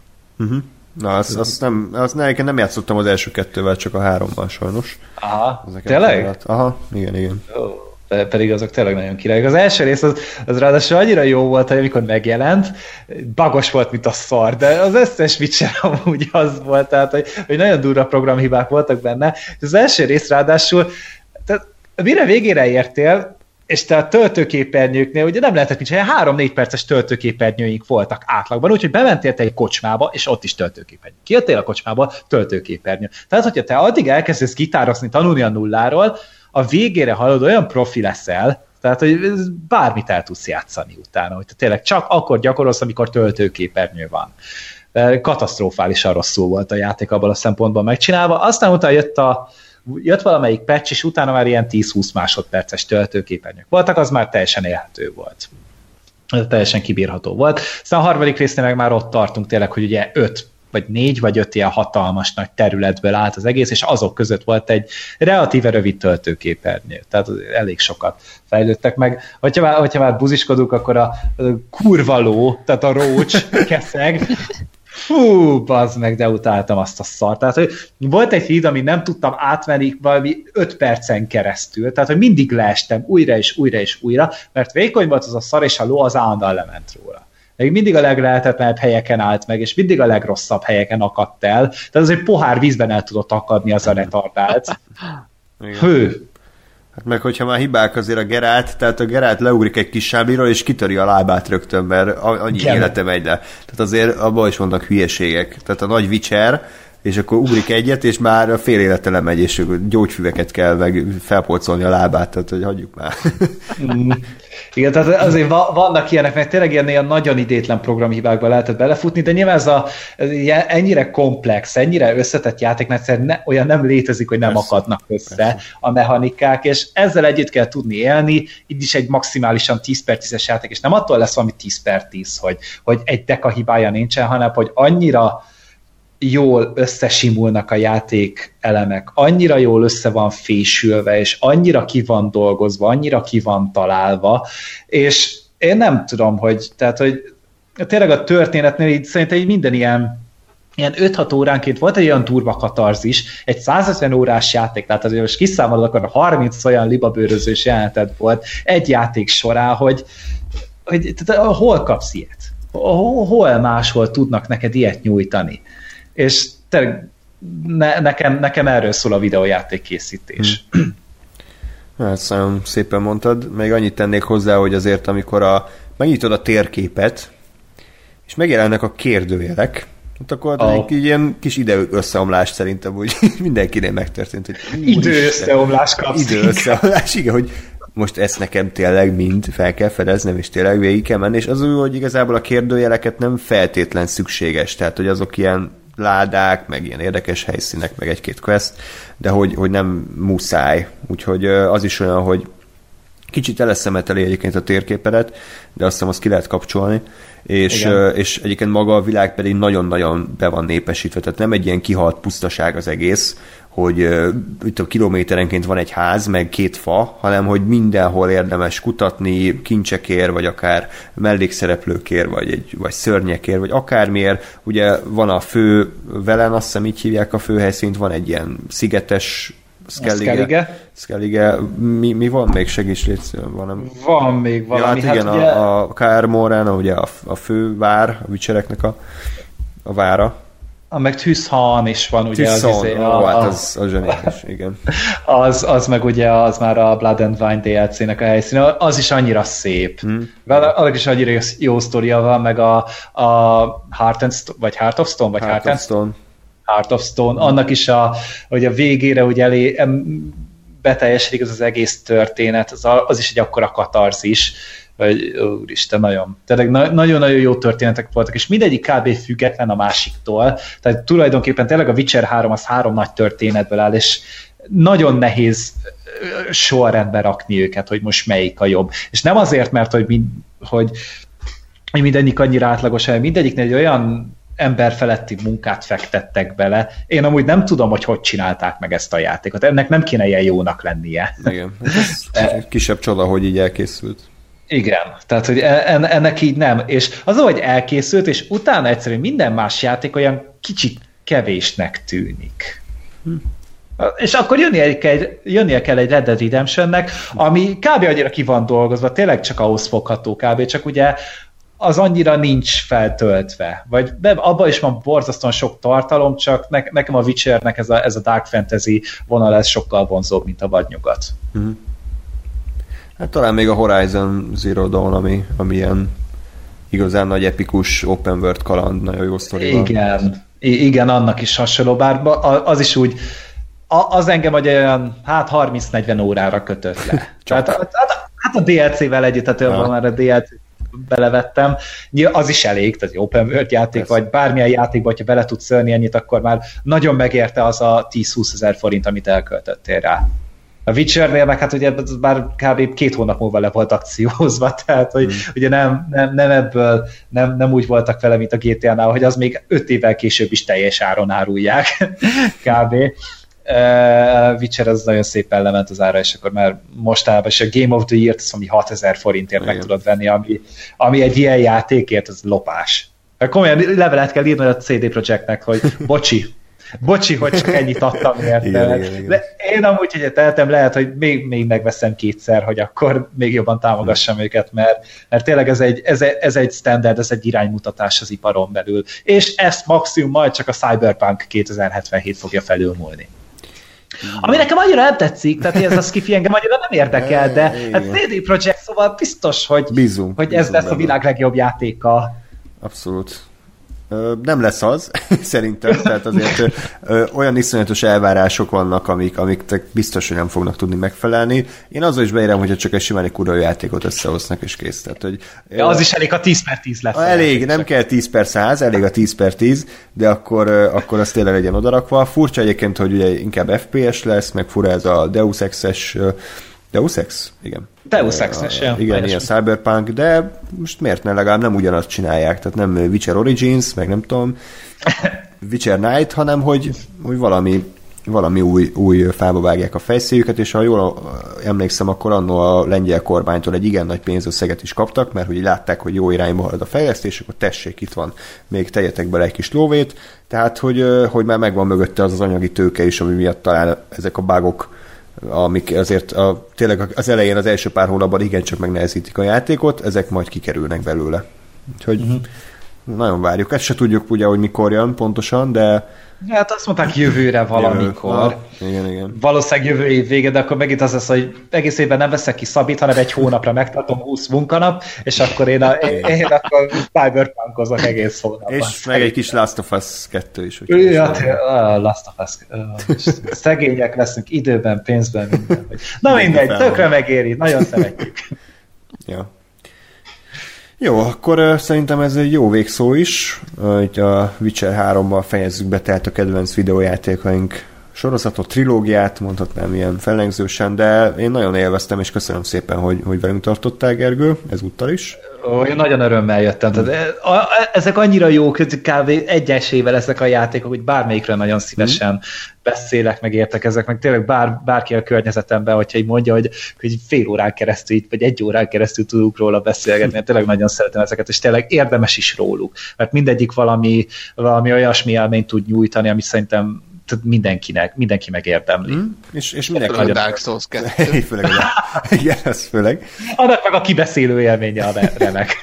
Na, azt nem játszottam az első 2-vel, csak a 3-mal sajnos. Aha, tényleg? Aha, igen. Pedig azok tényleg nagyon királyok. Az első rész az ráadásul annyira jó volt, hogy amikor megjelent, bagos volt, mint a szar, de az összes Witcher amúgy az volt, tehát hogy nagyon durva programhibák voltak benne. Az első rész ráadásul, tehát mire végére értél, és te a töltőképernyőknél ugye nem lehetett mit csinálni, 3-4 perces töltőképernyőink voltak átlagban, úgyhogy bementél te egy kocsmába, és ott is töltőképernyő. Kijöttél a kocsmába, töltőképernyő. Tehát, hogyha te addig elkezdesz gitározni, tanulni a nulláról, a végére hallod, olyan profi leszel, tehát, hogy bármit el tudsz játszani utána, hogy te tényleg csak akkor gyakorolsz, amikor töltőképernyő van. Katasztrofálisan rosszul volt a játék abban a szempontban megcsinálva. Aztán utána jött valamelyik patch, és utána már ilyen 10-20 másodperces töltőképernyők voltak, az már teljesen élhető volt. Teljesen kibírható volt. Aztán a harmadik résznél meg már ott tartunk tényleg, hogy ugye 4 vagy 5 ilyen hatalmas nagy területből állt az egész, és azok között volt egy relatíve rövid töltőképernyő. Tehát elég sokat fejlődtek meg. Hogyha már buziskodunk, akkor a kurva ló, tehát a rócs keszeg, fú, bazd meg, de utáltam azt a szart. Tehát, hogy volt egy híd, ami nem tudtam átmenni valami 5 percen keresztül, tehát, hogy mindig leestem újra és újra, mert vékony volt az a szar, és a ló az állandóan lement róla. Még mindig a leglehetetlenebb helyeken állt meg, és mindig a legrosszabb helyeken akadt el. Tehát az egy pohár vízben el tudott akadni az a retardált. Hő. Hát meg hogyha már hibák azért a Geralt, tehát a Geralt leugrik egy kis sábíról, és kitöri a lábát rögtön, mert annyi élete megy le. Tehát azért abban is vannak hülyeségek. Tehát a nagy Witcher, és akkor ugrik egyet, és már a fél élete lemegy, és gyógyfüveket kell meg felpolcolni a lábát, tehát hogy hagyjuk már. Igen, tehát azért vannak ilyenek, meg tényleg ilyen nagyon idétlen programhibákba lehetett belefutni, de nyilván ez ennyire komplex, ennyire összetett játék, mert olyan nem létezik, hogy nem akadnak össze a mechanikák, és ezzel együtt kell tudni élni, így is egy maximálisan 10/10-es játék, és nem attól lesz valami 10/10, hogy egy deka hibája nincsen, hanem hogy annyira jól összesimulnak a játék elemek, annyira jól össze van fésülve, és annyira ki van dolgozva, annyira ki van találva, és én nem tudom, hogy tényleg a történetnél így szerintem minden ilyen 5-6 óránként volt egy olyan turva katarzis, egy 150 órás játék, tehát azért most kiszámolod, akkor 30 olyan libabőrözős jelenetet volt egy játék során, hogy hol kapsz ilyet? Hol máshol tudnak neked ilyet nyújtani? És nekem erről szól a videójáték készítés. Hát nagyon szépen mondtad. Még annyit tennék hozzá, hogy azért amikor megnyitod a térképet, és megjelennek a kérdőjelek, Hát akkor egy ilyen kis idő összeomlás szerintem úgy mindenkinél megtörtént. Hogy idő összeomlás kapsz. Idő összeomlás, igen, hogy most ezt nekem tényleg mind fel kell fedeznem, és tényleg végig kell menni, és az úgy, hogy igazából a kérdőjeleket nem feltétlen szükséges, tehát hogy azok ilyen ládák, meg ilyen érdekes helyszínek, meg egy-két quest, de hogy nem muszáj. Úgyhogy az is olyan, hogy kicsit eleszemeteli egyébként a térképedet, de azt hiszem azt ki lehet kapcsolni, és egyébként maga a világ pedig nagyon-nagyon be van népesítve, tehát nem egy ilyen kihalt pusztaság az egész, hogy itt a kilométerenként van egy ház, meg 2 fa, hanem hogy mindenhol érdemes kutatni kincsekért, vagy akár mellékszereplőkért, vagy szörnyekért, vagy akármiért. Ugye van a fő Velen, azt hiszem így hívják a főhelyszínt, van egy ilyen szigetes Skellige. Mi van még? Segíts, légy. Van még valami. Ja, hát igen, ugye... a Kaer Morhen, ugye a fő vár, a Witchereknek a vára. Meg Tűzhan is van, ugye az zseniális, igen. Az meg ugye az már a Blood and Wine DLC-nek a helyszín, az is annyira szép. Annak is annyira jó sztoria van, meg a Heart of Stone, annak is hogy a végére ugye beteljesedik az egész történet, az is egy akkora katarzis, hogy úristen, nagyon-nagyon jó történetek voltak, és mindegyik kb. Független a másiktól, tehát tulajdonképpen tényleg a Witcher 3 az 3 nagy történetből áll, és nagyon nehéz sorrendbe rakni őket, hogy most melyik a jobb. És nem azért, mert hogy mindegyik annyira átlagos, hanem mindegyiknél egy olyan emberfeletti munkát fektettek bele. Én amúgy nem tudom, hogy csinálták meg ezt a játékot. Ennek nem kéne ilyen jónak lennie. Igen. Ez kisebb csoda, hogy így elkészült. Igen, tehát hogy ennek így nem. És az, hogy elkészült, és utána egyszerűen minden más játék olyan kicsit kevésnek tűnik. És akkor jönnie kell egy Red Dead Redemptionnek, ami kb. Annyira ki van dolgozva, tényleg csak ahhoz fogható kb. Csak ugye az annyira nincs feltöltve. Vagy abban is van borzasztóan sok tartalom, csak nekem a Witchernek ez a Dark Fantasy vonal ez sokkal vonzóbb, mint a vadnyugat. Hát talán még a Horizon Zero Dawn, ami ilyen igazán nagy epikus open world kaland, nagyon jó sztorival. Igen, annak is hasonló, bár az is úgy, az engem olyan 30-40 órára kötött le. Hát a DLC-vel együtt, tehát már a DLC belevettem. Az is elég, tehát open world játék, vagy bármilyen játékban, hogyha bele tudsz szörni ennyit, akkor már nagyon megérte az a 10-20 ezer forint, amit elköltöttél rá. A Witchernél meg hát ugye bár kb. 2 hónap múlva le volt akciózva, tehát hogy ugye nem ebből nem úgy voltak vele, mint a GTA-nál, hogy az még 5 évvel később is teljes áron árulják kb. Witcher az nagyon szépen lement az ára, és akkor már mostában is a Game of the Year-t azt mondja, 6000 forintért meg tudod venni, ami egy ilyen játékért, az lopás. Komolyan levelet kell írni a CD Projektnek, hogy bocsi, hogy csak ennyit adtam érte. Igen. De én amúgy, hogy tehetem, lehet, hogy még megveszem 2-szer, hogy akkor még jobban támogassam őket, mert tényleg ez egy standard, ez egy iránymutatás az iparon belül. És ezt maximum majd csak a Cyberpunk 2077 fogja felülmúlni. Ami nekem annyira nem tetszik, tehát ez a skifi engem annyira nem érdekel, de hát CD Projekt, szóval biztos, hogy ez lesz a világ legjobb játéka. Abszolút. Nem lesz az, szerintem, tehát azért olyan iszonyatos elvárások vannak, amik biztos, hogy nem fognak tudni megfelelni. Én azzal is beírem, hogyha csak egy simán egy kurva játékot összehoznak, és kész. Tehát, hogy, az is elég, a 10/10 lesz. Elég, nem kell 10/100, elég a 10/10, de akkor az tényleg legyen odarakva. Furcsa egyébként, hogy ugye inkább FPS lesz, meg fura ez a Deus Ex-es Deus Ex? Igen. Deus Ex-es, igen, ilyen Cyberpunk, de most miért ne, legalább nem ugyanazt csinálják, tehát nem Witcher Origins, meg nem tudom, Witcher Night, hanem hogy valami új fába vágják a fejszéjüket, és ha jól emlékszem, akkor annól a lengyel kormánytól egy igen nagy pénzösszeget is kaptak, mert hogy látták, hogy jó irányba halad a fejlesztés, akkor tessék, itt van, még tegyetek bele egy kis lóvét, tehát hogy már megvan mögötte az anyagi tőke is, ami miatt talán ezek a bugok, amik azért tényleg az elején, az első pár hónapban igencsak megnehezítik a játékot, ezek majd kikerülnek belőle. Úgyhogy nagyon várjuk. Ezt se tudjuk ugye, hogy mikor jön pontosan, de hát azt mondták jövőre valamikor. Igen. Valószínűleg jövő év vége, de akkor megint az lesz, hogy egész évben nem veszek ki Szabit, hanem egy hónapra megtartom 20 munkanap, és akkor én akkor cyberpunkozok egész hónapban. És meg egy kis Last of Us 2 is. Last of Us. Szegények leszünk időben, pénzben, minden. Na mindegy, tökre megéri, nagyon szeretjük. Ja. Jó, akkor szerintem ez egy jó végszó is. Itt a Witcher 3-mal fejezzük be tehát a kedvenc videójátékaink sorozatot, trilógiát, mondhatnám ilyen fellengzősen, de én nagyon élveztem, és köszönöm szépen, hogy velünk tartottál, Gergő, ezúttal is. Én nagyon örömmel jöttem. Tehát, ezek annyira jók, hogy kb. Egyesével ezek a játékok, hogy bármelyikről nagyon szívesen beszélek, meg értekezek, meg tényleg bárki a környezetemben, hogyha így mondja, hogy fél órán keresztül, vagy egy órán keresztül tudunk róla beszélgetni, tényleg nagyon szeretem ezeket, és tényleg érdemes is róluk, mert mindegyik valami olyasmi élményt tud nyújtani, ami szerintem mindenki megérdemli. És mindenki a Dark Souls 2. Igen, ez főleg. Annak meg a kibeszélő élménye a remek.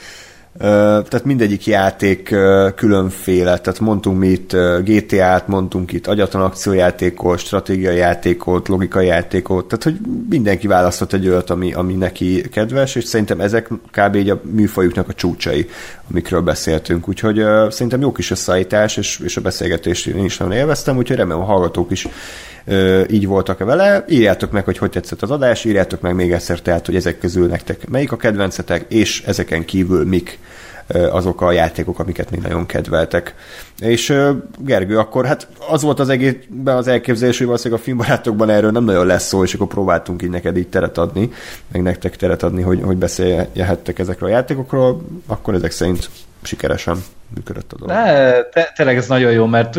Tehát mindegyik játék különféle, tehát mondtunk mi itt GTA-t, mondtunk itt agyatlan akciójátékot, stratégiai játékot, logikai játékot, tehát hogy mindenki választott egy olyat, ami neki kedves, és szerintem ezek kb. Így a műfajuknak a csúcsai, amikről beszéltünk, úgyhogy szerintem jó kis összeállítás, és a beszélgetést én is nagyon élveztem, úgyhogy remélem a hallgatók is így voltak vele. Írjátok meg, hogy tetszett az adás, írjátok meg még egyszer, tehát, hogy ezek közül nektek melyik a kedvencetek, és ezeken kívül mik azok a játékok, amiket még nagyon kedveltek. És Gergő, akkor hát az volt az egészben az elképzelés, hogy valószínűleg a filmbarátokban erről nem nagyon lesz szó, és akkor próbáltunk így neked így teret adni, meg nektek teret adni, hogy beszélhettek ezekről a játékokról, akkor ezek szerint sikeresen működött a dolog. Tényleg ez nagyon jó, mert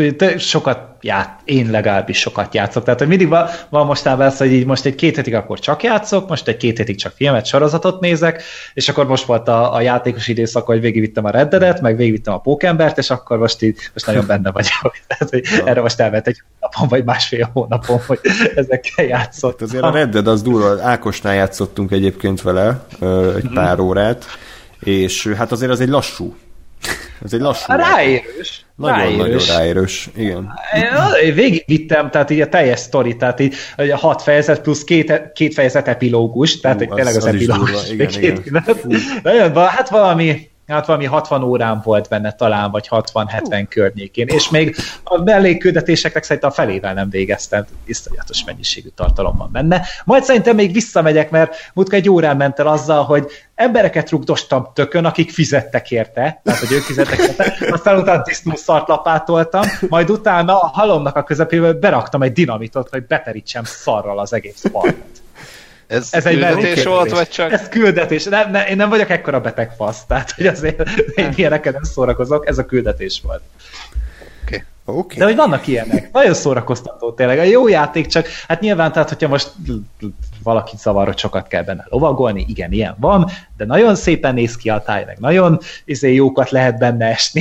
én legalábbis sokat játszok. Tehát, hogy mindig van mostában ez, hogy így most egy 2 hétig akkor csak játszok, most egy 2 hétig csak filmet, sorozatot nézek, és akkor most volt a játékos időszak, hogy végigvittem a Red Deadet, meg végigvittem a Pókembert, és akkor most nagyon benne vagyok. Tehát, hogy erre most elment egy hónapon, vagy másfél hónapon, hogy ezekkel játszottam. Hát azért a Red Dead az durva, Ákosnál játszottunk egyébként vele egy pár órát, és hát azért az egy lassú. Ez egy lassú. Ráérős. Nagyon ráérős, igen. Én végigvittem, tehát így a teljes sztori, tehát így a 6 fejezet plusz 2 fejezet epilógus, tehát tényleg az epilógus. Igen. Hát valami 60 órán volt benne talán, vagy 60-70 környékén, és még a mellékküldetéseknek szerintem a felével nem végeztem, iszonyatos mennyiségű tartalom van benne. Majd szerintem még visszamegyek, mert múltkor egy órán ment el azzal, hogy embereket rugdostam tökön, akik fizettek érte, tehát hogy ők fizettek érte, aztán utána tisztul szart lapátoltam, majd utána a halomnak a közepébe beraktam egy dinamitot, hogy beterítsem szarral az egész parkot. Ez küldetés volt, vagy csak? Ez küldetés. Én nem vagyok ekkora beteg fasz, tehát hogy azért én ilyenekkel nem szórakozok, ez a küldetés volt. Okay. De hogy vannak ilyenek. Nagyon szórakoztató tényleg. A jó játék, csak hát nyilván, tehát hogyha most valakit zavar, hogy sokat kell benne lovagolni, igen, ilyen van, de nagyon szépen néz ki a táj, meg nagyon jókat lehet benne esni.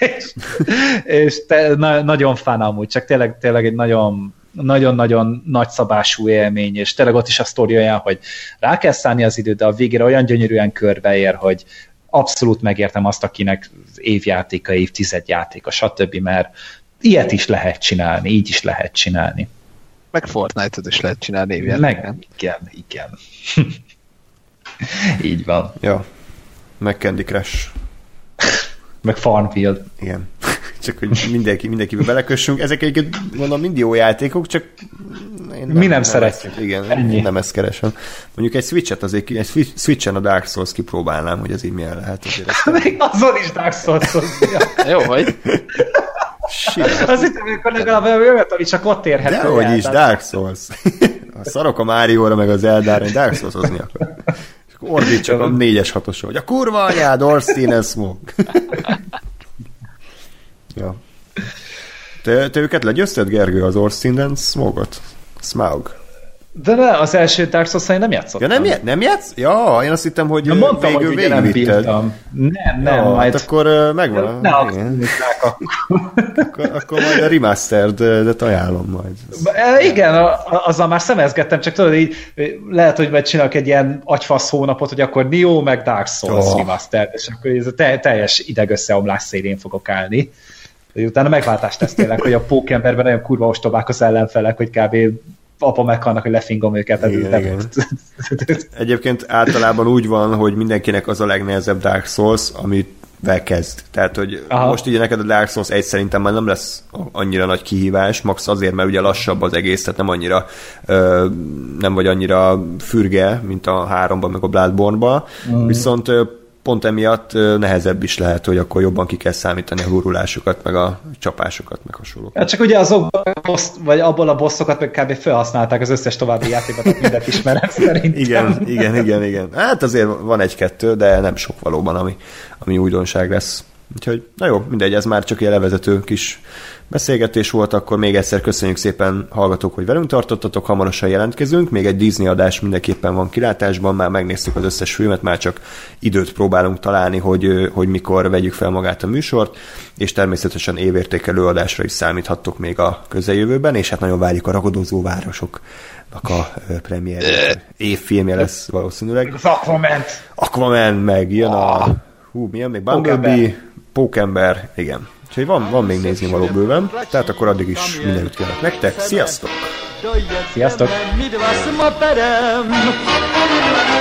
és nagyon fán amúgy, csak tényleg egy nagyon-nagyon nagyszabású élmény, és tényleg ott is a sztori olyan, hogy rá kell szállni az időt, de a végére olyan gyönyörűen körbeér, hogy abszolút megértem azt, akinek évjátéka, évtizedjátéka, stb., mert ilyet is lehet csinálni, így is lehet csinálni. Meg Fortnite-ot is lehet csinálni évjátékán. Igen. Így van. Ja. Meg Candy Crush. Meg Farmville. Igen. Csak hogy mindenkibe belekössünk. Ezek egyébként mondom mind jó játékok, csak mi nem szeretjük. Igen, nem ezt keresem. Mondjuk egy Switch-et azért, egy Switch-en a Dark Souls kipróbálnám, hogy az így milyen lehet. Még azon is Dark Souls. Jó, vagy? Azt hittem, amikor legalább olyat, ami csak ott érhető. Dehogy is, Dark Souls. A szarok a Márióra, meg az Zeldára, Dark Souls-ozni akar. És akkor ordítsak a 4-es 6-osra, hogy a kurva anyád, Orszín and Smoke. Ja. Te őket legyőzted, Gergő, az Orszín and Smoke-ot? Smaug. De ne, az első Dark Souls-ai nem játszottam. Ja, nem játsz? Ja, én azt hittem, hogy mondtam, végül végigvitted. Nem, majd... Hát akkor megvan. Ne akkor majd a remastered-et ajánlom majd. Igen, azzal már szemezgettem, csak tudod, így lehet, hogy majd csinálok egy ilyen agyfasz hónapot, hogy akkor Nioh meg Dark Souls remastered, és akkor ez a teljes idegösszeomlás szélén fogok állni. Utána megváltást tesz tényleg, hogy a pókemberben nagyon kurva ostobák az ellenfelek, hogy kb. Apa meghalnak, hogy lefingom őket. Igen. Egyébként általában úgy van, hogy mindenkinek az a legnehezebb Dark Souls, amivel kezd. Tehát, hogy most ugye neked a Dark Souls 1 szerintem már nem lesz annyira nagy kihívás, max azért, mert ugye lassabb az egész, tehát nem annyira nem vagy annyira fürge, mint a 3-ban, meg a Bloodborne-ban. Viszont pont emiatt nehezebb is lehet, hogy akkor jobban ki kell számítani a gurulásokat, meg a csapásokat, meg hasonlókat. Hát csak ugye vagy abból a bosszokat meg kb. Felhasználták az összes további játékot, mindent ismerem szerintem. Igen. Hát azért van egy-kettő, de nem sok valóban, ami újdonság lesz. Úgyhogy, na jó, mindegy, ez már csak ilyen levezető kis beszélgetés volt, akkor még egyszer köszönjük szépen, hallgatók, hogy velünk tartottatok, hamarosan jelentkezünk, még egy Disney adás mindenképpen van kilátásban, már megnéztük az összes filmet, már csak időt próbálunk találni, hogy mikor vegyük fel magát a műsort, és természetesen évértékelő adásra is számíthattok még a közeljövőben, és hát nagyon várjuk a Ragadozó városoknak a premier évfilmje lesz valószínűleg. Az Aquaman, meg jön a milyen még? Bumblebee, Pókember, igen. Úgyhogy van még nézni való bőven, tehát akkor addig is mindenütt kívánok nektek. Sziasztok! Sziasztok!